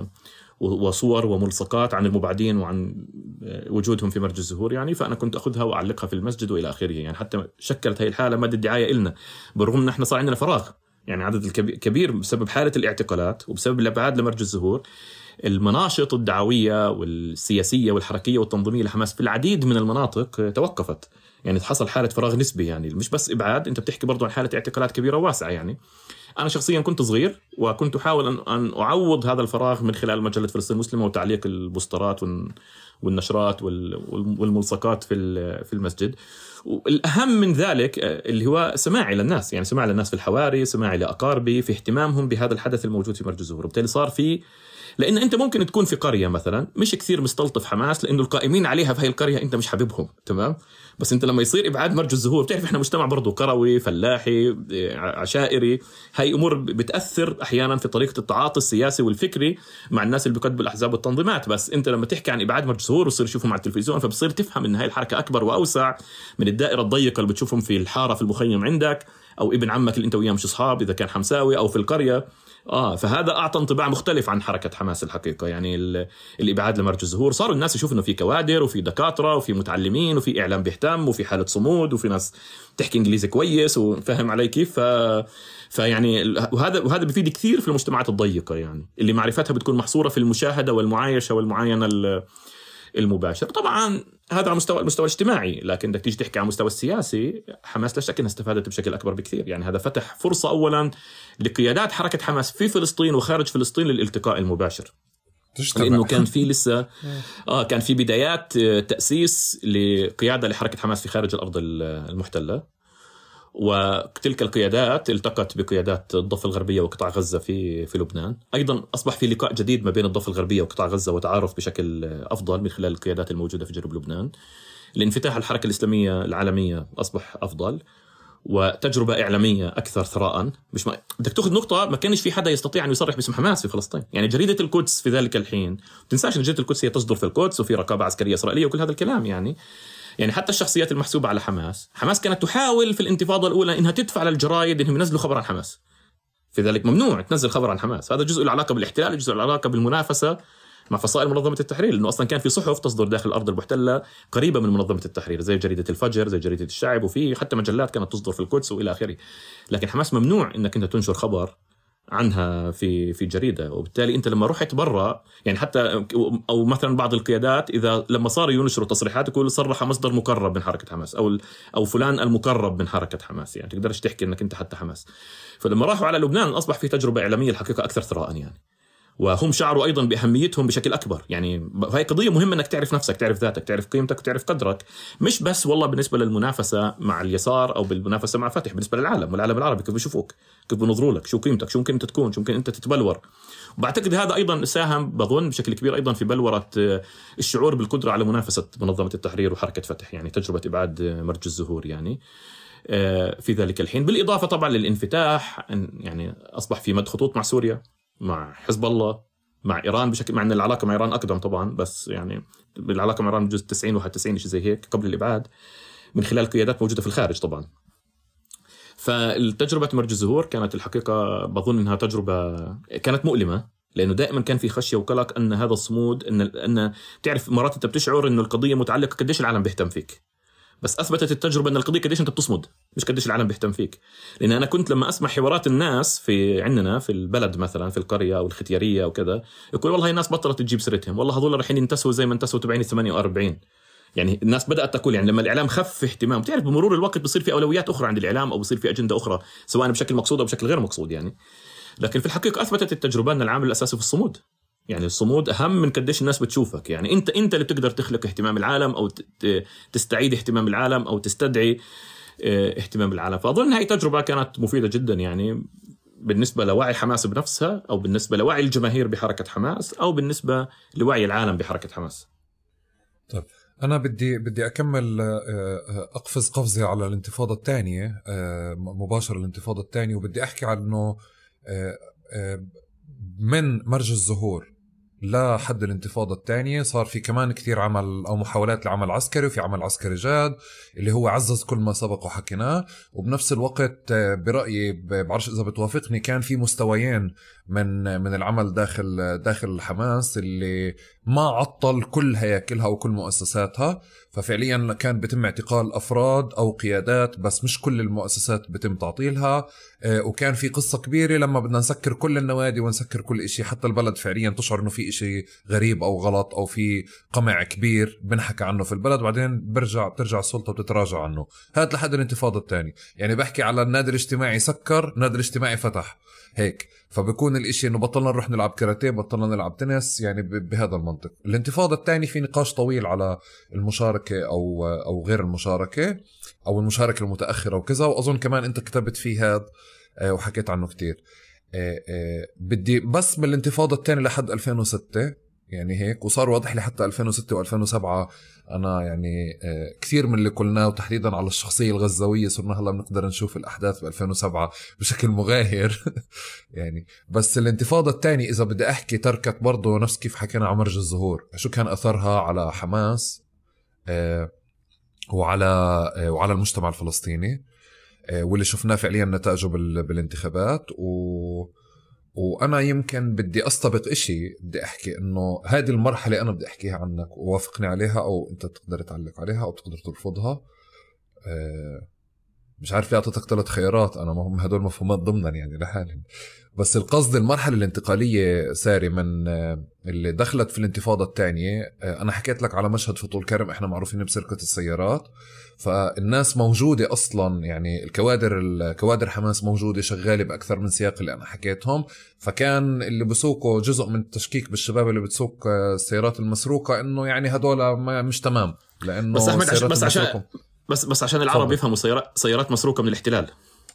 وصور وملصقات عن المبعدين وعن وجودهم في مرج الزهور يعني. فأنا كنت أخذها وأعلقها في المسجد وإلى آخره، يعني حتى شكلت هذه الحالة مادة دعاية إلنا، بالرغم أن احنا صار عندنا فراغ، يعني عدد الكبير بسبب حالة الاعتقالات وبسبب الإبعاد لمرج الزهور. المناشط الدعوية والسياسية والحركية والتنظيمية لحماس في العديد من المناطق توقفت، يعني حصل حالة فراغ نسبي، يعني مش بس إبعاد، أنت بتحكي برضو عن حالة اعتقالات كبيرة واسعة يعني. أنا شخصيا كنت صغير وكنت أحاول أن, أن أعوض هذا الفراغ من خلال مجلة فلسطين المسلمة وتعليق البوسترات والنشرات والملصقات في في المسجد. والأهم من ذلك اللي هو سماعي للناس، يعني سماعي للناس في الحواري، سماعي لأقاربي في اهتمامهم بهذا الحدث الموجود في مرج الزهور. وبالتالي صار في، لأن أنت ممكن تكون في قرية مثلا مش كثير مستلطف حماس، لأنه القائمين عليها في هاي القرية أنت مش حبيبهم، تمام؟ بس أنت لما يصير إبعاد مرج الزهور، بتعرف إحنا مجتمع برضو قروي فلاحي عشائري، هاي أمور بتأثر أحيانا في طريقة التعاطي السياسي والفكري مع الناس اللي بيقدموا الأحزاب والتنظيمات. بس أنت لما تحكي عن إبعاد مرج الزهور وتصير تشوفهم على التلفزيون، فبصير تفهم إن هاي الحركة أكبر وأوسع من الدائرة الضيقة اللي بتشوفهم في الحارة في المخيم عندك، أو ابن عمك اللي أنت وياه مش أصحاب إذا كان حمساوي، أو في القرية. آه فهذا أعطى انطباع مختلف عن حركة حماس الحقيقة، يعني الإبعاد لمرج الزهور صاروا الناس يشوفوا إنه في كوادر وفي دكاترة وفي متعلمين وفي إعلام بيهتم وفي حالة صمود وفي ناس تحكي إنجليزي كويس وفهم علي كيف. ف... فيعني وهذا وهذا بيفيد كثير في المجتمعات الضيقة، يعني اللي معرفتها بتكون محصورة في المشاهدة والمعايشة والمعاينة المباشر. طبعا هذا على مستوى المستوى الاجتماعي، لكن بدك تيجي تحكي على المستوى السياسي، حماس لا شك انها استفادت بشكل اكبر بكثير. يعني هذا فتح فرصه اولا لقيادات حركه حماس في فلسطين وخارج فلسطين للالتقاء المباشر، لانه كان في لسه اه كان في بدايات تاسيس لقياده لحركه حماس في خارج الارض المحتله، وتلك القيادات التقت بقيادات الضفة الغربية وقطاع غزة في في لبنان. أيضا أصبح في لقاء جديد ما بين الضفة الغربية وقطاع غزة وتعارف بشكل أفضل من خلال القيادات الموجودة في جنوب لبنان. الانفتاح على الحركة الإسلامية العالمية أصبح أفضل، وتجربة إعلامية أكثر ثراء. مش ما... بدك تأخذ نقطة، ما كانش في حدا يستطيع أن يصرح باسم حماس في فلسطين. يعني جريدة القدس في ذلك الحين، تنساش أن جريدة القدس هي تصدر في القدس وفي رقابة عسكرية إسرائيلية وكل هذا الكلام. يعني يعني حتى الشخصيات المحسوبة على حماس، حماس كانت تحاول في الانتفاضة الأولى إنها تدفع للجرايد إنهم ينزلوا خبر عن حماس، في ذلك ممنوع تنزل خبر عن حماس. هذا جزء له علاقة بالاحتلال، جزء له علاقة بالمنافسة مع فصائل منظمة التحرير، لأنه أصلا كان في صحف تصدر داخل الأرض المحتلة قريبة من منظمة التحرير، زي جريدة الفجر، زي جريدة الشعب، وفي حتى مجلات كانت تصدر في القدس وإلى آخره. لكن حماس ممنوع إنك أنت تنشر خبر عنها في في جريدة. وبالتالي أنت لما رحت برا، يعني حتى أو مثلا بعض القيادات إذا لما صاروا ينشروا تصريحات يقول صرح مصدر مقرب من حركة حماس، أو أو فلان المقرب من حركة حماس، يعني تقدرش تحكي إنك أنت حتى حماس. فلما راحوا على لبنان أصبح في تجربة إعلامية الحقيقة أكثر ثراء، يعني وهم شعروا أيضا بأهميتهم بشكل أكبر. يعني هاي قضية مهمة أنك تعرف نفسك، تعرف ذاتك، تعرف قيمتك وتعرف قدرك، مش بس والله بالنسبة للمنافسة مع اليسار أو بالمنافسة مع فتح، بالنسبة للعالم والعالم العربي كيف بيشوفوك، كيف بينظروا لك، شو قيمتك، شو ممكن أنت تكون، شو ممكن أنت تتبلور. وبعتقد هذا أيضا ساهم بظن بشكل كبير أيضا في بلورة الشعور بالقدرة على منافسة منظمة التحرير وحركة فتح، يعني تجربة إبعاد مرج الزهور يعني في ذلك الحين. بالإضافة طبعا للانفتاح، يعني أصبح في مد خطوط مع سوريا، مع حزب الله، مع إيران بشكل، مع أن العلاقة مع إيران أقدم طبعا، بس يعني بالعلاقة مع إيران بجوز تسعين واحد وتسعين شيء زي هيك قبل الإبعاد، من خلال قيادات موجودة في الخارج طبعا. فالتجربة مرج الزهور كانت الحقيقة بظن أنها تجربة كانت مؤلمة، لأنه دائما كان في خشية وقلق أن هذا الصمود، أن أن تعرف مرات أنت بتشعر أنه القضية متعلقة قديش العالم بيهتم فيك، بس أثبتت التجربة أن القضية قديش أنت بتصمد، مش قديش العالم بيهتم فيك. لأن أنا كنت لما أسمع حوارات الناس في عندنا في البلد مثلا في القرية أو الختيارية وكذا، يقول والله الناس بطلت تجيب سيرتهم، والله هذول رايحين ينتسوا زي ما انتسوا تبعين ثمانية وأربعين. يعني الناس بدأت تقول، يعني لما الإعلام خف اهتمام، تعرف بمرور الوقت بصير في أولويات أخرى عند الإعلام، أو بصير في أجندة أخرى سواء بشكل مقصود أو بشكل غير مقصود يعني. لكن في الحقيقة أثبتت التجربة أن العامل الأساسي في الصمود، يعني الصمود أهم من قديش الناس بتشوفك. يعني أنت أنت اللي بتقدر تخلق اهتمام العالم، أو تستعيد اهتمام العالم، أو تستدعي اهتمام العالم. فأظن هاي تجربة كانت مفيدة جدا، يعني بالنسبة لوعي حماس بنفسها، أو بالنسبة لوعي الجماهير بحركة حماس، أو بالنسبة لوعي العالم بحركة حماس. طيب أنا بدي بدي أكمل أقفز قفزة على الانتفاضة الثانية، مباشرة الانتفاضة الثانية، وبدي أحكي عنه من مرج الزهور لحد الانتفاضة الثانية صار في كمان كتير عمل أو محاولات لعمل عسكري، وفي عمل عسكري جاد اللي هو عزز كل ما سبق وحكيناه. وبنفس الوقت برأيي، بعرفش إذا بتوافقني، كان في مستويين من من العمل داخل داخل حماس اللي ما عطل كل هياكلها وكل مؤسساتها. ففعليا كان بتم اعتقال أفراد أو قيادات، بس مش كل المؤسسات بتم تعطيلها. وكان في قصة كبيرة لما بدنا نسكر كل النوادي ونسكر كل إشي، حتى البلد فعليا تشعر إنه في إشي غريب أو غلط أو في قمع كبير بنحكى عنه في البلد، وبعدين برجع بترجع السلطة وبتتراجع عنه. هذا لحد الانتفاضة الثانية. يعني بحكي على النادي الاجتماعي سكر، النادي الاجتماعي فتح هيك، فبكون الاشي انه بطلنا نروح نلعب كاراتيه، بطلنا نلعب تنس، يعني بهذا المنطق. الانتفاضة الثانية في نقاش طويل على المشاركة او او غير المشاركة، او المشاركة المتأخرة وكذا، واظن كمان انت كتبت فيه هذا وحكيت عنه كتير. بدي بس من الانتفاضة الثانية لحد ألفين وستة يعني هيك، وصار واضح لي حتى ألفين وستة وألفين وسبعة أنا يعني كثير من اللي قلناه، وتحديدا على الشخصية الغزاوية صرنا هلا بنقدر نشوف الأحداث ب ألفين وسبعة بشكل مغاير يعني. بس الانتفاضة الثانية إذا بدي أحكي تركت برضو نفس كيف حكينا عن مرج الزهور، شو كان أثرها على حماس وعلى وعلى المجتمع الفلسطيني، واللي شفناه فعليا نتائجه بالانتخابات. و وأنا يمكن بدي أستبق إشي، بدي أحكي إنه هذه المرحلة أنا بدي أحكيها عنك ووافقني عليها، أو أنت تقدر تعلق عليها أو تقدر ترفضها. أه مش عارف ليه أعطيتك ثلاث خيارات، أنا ما هم هدول مفهومات ضمنا يعني لحالهم. بس القصد المرحلة الانتقالية ساري من اللي دخلت في الانتفاضة الثانية. أنا حكيت لك على مشهد في طول كرم، إحنا معروفين بسرقة السيارات، فالناس موجودة أصلا، يعني الكوادر الكوادر حماس موجودة شغالة بأكثر من سياق اللي أنا حكيتهم. فكان اللي بسوقوا جزء من التشكيك بالشباب اللي بتسوق السيارات المسروقة إنه يعني هدول مش تمام، لأنه بس أحمد عش... بس عشان بس بس عشان العرب يفهموا سيارات سيارات مسروقة من الاحتلال.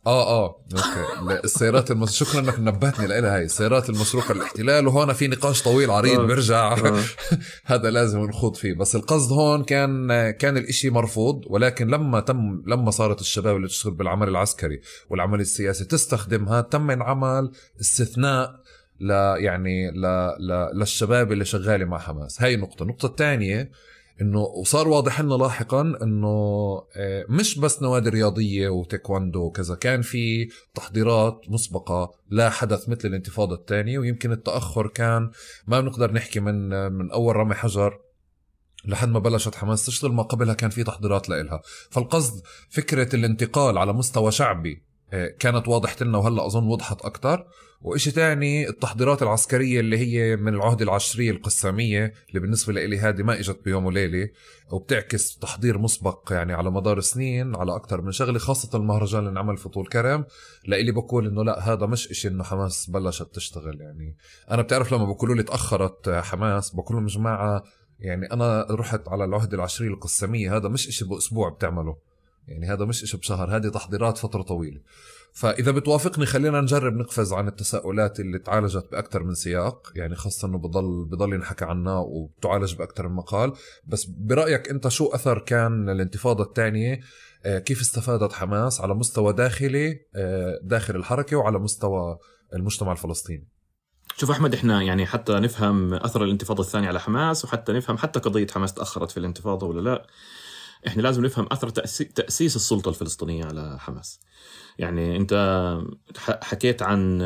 اه اه اوكي. السيارات المس... شكرا انك نبهتني لها. هاي السيارات المسروقه الاحتلال، وهون في نقاش طويل عريض آه. بيرجع آه. هذا لازم نخوض فيه. بس القصد هون كان كان الاشي مرفوض، ولكن لما تم لما صارت الشباب اللي تشتغل بالعمل العسكري والعمل السياسي تستخدمها، تم انعمل استثناء ل يعني ل... ل... للشباب اللي شغالي مع حماس. هاي نقطه. النقطه الثانيه انه وصار واضح لنا لاحقا انه مش بس نوادي رياضيه وتايكواندو وكذا، كان في تحضيرات مسبقه لا حدث مثل الانتفاضه الثانيه. ويمكن التاخر كان ما بنقدر نحكي من من اول رمي حجر لحد ما بلشت حماس تشتغل، ما قبلها كان في تحضيرات لإلها. فالقصد فكره الانتقال على مستوى شعبي كانت واضحة لنا، وهلأ أظن وضحت أكتر. وإشي تاني التحضيرات العسكرية اللي هي من العهد العشرية القسامية، اللي بالنسبة لإلي هذه ما إجت بيوم وليلة، وبتعكس تحضير مسبق يعني على مدار سنين على أكتر من شغلة، خاصة المهرجان اللي نعمل في طول كرم. لإلي بقول إنه لا، هذا مش إشي إنه حماس بلشت تشتغل. يعني أنا بتعرف لما بقولوا لي تأخرت حماس، بقول لهم جماعة يعني أنا رحت على العهد العشرية القسامية، هذا مش إشي بأسبوع بتعمله، يعني هذا مش إشي بشهر، هذه تحضيرات فترة طويلة. فإذا بتوافقني خلينا نجرب نقفز عن التساؤلات اللي تعالجت بأكثر من سياق، يعني خاصة أنه بضل بضل ينحكى عنها وبتعالج بأكثر من مقال. بس برأيك أنت شو أثر كان الانتفاضة الثانية؟ كيف استفادت حماس على مستوى داخلي داخل الحركة وعلى مستوى المجتمع الفلسطيني؟ شوف أحمد، إحنا يعني حتى نفهم أثر الانتفاضة الثانية على حماس، وحتى نفهم حتى قضية حماس تأخرت في الانتفاضة ولا لا، إحنا لازم نفهم أثر تأسيس السلطة الفلسطينية على حماس. يعني أنت حكيت عن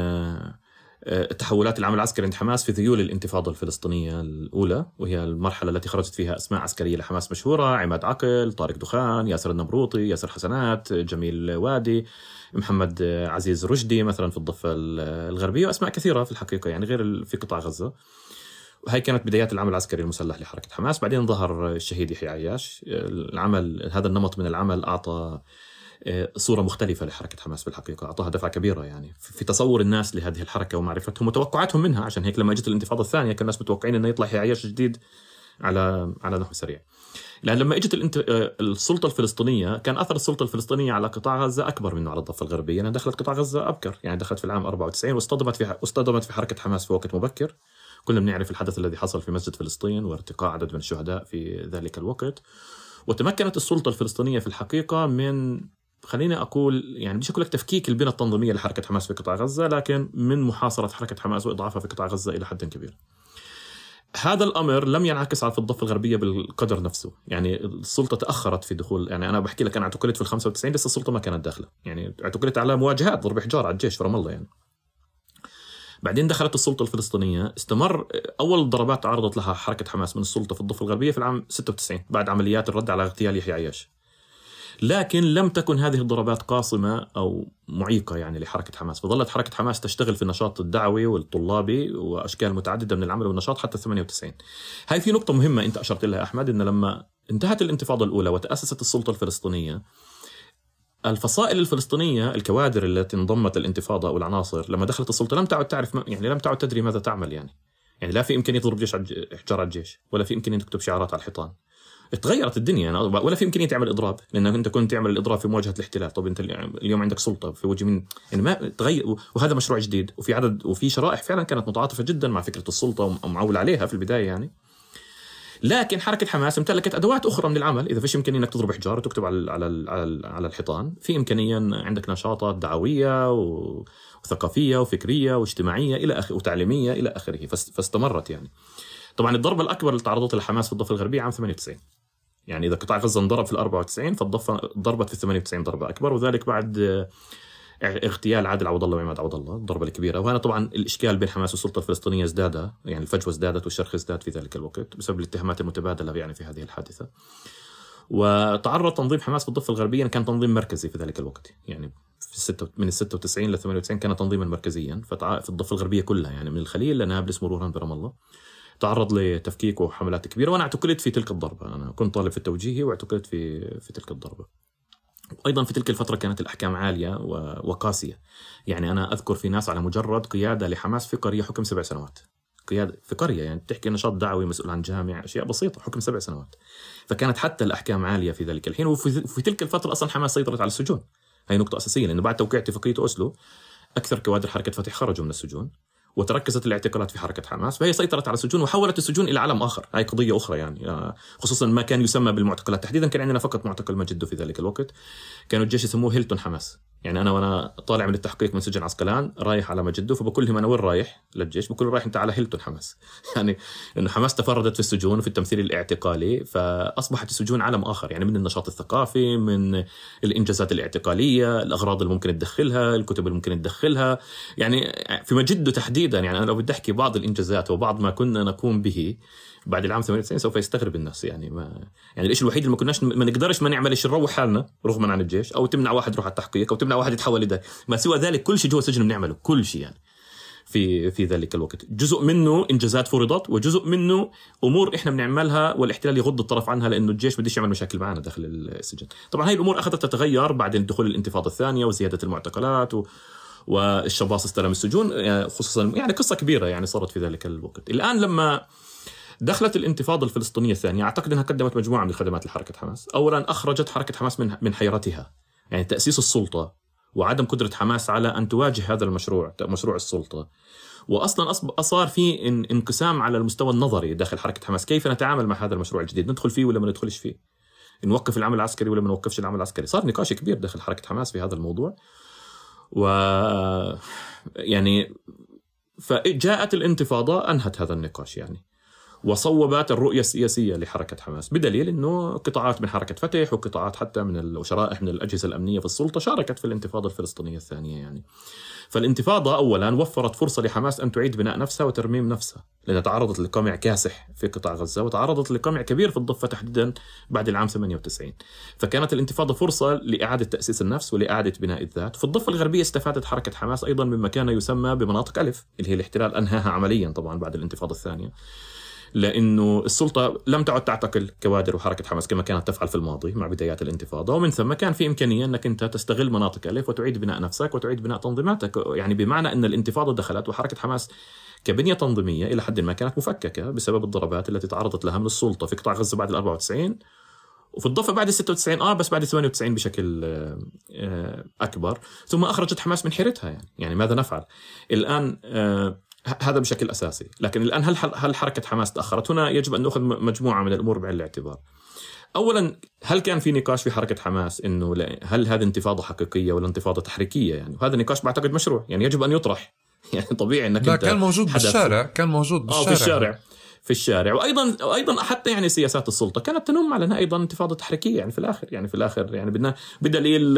تحولات العمل العسكري عند حماس في ذيول الانتفاضة الفلسطينية الأولى، وهي المرحلة التي خرجت فيها أسماء عسكرية لحماس مشهورة: عماد عقل، طارق دخان، ياسر النبروطي، ياسر حسنات، جميل وادي، محمد عزيز رشدي مثلا في الضفة الغربية، وأسماء كثيرة في الحقيقة يعني غير في قطاع غزة. وهي كانت بدايات العمل العسكري المسلح لحركة حماس. بعدين ظهر الشهيد يحيى عياش. العمل هذا النمط من العمل أعطى صورة مختلفة لحركة حماس في الحقيقة، أعطاها دفعة كبيرة يعني في تصور الناس لهذه الحركة ومعرفتهم وتوقعاتهم منها. عشان هيك لما اجت الانتفاضة الثانية كان الناس متوقعين أنه يطلع يحيى عياش جديد على على نحو سريع. لأن لما اجت الانت... السلطة الفلسطينية، كان أثر السلطة الفلسطينية على قطاع غزة أكبر منه على الضفة الغربية. أنا دخلت قطاع غزة أبكر، يعني دخلت في العام أربعة وتسعين واصطدمت في واصطدمت في حركة حماس في وقت مبكر. كلنا بنعرف الحدث الذي حصل في مسجد فلسطين وارتقاء عدد من الشهداء في ذلك الوقت. وتمكنت السلطة الفلسطينية في الحقيقة من، خليني أقول يعني بديش أقول لك تفكيك البنى التنظيمية لحركة حماس في قطاع غزة، لكن من محاصرة حركة حماس وإضعافها في قطاع غزة إلى حد كبير. هذا الأمر لم ينعكس على الضفة الغربية بالقدر نفسه. يعني السلطة تأخرت في دخول، يعني أنا بحكي لك أنا اعتقلت في الخمسة وتسعين لسه السلطة ما كانت داخلة، يعني اعتقلت على مواجهات ضرب حجار على الجيش في رام الله يعني. بعدين دخلت السلطة الفلسطينية، استمر أول ضربات تعرضت لها حركة حماس من السلطة في الضفة الغربية في العام ستة وتسعين بعد عمليات الرد على اغتيال يحيى عياش. لكن لم تكن هذه الضربات قاصمة أو معيقة يعني لحركة حماس، فظلت حركة حماس تشتغل في النشاط الدعوي والطلابي وأشكال متعددة من العمل والنشاط حتى ثمانية وتسعين. هاي في نقطة مهمة أنت أشرت لها أحمد، إن لما انتهت الانتفاضة الأولى وتأسست السلطة الفلسطينية، الفصائل الفلسطينية الكوادر التي انضمت للانتفاضة أو العناصر لما دخلت السلطة لم تعد تعرف، يعني لم تعد تدري ماذا تعمل. يعني يعني لا في إمكانية تضرب جيش حجار على الجيش، ولا في إمكانية تكتب شعارات على الحيطان. تغيرت الدنيا يعني، ولا في إمكانية تعمل إضراب، لأنك أنت كنت تعمل الإضراب في مواجهة الاحتلال. طب أنت اليوم عندك سلطة في وجه من، يعني ما تغير. وهذا مشروع جديد، وفي عدد وفي شرائح فعلا كانت متعاطفة جدا مع فكرة السلطة ومعول عليها في البداية يعني. لكن حركة حماس امتلكت أدوات أخرى من العمل. إذا فيش إمكانية إنك تضرب حجار وتكتب على على على على الحيطان، في إمكانية عندك نشاطات دعوية وثقافية وفكرية واجتماعية إلى آخره وتعليمية إلى آخره، فاستمرت يعني. طبعا الضربة الأكبر اللي تعرضت لحماس في الضفة الغربية عام ثمانية وتسعين. يعني إذا قطاع غزة انضرب في الأربعة وتسعين، فالضفة ضربت في ثمانية وتسعين ضربة أكبر، وذلك بعد اغتيال عادل عوض الله وعماد عوض الله، الضربة الكبيرة. وهنا طبعا الإشكال بين حماس والسلطة الفلسطينية ازداد، يعني الفجوة ازدادت والشرخ ازداد في ذلك الوقت بسبب الاتهامات المتبادلة يعني في هذه الحادثة. وتعرض تنظيم حماس في الضفة الغربية كان تنظيم مركزي في ذلك الوقت، يعني في الستة من الستة وتسعين ل ثمانية وتسعين كان تنظيما مركزيا في الضفة الغربية كلها، يعني من الخليل لنابلس مرورا برام الله. تعرض لتفكيك وحملات كبيرة، وأنا اعتقلت في تلك الضربة. أنا كنت طالب في التوجيهي واعتقلت في في تلك الضربة. أيضا في تلك الفترة كانت الأحكام عالية وقاسية. يعني أنا أذكر في ناس على مجرد قيادة لحماس في قرية حكم سبع سنوات، قيادة في قرية يعني بتحكي نشاط دعوي مسؤول عن جامع، أشياء بسيطة، حكم سبع سنوات. فكانت حتى الأحكام عالية في ذلك الحين. وفي تلك الفترة أصلا حماس سيطرت على السجون، هاي نقطة أساسية، لأنه بعد توقيع اتفاقية أوسلو أكثر كوادر حركة فتح خرجوا من السجون، وتركزت الاعتقالات في حركة حماس، فهي سيطرت على السجون وحولت السجون إلى عالم آخر. هاي قضية أخرى يعني، خصوصا ما كان يسمى بالمعتقلات. تحديدا كان عندنا فقط معتقل مجدو في ذلك الوقت، كانوا الجيش يسموه هيلتون حماس. يعني أنا وأنا طالع من التحقيق من سجن عسقلان رايح على مجدو، فبقول لهم أنا وين رايح للجيش؟ بقول رايح أنت على هيلتون حماس. يعني إنه حماس تفردت في السجون وفي التمثيل الاعتقالي، فأصبحت السجون عالم آخر، يعني من النشاط الثقافي، من الإنجازات الاعتقالية، الأغراض اللي ممكن تدخلها، الكتب اللي ممكن تدخلها. يعني في مجدو تحديدا، يعني أنا لو بدي أحكي بعض الإنجازات وبعض ما كنا نقوم به بعد العام ثمانية وتسعين سوف يستغرب الناس. يعني ما يعني الشيء الوحيد اللي ما كناش ما نقدرش ما نعملش نروح حالنا رغما عن الجيش، او تمنع واحد يروح على التحقيق، او تمنع واحد يتحول لده. ما سوى ذلك كل شيء جوا السجن بنعمله، كل شيء يعني في في ذلك الوقت. جزء منه انجازات فرضت، وجزء منه امور احنا بنعملها والاحتلال يغض الطرف عنها، لانه الجيش بديش يعمل مشاكل معنا داخل السجن. طبعا هاي الامور اخذت تتغير بعد دخول الانتفاضه الثانيه وزياده المعتقلات و والشباص استلم السجون خصوصا، يعني قصه كبيره يعني صارت في ذلك الوقت. الان لما دخلت الانتفاضة الفلسطينية الثانية، أعتقد أنها قدمت مجموعة من الخدمات لحركة حماس. أولا أخرجت حركة حماس من من حيرتها، يعني تأسيس السلطة وعدم قدرة حماس على أن تواجه هذا المشروع، مشروع السلطة. وأصلا صار في انقسام على المستوى النظري داخل حركة حماس، كيف نتعامل مع هذا المشروع الجديد، ندخل فيه ولا ما ندخلش فيه، نوقف العمل العسكري ولا ما نوقفش العمل العسكري. صار نقاش كبير داخل حركة حماس في هذا الموضوع. و يعني فجاءت الانتفاضة أنهت هذا النقاش يعني، وصوبت الرؤية السياسية لحركة حماس، بدليل أنه قطاعات من حركة فتح وقطاعات حتى من وشرائح من الأجهزة الأمنية في السلطة شاركت في الانتفاضة الفلسطينية الثانية يعني. فالانتفاضة أولا وفرت فرصة لحماس أن تعيد بناء نفسها وترميم نفسها، لأنها تعرضت لقمع كاسح في قطاع غزة، وتعرضت لقمع كبير في الضفة تحديدا بعد العام ثمانية وتسعين. فكانت الانتفاضة فرصة لإعادة تأسيس النفس ولإعادة بناء الذات. في الضفة الغربية استفادت حركة حماس أيضا مما كان يسمى بمناطق ألف، اللي هي الاحتلال أنهاها عمليا طبعا بعد الانتفاضة الثانية، لأنه السلطة لم تعد تعتقل كوادر وحركة حماس كما كانت تفعل في الماضي مع بدايات الانتفاضة، ومن ثم كان في إمكانية أنك أنت تستغل مناطق ألف وتعيد بناء نفسك وتعيد بناء تنظيماتك. يعني بمعنى أن الانتفاضة دخلت وحركة حماس كبنية تنظيمية إلى حد ما كانت مفككة بسبب الضربات التي تعرضت لها من السلطة في قطاع غزة بعد الأربعة وتسعين، وفي الضفة بعد ستة وتسعين آه بس بعد ثمانية وتسعين بشكل آه أكبر. ثم أخرجت حماس من حيرتها يعني. يعني ماذا نفعل الآن؟ آه هذا بشكل أساسي. لكن الآن هل هل حركة حماس تأخرت؟ هنا يجب أن نأخذ مجموعة من الأمور بعين الاعتبار. أولا، هل كان في نقاش في حركة حماس إنه هل هذه انتفاضة حقيقية ولا انتفاضة تحريكية؟ يعني وهذا النقاش بعتقد مشروع، يعني يجب أن يطرح. يعني طبيعي إنك لا كان موجود بالشارع، كان موجود بالشارع. آه في الشارع في الشارع وايضا وايضا حتى يعني سياسات السلطه كانت تنم على انها ايضا انتفاضه تحريكيه يعني في الاخر يعني في الاخر يعني بدنا بدليل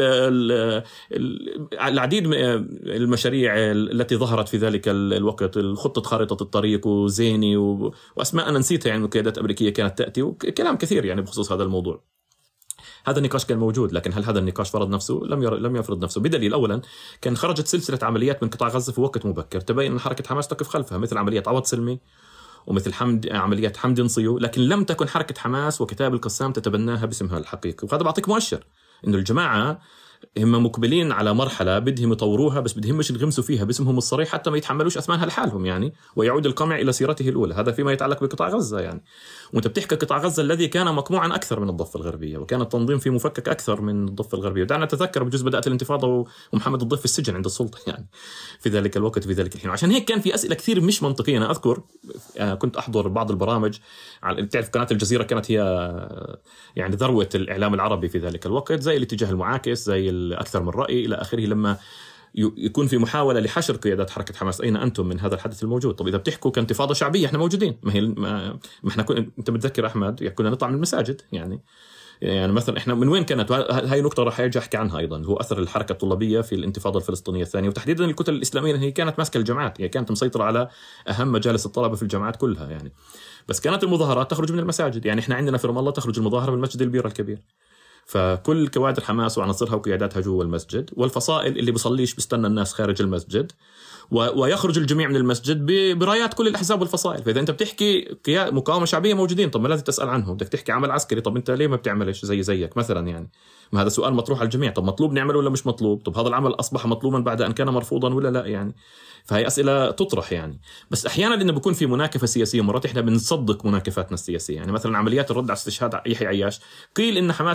العديد من المشاريع التي ظهرت في ذلك الوقت، خطه خارطه الطريق وزيني واسماء انا نسيتها يعني، قيادات امريكيه كانت تاتي وكلام كثير يعني بخصوص هذا الموضوع. هذا النقاش كان موجود، لكن هل هذا النقاش فرض نفسه؟ لم ير... لم يفرض نفسه. بدليل اولا كان خرجت سلسله عمليات من قطاع غزه في وقت مبكر تبين ان حركه حماس تقف خلفها، مثل عمليه عوض سلمي ومثل حمد عمليات حمد نصيو، لكن لم تكن حركة حماس وكتاب القسام تتبناها باسمها الحقيقي. وهذا بعطيك مؤشر إنه الجماعة هم مقبلين على مرحلة بدهم يطوروها، بس بدهم مش ينغمسوا فيها باسمهم الصريح حتى ما يتحملوش أثمانها لحالهم يعني، ويعود القمع إلى سيرته الأولى. هذا فيما يتعلق بقطاع غزة يعني. وأنت بتحكي قطاع غزة الذي كان مقموعا أكثر من الضفة الغربية، وكان التنظيم فيه مفكك أكثر من الضفة الغربية. ودعنا نتذكر بجزء بدأت الانتفاضة ومحمد الضيف في السجن عند السلطة يعني في ذلك الوقت في ذلك الحين. عشان هيك كان في أسئلة كثير مش منطقية. أنا أذكر كنت أحضر بعض البرامج على تعرف قناة الجزيرة، كانت هي يعني ذروة الإعلام العربي في ذلك الوقت، زي الاتجاه المعاكس، زي الأكثر من رأي إلى آخره، لما يكون في محاولة لحشر قيادات حركة حماس أين أنتم من هذا الحدث الموجود. طب إذا بتحكوا كانتفاضة شعبية إحنا موجودين، ما هي ما, ما إحنا كنا أنت متذكر أحمد يعني كنا نطلع من المساجد يعني يعني مثلا إحنا من وين كانت؟ هاي نقطة راح أرجع أحكي عنها أيضا، هو أثر الحركة الطلابية في الانتفاضة الفلسطينية الثانية، وتحديدا الكتل الإسلامية هي كانت ماسكة الجامعات، يعني كانت مسيطرة على أهم مجالس الطلبة في الجامعات كلها يعني. بس كانت المظاهرات تخرج من المساجد، يعني إحنا عندنا في رام الله تخرج المظاهرة من مسجد البيرة الكبير، فكل كوادر حماس وعناصرها وقياداتها جوا المسجد، والفصائل اللي بيصليش بيستنى الناس خارج المسجد، ويخرج الجميع من المسجد برايات كل الأحزاب والفصائل. فإذا أنت بتحكي مقاومة شعبية موجودين، طب ما لازم تسأل عنهم. بدك تحكي عمل عسكري، طب أنت ليه ما بتعملش زي زيك مثلا يعني؟ ما هذا سؤال مطروح على الجميع. طب مطلوب نعمله ولا مش مطلوب؟ طب هذا العمل أصبح مطلوبا بعد أن كان مرفوضا ولا لا يعني؟ فهي أسئلة تطرح يعني. بس أحيانا لأنه بيكون في مناكفة سياسية، مرات إحنا بنصدق مناكفاتنا السياسية يعني. مثلا عمليات الرد على استشهاد يحيى عياش قيل إن حماس عملتها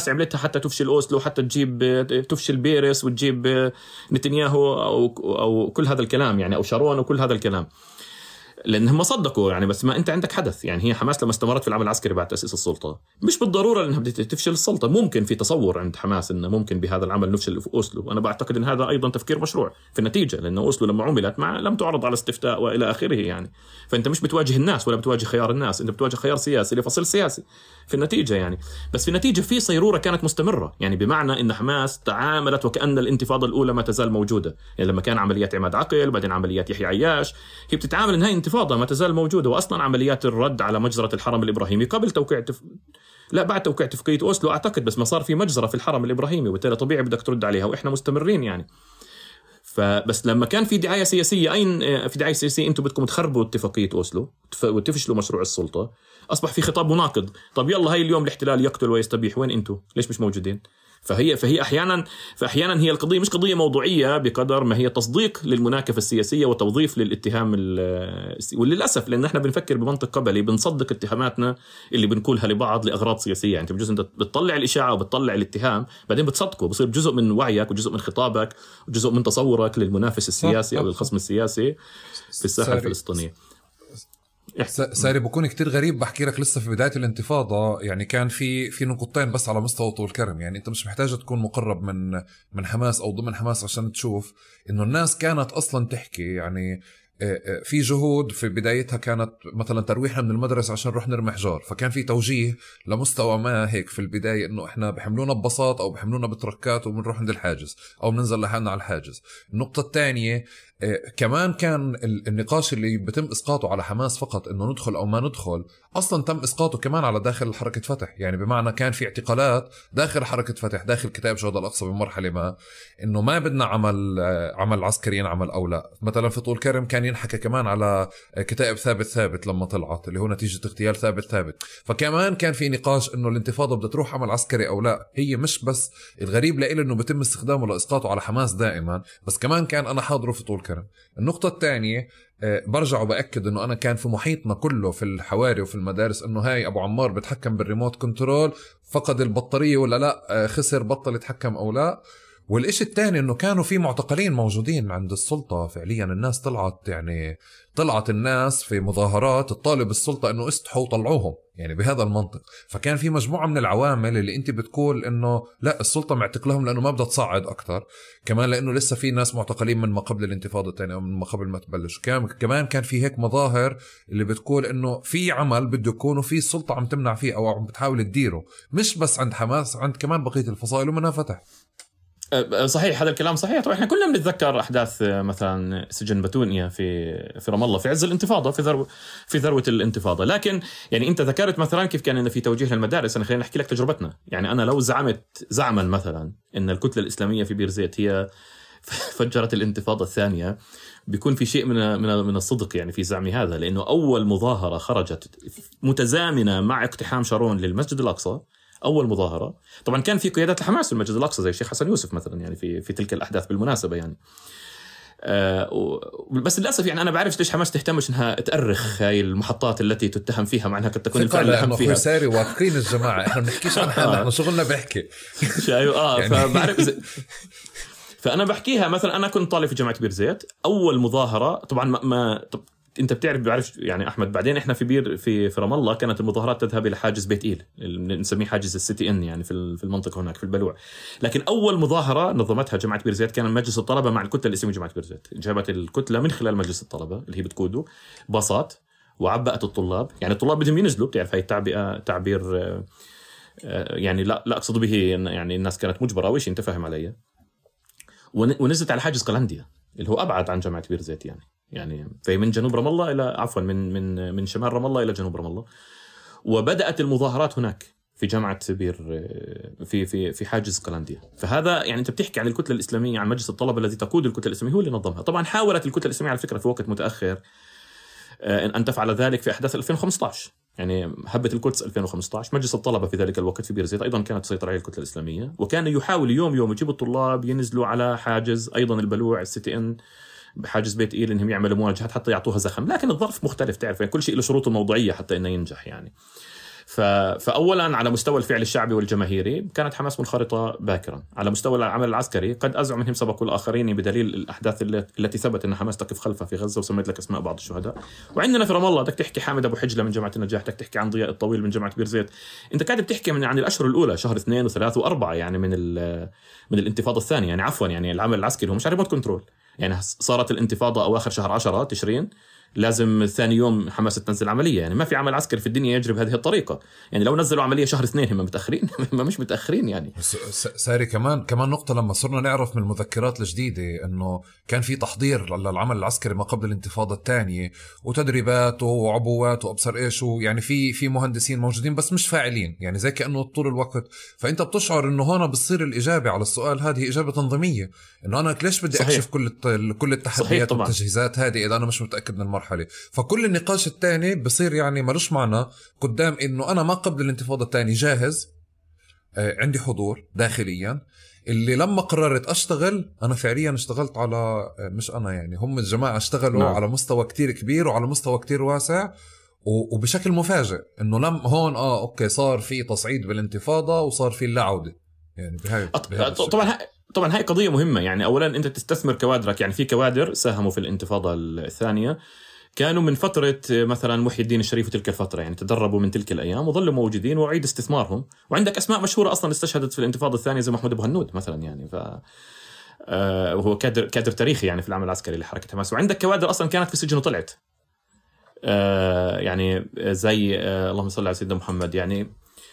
حتى تفشل أوسلو، حتى تجيب تفشل بيرس وتجيب نتنياهو أو أو كل هذا الكلام يعني، أو شارون وكل هذا الكلام، لأنهم صدقوا يعني. بس ما أنت عندك حدث يعني. هي حماس لما استمرت في العمل العسكري بعد تأسيس السلطة، مش بالضرورة أنها بدها تفشل السلطة. ممكن في تصور عند حماس أنه ممكن بهذا العمل نفشل في أوسلو. أنا بعتقد أن هذا أيضا تفكير مشروع في النتيجة، لأن أوسلو لما عملت مع لم تعرض على استفتاء وإلى آخره يعني. فأنت مش بتواجه الناس ولا بتواجه خيار الناس، أنت بتواجه خيار سياسي لفصل سياسي في النتيجة يعني. بس في النتيجة في صيرورة كانت مستمرة يعني، بمعنى أن حماس تعاملت وكأن الانتفاضة الأولى ما تزال موجودة يعني. لما كان عمليات عماد عقل بعدين عمليات يحيى عياش، هي بتتعامل أنها انتفاضة ما تزال موجودة. وأصلا عمليات الرد على مجزرة الحرم الإبراهيمي قبل توقيع تف... لا بعد توقيع اتفاقية أوسلو أعتقد، بس ما صار في مجزرة في الحرم الإبراهيمي وبالتالي طبيعي بدك ترد عليها، وإحنا مستمرين يعني. فبس لما كان في دعاية سياسية، أين في دعاية سياسية أنتم بدكم تخربوا اتفاقية أوسلو وتفشلوا مشروع السلطة، أصبح في خطاب مناقض. طب يلا هاي اليوم الاحتلال يقتل ويستبيح، وين أنتم؟ ليش مش موجودين؟ فهي فهي احيانا فاحيانا هي القضيه مش قضيه موضوعيه بقدر ما هي تصديق للمناكفه السياسيه وتوظيف للاتهام. وللاسف لان احنا بنفكر بمنطق قبلي، بنصدق اتهاماتنا اللي بنقولها لبعض لاغراض سياسيه يعني. انت بجزء انت بتطلع الاشاعه وبتطلع الاتهام، بعدين بتصدقه، بصير جزء من وعيك وجزء من خطابك وجزء من تصورك للمنافس السياسي او للخصم السياسي في الساحه الفلسطينيه. ساري بكون كتير غريب بحكي لك لسه في بداية الانتفاضة يعني كان في في نقطتين بس على مستوى طول كرم يعني. انت مش محتاج تكون مقرب من من حماس او ضمن حماس عشان تشوف انه الناس كانت اصلا تحكي يعني. في جهود في بدايتها كانت مثلا ترويحنا من المدرسة عشان نروح نرمي حجار، فكان في توجيه لمستوى ما هيك في البداية انه احنا بحملونا ببساط او بحملونا بتركات وبنروح عند الحاجز او بننزل لحالنا على الحاجز. النقطة الثانية كمان كان النقاش اللي بتم اسقاطه على حماس فقط انه ندخل او ما ندخل، اصلا تم اسقاطه كمان على داخل حركة فتح يعني. بمعنى كان في اعتقالات داخل حركة فتح داخل كتائب شهداء الاقصى بمرحلة ما، انه ما بدنا عمل عمل عسكري ينعمل او لا. مثلا في طول كرم كان ينحكى كمان على كتائب ثابت ثابت لما طلعت اللي هو نتيجة اغتيال ثابت ثابت، فكمان كان في نقاش انه الانتفاضة بدها تروح عمل عسكري او لا. هي مش بس الغريب لإله انه بيتم استخدامه لاسقاطه على حماس دائما، بس كمان كان انا حاضره في طول كرم. النقطة الثانية برجع وبأكد انه انا كان في محيطنا كله في الحواري وفي المدارس انه هاي ابو عمار بتحكم بالريموت كنترول، فقد البطارية ولا لا، خسر بطل يتحكم او لا. والإشي الثاني انه كانوا في معتقلين موجودين عند السلطة فعليا. الناس طلعت يعني طلعت الناس في مظاهرات تطالب السلطة انه استحوا وطلعوهم يعني بهذا المنطق. فكان في مجموعة من العوامل اللي انت بتقول انه لا السلطة معتقلهم لانه ما بدها تصعد اكتر، كمان لانه لسه في ناس معتقلين من ما قبل الانتفاضة الثانية او من ما قبل ما تبلش. كمان كان في هيك مظاهر اللي بتقول انه في عمل بده يكون وفي السلطة عم تمنع فيه او عم بتحاول تديره، مش بس عند حماس، عند كمان بقية الفصائل ومنها فتح. صحيح هذا الكلام صحيح. طبعا احنا كلنا بنتذكر احداث مثلا سجن بتونيا في في رام الله في عز الانتفاضه، في ذروه في ذروه الانتفاضه. لكن يعني انت ذكرت مثلا كيف كان في توجيه للمدارس. انا خليني احكي لك تجربتنا يعني. انا لو زعمت زعما مثلا ان الكتله الاسلاميه في بير زيت هي فجرت الانتفاضه الثانيه، بيكون في شيء من من من الصدق يعني في زعمي هذا، لانه اول مظاهره خرجت متزامنه مع اقتحام شارون للمسجد الاقصى، اول مظاهره طبعا كان في قيادات الحماس في المسجد الاقصى زي الشيخ حسن يوسف مثلا يعني في في تلك الاحداث بالمناسبه يعني. آه بس للاسف يعني انا بعرفش ليش حماس تهتمش انها تأرخ هاي المحطات التي تتهم فيها، مع انها قد تكون الفعل الاهم فيها. ساري واثقين الجماعه، احنا بنحكيش عن حالنا، احنا شغلنا بحكي شايف اه يعني. فبعرف زي... فانا بحكيها مثلا. انا كنت طالب في جامعه بير زيت، اول مظاهره طبعا ما, ما... طب انت بتعرف بعرف يعني احمد، بعدين احنا في بير في في رام الله كانت المظاهرات تذهب الى حاجز بيت ايل اللي نسميه حاجز السيتي ان يعني في في المنطقه هناك في البلوع. لكن اول مظاهره نظمتها جامعه بير زيت كان مجلس الطلبه مع الكتله الاسلاميه جامعه بير زيت. جابت الكتله من خلال مجلس الطلبه اللي هي بتقوده باصات وعبأت الطلاب. يعني الطلاب بدهم ينزلوا، بتعرف هي التعبئه تعبير يعني لا لا اقصد به يعني الناس كانت مجبره وإيش انت فاهم علي. ونزلت على حاجز قلنديا اللي هو ابعد عن جامعه بير زيت يعني يعني في من جنوب رام الله الى عفوا من من من شمال رام الله الى جنوب رام الله. وبدات المظاهرات هناك في جامعه بير في في في حاجز قلنديا. فهذا يعني انت بتحكي عن الكتله الاسلاميه، عن مجلس الطلبه الذي تقود الكتله الاسلاميه هو اللي نظمها. طبعا حاولت الكتله الاسلاميه على فكره في وقت متاخر ان تفعل ذلك في احداث ألفين وخمسة عشر يعني هبه القدس ألفين وخمسة عشر. مجلس الطلبه في ذلك الوقت في بير زيت ايضا كانت تسيطر عليه الكتله الاسلاميه، وكان يحاول يوم يوم يجيب الطلاب ينزلوا على حاجز ايضا البلوع السيتي ان بحاجز بيت إيل إنهم يعملوا مواجهات حتى يعطوها زخم. لكن الظرف مختلف، تعرف يعني كل شيء له شروطه موضوعية حتى إنه ينجح يعني. فأولا على مستوى الفعل الشعبي والجماهيري كانت حماس منخرطة باكرا. على مستوى العمل العسكري قد أزعم منهم سبقوا الآخرين بدليل الأحداث التي ثبت أن حماس تقف خلفها في غزة، وسميت لك أسماء بعض الشهداء. وعندنا في رام الله بدك تحكي حامد أبو حجلة من جامعة النجاح، بدك تحكي عن ضياء الطويل من جامعة بير زيت. أنت قاعد بتحكي من عن الأشهر الأولى، شهر اثنين وثلاث وأربعة يعني من من الانتفاضة الثانية، يعني عفوا يعني العمل العسكري هو مش على ريموت كنترول. يعني صارت الانتفاضة أواخر شهر عشرة تشرين، لازم ثاني يوم حماس تنزل عملية. يعني ما في عمل عسكري في الدنيا يجري بهذه الطريقة. يعني لو نزلوا عملية شهر اثنين هم متأخرين هم مش متأخرين يعني. ساري كمان كمان نقطة، لما صرنا نعرف من المذكرات الجديدة أنه كان في تحضير للعمل العسكري ما قبل الانتفاضة الثانية، وتدريبات وعبوات وأبصر إيش، يعني في في مهندسين موجودين بس مش فاعلين، يعني زي كأنه طول الوقت. فأنت بتشعر أنه هنا بتصير الإجابة على السؤال هذه إجابة تنظيمية، أنه أنا ليش بدي أكشف كل كل التحديات والتجهيزات هذه إذا أنا مش متأكد من المرحلة. فكل النقاش الثاني بصير يعني ملوش معنى قدام انه انا ما قبل الانتفاضة الثانية جاهز، آه عندي حضور داخليا، اللي لما قررت اشتغل انا فعليا اشتغلت على آه مش انا يعني هم الجماعة اشتغلوا نعم. على مستوى كتير كبير وعلى مستوى كتير واسع، وبشكل مفاجئ انه لم هون اه اوكي صار في تصعيد بالانتفاضة وصار في اللاعودة يعني بهاي طبعا. طبعا هاي قضية مهمة. يعني اولا انت تستثمر كوادرك، يعني في كوادر ساهموا في الانتفاضة الثانية كانوا من فترة مثلا محي الدين الشريف تلك الفترة، يعني تدربوا من تلك الأيام وظلوا موجودين وعيد استثمارهم. وعندك أسماء مشهورة أصلا استشهدت في الانتفاضة الثانية زي محمود أبو هنود مثلا، يعني ف آه وهو كادر كادر تاريخي يعني في العمل العسكري لحركة حماس. وعندك كوادر أصلا كانت في السجن وطلعت، آه يعني زي آه اللهم صل على سيدنا محمد. يعني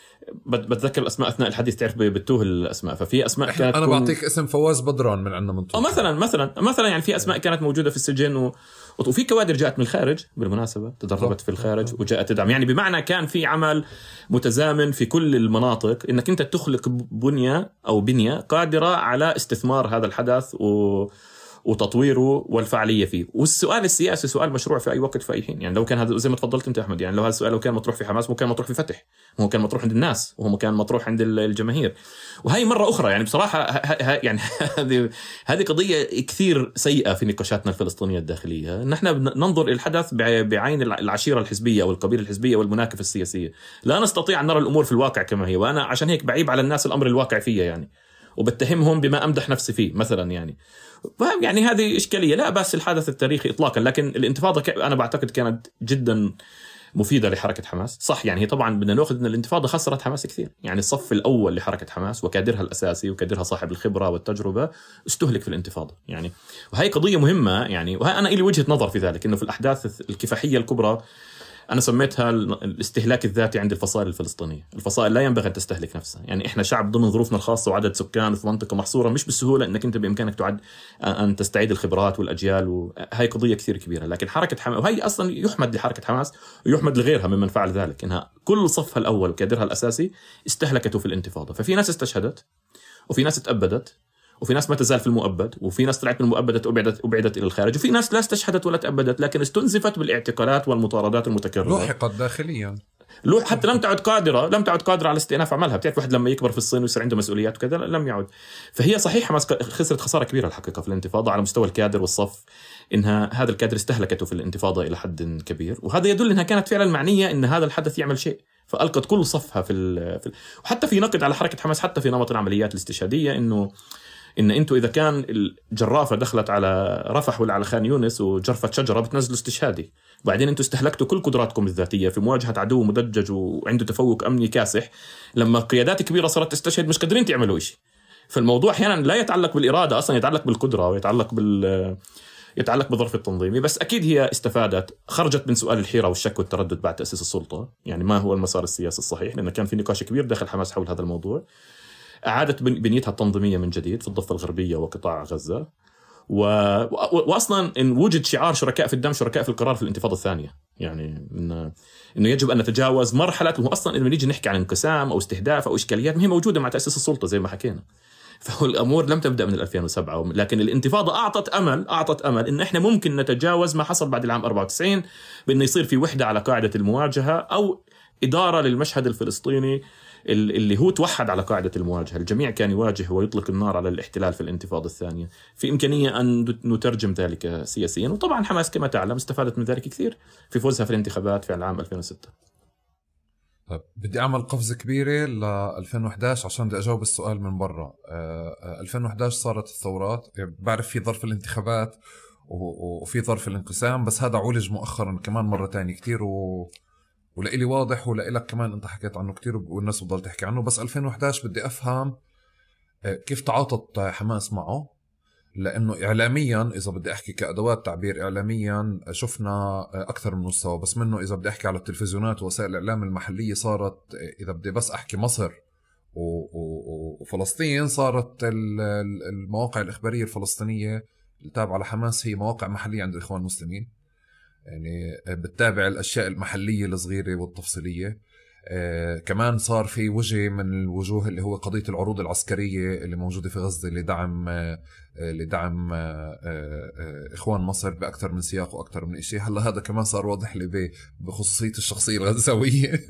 بتذكر الأسماء أثناء الحديث، تعرف بتوه الأسماء. ففي أسماء كانت أنا بعطيك اسم فواز بدران من عندنا من طول مثلا مثلا مثلا يعني في أسماء كانت موجودة في السجن و... وفي كوادر جاءت من الخارج بالمناسبة، تدربت في الخارج وجاءت تدعم. يعني بمعنى كان في عمل متزامن في كل المناطق، إنك أنت تخلق بنية أو بنية قادرة على استثمار هذا الحدث و... وتطويره والفعالية فيه. والسؤال السياسي سؤال مشروع في أي وقت في أي حين. يعني لو كان هذا زي ما تفضلت أنت أحمد، يعني لو هذا السؤال لو كان مطروح في حماس مو كان مطروح في فتح، مو كان مطروح عند الناس، وهو كان مطروح عند الجماهير. وهي مرة أخرى يعني بصراحة يعني هذه هذه قضية كثير سيئة في نقاشاتنا الفلسطينية الداخلية، إن إحنا ننظر إلى الحدث بعين العشيرة الحزبية والقبيلة الحزبية والمناكفة السياسية. لا نستطيع أن نرى الأمور في الواقع كما هي. وأنا عشان هيك بعيب على الناس الأمر الواقع فيه يعني، وبتهمهم بما أمدح نفسي فيه مثلا. يعني يعني هذه إشكالية لا بس الحدث التاريخي إطلاقا. لكن الانتفاضة أنا بعتقد كانت جدا مفيدة لحركة حماس. صح يعني هي طبعا بدنا نأخذ أن الانتفاضة خسرت حماس كثير. يعني الصف الأول لحركة حماس وكادرها الأساسي وكادرها صاحب الخبرة والتجربة استهلك في الانتفاضة يعني. وهي قضية مهمة يعني. وهي أنا إلي وجهة نظر في ذلك، إنه في الأحداث الكفاحية الكبرى أنا سميتها الاستهلاك الذاتي عند الفصائل الفلسطينية. الفصائل لا ينبغي أن تستهلك نفسها. يعني إحنا شعب ضمن ظروفنا الخاصة وعدد سكان في منطقة محصورة، مش بالسهولة أنك أنت بإمكانك تعد أن تستعيد الخبرات والأجيال، وهي قضية كثير كبيرة. لكن حركة حماس، وهي أصلا يحمد لحركة حماس ويحمد لغيرها ممن فعل ذلك، إنها كل صفها الأول وكادرها الأساسي استهلكته في الانتفاضة. ففي ناس استشهدت، وفي ناس اتأبدت، وفي ناس ما تزال في المؤبد، وفي ناس طلعت من المؤبدة وأبعدت أبعدت إلى الخارج، وفي ناس لا استشهدت ولا تأبدت لكن استنزفت بالاعتقالات والمطاردات المتكررة، لوحقت داخليا، لو حتى لم تعد قادرة لم تعد قادرة على استئناف عملها. بتعرف واحد لما يكبر في الصين ويصير عنده مسؤوليات وكذا لم يعد. فهي صحيح حماس خسرت خسارة كبيرة الحقيقة في الانتفاضة على مستوى الكادر والصف، إنها هذا الكادر استهلكته في الانتفاضة إلى حد كبير. وهذا يدل إنها كانت فعلا معنية إن هذا الحدث يعمل شيء، فألقت كل صفها في, ال... في ال... وحتى في نقد على حركة حماس حتى في نمط العمليات الاستشهادية، إنه إن أنتوا إذا كان الجرافة دخلت على رفح ولا على خان يونس وجرفت شجرة بتنزلوا استشهادي، وبعدين أنتوا استهلكتوا كل قدراتكم الذاتية في مواجهة عدو مدجج وعنده تفوق أمني كاسح. لما قيادات كبيرة صارت تستشهد مش قادرين تعملوا إشي. فالموضوع أحيانا لا يتعلق بالإرادة أصلا، يتعلق بالقدرة ويتعلق بال يتعلق بظرف التنظيمي. بس أكيد هي استفادت، خرجت من سؤال الحيرة والشك والتردد بعد تأسيس السلطة، يعني ما هو المسار السياسي الصحيح، لأن كان في نقاش كبير داخل حماس حول هذا الموضوع. أعادت بنيتها التنظيمية من جديد في الضفة الغربية وقطاع غزة، و... وأصلا إن وجد شعار شركاء في الدم شركاء في القرار في الانتفاضة الثانية، يعني إنه إنه يجب أن نتجاوز مرحلة. وهو أصلا إذا نيجي نحكي عن انقسام أو استهداف أو إشكاليات ما هي موجودة مع تأسيس السلطة زي ما حكينا. فهو الأمور لم تبدأ من ألفين وسبعة، لكن الانتفاضة أعطت أمل أعطت أمل إن إحنا ممكن نتجاوز ما حصل بعد العام أربعة وتسعين، بأنه يصير في وحدة على قاعدة المواجهة أو إدارة للمشهد الفلسطيني اللي هو توحد على قاعدة المواجهة. الجميع كان يواجه ويطلق النار على الاحتلال في الانتفاضة الثانية. في إمكانية أن نترجم ذلك سياسيا، وطبعا حماس كما تعلم استفادت من ذلك كثير في فوزها في الانتخابات في العام ألفين وستة. طيب بدي أعمل قفزة كبيرة ل ألفين وإحدى عشر عشان بدي أجاوب السؤال من برا. ألفين وإحدى عشر صارت الثورات، بعرف في ظرف الانتخابات وفي ظرف الانقسام، بس هذا عولج مؤخرا كمان مرة تانية كتير، و... ولإلي واضح ولإلك كمان أنت حكيت عنه كتير والناس بضل تحكي عنه. بس ألفين وإحدى عشر بدي أفهم كيف تعاطت حماس معه، لأنه إعلاميا إذا بدي أحكي كأدوات تعبير إعلاميا شفنا أكثر من مستوى، بس منه إذا بدي أحكي على التلفزيونات ووسائل الإعلام المحلية صارت، إذا بدي بس أحكي مصر وفلسطين، صارت المواقع الإخبارية الفلسطينية التابعة لحماس هي مواقع محلية عند الإخوان المسلمين، يعني بتتابع الأشياء المحلية الصغيرة والتفصيلية. آه كمان صار في وجه من الوجوه اللي هو قضية العروض العسكرية اللي موجودة في غزة لدعم آه لدعم آه آه إخوان مصر بأكثر من سياق وأكثر من إشي. هلا هذا كمان صار واضح لي بخصوصية الشخصية الغزاوية.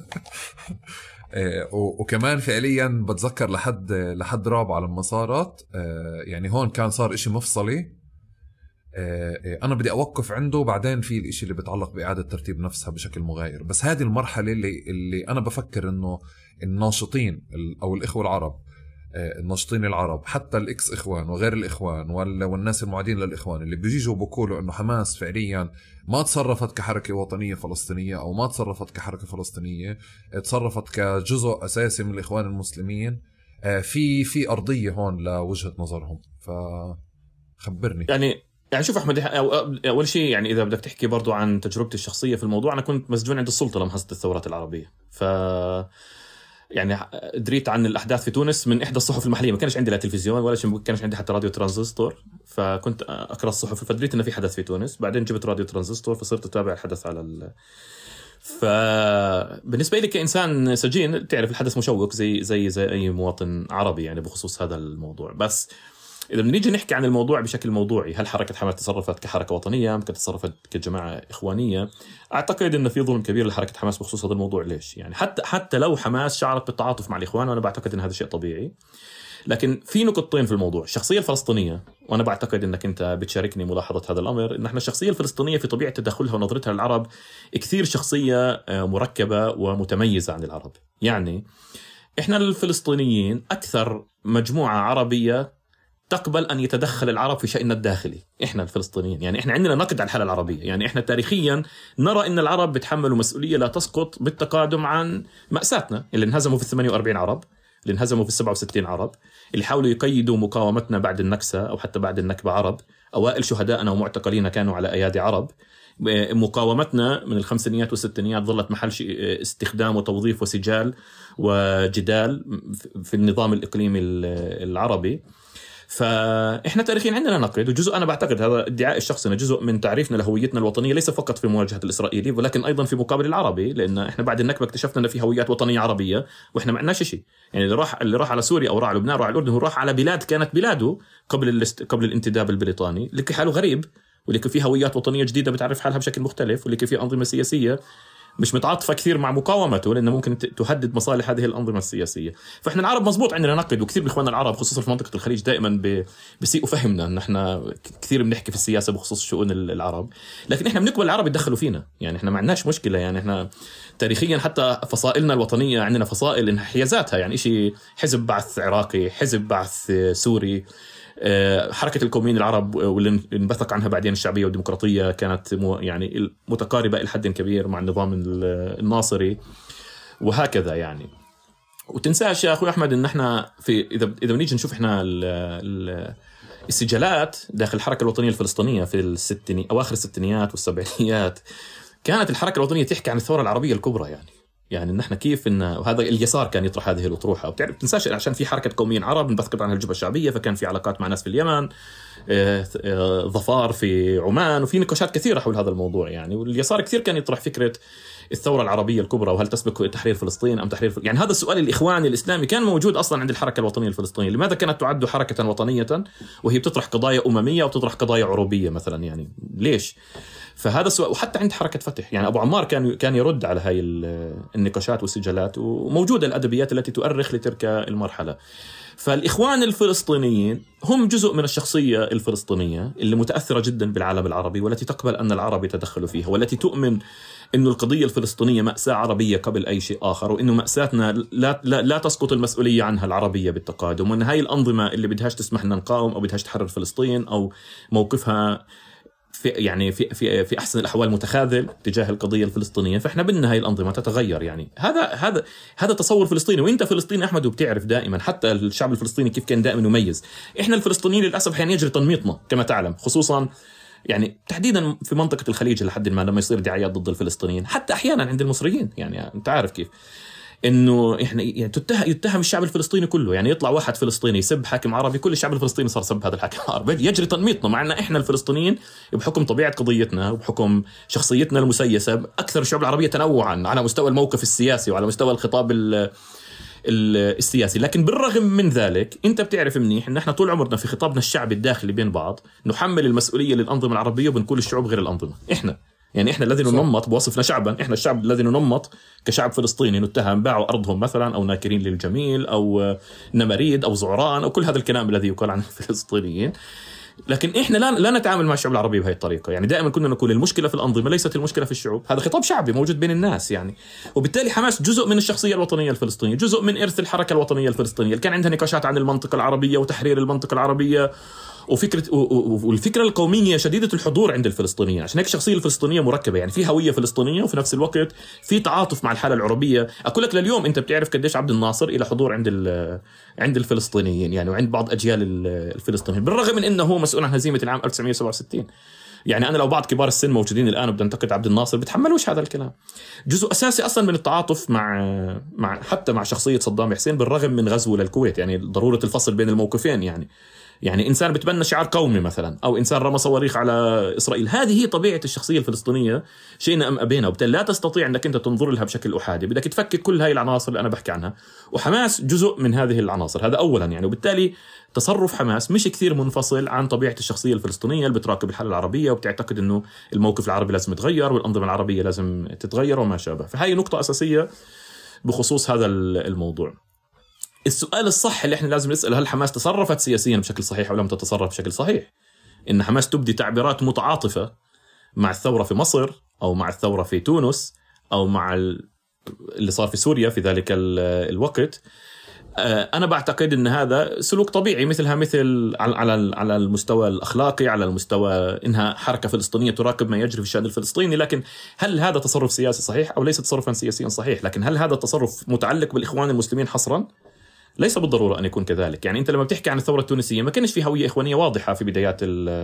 آه وكمان فعليا بتذكر لحد لحد رابعة لما صارت، آه يعني هون كان صار إشي مفصلي أنا بدي أوقف عنده، بعدين في الإشي اللي بتعلق بإعادة ترتيب نفسها بشكل مغاير. بس هذه المرحلة اللي, اللي أنا بفكر إنه الناشطين أو الإخوة العرب، الناشطين العرب حتى الإكس إخوان وغير الإخوان والناس المعادين للإخوان اللي بيجيجوا بقولوا إنه حماس فعليا ما تصرفت كحركة وطنية فلسطينية أو ما تصرفت كحركة فلسطينية، تصرفت كجزء أساسي من الإخوان المسلمين، في في أرضية هون لوجهة نظرهم. فخبرني يعني يعني شوف أحمد، أول شيء يعني إذا بدك تحكي برضو عن تجربتي الشخصية في الموضوع، أنا كنت مسجون عند السلطة لما حصلت الثورات العربية، ف يعني دريت عن الأحداث في تونس من إحدى الصحف المحلية، ما كانش عندي لا تلفزيون ولا شيء، ما كانش عندي حتى راديو ترانزستور، فكنت أقرأ الصحف فدريت إنه في حدث في تونس. بعدين جبت راديو ترانزستور فصرت أتابع الحدث على ال... فبالنسبة لي كإنسان سجين تعرف الحدث مشوق زي زي زي أي مواطن عربي يعني بخصوص هذا الموضوع. بس إذا بنيجي نحكي عن الموضوع بشكل موضوعي، هل حركة حماس تصرفت كحركة وطنية؟ ممكن تصرفت كجماعة إخوانية؟ أعتقد إن في ظلم كبير لحركة حماس بخصوص هذا الموضوع. ليش؟ يعني حتى حتى لو حماس شعرت بالتعاطف مع الإخوان، وأنا بعتقد إن هذا شيء طبيعي، لكن في نقطتين في الموضوع. الشخصية الفلسطينية، وأنا بعتقد إنك أنت بتشاركني ملاحظة هذا الأمر، إن إحنا الشخصية الفلسطينية في طبيعة تدخلها ونظرتها للعرب كثير شخصية مركبة ومتميزة عن العرب. يعني إحنا الفلسطينيين أكثر مجموعة عربية تقبل أن يتدخل العرب في شأننا الداخلي. إحنا الفلسطينيين يعني إحنا عندنا نقد على الحالة العربية، يعني إحنا تاريخيا نرى أن العرب بتحملوا مسؤولية لا تسقط بالتقادم عن مأساتنا، اللي انهزموا في الثمانية وأربعين عرب، اللي انهزموا في السبعة وستين عرب، اللي حاولوا يقيدوا مقاومتنا بعد النكسة أو حتى بعد النكبة عرب، أوائل شهدائنا ومعتقلين كانوا على أيادي عرب. مقاومتنا من الخمسينيات والستينيات ظلت محل استخدام وتوظيف وسجال وجدال في النظام الإقليمي العربي. فإحنا تاريخيا عندنا نقد، وجزء أنا بعتقد هذا ادعاء الشخصي، جزء من تعريفنا لهويتنا الوطنية ليس فقط في مواجهة الإسرائيلي ولكن أيضا في مقابل العربي، لأن إحنا بعد النكبة اكتشفنا أن في هويات وطنية عربية وإحنا ما عندناش شيء. يعني اللي راح اللي راح على سوريا أو راح على لبنان راح على الأردن، هو راح على بلاد كانت بلاده قبل الاست... قبل الانتداب البريطاني، اللي حاله غريب واللي في هويات وطنية جديدة بتعرف حالها بشكل مختلف، واللي في أنظمة سياسية مش متعاطفة كثير مع مقاومته لأنه ممكن تهدد مصالح هذه الأنظمة السياسية. فإحنا العرب مزبوط عندنا نقد، وكثير من إخواننا العرب خصوصا في منطقة الخليج دائما بيسيئوا فهمنا إن إحنا كثير بنحكي في السياسة بخصوص شؤون العرب، لكن إحنا بنقبل العرب يتدخلوا فينا. يعني إحنا ما عندناش مشكلة، يعني إحنا تاريخيا حتى فصائلنا الوطنية عندنا فصائل إنها حيازاتها، يعني إشي حزب بعث عراقي، حزب بعث سوري، حركة القوميين العرب واللي انبثق عنها بعدين الشعبية والديمقراطية كانت يعني متقاربة إلى حد كبير مع النظام الناصري وهكذا. يعني وتنساش يا أخوي أحمد إن إحنا في إذا إذا بنيجي نشوف إحنا السجلات داخل الحركة الوطنية الفلسطينية في الستيني أواخر الستينيات والسبعينيات، كانت الحركة الوطنية تحكي عن الثورة العربية الكبرى. يعني يعني نحن كيف إن وهذا اليسار كان يطرح هذه الأطروحة، وبتعرف تنساش عشان في حركة قوميين عرب نبثق عنها الجبهة الشعبية، فكان في علاقات مع ناس في اليمن، ظفار في عمان، وفي نقاشات كثيرة حول هذا الموضوع. يعني واليسار كثير كان يطرح فكرة الثورة العربية الكبرى، وهل تسبق تحرير فلسطين أم تحرير فلسطين؟ يعني هذا السؤال الإخواني الإسلامي كان موجود أصلا عند الحركة الوطنية الفلسطينية. لماذا كانت تعد حركة وطنية وهي بتطرح قضايا أممية وتطرح قضايا عروبية مثلا؟ يعني ليش؟ فهذا السؤال. وحتى عند حركة فتح يعني أبو عمار كان كان يرد على هاي النقاشات والسجلات، وموجودة الأدبيات التي تؤرخ لتلك المرحلة. فالإخوان الفلسطينيين هم جزء من الشخصية الفلسطينية اللي متأثرة جدا بالعالم العربي، والتي تقبل أن العرب يتدخلوا فيها، والتي تؤمن إنه القضية الفلسطينية مأساة عربية قبل أي شيء آخر، وإنه مأساتنا لا, لا, لا تسقط المسؤولية عنها العربية بالتقادم، وأن هاي الأنظمة اللي بدهاش تسمح لنا نقاوم أو بدهاش تحرر فلسطين أو موقفها في يعني في في في احسن الاحوال متخاذل تجاه القضيه الفلسطينيه، فاحنا بدنا هاي الانظمه تتغير. يعني هذا هذا هذا تصور فلسطيني، وانت فلسطيني احمد وبتعرف دائما حتى الشعب الفلسطيني كيف كان دائما يميز. احنا الفلسطينيين للاسف احيانا يجري تنميطنا كما تعلم، خصوصا يعني تحديدا في منطقه الخليج لحد ما لما يصير دعايات ضد الفلسطينيين، حتى احيانا عند المصريين. يعني انت عارف كيف انه احنا يعني تتهم يتهم الشعب الفلسطيني كله، يعني يطلع واحد فلسطيني يسب حاكم عربي كل الشعب الفلسطيني صار سب هذا الحاكم العربي، يجري تنميطنا. مع ان احنا الفلسطينيين بحكم طبيعه قضيتنا وبحكم شخصيتنا المسيسه اكثر الشعوب العربيه تنوعا على مستوى الموقف السياسي وعلى مستوى الخطاب السياسي، لكن بالرغم من ذلك انت بتعرف منيح ان احنا طول عمرنا في خطابنا الشعبي الداخلي بين بعض نحمل المسؤوليه للانظمه العربيه وبنقول الشعوب غير الانظمه. احنا يعني احنا الذي ننمط بوصفنا شعبا، احنا الشعب الذي ننمط كشعب فلسطيني نتهم باعوا ارضهم مثلا او ناكرين للجميل او نمريد او زعران او كل هذا الكلام الذي يقال عن الفلسطينيين. لكن احنا لا لا نتعامل مع الشعب العربي بهذه الطريقه، يعني دائما كنا نقول المشكله في الانظمه ليست المشكله في الشعوب. هذا خطاب شعبي موجود بين الناس يعني. وبالتالي حماس جزء من الشخصيه الوطنيه الفلسطينيه، جزء من ارث الحركه الوطنيه الفلسطينيه اللي كان عندها نقاشات عن المنطقه العربيه وتحرير المنطقه العربيه وفكره والفكره القوميه شديده الحضور عند الفلسطينيين. عشان هيك الشخصيه الفلسطينيه مركبه، يعني في هويه فلسطينيه وفي نفس الوقت في تعاطف مع الحاله العربيه. اقول لك لليوم انت بتعرف قديش عبد الناصر الى حضور عند عند الفلسطينيين يعني وعند بعض اجيال الفلسطينيين، بالرغم من انه هو مسؤول عن هزيمه العام ألف وتسعمية وسبعة وستين. يعني انا لو بعض كبار السن موجودين الان وبدي انتقد عبد الناصر بتحملوش هذا الكلام. جزء اساسي اصلا من التعاطف مع مع حتى مع شخصيه صدام حسين بالرغم من غزوه للكويت، يعني ضروره الفصل بين الموقفين. يعني يعني إنسان بتبنى شعار قومي مثلا أو إنسان رمى صواريخ على إسرائيل، هذه هي طبيعة الشخصية الفلسطينية شئنا أم أبينا، وبالتالي لا تستطيع أنك أنت تنظر لها بشكل أحادي، بدك تفكك كل هاي العناصر اللي أنا بحكي عنها، وحماس جزء من هذه العناصر. هذا أولا يعني. وبالتالي تصرف حماس مش كثير منفصل عن طبيعة الشخصية الفلسطينية اللي بتراقب الحالة العربية وبتعتقد أنه الموقف العربي لازم يتغير والأنظمة العربية لازم تتغير وما شابه. فهي نقطة أساسية بخصوص هذا الموضوع. السؤال الصح اللي احنا لازم نسأله، هل حماس تصرفت سياسيا بشكل صحيح أو لم تتصرف بشكل صحيح؟ إن حماس تبدي تعبيرات متعاطفة مع الثورة في مصر أو مع الثورة في تونس أو مع اللي صار في سوريا في ذلك الوقت. أنا بعتقد أن هذا سلوك طبيعي مثلها مثل على على المستوى الأخلاقي، على المستوى إنها حركة فلسطينية تراقب ما يجري في الشأن الفلسطيني. لكن هل هذا تصرف سياسي صحيح أو ليس تصرفا سياسيا صحيح؟ لكن هل هذا التصرف متعلق بالإخوان المسلمين حصرا؟ ليس بالضرورة أن يكون كذلك. يعني أنت لما بتحكي عن الثورة التونسية ما كانش في هوية إخوانية واضحة في بدايات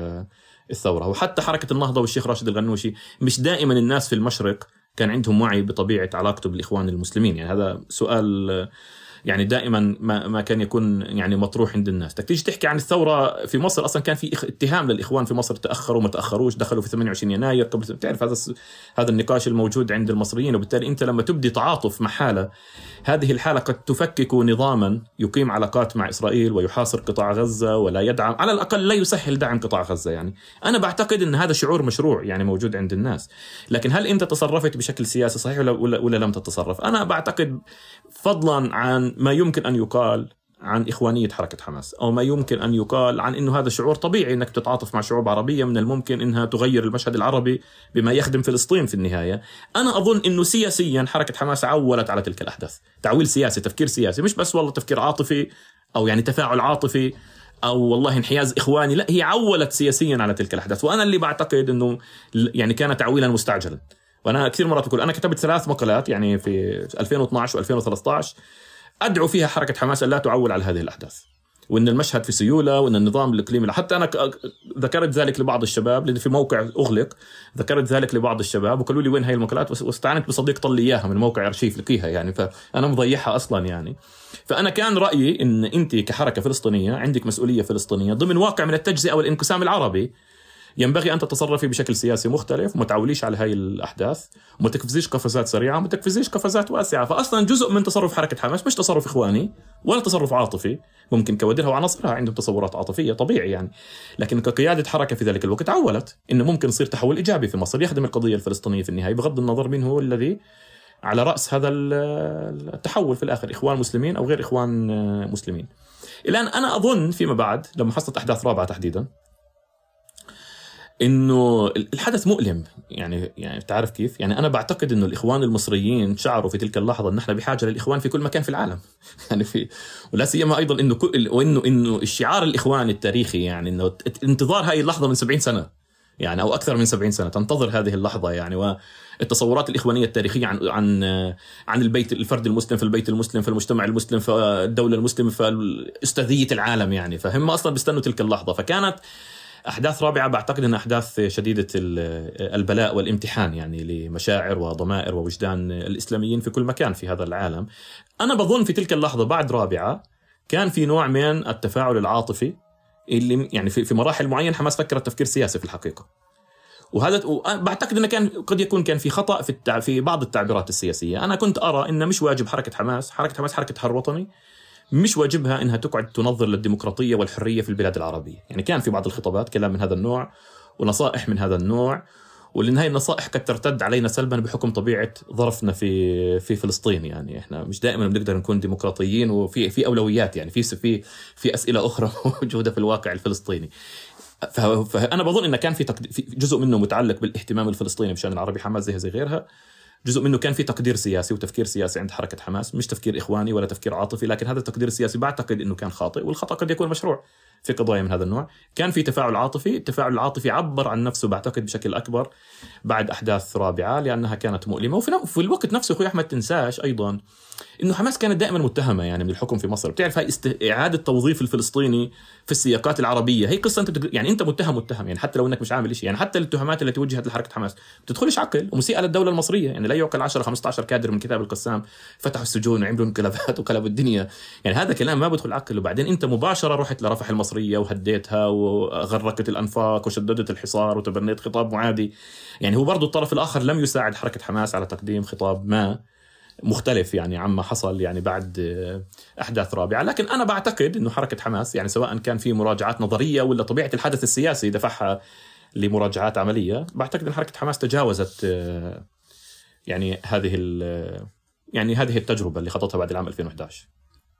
الثورة، وحتى حركة النهضة والشيخ راشد الغنوشي مش دائما الناس في المشرق كان عندهم وعي بطبيعة علاقته بالإخوان المسلمين. يعني هذا سؤال يعني دائما ما ما كان يكون يعني مطروح عند الناس. تيجي تحكي عن الثورة في مصر، أصلا كان في اتهام للإخوان في مصر، تأخروا ما تأخروش، دخلوا في ثمانية وعشرين يناير قبل. تعرف هذا هذا النقاش الموجود عند المصريين. وبالتالي أنت لما تبدي تعاطف مع حالة، هذه الحالة قد تفكك نظاما يقيم علاقات مع إسرائيل ويحاصر قطاع غزة ولا يدعم، على الأقل لا يسهل دعم قطاع غزة. يعني أنا بعتقد أن هذا شعور مشروع يعني موجود عند الناس. لكن هل أنت تصرفت بشكل سياسي صحيح ولا, ولا, ولا لم تتصرف؟ أنا بعتقد فضلا عن ما يمكن أن يقال عن إخوانية حركة حماس أو ما يمكن أن يقال عن أنه هذا شعور طبيعي أنك تتعاطف مع شعوب عربية من الممكن أنها تغير المشهد العربي بما يخدم فلسطين في النهاية. أنا أظن أنه سياسيا حركة حماس عولت على تلك الأحداث تعويل سياسي، تفكير سياسي، مش بس والله تفكير عاطفي أو يعني تفاعل عاطفي أو والله انحياز إخواني، لا، هي عولت سياسيا على تلك الأحداث. وأنا اللي بعتقد أنه يعني كان تعويلا مستعجلا. وأنا كثير مرات بقول، أنا كتبت ثلاث مقالات يعني في ألفين واثناشر وألفين وثلاثة عشر أدعو فيها حركة حماس لا تعول على هذه الأحداث، وأن المشهد في سيولة، وأن النظام الإقليمي. حتى أنا ذكرت ذلك لبعض الشباب، لأن في موقع أغلق ذكرت ذلك لبعض الشباب وقالوا لي وين هاي المقالات، واستعنت بصديق طل لي إياها من موقع أرشيف لقيها يعني، فأنا مضيعها أصلا يعني. فأنا كان رأيي أن أنت كحركة فلسطينية عندك مسؤولية فلسطينية ضمن واقع من التجزئة والانقسام العربي، ينبغي أن تتصرفي بشكل سياسي مختلف وما تعوليش على هاي الأحداث وما تقفزيش قفزات سريعة وما تقفزيش قفزات واسعة. فأصلا جزء من تصرف حركة حماس مش تصرف إخواني ولا تصرف عاطفي، ممكن كوادرها وعناصرها عندهم تصورات عاطفية طبيعي يعني، لكن كقيادة حركة في ذلك الوقت عولت إنه ممكن يصير تحول إيجابي في مصر يخدم القضية الفلسطينية في النهاية، بغض النظر من هو الذي على رأس هذا التحول في الآخر، إخوان مسلمين أو غير إخوان مسلمين. الآن أنا أظن فيما بعد لما حصلت أحداث رابعة تحديدا، انه الحدث مؤلم. يعني يعني تعرف كيف؟ يعني انا بعتقد انه الاخوان المصريين شعروا في تلك اللحظه ان احنا بحاجه للاخوان في كل مكان في العالم. يعني في ولا سيما ايضا انه كل وانه انه الشعار الاخواني التاريخي، يعني انه انتظار هاي اللحظه من سبعين سنه، يعني او اكثر من سبعين سنه تنتظر هذه اللحظه. يعني والتصورات الاخوانيه التاريخيه عن عن عن البيت الفرد المسلم في البيت المسلم في المجتمع المسلم في الدوله المسلمه في استاذيه العالم، يعني فهم اصلا بيستنوا تلك اللحظه. فكانت أحداث رابعة بعتقد أنها أحداث شديدة البلاء والامتحان يعني لمشاعر وضمائر ووجدان الإسلاميين في كل مكان في هذا العالم. أنا بظن في تلك اللحظة بعد رابعة كان في نوع من التفاعل العاطفي اللي يعني في في مراحل معينة حماس فكرت تفكير سياسي في الحقيقة، وهذا بعتقد أنه كان قد يكون كان في خطأ في التع... في بعض التعبيرات السياسية. أنا كنت أرى أن مش واجب حركة حماس حركة حماس حركة تحرر وطني مش واجبها إنها تقعد تنظر للديمقراطية والحرية في البلاد العربية. يعني كان في بعض الخطابات كلام من هذا النوع ونصائح من هذا النوع، ولأن هاي النصائح قد ترتد علينا سلبا بحكم طبيعة ظرفنا في في فلسطين. يعني إحنا مش دائما بنقدر نكون ديمقراطيين، وفي في أولويات، يعني في في في أسئلة أخرى موجودة في الواقع الفلسطيني. فأنا بظن إن كان في جزء منه متعلق بالاهتمام الفلسطيني بشأن العربي حماس زي زي غيرها، جزء منه كان في تقدير سياسي وتفكير سياسي عند حركة حماس، مش تفكير إخواني ولا تفكير عاطفي، لكن هذا التقدير السياسي بعتقد إنه كان خاطئ، والخطأ قد يكون مشروع في قضايا من هذا النوع. كان في تفاعل عاطفي، التفاعل العاطفي عبر عن نفسه بعتقد بشكل أكبر بعد أحداث رابعة لأنها كانت مؤلمة. وفي الوقت نفسه أخوي أحمد تنساش أيضا إنه حماس كانت دائما متهمة يعني من الحكم في مصر. بتعرف هاي است... إعادة توظيف الفلسطيني في السياقات العربية هي قصة أنت بتق... يعني أنت متهم متهم يعني حتى لو إنك مش عامل شيء. يعني حتى الاتهامات التي وجهت لحركة حماس بتدخلش عقل ومسيئة للدولة المصرية. يعني لا يعقل عشرة خمسة عشر كادر من كتاب القسام فتحوا السجون وعملوا انقلابات وقلبوا الدنيا. يعني هذا كلام ما بدخل عقل. وبعدين أنت مباشرة رحت لرفح المصرية وهديتها وغرقت الأنفاق وشددت الحصار وتبنيت خطاب معادي. يعني هو برضو الطرف الآخر لم يساعد حركة حماس على تقديم خطاب ما مختلف يعني عما حصل يعني بعد أحداث رابعة. لكن أنا بعتقد أنه حركة حماس يعني سواء كان في مراجعات نظرية ولا طبيعة الحدث السياسي دفعها لمراجعات عملية، بعتقد أن حركة حماس تجاوزت يعني هذه يعني هذه التجربة اللي خطتها بعد العام ألفين وإحدى عشر.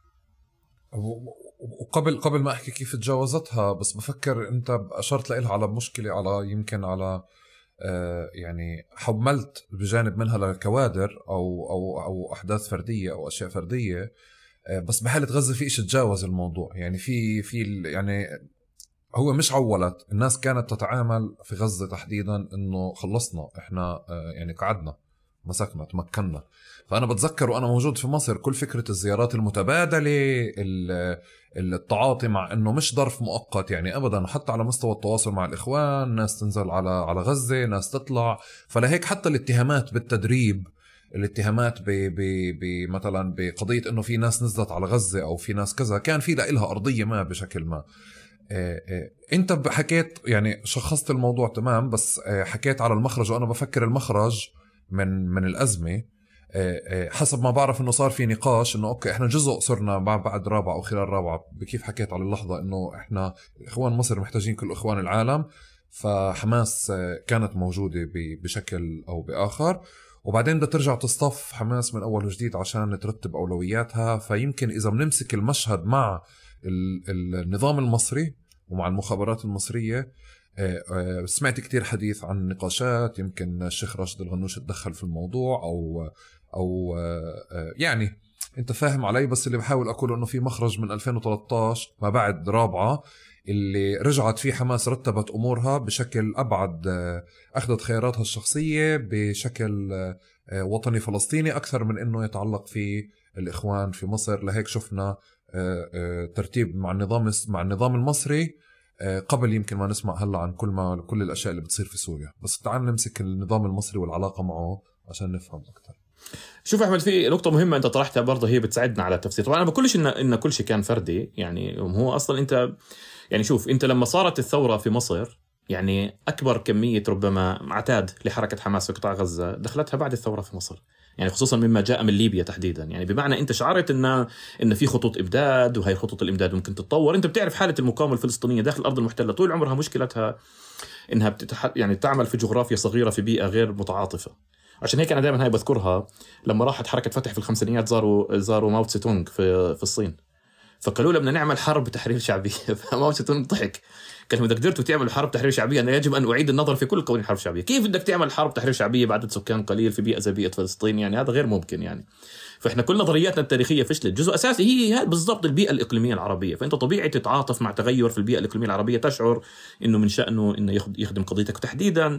وقبل قبل ما أحكي كيف تجاوزتها بس بفكر أنت أشرت لها على مشكلة على يمكن على يعني حملت بجانب منها للكوادر أو أو أو أحداث فردية أو أشياء فردية. بس بحالة غزة في إيش تجاوز الموضوع. يعني في في يعني هو مش عولت الناس كانت تتعامل في غزة تحديدا إنه خلصنا إحنا يعني قعدنا مسكنا تمكنا. فأنا بتذكر وأنا موجود في مصر كل فكرة الزيارات المتبادلة، التعاطي مع إنه مش ظرف مؤقت يعني أبدا، حتى على مستوى التواصل مع الإخوان ناس تنزل على على غزة ناس تطلع. فلهيك حتى الاتهامات بالتدريب، الاتهامات ب ب مثلا بقضية إنه في ناس نزلت على غزة أو في ناس كذا كان في لها أرضية ما بشكل ما. أنت حكيت يعني شخصت الموضوع تمام، بس حكيت على المخرج وأنا بفكر المخرج من من الأزمة حسب ما بعرف إنه صار في نقاش إنه أوكي إحنا جزء صرنا بعد رابعة أو خلال رابعة بكيف حكيت على اللحظة إنه إحنا إخوان مصر محتاجين كل إخوان العالم. فحماس كانت موجودة بشكل أو بآخر، وبعدين بدها ترجع تصطف حماس من أول وجديد عشان ترتب أولوياتها. فيمكن إذا بنمسك المشهد مع النظام المصري ومع المخابرات المصرية، سمعت كتير حديث عن نقاشات يمكن الشيخ راشد الغنوش تدخل في الموضوع أو أو يعني أنت فاهم علي. بس اللي بحاول أقوله إنه في مخرج من ألفين وثلاثة عشر ما بعد رابعة اللي رجعت فيه حماس رتبت أمورها بشكل أبعد، أخذت خياراتها الشخصية بشكل وطني فلسطيني أكثر من إنه يتعلق في الإخوان في مصر. لهيك شفنا ترتيب مع النظام مع النظام المصري قبل يمكن ما نسمع هلا عن كل ما كل الأشياء اللي بتصير في سوريا. بس تعال نمسك النظام المصري والعلاقة معه عشان نفهم أكثر. شوف أحمد، في نقطة مهمة أنت طرحتها برضه هي بتساعدنا على التفسير. طبعا أنا بقولش إن إن كل شيء كان فردي، يعني هو أصلا أنت يعني شوف أنت لما صارت الثورة في مصر يعني أكبر كمية ربما عتاد لحركة حماس في قطاع غزة دخلتها بعد الثورة في مصر، يعني خصوصا مما جاء من ليبيا تحديدا. يعني بمعنى أنت شعرت إن إن في خطوط إمداد وهي خطوط الإمداد ممكن تتطور. أنت بتعرف حالة المقاومة الفلسطينية داخل الأرض المحتلة طول عمرها مشكلتها إنها بتتح... يعني تعمل في جغرافيا صغيرة في بيئة غير متعاطفة. عشان هيك أنا دائما هاي بذكرها لما راحت حركة فتح في الخمسينيات زاروا زاروا ماو تسي تونغ في في الصين، فقالوا له بدنا نعمل حرب تحرير شعبية. فماو تسي تونغ ضحك قال لهم إذا قدرتوا تعملوا حرب تحرير شعبية أنا يجب أن أعيد النظر في كل قوانين الحرب الشعبية. كيف بدك تعمل حرب تحرير شعبية بعدد سكان قليل في بيئة زي بيئة فلسطين؟ يعني هذا غير ممكن يعني. فإحنا كل نظرياتنا التاريخية فشلت. جزء أساسي هي بالضبط البيئة الإقليمية العربية. فأنت طبيعي تتعاطف مع تغير في البيئة الإقليمية العربية، تشعر إنه من شأنه إنه يخدم قضيتك. وتحديدا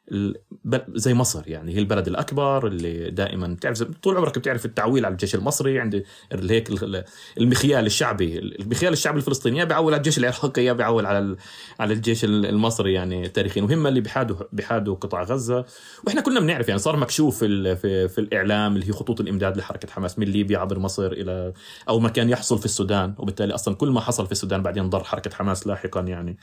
زي مصر يعني هي البلد الأكبر اللي دائما بتعرف طول عمرك بتعرف التعويل على الجيش المصري، عند هيك المخيال الشعبي المخيال الشعبي الفلسطيني يا بيعول على الجيش العراقي يا بيعول على على الجيش المصري يعني تاريخيا. وهم اللي بحادوا بحادوا قطاع غزة. وإحنا كنا بنعرف يعني صار مكشوف في في, في الإعلام اللي هي خطوط الإمداد لحركة حماس من ليبيا عبر مصر إلى أو ما كان يحصل في السودان. وبالتالي أصلا كل ما حصل في السودان بعدين ضر حركة حماس لاحقا يعني.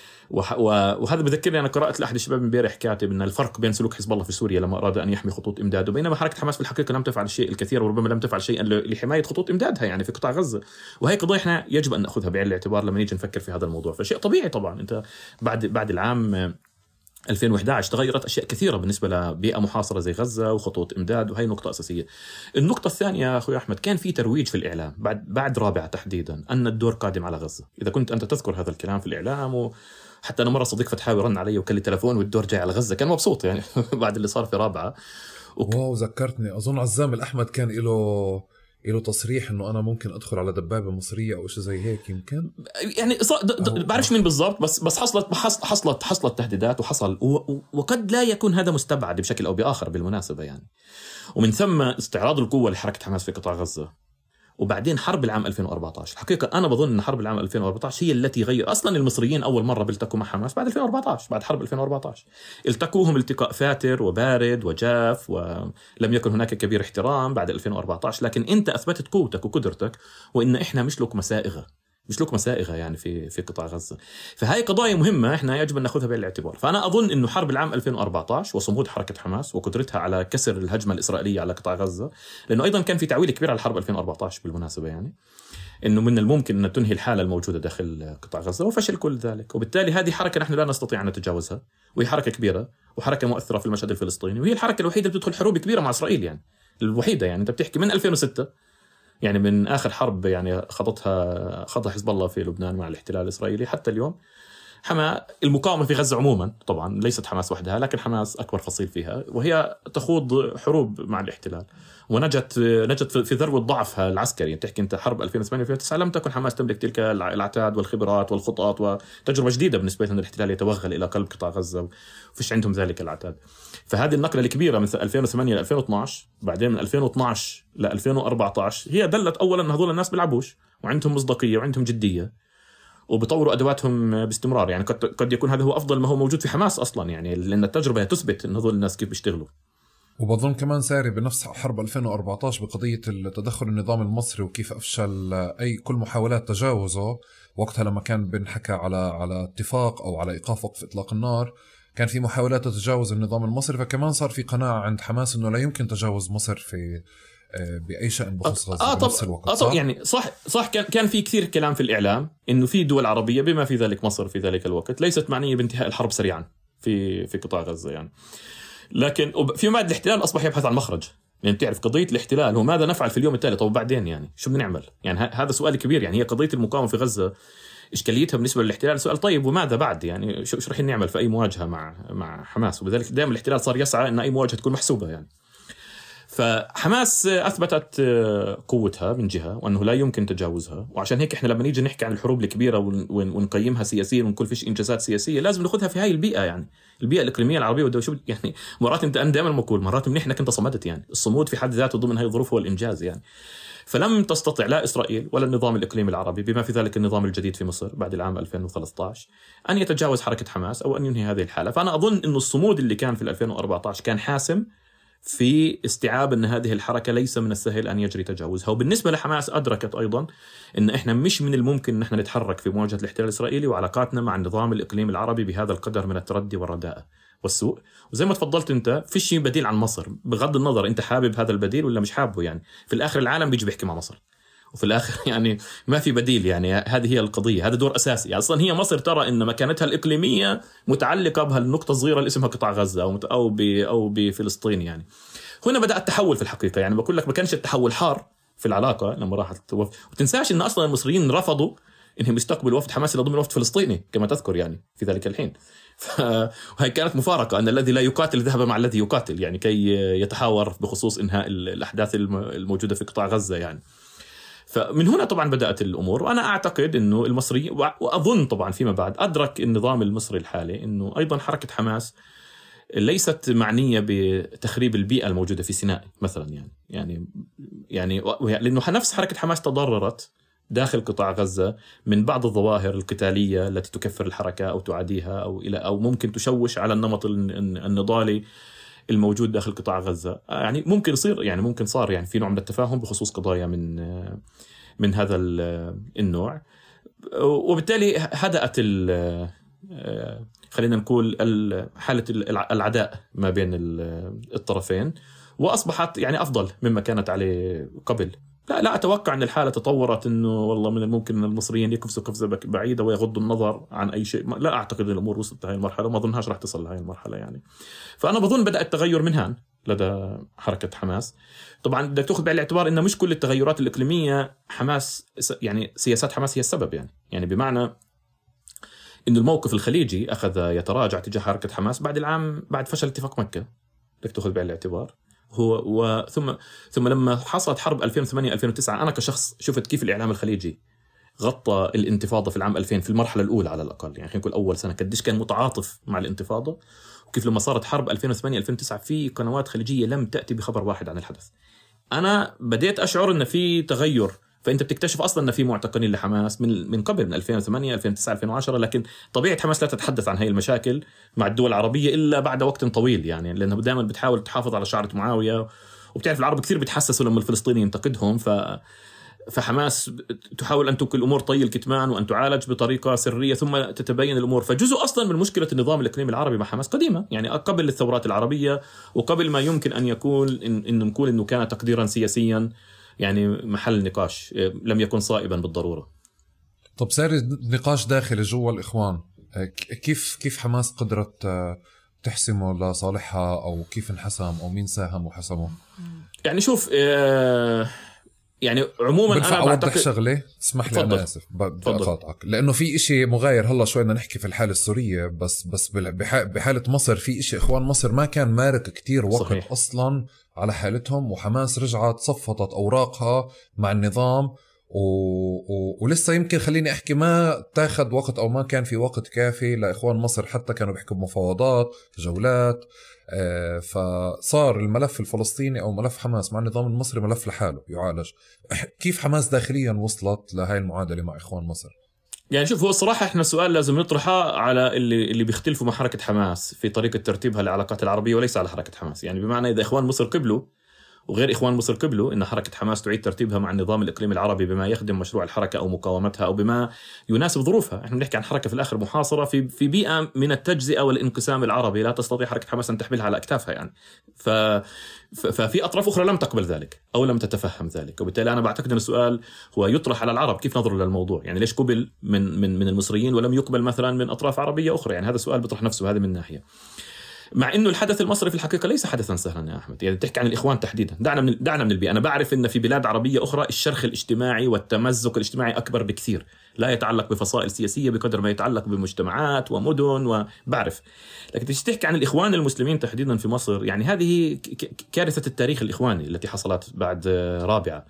وهذا بذكرني أنا قرأت لأحد الشباب امبارح كاتب أن الفرق بين سلوك حزب الله في سوريا لما أراد أن يحمي خطوط إمداده، بينما حركة حماس في الحقيقة لم تفعل الشيء الكثير وربما لم تفعل شيئا لحماية خطوط إمدادها يعني في قطاع غزة. وهي قضية إحنا يجب أن نأخذها بعين الاعتبار لما نيجي نفكر في هذا الموضوع. فشيء طبيعي طبعا أنت بعد بعد العام ألفين وإحدى عشر تغيرت أشياء كثيرة بالنسبة لبيئة محاصرة زي غزة وخطوط إمداد، وهي نقطة أساسية. النقطة الثانية أخوي أحمد كان في ترويج في الإعلام بعد بعد رابعة تحديدا أن الدور قادم على غزة. إذا كنت أنت تذكر هذا الكلام في الإعلام و حتى أنا مرة صديق فتحاوي رن علي وكان لي تلفون والدور جاي على غزة، كان مبسوط يعني بعد اللي صار في رابعة. وك... واو ذكرتني أظن عزام الأحمد كان له له تصريح إنه أنا ممكن أدخل على دبابة مصرية أو شيء زي هيك يمكن يعني ص... د... د... بعرفش مين بالضبط بس بس حصلت حصلت حصلت تهديدات وحصل و... وقد لا يكون هذا مستبعد بشكل أو بآخر بالمناسبة يعني. ومن ثم استعراض القوة لحركة حماس في قطاع غزة وبعدين حرب العام ألفين وأربعة عشر. الحقيقة أنا بظن أن حرب العام ألفين وأربعة عشر هي التي غير أصلا المصريين أول مرة بيلتقوا مع حماس بعد ألفين وأربعة عشر بعد حرب ألفين وأربعة عشر التقوهم التقاء فاتر وبارد وجاف ولم يكن هناك كبير احترام بعد ألفين وأربعة عشر. لكن أنت أثبتت قوتك وقدرتك وإن إحنا مش لك مسائغة مش لك مسائغة يعني في في قطاع غزة. فهاي قضايا مهمة إحنا يجب أن نأخذها بعين الاعتبار. فأنا أظن إنه حرب العام ألفين وأربعة عشر وصمود حركة حماس وقدرتها على كسر الهجمة الإسرائيلية على قطاع غزة، لأنه أيضا كان في تعويل كبير على الحرب ألفين وأربعة عشر بالمناسبة يعني إنه من الممكن أن تنهي الحالة الموجودة داخل قطاع غزة وفشل كل ذلك. وبالتالي هذه حركة نحن لا نستطيع أن نتجاوزها، وهي حركة كبيرة وحركة مؤثرة في المشهد الفلسطيني، وهي الحركة الوحيدة اللي بتدخل حروب كبيرة مع إسرائيل يعني الوحيدة. يعني أنت بتحكي من ألفين وستة يعني من آخر حرب يعني خضتها خضها حزب الله في لبنان مع الاحتلال الإسرائيلي حتى اليوم. حما المقاومة في غزة عموما طبعا ليست حماس وحدها لكن حماس أكبر فصيل فيها، وهي تخوض حروب مع الاحتلال ونجت نجت في ذروة ضعفها العسكري. تحكي أنت حرب ألفين وثمانية ألفين وتسعة لم تكن حماس تملك تلك العتاد والخبرات والخطط وتجربة جديدة بالنسبة لأن الاحتلال يتوغل إلى قلب قطاع غزة وفيش عندهم ذلك العتاد. فهذه النقلة الكبيرة من ألفين وثمانية ل ألفين واثني عشر بعدين من ألفين واثني عشر ل ألفين وأربعة عشر هي دلت أولا أن هذول الناس بيلعبوش وعندهم مصداقية وعندهم جدية وبطوروا أدواتهم باستمرار. يعني قد قد يكون هذا هو أفضل ما هو موجود في حماس أصلا يعني لأن التجربة تثبت أن هذول الناس كيف بيشتغلوا. وبظن كمان ساري بنفس حرب ألفين وأربعة عشر بقضية التدخل النظام المصري وكيف أفشل أي كل محاولات تجاوزه. وقتها لما كان بنحكى على على اتفاق أو على إيقاف وقف إطلاق النار كان في محاولات تتجاوز النظام المصري، فكمان صار في قناعة عند حماس إنه لا يمكن تجاوز مصر في بأي شأن بخصوص غزة آه بنفس الوقت. آه صح؟ يعني صح صح كان كان في كثير كلام في الإعلام إنه في دول عربية بما في ذلك مصر في ذلك الوقت ليست معنية بانتهاء الحرب سريعا في في قطاع غزة يعني. لكن في بعد الاحتلال أصبح يبحث عن مخرج. يعني تعرف قضية الاحتلال هو ماذا نفعل في اليوم التالي؟ طب بعدين يعني شو بدنا نعمل؟ يعني هذا سؤال كبير. يعني هي قضية المقاومة في غزة إشكاليتها بالنسبة للاحتلال سؤال طيب وماذا بعد؟ يعني شو رح نعمل في أي مواجهة مع مع حماس؟ وبذلك دائما الاحتلال صار يسعى أن أي مواجهة تكون محسوبة يعني. فحماس أثبتت قوتها من جهة وأنه لا يمكن تجاوزها، وعشان هيك إحنا لما نيجي نحكي عن الحروب الكبيرة ونقيمها سياسيا ونقول فيش إنجازات سياسية لازم نأخذها في هاي البيئة يعني البيئة الإقليمية العربية والدول. يعني مرات أنت أنا دائما بقول مرات من إحنا كنت صمدت يعني الصمود في حد ذاته ضمن هاي الظروف هو الإنجاز يعني. فلم تستطع لا إسرائيل ولا النظام الإقليمي العربي بما في ذلك النظام الجديد في مصر بعد العام ألفين وثلاثة عشر أن يتجاوز حركة حماس أو أن ينهي هذه الحالة. فأنا أظن أن الصمود اللي كان في ألفين وأربعة عشر كان حاسم في استيعاب أن هذه الحركة ليس من السهل أن يجري تجاوزها. وبالنسبة لحماس أدركت أيضا أن إحنا مش من الممكن أن إحنا نتحرك في مواجهة الاحتلال الإسرائيلي وعلاقاتنا مع النظام الإقليمي العربي بهذا القدر من التردي والرداءة والسوء. وزي ما تفضلت أنت في شيء بديل عن مصر بغض النظر أنت حابب هذا البديل ولا مش حابه. يعني في الآخر العالم بيجي بيحكي مع مصر وفي الآخر يعني ما في بديل. يعني هذه هي القضية، هذا دور أساسي. يعني أصلا هي مصر ترى إن مكانتها الإقليمية متعلقة بهالنقطة الصغيرة اللي اسمها قطاع غزة أو أو ب أو بفلسطين. يعني هنا بدأ التحول في الحقيقة. يعني بقول لك ما كانش التحول حار في العلاقة لما راحت. وتنساش إن أصلا المصريين رفضوا انهم يستقبلوا وفد حماس الى ضمن وفد فلسطيني كما تذكر يعني في ذلك الحين. وهي كانت مفارقة أن الذي لا يقاتل ذهب مع الذي يقاتل يعني كي يتحاور بخصوص إنهاء الأحداث الموجودة في قطاع غزة يعني. فمن هنا طبعا بدأت الأمور. وأنا أعتقد أنه المصري وأظن طبعا فيما بعد أدرك النظام المصري الحالي أنه أيضا حركة حماس ليست معنية بتخريب البيئة الموجودة في سيناء مثلا يعني يعني يعني لأنه نفس حركة حماس تضررت داخل قطاع غزة من بعض الظواهر القتالية التي تكفر الحركة أو تعاديها أو إلى أو ممكن تشوش على النمط النضالي الموجود داخل قطاع غزة. يعني ممكن يصير يعني ممكن صار يعني في نوع من التفاهم بخصوص قضايا من من هذا النوع، وبالتالي هدأت خلينا نقول حالة العداء ما بين الطرفين وأصبحت يعني أفضل مما كانت عليه قبل. لا لا أتوقع أن الحالة تطورت أنه والله من الممكن أن المصريين يقفزوا قفزة بعيدة ويغضوا النظر عن أي شيء. لا أعتقد أن الأمور وصلت لهذه المرحلة وما أظنهاش راح تصل لهذه المرحلة يعني. فأنا بظن بدأ التغير من هان لدى حركة حماس. طبعا بدك تأخذ بعين الاعتبار أن مش كل التغيرات الإقليمية حماس يعني سياسات حماس هي السبب يعني يعني بمعنى أن الموقف الخليجي أخذ يتراجع تجاه حركة حماس بعد العام بعد فشل اتفاق مكة. بدك تأخذ بعين الاعتبار هو وثم ثم لما حصلت حرب ألفين وثمانية ألفين وتسعة أنا كشخص شفت كيف الإعلام الخليجي غطى الانتفاضة في العام ألفين في المرحلة الأولى على الأقل يعني خلينا نقول أول سنة قديش كان متعاطف مع الانتفاضة، وكيف لما صارت حرب ألفين وثمانية ألفين وتسعة في قنوات خليجية لم تأتي بخبر واحد عن الحدث. أنا بديت أشعر إن في تغير، فأنت بتكتشف أصلاً إن في معتقلين لحماس من من قبل من ألفين وثمانية ألفين وتسعة ألفين وعشرة، لكن طبيعة حماس لا تتحدث عن هاي المشاكل مع الدول العربية إلا بعد وقت طويل يعني لأنها دائما بتحاول تحافظ على شعرة معاوية، وبتعرف العرب كثير بيتحسسوا لما الفلسطيني ينتقدهم. ف فحماس تحاول أن تكون الأمور طي الكتمان وأن تعالج بطريقة سرية ثم تتبين الأمور. فجزء أصلا من مشكلة النظام الإقليمي العربي مع حماس قديمة يعني قبل الثورات العربية وقبل ما يمكن أن يكون إن, إن نقول إنه كان تقديرا سياسيا يعني محل نقاش لم يكن صائبا بالضرورة. طب صار نقاش داخلي جوا الإخوان، كيف كيف حماس قدرت تحسمه لصالحها أو كيف انحسم أو مين ساهم وحسمه؟ يعني شوف آه يعني عموما انا اوضح شغله اسمح لي انا اسف بدي اقاطعك لانه في إشي مغاير. هلا شوي بدنا نحكي في الحاله السوريه بس بس بحاله مصر في إشي اخوان مصر ما كان مارك كتير وقت صحيح. اصلا على حالتهم، وحماس رجعت صفطت اوراقها مع النظام و... و... ولسه يمكن خليني احكي ما تاخد وقت او ما كان في وقت كافي لاخوان مصر، حتى كانوا بيحكوا بمفاوضات جولات. آه فصار الملف الفلسطيني او ملف حماس مع النظام المصري ملف لحاله يعالج. كيف حماس داخليا وصلت لهاي المعادله مع اخوان مصر؟ يعني شوف هو الصراحه احنا سؤال لازم نطرحه على اللي اللي بيختلفوا مع حركه حماس في طريقه ترتيبها للعلاقات العربيه وليس على حركه حماس. يعني بمعنى اذا اخوان مصر قبلوا وغير إخوان مصر قبلوا إن حركة حماس تعيد ترتيبها مع النظام الإقليمي العربي بما يخدم مشروع الحركة أو مقاومتها أو بما يناسب ظروفها. إحنا بنحكي عن حركة في الآخر محاصرة في في بيئة من التجزئة والانقسام العربي لا تستطيع حركة حماس أن تحملها على أكتافها يعني. ف ففي أطراف أخرى لم تقبل ذلك أو لم تتفهم ذلك، وبالتالي أنا بعتقد أن السؤال هو يطرح على العرب كيف نظروا للموضوع. يعني ليش قبل من من من المصريين ولم يقبل مثلا من أطراف عربية أخرى؟ يعني هذا السؤال بيطرح نفسه هذا من ناحية. مع انه الحدث المصري في الحقيقه ليس حدثا سهلا يا احمد. يعني تحكي عن الاخوان تحديدا، دعنا من دعنا من البيئه. انا بعرف ان في بلاد عربيه اخرى الشرخ الاجتماعي والتمزق الاجتماعي اكبر بكثير، لا يتعلق بفصائل سياسيه بقدر ما يتعلق بمجتمعات ومدن، وبعرف. لكن تحكي عن الاخوان المسلمين تحديدا في مصر، يعني هذه كارثه التاريخ الاخواني التي حصلت بعد رابعه.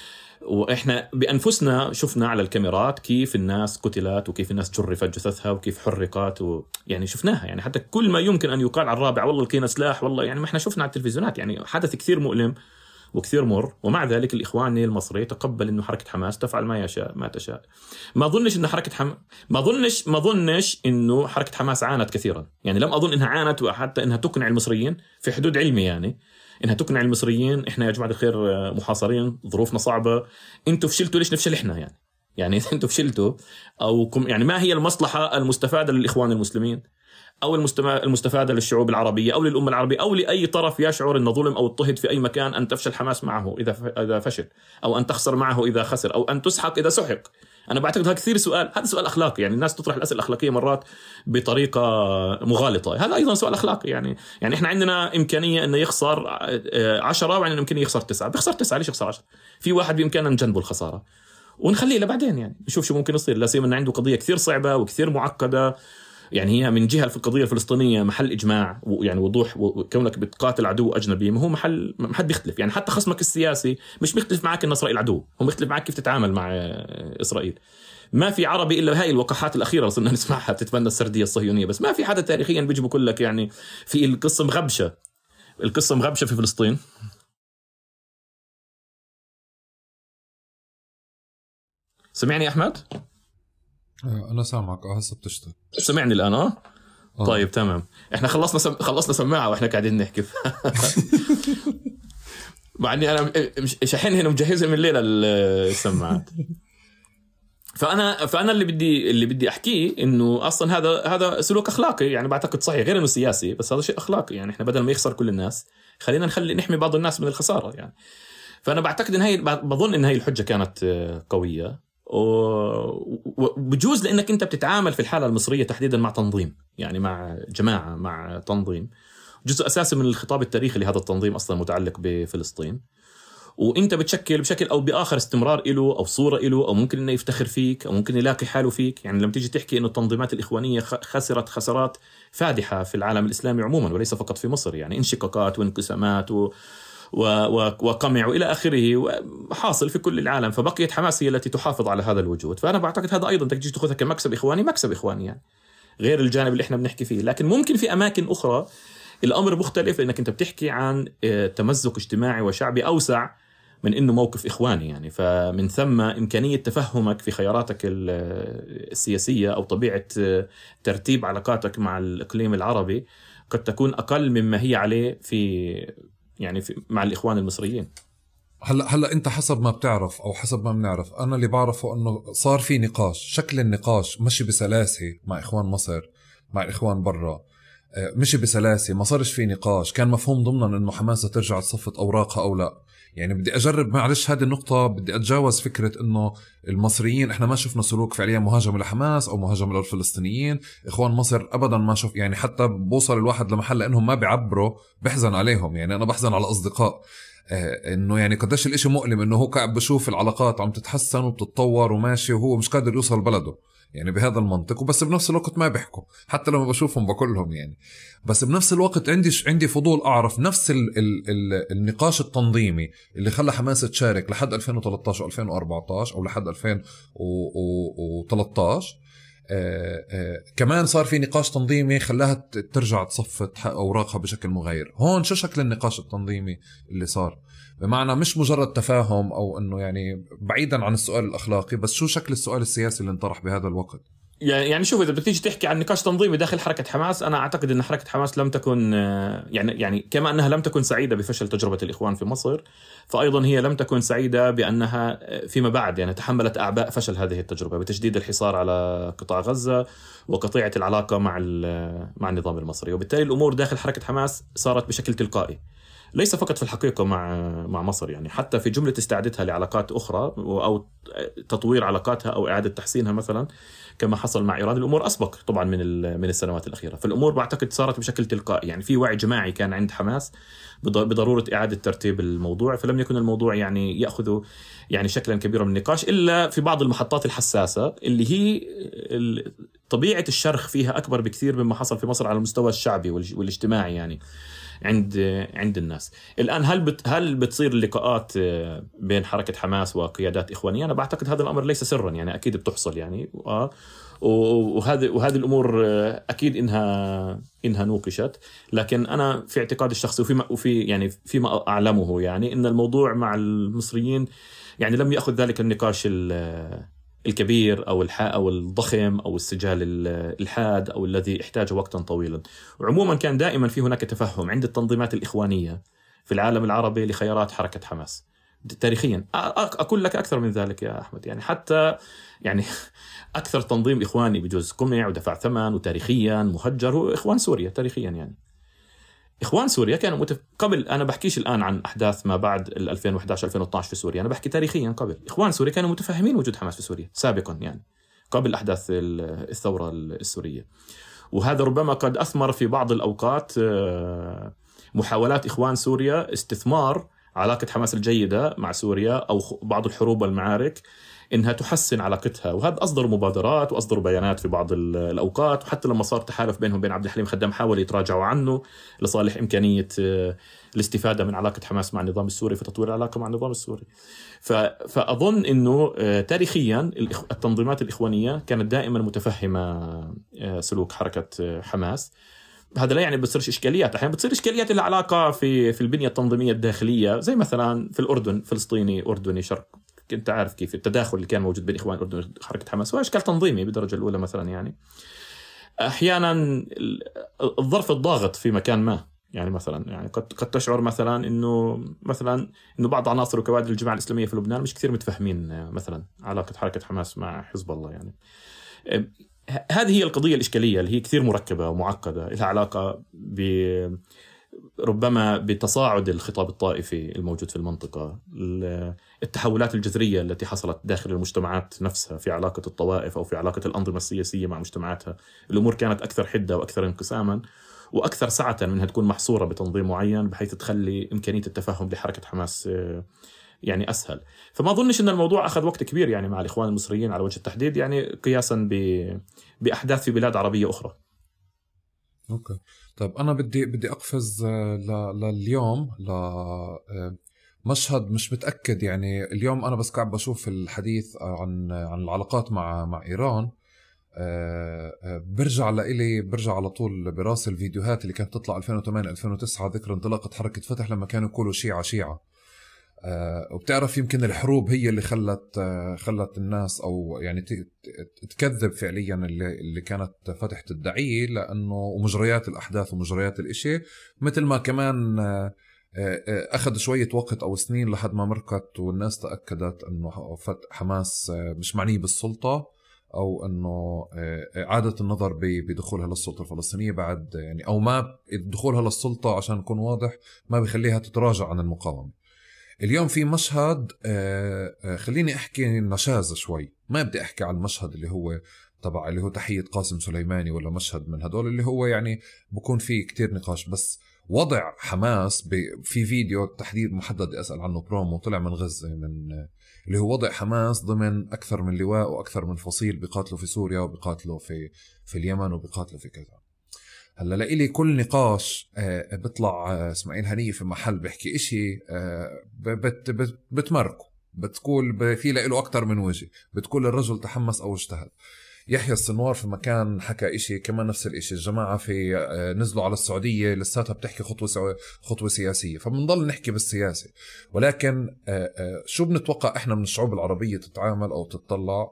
وإحنا بأنفسنا شفنا على الكاميرات كيف الناس قتلت وكيف الناس جرفت جثثها وكيف حرقت و... يعني شفناها. يعني حتى كل ما يمكن أن يقال عن الرابعة والله لقينا سلاح والله، يعني ما إحنا شفنا على التلفزيونات. يعني حدث كثير مؤلم وكثير مر، ومع ذلك الإخواني المصري تقبل إنه حركة حماس تفعل ما يشاء ما تشاء. ما ظنش إن حركة حم... ما ظنش ما ظنش إنه حركة حماس عانت كثيرا. يعني لم أظن إنها عانت وحتى إنها تقنع المصريين في حدود علمي، يعني إنها تقنع المصريين إحنا يا جماعة الخير محاصرين، ظروفنا صعبة، أنتوا فشلتوا ليش نفشل إحنا؟ يعني يعني أنتوا فشلتوا أو كم، يعني ما هي المصلحة المستفادة للإخوان المسلمين أو المستفادة للشعوب العربية أو للأمة العربية أو لأي طرف يشعر أن ظلم أو اضطهد في أي مكان أن تفشل حماس معه إذا إذا فشل، أو أن تخسر معه إذا خسر، أو أن تسحق إذا سحق. أنا بعتقد هذا كثير سؤال، هذا سؤال أخلاقي. يعني الناس تطرح الأسئلة الأخلاقية مرات بطريقة مغالطة، هذا أيضا سؤال أخلاقي. يعني يعني إحنا عندنا إمكانية إنه يخسر عشرة وعندنا إمكانية يخسر تسعة، بيخسر تسعة ليش يخسر عشرة؟ في واحد بإمكانه نجنبه الخسارة، ونخليه لبعدين يعني نشوف شو ممكن يصير، لا سيما انه عنده قضيه كثير صعبه وكثير معقده. يعني هي من جهه في القضيه الفلسطينيه محل اجماع يعني وضوح، وكونك بتقاتل عدو اجنبي ما هو محل ما حد بيختلف. يعني حتى خصمك السياسي مش بيختلف معك ان اسرائيل عدو، هو بيختلف معك كيف تتعامل مع اسرائيل. ما في عربي الا هاي الوقحات الاخيره صرنا نسمعها بتتبنى السرديه الصهيونيه، بس ما في حدا تاريخيا بيجي بقول لك يعني في القصه مغبشه، القصه مغبشه في فلسطين. سمعني احمد؟ انا سامعك. اه هسه بتشتغل. سمعني الان؟ اه آه. طيب تمام. احنا خلصنا سم... خلصنا سماعه واحنا قاعدين نحكي. مع اني انا شحن هنا مجهزها من الليله السماعات. فانا فانا اللي بدي اللي بدي احكيه انه اصلا هذا هذا سلوك اخلاقي يعني بعتقد صحيح، غير انه سياسي بس هذا شيء اخلاقي. يعني احنا بدل ما يخسر كل الناس خلينا نخلي نحمي بعض الناس من الخساره يعني. فانا بعتقد ان هي بظن ان هي الحجه كانت قويه، وبجوز لانك انت بتتعامل في الحاله المصريه تحديدا مع تنظيم، يعني مع جماعه مع تنظيم جزء اساسي من الخطاب التاريخي لهذا التنظيم اصلا متعلق بفلسطين، وانت بتشكل بشكل او باخر استمرار له او صوره له، او ممكن انه يفتخر فيك او ممكن يلاقي حاله فيك. يعني لما تيجي تحكي انه التنظيمات الاخوانيه خسرت خسارات فادحه في العالم الاسلامي عموما وليس فقط في مصر، يعني انشقاقات وانقسامات و وقمع وإلى آخره حاصل في كل العالم، فبقيت حماس هي التي تحافظ على هذا الوجود. فأنا بعتقد هذا أيضا تجي تأخذها كمكسب إخواني، مكسب إخواني يعني غير الجانب اللي إحنا بنحكي فيه. لكن ممكن في أماكن أخرى الأمر مختلف، لأنك أنت بتحكي عن تمزق اجتماعي وشعبي أوسع من إنه موقف إخواني يعني. فمن ثم إمكانية تفهمك في خياراتك السياسية أو طبيعة ترتيب علاقاتك مع الإقليم العربي قد تكون أقل مما هي عليه في يعني في مع الإخوان المصريين. هلا هلا انت حسب ما بتعرف او حسب ما بنعرف، انا اللي بعرفه انه صار في نقاش، شكل النقاش مشي بسلاسة مع اخوان مصر مع الاخوان برا، مشي بسلاسة، ما صارش في نقاش. كان مفهوم ضمنا انه حماس ترجع تصفت اوراقها او لا. يعني بدي اجرب معلش هذه النقطة، بدي اتجاوز فكرة انه المصريين احنا ما شفنا سلوك فعليا مهاجم لحماس او مهاجم للفلسطينيين. اخوان مصر ابدا ما شوف، يعني حتى بوصل الواحد لمحل انهم ما بيعبروا، بحزن عليهم. يعني انا بحزن على اصدقاء آه انه يعني قديش الاشي مؤلم انه هو قاعد بشوف العلاقات عم تتحسن وبتتطور وماشي وهو مش قادر يوصل بلده يعني بهذا المنطق. وبس بنفس الوقت ما بيحكوا، حتى لما بشوفهم بقولهم يعني. بس بنفس الوقت عندي عندي فضول اعرف نفس ال ال ال النقاش التنظيمي اللي خلى حماس تشارك لحد ألفين وثلاثة عشر ألفين وأربعة عشر او لحد ألفين وثلاثة عشر. آه آه كمان صار في نقاش تنظيمي خلاها ترجع تصفت اوراقها بشكل مغاير. هون شو شكل النقاش التنظيمي اللي صار؟ بمعنى مش مجرد تفاهم او انه يعني بعيدا عن السؤال الاخلاقي، بس شو شكل السؤال السياسي اللي انطرح بهذا الوقت؟ يعني شوف، اذا بتيجي تحكي عن نقاش تنظيمي داخل حركه حماس، انا اعتقد ان حركه حماس لم تكن يعني يعني كما انها لم تكن سعيده بفشل تجربه الاخوان في مصر، فايضا هي لم تكن سعيده بانها فيما بعد يعني تحملت اعباء فشل هذه التجربه بتشديد الحصار على قطاع غزه وقطيعه العلاقه مع مع النظام المصري. وبالتالي الامور داخل حركه حماس صارت بشكل تلقائي، ليس فقط في الحقيقة مع مع مصر، يعني حتى في جملة استعادتها لعلاقات أخرى أو تطوير علاقاتها أو إعادة تحسينها مثلا كما حصل مع إيران، الأمور أسبق طبعا من من السنوات الأخيرة. فالأمور بعتقد صارت بشكل تلقائي، يعني في وعي جماعي كان عند حماس بضرورة إعادة ترتيب الموضوع، فلم يكن الموضوع يعني يأخذ يعني شكلا كبيرا من النقاش إلا في بعض المحطات الحساسة اللي هي طبيعة الشرخ فيها أكبر بكثير مما حصل في مصر على المستوى الشعبي والاجتماعي يعني عند عند الناس. الآن هل بت هل بتصير اللقاءات بين حركة حماس وقيادات إخوانية؟ أنا بعتقد هذا الأمر ليس سرا، يعني أكيد بتحصل يعني، وهذه وهذه الأمور أكيد إنها إنها نوقشت. لكن أنا في اعتقادي الشخصي وفي وفي يعني فيما أعلمه يعني إن الموضوع مع المصريين يعني لم يأخذ ذلك النقاش الكبير أو الحا أو الضخم أو السجال الحاد أو الذي احتاج وقتا طويلا. وعموما كان دائما في هناك تفهم عند التنظيمات الإخوانية في العالم العربي لخيارات حركة حماس تاريخيا. أقول لك أكثر من ذلك يا أحمد، يعني حتى يعني أكثر تنظيم إخواني بجوز قمع ودفع ثمن وتاريخيا مهجر هو إخوان سوريا تاريخيا. يعني إخوان سوريا كانوا متف... قبل، أنا بحكيش الآن عن أحداث ما بعد ألفين وإحدى عشر ألفين واثني عشر في سوريا، أنا بحكي تاريخيا قبل. إخوان سوريا كانوا متفهمين وجود حماس في سوريا سابقا، يعني قبل أحداث الثورة السورية، وهذا ربما قد أثمر في بعض الأوقات محاولات إخوان سوريا استثمار علاقة حماس الجيدة مع سوريا أو بعض الحروب والمعارك إنها تحسن علاقتها، وهذا أصدروا مبادرات وأصدروا بيانات في بعض الأوقات، وحتى لما صار تحالف بينهم بين عبد الحليم خدام حاولوا يتراجعوا عنه لصالح إمكانية الاستفادة من علاقة حماس مع النظام السوري في تطوير العلاقة مع النظام السوري. فأظن أنه تاريخيا التنظيمات الإخوانية كانت دائما متفهمة سلوك حركة حماس. هذا لا يعني بتصيرش إشكاليات، أحيانا بتصير إشكاليات لها علاقة في في البنية التنظيمية الداخلية، زي مثلا في الأردن، فلسطيني أردني شرق، كنت عارف كيف التداخل اللي كان موجود بين إخوان الأردن وحركة حماس، هو إشكال تنظيمي بالدرجة الأولى مثلا. يعني أحيانا الظرف الضاغط في مكان ما، يعني مثلا يعني قد قد تشعر مثلا إنه مثلا إنه بعض عناصر وكوادر الجماعة الإسلامية في لبنان مش كثير متفاهمين مثلا علاقة حركة حماس مع حزب الله. يعني هذه هي القضية الإشكالية اللي هي كثير مركبة ومعقدة، لها علاقة ب ربما بتصاعد الخطاب الطائفي الموجود في المنطقة، التحولات الجذرية التي حصلت داخل المجتمعات نفسها في علاقة الطوائف أو في علاقة الأنظمة السياسية مع مجتمعاتها. الأمور كانت أكثر حدة وأكثر انقساما وأكثر سعة من أنها تكون محصورة بتنظيم معين بحيث تخلي إمكانية التفاهم لحركة حماس يعني أسهل. فما أظنش أن الموضوع أخذ وقت كبير يعني مع الإخوان المصريين على وجه التحديد، يعني قياسا بأحداث في بلاد عربية أخرى. أوكي. طيب أنا بدي بدي أقفز لليوم لمشهد مش متأكد. يعني اليوم أنا بس قاعد بشوف الحديث عن عن العلاقات مع مع إيران، برجع لإلي برجع على طول براس الفيديوهات اللي كانت تطلع ألفين وثمانية ألفين وتسعة ذكر انطلاقة حركة فتح لما كانوا يقولوا شيعة شيعة. أه وبتعرف يمكن الحروب هي اللي خلت أه خلت الناس أو يعني تكذب فعليا اللي, اللي كانت فتح تدعيه، لأنه ومجريات الأحداث ومجريات الإشي مثل ما كمان أه أخذ شوية وقت أو سنين لحد ما مركت والناس تأكدت أنه فتح حماس مش معني بالسلطة، أو أنه إعادة النظر بدخولها للسلطة الفلسطينية بعد يعني أو ما دخولها للسلطة عشان نكون واضح ما بيخليها تتراجع عن المقاومة. اليوم في مشهد خليني أحكي نشاز شوي، ما بدي أحكي عن المشهد اللي هو طبعا اللي هو تحية قاسم سليماني ولا مشهد من هدول اللي هو يعني بكون فيه كتير نقاش، بس وضع حماس في فيديو تحديد محدد أسأل عنه برومو طلع من غزة، من اللي هو وضع حماس ضمن أكثر من لواء وأكثر من فصيل بيقاتلوا في سوريا وبيقاتلوا في في اليمن وبيقاتلوا في كذا. هلا لإلي كل نقاش آه بيطلع آه اسماعيل هنية في محل بيحكي إشي آه بت بت بتمركه، بتقول في له أكتر من وجه، بتقول الرجل تحمس أو اجتهد. يحيى السنوار في مكان حكى إشي كمان نفس الإشي، الجماعة في آه نزلوا على السعودية لساتها بتحكي خطوة خطوة سياسية، فبنضل نحكي بالسياسة. ولكن آه آه شو بنتوقع إحنا من الشعوب العربية تتعامل أو تتطلع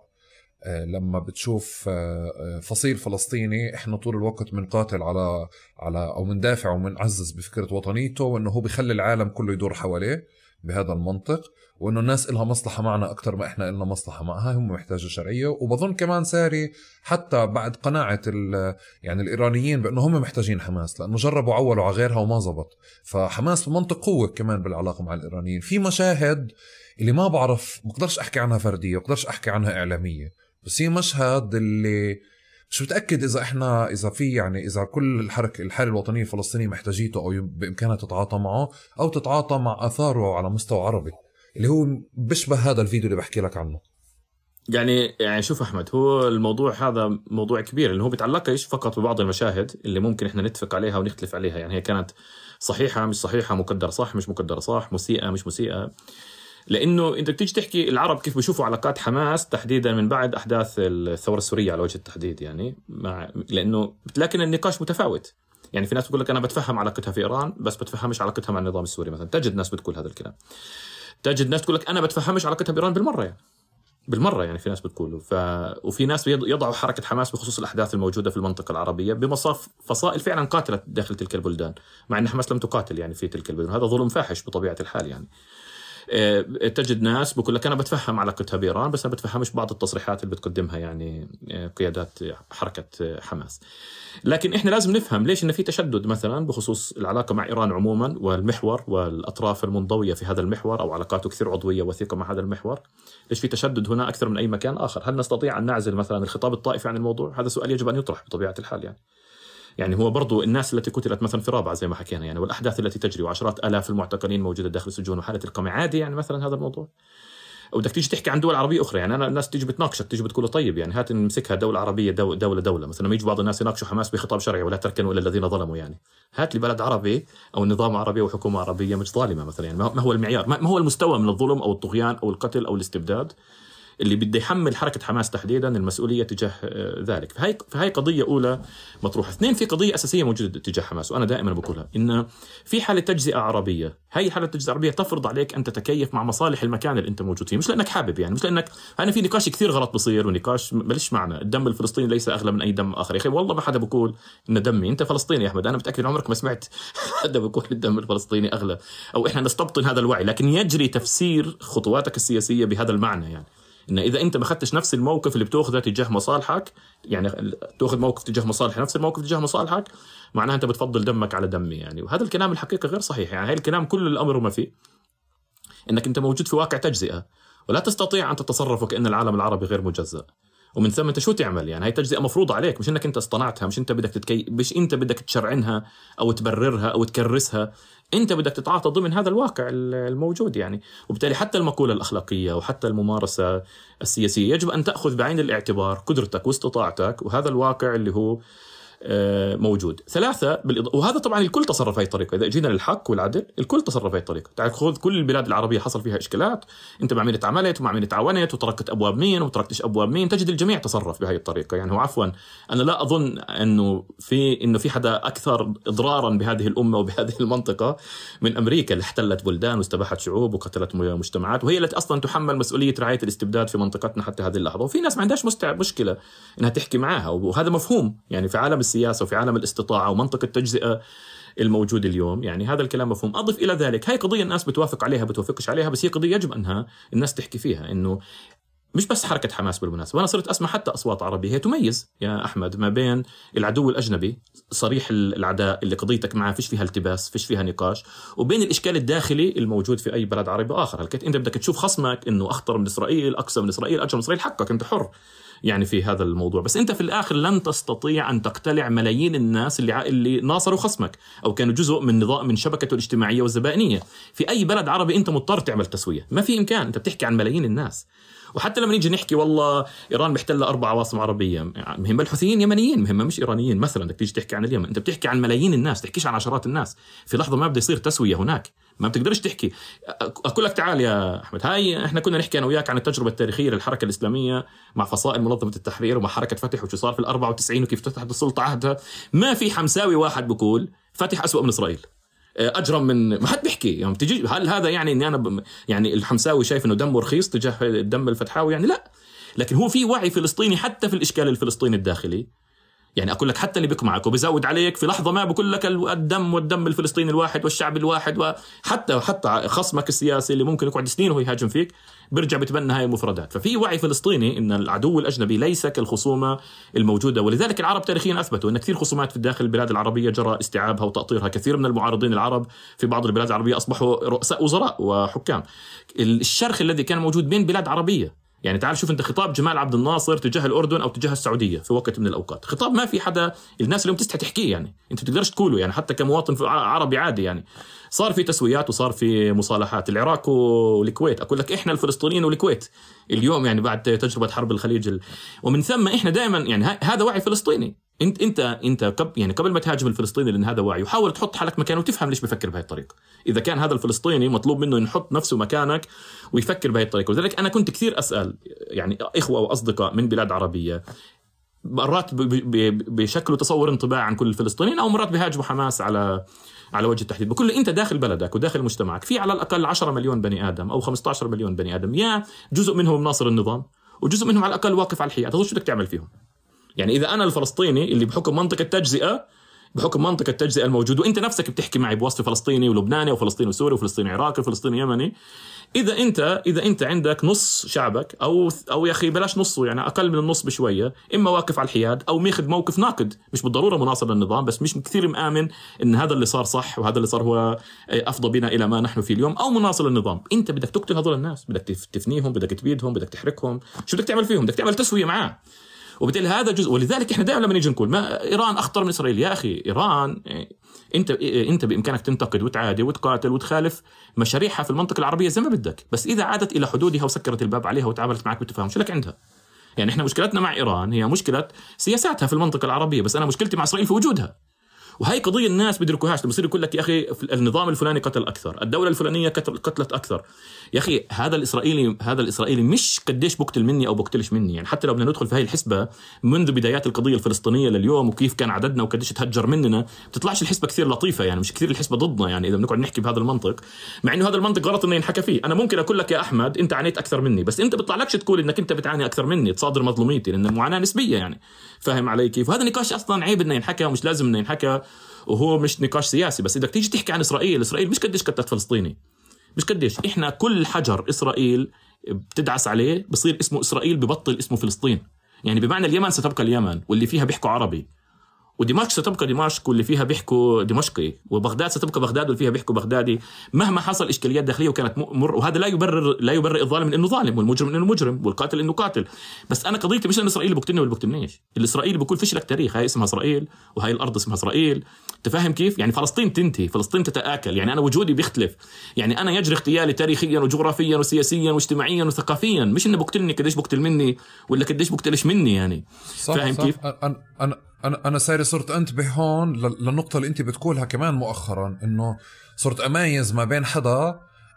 لما بتشوف فصيل فلسطيني احنا طول الوقت منقاتل على على او مندافع ومنعزز بفكرة وطنيته، وانه هو بيخلي العالم كله يدور حواليه بهذا المنطق، وانه الناس إلها مصلحة معنا اكتر ما احنا إلنا مصلحة معها، هم محتاجة شرعية. وبظن كمان ساري حتى بعد قناعة يعني الإيرانيين بأنه هم محتاجين حماس، لأنه جربوا عولوا على غيرها وما زبط، فحماس في منطق قوة كمان بالعلاقة مع الإيرانيين. في مشاهد اللي ما بعرف مقدرش أحكي عنها فردية ومقدرش أحكي عنها إعلامية، بس هي مشهد اللي مش متأكد إذا إحنا إذا في يعني إذا كل الحركة الحالة الوطنية الفلسطينية محتاجيته أو بإمكانها تتعاطى معه أو تتعاطى مع آثاره على مستوى عربي، اللي هو بشبه هذا الفيديو اللي بحكي لك عنه. يعني يعني شوف أحمد، هو الموضوع هذا موضوع كبير اللي هو بيتعلقش فقط ببعض المشاهد اللي ممكن إحنا نتفق عليها ونختلف عليها، يعني هي كانت صحيحة مش صحيحة، مقدر صح مش مقدر صح، مسيئة مش مسيئة. لأنه أنت بتيجي تحكي العرب كيف بيشوفوا علاقات حماس تحديدا من بعد أحداث الثورة السورية على وجه التحديد، يعني مع لأنه لكن النقاش متفاوت. يعني في ناس بتقول لك أنا بتفهم علاقتها في إيران بس بتفهمش علاقتها مع النظام السوري مثلا، تجد ناس بتقول هذا الكلام. تجد ناس تقول لك أنا بتفهمش علاقتها بإيران بالمرة، يعني بالمرة يعني في ناس بتقوله. ف... وفي ناس يضعوا حركة حماس بخصوص الأحداث الموجودة في المنطقة العربية بمصاف فصائل فعلا قاتلت داخل تلك البلدان، مع أن حماس لم تقاتل يعني في تلك البلدان. هذا ظلم فاحش بطبيعة الحال. يعني تجد ناس بقول لك أنا بتفهم علاقتها بإيران بس أنا بتفهمش بعض التصريحات اللي بتقدمها يعني قيادات حركة حماس. لكن إحنا لازم نفهم ليش إن في تشدد مثلا بخصوص العلاقة مع إيران عموما والمحور والأطراف المنضوية في هذا المحور أو علاقاته كثير عضوية وثيقة مع هذا المحور. ليش في تشدد هنا أكثر من أي مكان آخر؟ هل نستطيع أن نعزل مثلا الخطاب الطائفي عن الموضوع؟ هذا سؤال يجب أن يطرح بطبيعة الحال. يعني يعني هو برضو الناس التي قتلت مثلا في رابعة زي ما حكينا يعني، والأحداث التي تجري وعشرات آلاف المعتقلين موجودة داخل السجون وحالة القمع عادي يعني مثلا هذا الموضوع. بدك تيجي تحكي عن دول عربيه اخرى. يعني انا الناس تيجي بتناقشك، تيجي بتقول طيب يعني هات نمسكها دوله عربيه دو دوله دوله مثلا. لما يجي بعض الناس يناقشوا حماس بخطاب شرعي ولا تركنوا الى الذين ظلموا، يعني هات لي بلد عربي او نظام عربي وحكومه عربيه مش ظالمه مثلا. يعني ما هو المعيار، ما هو المستوى من الظلم او الطغيان او القتل او الاستبداد اللي بده يحمل حركة حماس تحديدا المسؤولية تجاه ذلك. فهي فهي قضية أولى مطروحة. اثنين، في قضية أساسية موجودة تجاه حماس وأنا دائما بقولها، إن في حالة تجزئة عربية. هي حالة تجزئة عربية تفرض عليك أن تتكيف مع مصالح المكان اللي أنت موجود فيه، مش لأنك حابب، يعني مش لأنك أنا في نقاش كثير غلط بصير ونقاش مليش معنى. الدم الفلسطيني ليس أغلى من أي دم آخر. يا أخي والله ما حدا بقول إن دمي، أنت فلسطيني يا أحمد، أنا متأكد عمرك ما سمعت حدا بقول الدم الفلسطيني أغلى، أو إحنا نستبطن هذا الوعي. لكن يجري تفسير خطواتك السياسية بهذا المعنى، يعني إن إذا أنت ما خدتش نفس الموقف اللي بتأخذه تجاه مصالحك، يعني تأخذ موقف تجاه مصالح نفس الموقف تجاه مصالحك، معناها أنت بتفضل دمك على دمي يعني. وهذا الكلام الحقيقة غير صحيح. يعني هاي الكلام كل الأمر وما فيه إنك أنت موجود في واقع تجزئة ولا تستطيع أن تتصرف وكأن العالم العربي غير مجزأ، ومن ثم أنت شو تعمل؟ يعني هاي تجزئة مفروضة عليك، مش إنك أنت اصطنعتها، مش أنت بدك تتكي... مش أنت بدك تشرعنها أو تبررها أو تكرسها، أنت بدك تتعاطى ضمن هذا الواقع الموجود يعني. وبالتالي حتى المقولة الأخلاقية وحتى الممارسة السياسية يجب أن تأخذ بعين الاعتبار قدرتك واستطاعتك وهذا الواقع اللي هو موجود. ثلاثة، بالإض... وهذا طبعا الكل تصرف هاي الطريقة. إذا جينا للحق والعدل الكل تصرف هاي الطريقة. تعال خذ كل البلاد العربية حصل فيها إشكالات، أنت مع مين تعاملت ومع مين تعاونت وتركت أبواب مين وتركتش أبواب مين، تجد الجميع تصرف بهاي الطريقة. يعني هو عفوا أنا لا أظن أنه في إنه في حدا أكثر إضرارا بهذه الأمة وبهذه المنطقة من أمريكا اللي احتلت بلدان واستباحت شعوب وقتلت مجتمعات، وهي التي أصلا تحمل مسؤولية رعاية الاستبداد في منطقتنا حتى هذه اللحظة. وفي ناس ما عندهاش مستع... مشكلة إنها تحكي معاها، وهذا مفهوم يعني في عالم السياسة وفي عالم الاستطاعة ومنطقة التجزئة الموجود اليوم. يعني هذا الكلام مفهوم. أضف إلى ذلك هاي قضية الناس بتوافق عليها بتوافقش عليها، بس هي قضية يجب أنها الناس تحكي فيها. إنه مش بس حركة حماس بالمناسبة، وأنا صرت أسمع حتى أصوات عربية هي تميز يا أحمد ما بين العدو الأجنبي صريح العداء اللي قضيتك معه فيش فيها التباس فيش فيها نقاش، وبين الإشكال الداخلي الموجود في أي بلد عربي آخر. هلكت أنت بدك تشوف خصمك إنه أخطر من إسرائيل، أقسى من إسرائيل، أجر من إسرائيل، حقك أنت حر يعني في هذا الموضوع. بس أنت في الآخر لن تستطيع أن تقتلع ملايين الناس اللي اللي ناصروا خصمك أو كانوا جزء من نظام من شبكته الاجتماعية والزبائنية. في أي بلد عربي أنت مضطر تعمل تسوية، ما في إمكان. أنت بتحكي عن ملايين الناس. وحتى لما نيجي نحكي والله إيران محتلة أربع عواصم عربية، مهم الحوثيين يمنيين، مهم مش إيرانيين مثلا. بدك تيجي تحكي عن اليمن، أنت بتحكي عن ملايين الناس، تحكيش عن عشرات الناس. في لحظة ما بده يصير تسوية هناك، ما بتقدرش تحكي. أقول لك تعال يا أحمد، هاي إحنا كنا نحكي أنا وياك عن التجربة التاريخية للحركة الإسلامية مع فصائل منظمة التحرير ومع حركة فتح وشو صار في الأربعة وتسعين وكيف فتحت السلطة عهدها. ما في حمساوي واحد بقول فتح أسوأ من إسرائيل، أجرم من ما حد بيحكي. يعني تجي هل هذا يعني إني أنا ب... يعني الحمساوي شايف إنه دمه رخيص تجاه الدم الفتحاوي؟ يعني لا. لكن هو في وعي فلسطيني حتى في الإشكال الفلسطيني الداخلي. يعني أقول لك حتى اللي بيك معك وبيزود عليك في لحظة ما بقول لك الدم والدم الفلسطيني الواحد والشعب الواحد، وحتى حتى خصمك السياسي اللي ممكن يقعد سنين وهو يهاجم فيك بيرجع بتبنى هاي المفردات. ففي وعي فلسطيني إن العدو الأجنبي ليس كالخصومة الموجودة. ولذلك العرب تاريخيا أثبتوا أن كثير خصومات في داخل البلاد العربية جرى استيعابها وتأطيرها. كثير من المعارضين العرب في بعض البلاد العربية أصبحوا رؤساء وزراء وحكام. الشرخ الذي كان موجود بين بلاد عربية، يعني تعال شوف انت خطاب جمال عبد الناصر تجاه الأردن أو تجاه السعودية في وقت من الأوقات، خطاب ما في حدا الناس اليوم تستحي تحكيه، يعني انت بتقدرش تقوله يعني حتى كمواطن عربي عادي. يعني صار في تسويات وصار في مصالحات. العراق والكويت، أقول لك إحنا الفلسطينيين والكويت اليوم يعني بعد تجربة حرب الخليج ال... ومن ثم إحنا دائما يعني هذا وعي فلسطيني. انت انت انت قبل يعني قبل ما تهاجم الفلسطيني لان هذا وعي، وحاول تحط حالك مكانه وتفهم ليش بيفكر بهي الطريقه. اذا كان هذا الفلسطيني مطلوب منه يحط نفسه مكانك ويفكر بهي الطريقه. ولذلك انا كنت كثير اسال يعني اخوه واصدقاء من بلاد عربيه، مرات بشكل تصور انطباع عن كل الفلسطينيين او مرات بيهاجموا حماس على على وجه التحديد. بقول له انت داخل بلدك وداخل مجتمعك في على الاقل عشرة مليون بني ادم او خمسة عشر مليون بني ادم، يا جزء منهم مناصر النظام وجزء منهم على الاقل واقف على الحياد. هذول شو بدك تعمل فيهم؟ يعني إذا أنا الفلسطيني اللي بحكم منطقة تجزئة بحكم منطقة التجزئة الموجود، وأنت نفسك بتحكي معي بوصف فلسطيني ولبناني وفلسطيني وسوري وفلسطيني عراقي وفلسطيني يمني، إذا أنت إذا أنت عندك نص شعبك أو أو يا أخي بلاش نصه، يعني أقل من النص بشوية، إما واقف على الحياد أو ماخذ موقف ناقد، مش بالضرورة مناصر للنظام بس مش كثير مآمن إن هذا اللي صار صح وهذا اللي صار هو أفضل بنا إلى ما نحن فيه اليوم، أو مناصر للنظام. أنت بدك تقتل هذول الناس، بدك تفنيهم، بدك تبيدهم، بدك تحركهم، شو بدك تعمل فيهم؟ بدك تعمل تسوية معاه. وبالتالي هذا جزء. ولذلك احنا دائما لما نيجي نقول ما ايران اخطر من اسرائيل، يا اخي ايران انت انت بامكانك تنتقد وتعادي وتقاتل وتخالف مشاريعها في المنطقه العربيه زي ما بدك، بس اذا عادت الى حدودها وسكرت الباب عليها وتعاملت معك بتفاهم شو لك عندها. يعني احنا مشكلتنا مع ايران هي مشكله سياساتها في المنطقه العربيه، بس انا مشكلتي مع اسرائيل في وجودها. وهي قضيه الناس بيدركوهاش. بصير يقول لك يا اخي النظام الفلاني قتل اكثر، الدوله الفلانيه قتل قتلت اكثر. يا اخي هذا الاسرائيلي هذا الاسرائيلي مش قديش بقتل مني او بقتلش مني. يعني حتى لو بدنا ندخل في هاي الحسبه منذ بدايات القضيه الفلسطينيه لليوم وكيف كان عددنا وقديش تهجر مننا، بتطلعش الحسبه كثير لطيفه. يعني مش كثير الحسبه ضدنا. يعني اذا بنقعد نحكي بهذا المنطق، مع انه هذا المنطق غلط انه ينحكى فيه. انا ممكن اقول لك يا احمد انت عانيت اكثر مني، بس انت بتطلعلكش تقول انك انت بتعاني اكثر مني، تصادر مظلوميتي، لان المعاناه نسبيه. يعني فاهم علي كيف؟ وهذا نقاش اصلا عيب انه ينحكى ومش لازم انه ينحكى، وهو مش نقاش سياسي. بس إذا تيجي تحكي عن إسرائيل، إسرائيل مش قديش قتلت فلسطيني، مش قديش. إحنا كل حجر إسرائيل بتدعس عليه بصير اسمه إسرائيل، ببطل اسمه فلسطين. يعني بمعنى اليمن ستبقى اليمن واللي فيها بيحكوا عربي، ودمشق ستبقى دمشق واللي فيها بيحكوا دمشقي، وبغداد ستبقى بغداد واللي فيها بيحكوا بغدادي، مهما حصل إشكاليات داخلية وكانت مر. وهذا لا يبرر لا يبرر الظالم من إنه ظالم، والمجرم من إنه مجرم، والقاتل إنه قاتل. بس أنا قضيتي مش إن إسرائيل بقتلني ولا بقتلنيش. الإسرائيل بقول فيش لك تاريخ، هاي اسمها إسرائيل وهاي الأرض اسمها إسرائيل. تفهم كيف؟ يعني فلسطين تنتهي، فلسطين تتآكل. يعني أنا وجودي بيختلف. يعني أنا يجري اغتيالي تاريخيا وجغرافيا وسياسيا واجتماعيا وثقافيا، مش إنه بقتلني قديش بقتل مني ولا قديش بقتلش مني. يعني فاهم كيف؟ أنا أنا أنا أنا ساري صرت أنتبه هون للنقطة اللي أنت بتقولها كمان مؤخرا، إنه صرت أميز ما بين حدا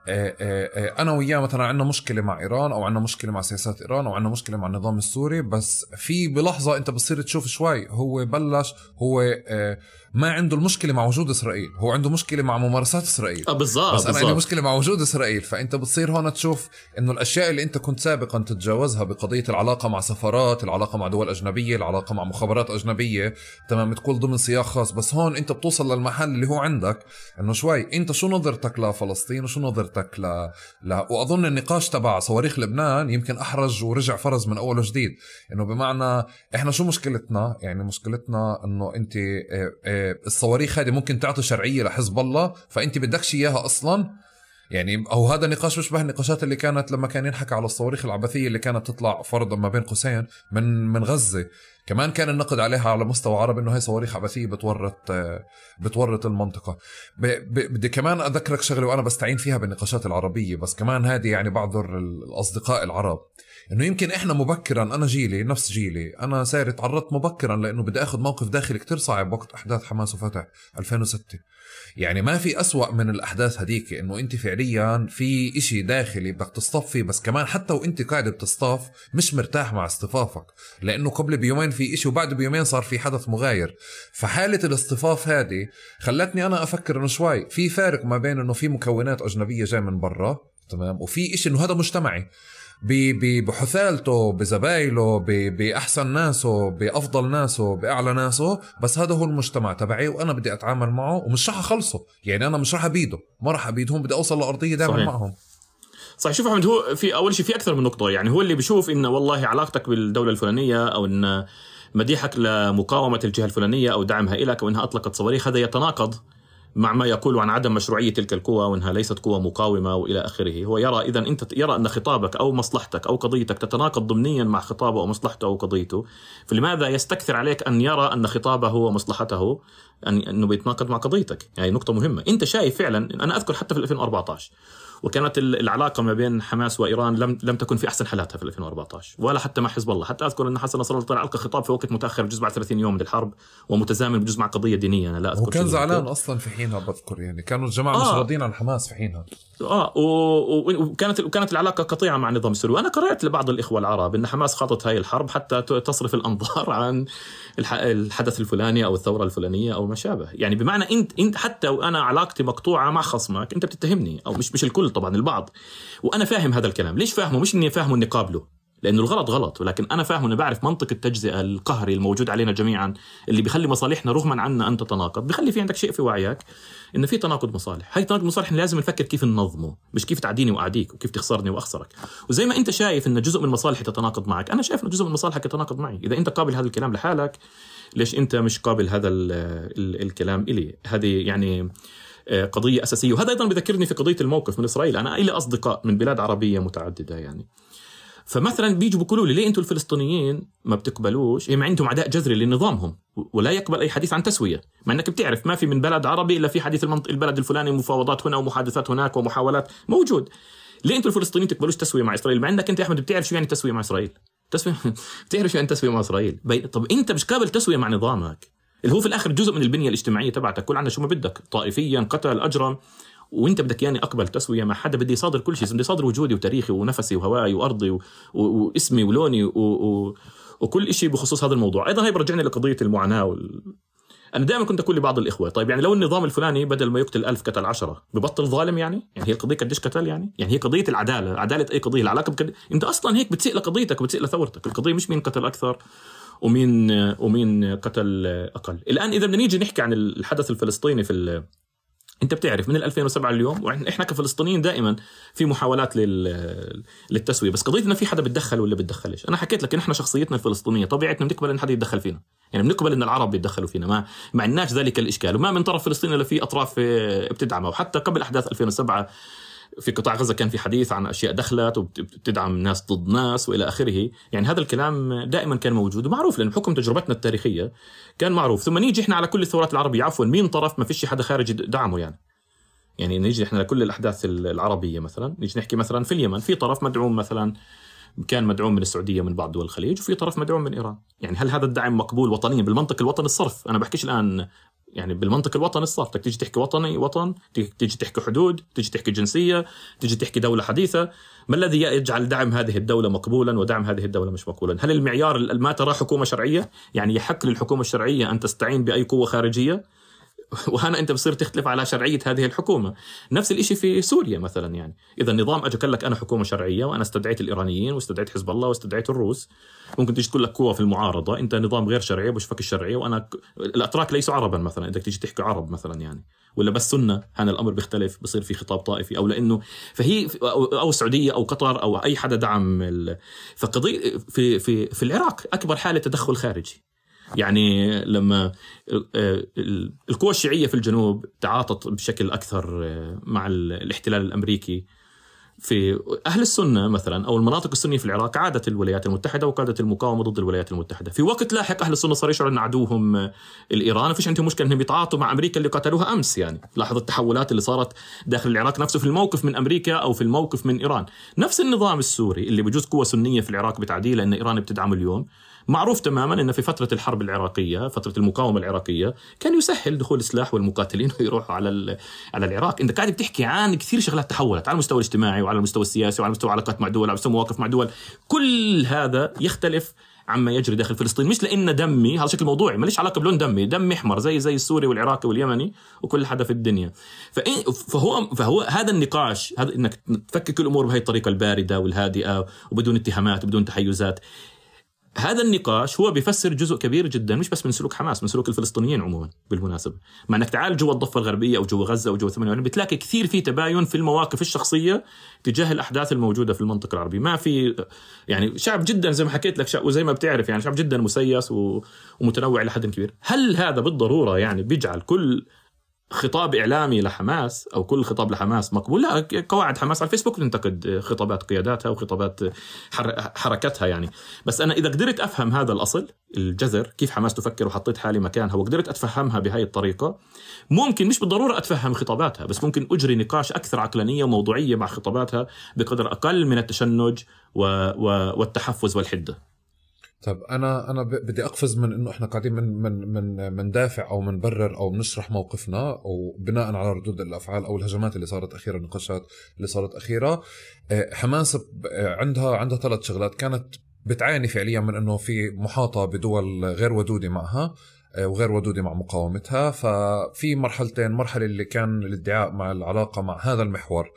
أنا وياه مثلا عندنا مشكلة مع إيران، أو عندنا مشكلة مع سياسات إيران، أو عندنا مشكلة مع النظام السوري، بس في بلحظة أنت بتصير تشوف شوي هو بلش هو ما عنده المشكلة مع وجود إسرائيل، هو عنده مشكلة مع ممارسات إسرائيل. آه بالضبط. بس أنا عندي مشكلة مع وجود إسرائيل. فأنت بتصير هون تشوف إنه الأشياء اللي أنت كنت سابقا تتجاوزها بقضية العلاقة مع سفارات، العلاقة مع دول أجنبية، العلاقة مع مخابرات أجنبية، تمام، تكون ضمن سياق خاص. بس هون أنت بتوصل للمحل اللي هو عندك إنه شوي أنت شو نظرتك لفلسطين وشو نظرتك ل لا. وأظن النقاش تبع صواريخ لبنان يمكن أحرج ورجع فرز من أول وجديد، إنه بمعنى إحنا شو مشكلتنا؟ يعني مشكلتنا إنه أنت الصواريخ هذه ممكن تعطي شرعية لحزب الله، فأنت بدكش إياها أصلا. يعني أو هذا نقاش مشبه النقاشات اللي كانت لما كان ينحكى على الصواريخ العبثية اللي كانت تطلع فرضا ما بين قوسين من من غزة. كمان كان النقد عليها على مستوى عربي إنه هي صواريخ عبثية بتورط بتورط المنطقة. بدي كمان أذكرك شغلة وأنا بستعين فيها بالنقاشات العربية، بس كمان هذه يعني بعض الأصدقاء العرب، إنه يمكن إحنا مبكرا، أنا جيلي نفس جيلي، أنا ساري تعرضت مبكرا لأنه بدي أخذ موقف داخلي كتير صعب وقت أحداث حماس وفتح ألفين وستة. يعني ما في أسوأ من الأحداث هديك، إنه أنت فعليا في إشي داخلي بدك تصطف فيه، بس كمان حتى وأنت قاعد بتصطف مش مرتاح مع اصطفافك، لأنه قبل بيومين في إشي وبعد بيومين صار في حدث مغاير. فحالة الاصطفاف هذه خلتني أنا أفكر إنه شوي في فارق ما بين إنه في مكونات أجنبية جاي من برا، تمام، وفي إشي إنه هذا مجتمعي بحثالته بزبايله بأحسن ناسه بأفضل ناسه بأعلى ناسه، بس هذا هو المجتمع تبعي وأنا بدي أتعامل معه ومش رح أخلصه. يعني أنا مش رح أبيده، ما رح أبيدهم، بدي أوصل لأرضية دائما معهم. صحيح. شوف أحمد، هو في أول شيء في أكثر من نقطة. يعني هو اللي بيشوف إنه والله علاقتك بالدولة الفلانية أو إن مديحك لمقاومة الجهة الفلانية أو دعمها إلك أو إنها أطلقت صواريخ، هذا يتناقض مع ما يقول عن عدم مشروعية تلك القوى وأنها ليست قوى مقاومة وإلى آخره. هو يرى إذا أنت يرى أن خطابك أو مصلحتك أو قضيتك تتناقض ضمنيا مع خطابه أو مصلحته أو قضيته، فلماذا يستكثر عليك أن يرى أن خطابه ومصلحته أن أنه بيتناقض مع قضيتك؟ يعني نقطة مهمة. أنت شايف فعلا، أنا أذكر حتى في ألفين وأربعة عشر وكانت العلاقة ما بين حماس وإيران لم لم تكن في أحسن حالاتها في ألفين وأربعة عشر، ولا حتى مع حزب الله. حتى أذكر أن حسن نصر الله طلع ألقى خطاب في وقت متأخر بجزء بعد ثلاثين يوم من الحرب ومتزامن بجزء مع قضية دينية. أنا لا أذكر. وكان زعلان أصلا في حينها، بذكر يعني كانوا الجماعة آه. مش راضين عن حماس في حينها. آه وكانت وكانت العلاقة قطيعة مع النظام السوري. وأنا قرأت لبعض الإخوة العرب أن حماس خاضت هاي الحرب حتى تصرف الأنظار عن الحدث الفلاني أو الثورة الفلانية أو ما شابه. يعني بمعنى أنت أنت حتى وأنا علاقتي مقطوعة مع خصمك أنت بتتهمني، أو مش مش الكل طبعا، البعض. وأنا فاهم هذا الكلام. ليش فاهمه؟ مش إني فاهمه إني قابله، لأنه الغلط غلط، ولكن أنا فاهمه إني بعرف منطق التجزئة القهري الموجود علينا جميعا، اللي بيخلي مصالحنا رغما عنا أن تتناقض، بيخلي في عندك شيء في وعيك إنه في تناقض مصالح. هاي تناقض مصالح لازم نفكر كيف ننظمه، مش كيف تعديني وأعديك وكيف تخسرني وأخسرك. وزي ما أنت شايف إن جزء من مصالحي تتناقض معك، أنا شايف إن جزء من مصالحك يتناقض معي. إذا أنت قابل هذا الكلام لحالك، ليش أنت مش قابل هذا ال ال الكلام إلي؟ هذه يعني قضية أساسية. وهذا أيضا بذكرني في قضية الموقف من إسرائيل. أنا إلي أصدقاء من بلاد عربية متعددة، يعني فمثلا بيجوا بيقولوا لي ليه أنتوا الفلسطينيين ما بتقبلوش؟ هم عندهم عداء جذري لنظامهم، ولا يقبل أي حديث عن تسوية، مع أنك بتعرف ما في من بلد عربي إلا في حديث المنطق البلد الفلاني، مفاوضات هنا ومحادثات هناك ومحاولات موجود. ليه أنتوا الفلسطينيين تقبلوش تسوية مع إسرائيل مع أنك أنت يا أحمد بتعرف شو يعني تسوية مع إسرائيل؟ تسوية بتعرف شو يعني تسوية مع إسرائيل؟ طب أنت مش قابل تسوية مع نظامك اللي هو في الآخر جزء من البنية الاجتماعية تبعتك، كل عنا شو ما بدك، طائفيا قتل أجرم، وانت بدك يعني اقبل تسويه مع حدا بدي يصادر كل شيء، بدي يصادر وجودي وتاريخي ونفسي وهوائي وارضي و... و... واسمي ولوني و... و... وكل شيء بخصوص هذا الموضوع. ايضا هي برجعني لقضيه المعاناه وال... انا دائما كنت اقول لبعض الاخوه طيب يعني لو النظام الفلاني بدل ما يقتل ألف قتل عشرة ببطل ظالم يعني؟ يعني هي القضيه قديش قتل يعني؟ يعني هي قضيه العداله، عداله اي قضيه العلاقه بكد... انت اصلا هيك بتسيء لقضيتك وبتسيء لثورتك. القضيه مش مين قتل اكثر ومين ومين قتل اقل. الان اذا بدنا نيجي نحكي عن الحدث الفلسطيني في ال... انت بتعرف من ألفين وسبعة اليوم واحنا كفلسطينيين دائما في محاولات لل... للتسويه، بس قضيتنا في حدا بتدخل ولا بتدخلش. انا حكيت لك ان احنا شخصيتنا الفلسطينيه طبيعتنا بنقبل ان حدا يتدخل فينا، يعني بنقبل ان العرب بيتدخلوا فينا، ما ما عندناش ذلك الاشكال، وما من طرف فلسطين الا في اطراف بتدعمها. وحتى قبل احداث ألفين وسبعة في قطاع غزة كان في حديث عن أشياء دخلت وبتدعم ناس ضد ناس وإلى آخره. يعني هذا الكلام دائما كان موجود ومعروف، لأن بحكم تجربتنا التاريخية كان معروف. ثم نيجي إحنا على كل الثورات العربية عفوا مين طرف ما فيش حدا خارجي دعمه يعني. يعني نيجي إحنا لكل الأحداث العربية مثلا نيجي نحكي مثلا في اليمن في طرف مدعوم مثلا كان مدعوم من السعودية من بعض دول الخليج، وفي طرف مدعوم من إيران. يعني هل هذا الدعم مقبول وطنيا بالمنطق الوطني الصرف؟ أنا بحكيش الآن يعني بالمنطق الوطني الصرف، بدك تيجي تحكي وطني وطن، تيجي تحكي حدود، تيجي تحكي جنسية، تيجي تحكي دولة حديثة. ما الذي يجعل دعم هذه الدولة مقبولا ودعم هذه الدولة مش مقبولا؟ هل المعيار ما ترى حكومة شرعية؟ يعني يحق للحكومة الشرعية أن تستعين بأي قوة خارجية، وهنا أنت بصير تختلف على شرعية هذه الحكومة. نفس الإشي في سوريا مثلا. يعني إذا النظام أجي قال لك أنا حكومة شرعية وأنا استدعيت الإيرانيين واستدعيت حزب الله واستدعيت الروس، ممكن تيجي تقول لك قوة في المعارضة أنت نظام غير شرعي بوشفك الشرعية، وأنا ك... الأتراك ليسوا عربا مثلا، إذا تيجي تحكي عرب مثلا يعني، ولا بس سنة، هنا الأمر بيختلف، بصير في خطاب طائفي أو لأنه فهي أو السعودية أو قطر أو أي حدا دعم ال... فقضية في في في العراق أكبر حالة تدخل خارجي. يعني لما القوى الشيعية في الجنوب تعاطت بشكل أكثر مع الاحتلال الأمريكي، في أهل السنة مثلا أو المناطق السنية في العراق عادت الولايات المتحدة وقادت المقاومة ضد الولايات المتحدة. في وقت لاحق أهل السنة صار يشعروا أن عدوهم الإيران، فيش عندهم مشكلة أنهم يتعاطوا مع أمريكا اللي قتلوها أمس. يعني لاحظ التحولات اللي صارت داخل العراق نفسه في الموقف من أمريكا أو في الموقف من إيران. نفس النظام السوري اللي بجوز قوة سنية في العراق بتعديل لأن إيران بتدعم اليوم، معروف تماما أن في فترة الحرب العراقية فترة المقاومة العراقية كان يسهل دخول السلاح والمقاتلين ويروحوا على على العراق. أنت قاعد بتحكي عن كثير شغلات تحولت على المستوى الاجتماعي وعلى المستوى السياسي وعلى مستوى علاقات مع دول وعلى مستوى مواقف مع دول. كل هذا يختلف عما يجري داخل فلسطين، مش لأن دمي هذا شكل موضوعي ماليش علاقة بلون دمي، دمي أحمر زي زي السوري والعراقي واليمني وكل حدا في الدنيا. فهو فهو هذا النقاش، هذا إنك تفكك الأمور بهاي الطريقة الباردة والهادئة وبدون اتهامات وبدون تحيزات، هذا النقاش هو بيفسر جزء كبير جدا مش بس من سلوك حماس، من سلوك الفلسطينيين عموما بالمناسبة. مع انك تعال جوا الضفة الغربية او جوا غزة او جوا ثمانية وأربعين بتلاقي كثير في تباين في المواقف الشخصية تجاه الاحداث الموجودة في المنطقة العربية. ما في يعني شعب جدا زي ما حكيت لك شعب وزي ما بتعرف يعني شعب جدا مسيس ومتنوع لحد كبير. هل هذا بالضرورة يعني بيجعل كل خطاب إعلامي لحماس أو كل خطاب لحماس مقبول؟ لا، قواعد حماس على الفيسبوك تنتقد خطابات قياداتها وخطابات حركتها يعني. بس أنا إذا قدرت أفهم هذا الأصل الجذر كيف حماس تفكر وحطيت حالي مكانها وقدرت أتفهمها بهاي الطريقة، ممكن مش بالضرورة أتفهم خطاباتها بس ممكن أجري نقاش أكثر عقلانية وموضوعية مع خطاباتها بقدر أقل من التشنج و... و... والتحفز والحدة. طب انا انا بدي اقفز من انه احنا قاعدين من من من مندافع او منبرر او بنشرح موقفنا او بناء على ردود الافعال او الهجمات اللي صارت اخيرا، النقاشات اللي صارت اخيرا. حماس عندها عندها ثلاث شغلات كانت بتعاني فعليا من انه في محاطه بدول غير ودوده معها وغير ودوده مع مقاومتها. ففي مرحلتين، مرحله اللي كان الادعاء مع العلاقه مع هذا المحور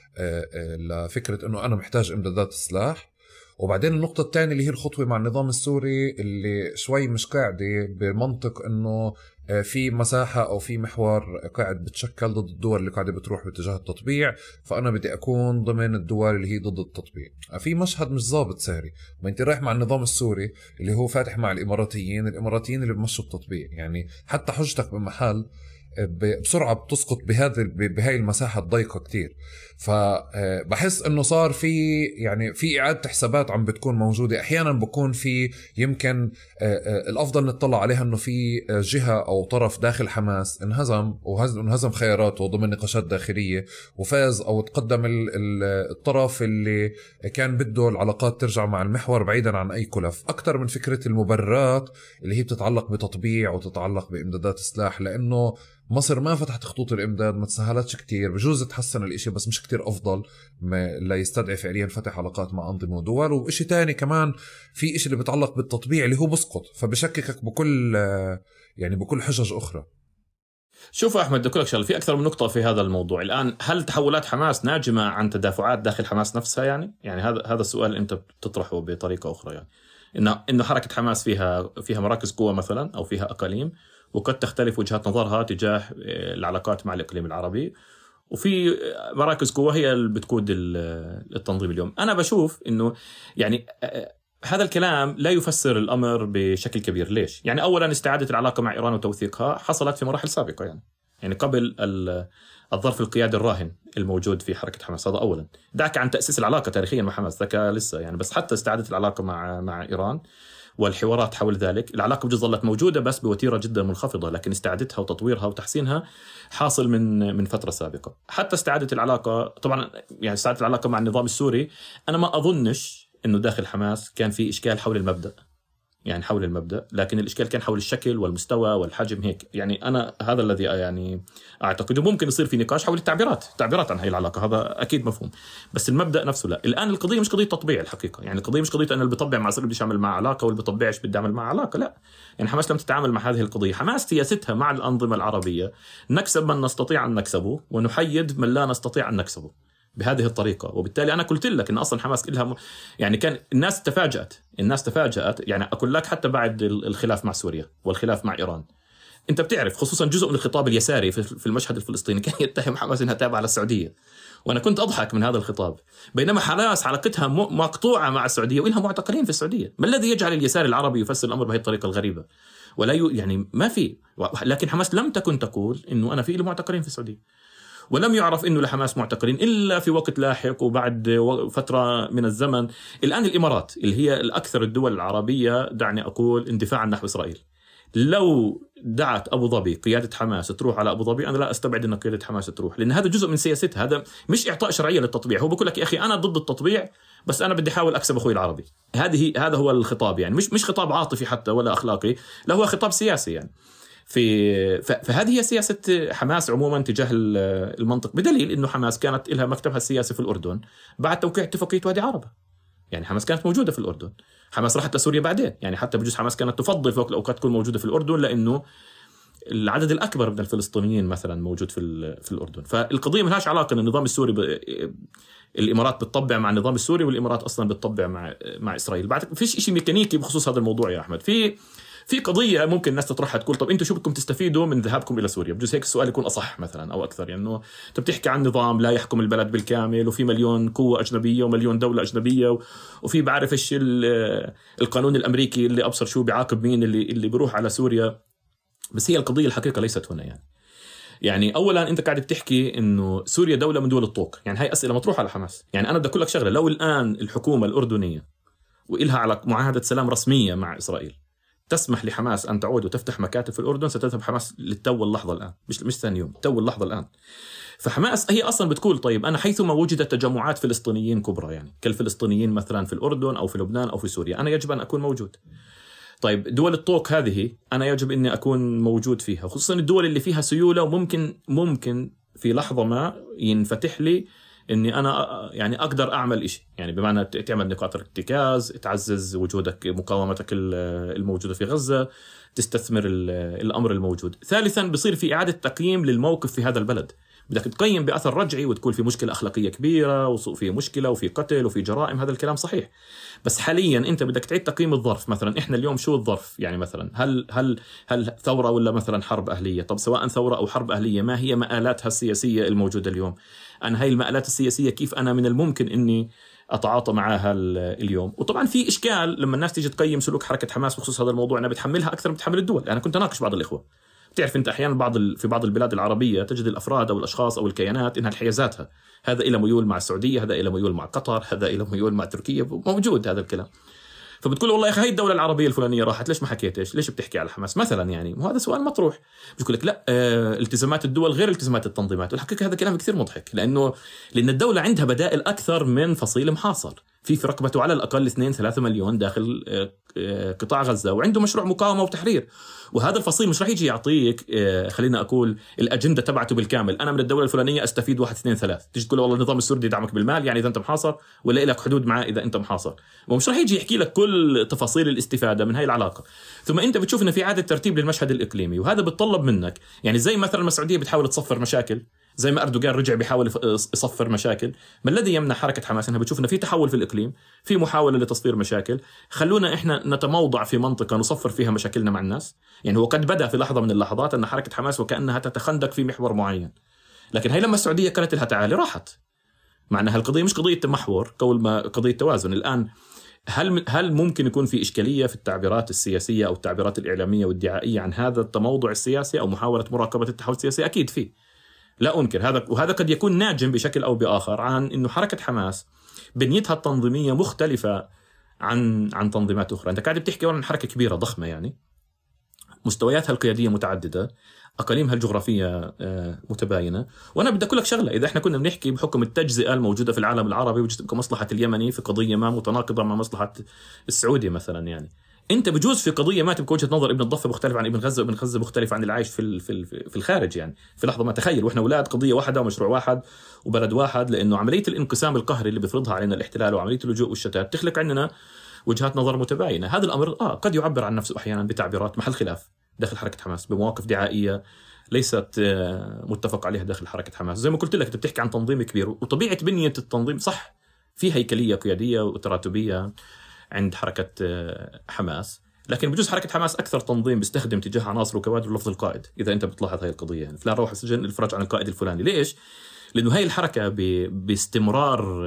لفكره انه انا محتاج امدادات السلاح، وبعدين النقطة الثانية اللي هي الخطوة مع النظام السوري اللي شوي مش قاعدة بمنطق انه في مساحة او في محور قاعد بتشكل ضد الدول اللي قاعدة بتروح باتجاه التطبيع، فانا بدي اكون ضمن الدول اللي هي ضد التطبيع. في مشهد مش ضابط ساري، ما انت رايح مع النظام السوري اللي هو فاتح مع الاماراتيين، الاماراتيين اللي بمشوا التطبيع. يعني حتى حجتك بمحل بسرعة بتسقط بهذا بهاي المساحة الضيقة كتير. فبحس انه صار في يعني في اعادة حسابات عم بتكون موجودة. احيانا بكون في يمكن الافضل نطلع عليها انه في جهة او طرف داخل حماس انهزم وانهزم خياراته ضمن نقاشات داخلية وفاز، او تقدم الطرف اللي كان بده العلاقات ترجع مع المحور بعيدا عن اي كلف، اكثر من فكرة المبررات اللي هي بتتعلق بتطبيع وتتعلق بامدادات سلاح. لانه مصر ما فتحت خطوط الامداد، ما تسهلتش كتير، بجوز تحسن الاشي بس مش كتير افضل ما لا يستدعي فعليا فتح علاقات مع انظمه ودول. وإشي تاني كمان في إشي اللي بتعلق بالتطبيع اللي هو بسقط، فبشككك بكل يعني بكل حجج اخرى. شوف أحمد، بدي أقول لك شغله، في أكثر من نقطة في هذا الموضوع الآن. هل تحولات حماس ناجمة عن تدافعات داخل حماس نفسها؟ يعني يعني هذا هذا السؤال أنت بتطرحه بطريقة أخرى، يعني إنه إنه حركة حماس فيها فيها مراكز قوة مثلا أو فيها أقاليم، وقد تختلف وجهات نظرها تجاه العلاقات مع الإقليم العربي، وفي مراكز قوة هي اللي بتقود التنظيم اليوم. أنا بشوف إنه يعني هذا الكلام لا يفسر الأمر بشكل كبير. ليش؟ يعني أولا استعادة العلاقة مع إيران وتوثيقها حصلت في مراحل سابقة، يعني يعني قبل الظرف القيادي الراهن الموجود في حركة حماس. هذا أولا، دعك عن تأسيس العلاقة تاريخيا مع حماس ذاك لسه يعني، بس حتى استعادة العلاقة مع مع إيران والحوارات حول ذلك، العلاقة بجوز ظلت موجودة بس بوتيرة جدا منخفضة، لكن استعادتها وتطويرها وتحسينها حاصل من من فترة سابقة. حتى استعادة العلاقة طبعا، يعني استعادة العلاقة مع النظام السوري، أنا ما أظنش إنه داخل حماس كان في إشكال حول المبدأ، يعني حول المبدأ، لكن الإشكال كان حول الشكل والمستوى والحجم هيك. يعني أنا هذا الذي يعني أعتقد. ممكن يصير في نقاش حول التعبيرات التعبيرات عن هاي العلاقة، هذا أكيد مفهوم، بس المبدأ نفسه لا. الآن القضية مش قضية تطبيع الحقيقة، يعني القضية مش قضية أن اللي بيطبع مع إسرائيل بدي يعمل مع علاقة واللي بيطبعش بدي أعمل مع علاقة، لا. يعني حماس لم تتعامل مع هذه القضية. حماس سياستها مع الأنظمة العربية نكسب من نستطيع أن نكسبه ونحيد من لا نستطيع أن نكسبه بهذه الطريقة. وبالتالي أنا قلت لك إن أصلا حماس لها م... يعني كان الناس تفاجأت الناس تفاجأت يعني أقول لك حتى بعد الخلاف مع سوريا والخلاف مع إيران، أنت بتعرف خصوصا جزء من الخطاب اليساري في المشهد الفلسطيني كان يتهم حماس إنها تابعة للسعودية، وأنا كنت أضحك من هذا الخطاب، بينما حماس علاقتها مقطوعة مع السعودية وإنها معتقلين في السعودية. ما الذي يجعل اليسار العربي يفسر الأمر بهذه الطريقة الغريبة؟ ولا ي... يعني ما في. لكن حماس لم تكن تقول إنه أنا في معتقلين في السعودية، ولم يعرف إنه لحماس معتقلين إلا في وقت لاحق وبعد فترة من الزمن. الآن الإمارات اللي هي الأكثر الدول العربية دعني أقول اندفاعا نحو إسرائيل، لو دعت أبو ظبي قيادة حماس تروح على أبو ظبي، أنا لا أستبعد أن قيادة حماس تروح، لأن هذا جزء من سياستها، هذا مش إعطاء شرعية للتطبيع. هو بقول لك يا أخي أنا ضد التطبيع بس أنا بدي أحاول أكسب أخوي العربي. هذه هذا هو الخطاب، يعني مش مش خطاب عاطفي حتى ولا أخلاقي، لا هو خطاب سياسي يعني. في فهذه هي سياسة حماس عموما تجاه المنطق، بدليل إنه حماس كانت لها مكتبها السياسي في الأردن بعد توقيع اتفاقية وادي عربة. يعني حماس كانت موجودة في الأردن، حماس راحت لسوريا بعدين، يعني حتى بجوز حماس كانت تفضل في وقت الأوقات تكون موجودة في الأردن لأنه العدد الأكبر من الفلسطينيين مثلا موجود في في الأردن. فالقضية ما لهاش علاقة إن النظام السوري ب... الإمارات بتطبع مع النظام السوري والإمارات أصلا بتطبع مع مع إسرائيل. بعد فيش إشي ميكانيكي بخصوص هذا الموضوع يا أحمد. في في قضية ممكن الناس تطرحها تقول طب أنتوا شو بدكم تستفيدوا من ذهابكم إلى سوريا؟ بجوز هيك السؤال يكون أصح مثلا أو أكثر، يعني إنه أنت بتحكي عن نظام لا يحكم البلد بالكامل وفي مليون قوة أجنبية ومليون دولة أجنبية وفي بعرف إيش القانون الأمريكي اللي أبصر شو بيعاقب مين اللي اللي بيروح على سوريا. بس هي القضية الحقيقة ليست هنا. يعني يعني أولا أنت قاعد بتحكي إنه سوريا دولة من دول الطوق، يعني هاي أسئلة مطروحة على حماس. يعني أنا بدي أقول لك شغلة، لو الآن الحكومة الأردنية وإلها على معاهدة سلام رسمية مع إسرائيل تسمح لحماس أن تعود وتفتح مكاتب في الأردن، ستذهب حماس للتو اللحظة الآن، مش مش ثاني يوم، تو اللحظة الآن. فحماس هي أصلا بتقول طيب أنا حيثما وجدت تجمعات فلسطينيين كبرى، يعني كالفلسطينيين مثلا في الأردن أو في لبنان أو في سوريا، أنا يجب أن أكون موجود. طيب دول الطوق هذه أنا يجب أني أكون موجود فيها، خصوصا الدول اللي فيها سيولة وممكن ممكن في لحظة ما ينفتح لي إني أنا يعني أقدر أعمل إشي، يعني بمعنى تعمل نقاط ارتكاز، تعزز وجودك مقاومتك الموجودة في غزة، تستثمر الأمر الموجود. ثالثا بصير في إعادة تقييم للموقف في هذا البلد، بدك تقيم بأثر رجعي وتكون في مشكلة أخلاقية كبيرة وفي مشكلة وفي قتل وفي جرائم، هذا الكلام صحيح. بس حاليا أنت بدك تعيد تقييم الظرف. مثلا إحنا اليوم شو الظرف؟ يعني مثلا هل هل هل ثورة ولا مثلا حرب أهلية؟ طب سواء ثورة أو حرب أهلية ما هي مآلاتها السياسية الموجودة اليوم؟ أنا هاي المآلات السياسية كيف أنا من الممكن إني أتعاطى معها اليوم؟ وطبعا في إشكال لما الناس تيجي تقيم سلوك حركة حماس بخصوص هذا الموضوع، أنا بتحملها أكثر من بتحمل الدول. أنا كنت أناقش بعض الإخوة بتعرف أنت أحيانا بعض ال... في بعض البلاد العربية تجد الأفراد أو الأشخاص أو الكيانات إنها حيازاتها، هذا إلى ميول مع السعودية، هذا إلى ميول مع قطر، هذا إلى ميول مع تركيا، موجود هذا الكلام. فبتقول والله يا أخي هاي الدولة العربية الفلانية راحت، ليش ما حكيتش؟ ليش بتحكي على حماس مثلا؟ يعني وهذا سؤال مطروح. بيقول لك لا آه التزامات الدول غير التزامات التنظيمات. والحقيقة هذا كلام كثير مضحك، لأنه لأن الدولة عندها بدائل أكثر من فصيل محاصر، في في رقبته على الأقل اثنين ثلاثة مليون داخل آه آه قطاع غزة، وعنده مشروع مقاومة وتحرير. وهذا الفصيل مش راح يجي يعطيك آه خلينا أقول الأجندة تبعته بالكامل، أنا من الدولة الفلانية أستفيد واحد اثنين ثلاث، تيجي تقول والله النظام السوري يدعمك بالمال يعني إذا أنت محاصر، ولا لك حدود معه إذا أنت محاصر، ومش راح يجي يحكي لك كل تفاصيل الاستفادة من هاي العلاقة. ثم أنت بتشوف إن في عادة ترتيب للمشهد الإقليمي، وهذا بتطلب منك يعني زي مثلا السعودية بتحاول تصفر مشاكل، زي ما أردوغان رجع بيحاول يصفر مشاكل. ما الذي يمنع حركة حماس أنها بتشوف إن في تحول في الإقليم، في محاولة لتصفير مشاكل، خلونا إحنا نتموضع في منطقة نصفر فيها مشاكلنا مع الناس. يعني هو قد بدأ في لحظة من اللحظات أن حركة حماس وكأنها تتخندق في محور معين، لكن هي لما السعودية قالت لها تعالي راحت. مع أن هالقضية مش قضية تمحور، قول ما قضية توازن. الآن هل هل ممكن يكون في إشكالية في التعبيرات السياسية أو التعبيرات الإعلامية والدعائية عن هذا التموضع السياسي أو محاولة مراقبة التحول السياسي؟ أكيد فيه، لا أنكر هذا، وهذا قد يكون ناجم بشكل أو بآخر عن إنه حركة حماس بنيتها التنظيمية مختلفة عن عن تنظيمات أخرى. أنت قاعد بتحكي عن حركة كبيرة ضخمة، يعني مستوياتها القيادية متعددة، أقاليمها الجغرافية متباينة. وأنا بدي أقول لك شغلة، إذا إحنا كنا بنحكي بحكم التجزئة الموجودة في العالم العربي وجدت كمصلحة اليمني في قضية ما متناقضة مع مصلحة السعودي مثلا، يعني أنت بجوز في قضية ما تبقى وجهة نظر ابن الضفة مختلف عن ابن غزة، وابن غزة مختلف عن العايش في في في الخارج. يعني في لحظة ما تخيل وإحنا أولاد قضية واحدة ومشروع واحد وبلد واحد، لأنه عملية الانقسام القهري اللي بيفرضها علينا الاحتلال وعملية اللجوء والشتات تخلق عندنا وجهات نظر متباينة. هذا الأمر آه قد يعبر عن نفسه أحيانا بتعبيرات محل خلاف داخل حركة حماس، بمواقف دعائية ليست متفق عليها داخل حركة حماس. زي ما قلت لك، أنت بتحكي عن تنظيم كبير، وطبيعة بنية التنظيم صح في هيكلية قيادية وتراتبية عند حركة حماس، لكن بجوز حركة حماس أكثر تنظيم بيستخدم تجاه عناصر وكوادر لفظ القائد. إذا أنت بتلاحظ هاي القضية، يعني فلان روح السجن الفرج عن القائد الفلاني. ليش؟ لأنه هاي الحركة باستمرار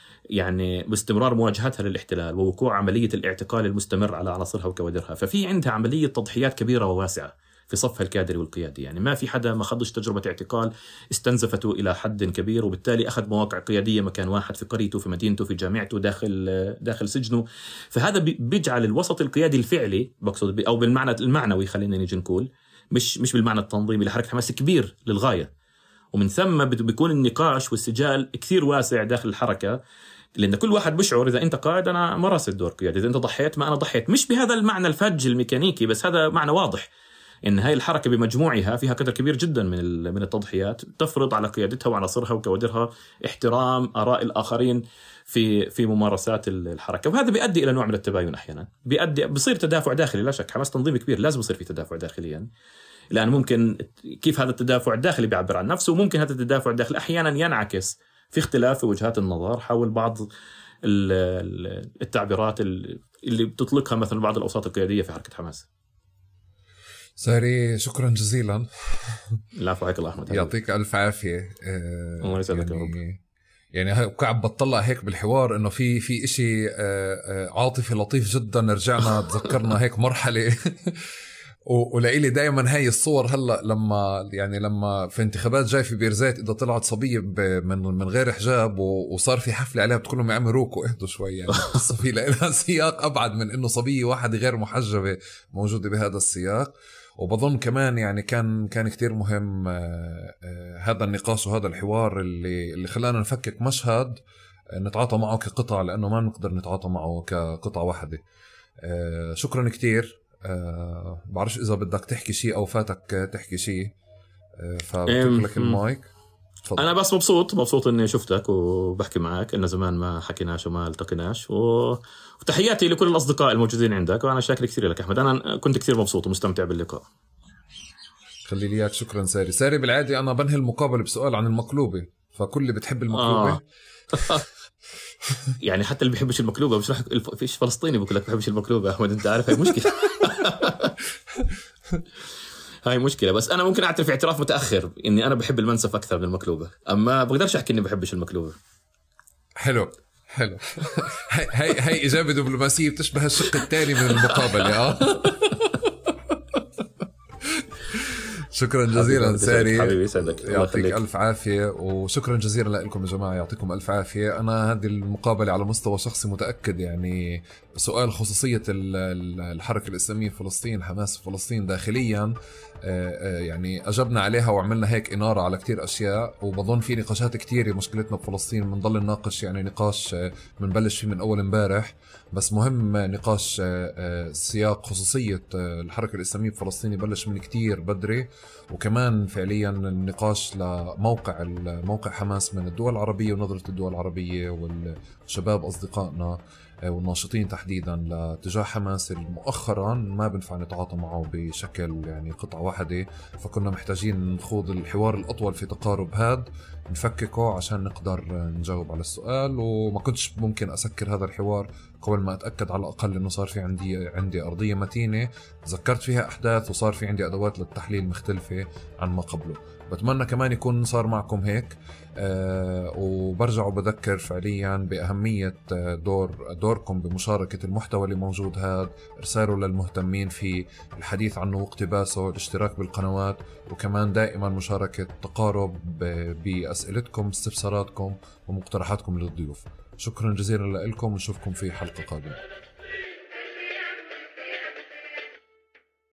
يعني باستمرار مواجهتها للاحتلال ووقوع عملية الاعتقال المستمر على عناصرها وكوادرها، ففي عندها عملية تضحيات كبيرة وواسعة في صفها الكادري والقيادي. يعني ما في حدا ما خضش تجربة اعتقال استنزفته إلى حد كبير، وبالتالي أخذ مواقع قيادية مكان واحد في قريته في مدينته في جامعته داخل داخل سجنه. فهذا بيجعل الوسط القيادي الفعلي بقصد أو بالمعنى المعنوي، خلينا نيجي نقول مش مش بالمعنى التنظيمي لحركة حماس كبير للغاية، ومن ثم بيكون النقاش والسجال كثير واسع داخل الحركة، لأن كل واحد بيشعر إذا أنت قائد أنا مارست دور قيادي، إذا أنت ضحيت ما أنا ضحيت. مش بهذا المعنى الفج الميكانيكي، بس هذا معنى واضح إن هاي الحركة بمجموعها فيها قدر كبير جدا من من التضحيات، تفرض على قيادتها وعناصرها وكوادرها احترام آراء الآخرين في في ممارسات الحركة. وهذا بيؤدي إلى نوع من التباين أحيانا، بيؤدي بصير تدافع داخلي. لا شك حماس تنظيم كبير، لازم يصير في تدافع داخلي، يعني لأن ممكن كيف هذا التدافع الداخلي بيعبر عن نفسه، وممكن هذا التدافع الداخلي أحيانا ينعكس في اختلاف في وجهات النظر حول بعض التعبيرات اللي بتطلقها مثلا بعض الأوساط القيادية في حركة حماس. ساري شكرا جزيلا. لا فعليك الله أحمد، يعطيك ألف عافية. الله يسعدك يا رب. يعني وقاعد بطلع هيك بالحوار إنه في في إشي عاطفي لطيف جدا، رجعنا تذكرنا هيك مرحلة ولقيلي دايما هاي الصور هلا لما يعني لما في انتخابات جاي في بيرزيت اذا طلعت صبيه من من غير حجاب وصار في حفله عليها بتقول لهم يا عمي روكوا اهدوا شوي، يعني القصه في لها سياق ابعد من انه صبيه واحده غير محجبه موجوده بهذا السياق. وبظن كمان يعني كان كان كتير مهم هذا النقاش وهذا الحوار اللي اللي خلانا نفكك مشهد نتعاطى معه كقطع، لانه ما نقدر نتعاطى معه كقطعه واحده. شكرا كتير. أه بعرفش إذا بدك تحكي شيء أو فاتك تحكي شيء، أه فبترك لك المايك. فضل. أنا بس مبسوط مبسوط إني شفتك وبحكي معك، إن زمان ما حكيناش وما التقيناش، وتحياتي لكل الأصدقاء الموجودين عندك، وأنا شاكر كثير لك أحمد. أنا كنت كثير مبسوط ومستمتع باللقاء. خلي لي إياك. شكرا ساري. ساري بالعادة أنا بنهي المقابلة بسؤال عن المقلوبة، فكل اللي بتحب المقلوبة آه. يعني حتى اللي بيحبش المقلوبة مش راح فيش فلسطيني بقول لك بيحبش المقلوبة أحمد، أنت عارف هاي مشكلة. هاي مشكلة. بس أنا ممكن أعترف اعتراف متأخر إني أنا بحب المنسف أكثر من المقلوبة، أما بقدرش أحكي إني بحبش المقلوبة. حلو حلو. هاي هاي هاي إجابة دبلوماسية بتشبه الشق الثاني من المقابلة. آه شكرا جزيلا ساري، حبيبي يسعدك، يعطيك ألف عافية. وشكرا جزيلا لكم يا جماعة، يعطيكم ألف عافية. أنا هذه المقابلة على مستوى شخصي متأكد يعني سؤال خصوصية الحركة الإسلامية في فلسطين، حماس في فلسطين داخليا، يعني أجبنا عليها وعملنا هيك إنارة على كتير أشياء، وبظن في نقاشات كتير. مشكلتنا بفلسطين بنضل نناقش يعني نقاش بنبلش فيه من أول امبارح، بس مهم نقاش سياق خصوصية الحركة الإسلامية في فلسطين يبلش من كتير بدري. وكمان فعليا النقاش لموقع موقع حماس من الدول العربية ونظرة الدول العربية والشباب أصدقائنا والناشطين تحديدا لاتجاه حماس مؤخرا ما بنفع نتعاطى معه بشكل يعني قطعة واحدة، فكنا محتاجين نخوض الحوار الأطول في تقارب هاد نفككه عشان نقدر نجاوب على السؤال. وما كنتش ممكن أسكر هذا الحوار قبل ما أتأكد على الأقل إنه صار في عندي عندي أرضية متينة ذكرت فيها أحداث وصار في عندي أدوات للتحليل مختلفة عن ما قبله. بتمنى كمان يكون صار معكم هيك. أه وبرجع وبذكر فعليا بأهمية دور دوركم بمشاركة المحتوى اللي موجود هذا، إرساله للمهتمين في الحديث عنه واقتباسه، الاشتراك بالقنوات، وكمان دائما مشاركة تقارب بأسئلتكم استفساراتكم ومقترحاتكم للضيوف. شكرا جزيلا لكم ونشوفكم في حلقة قادمة.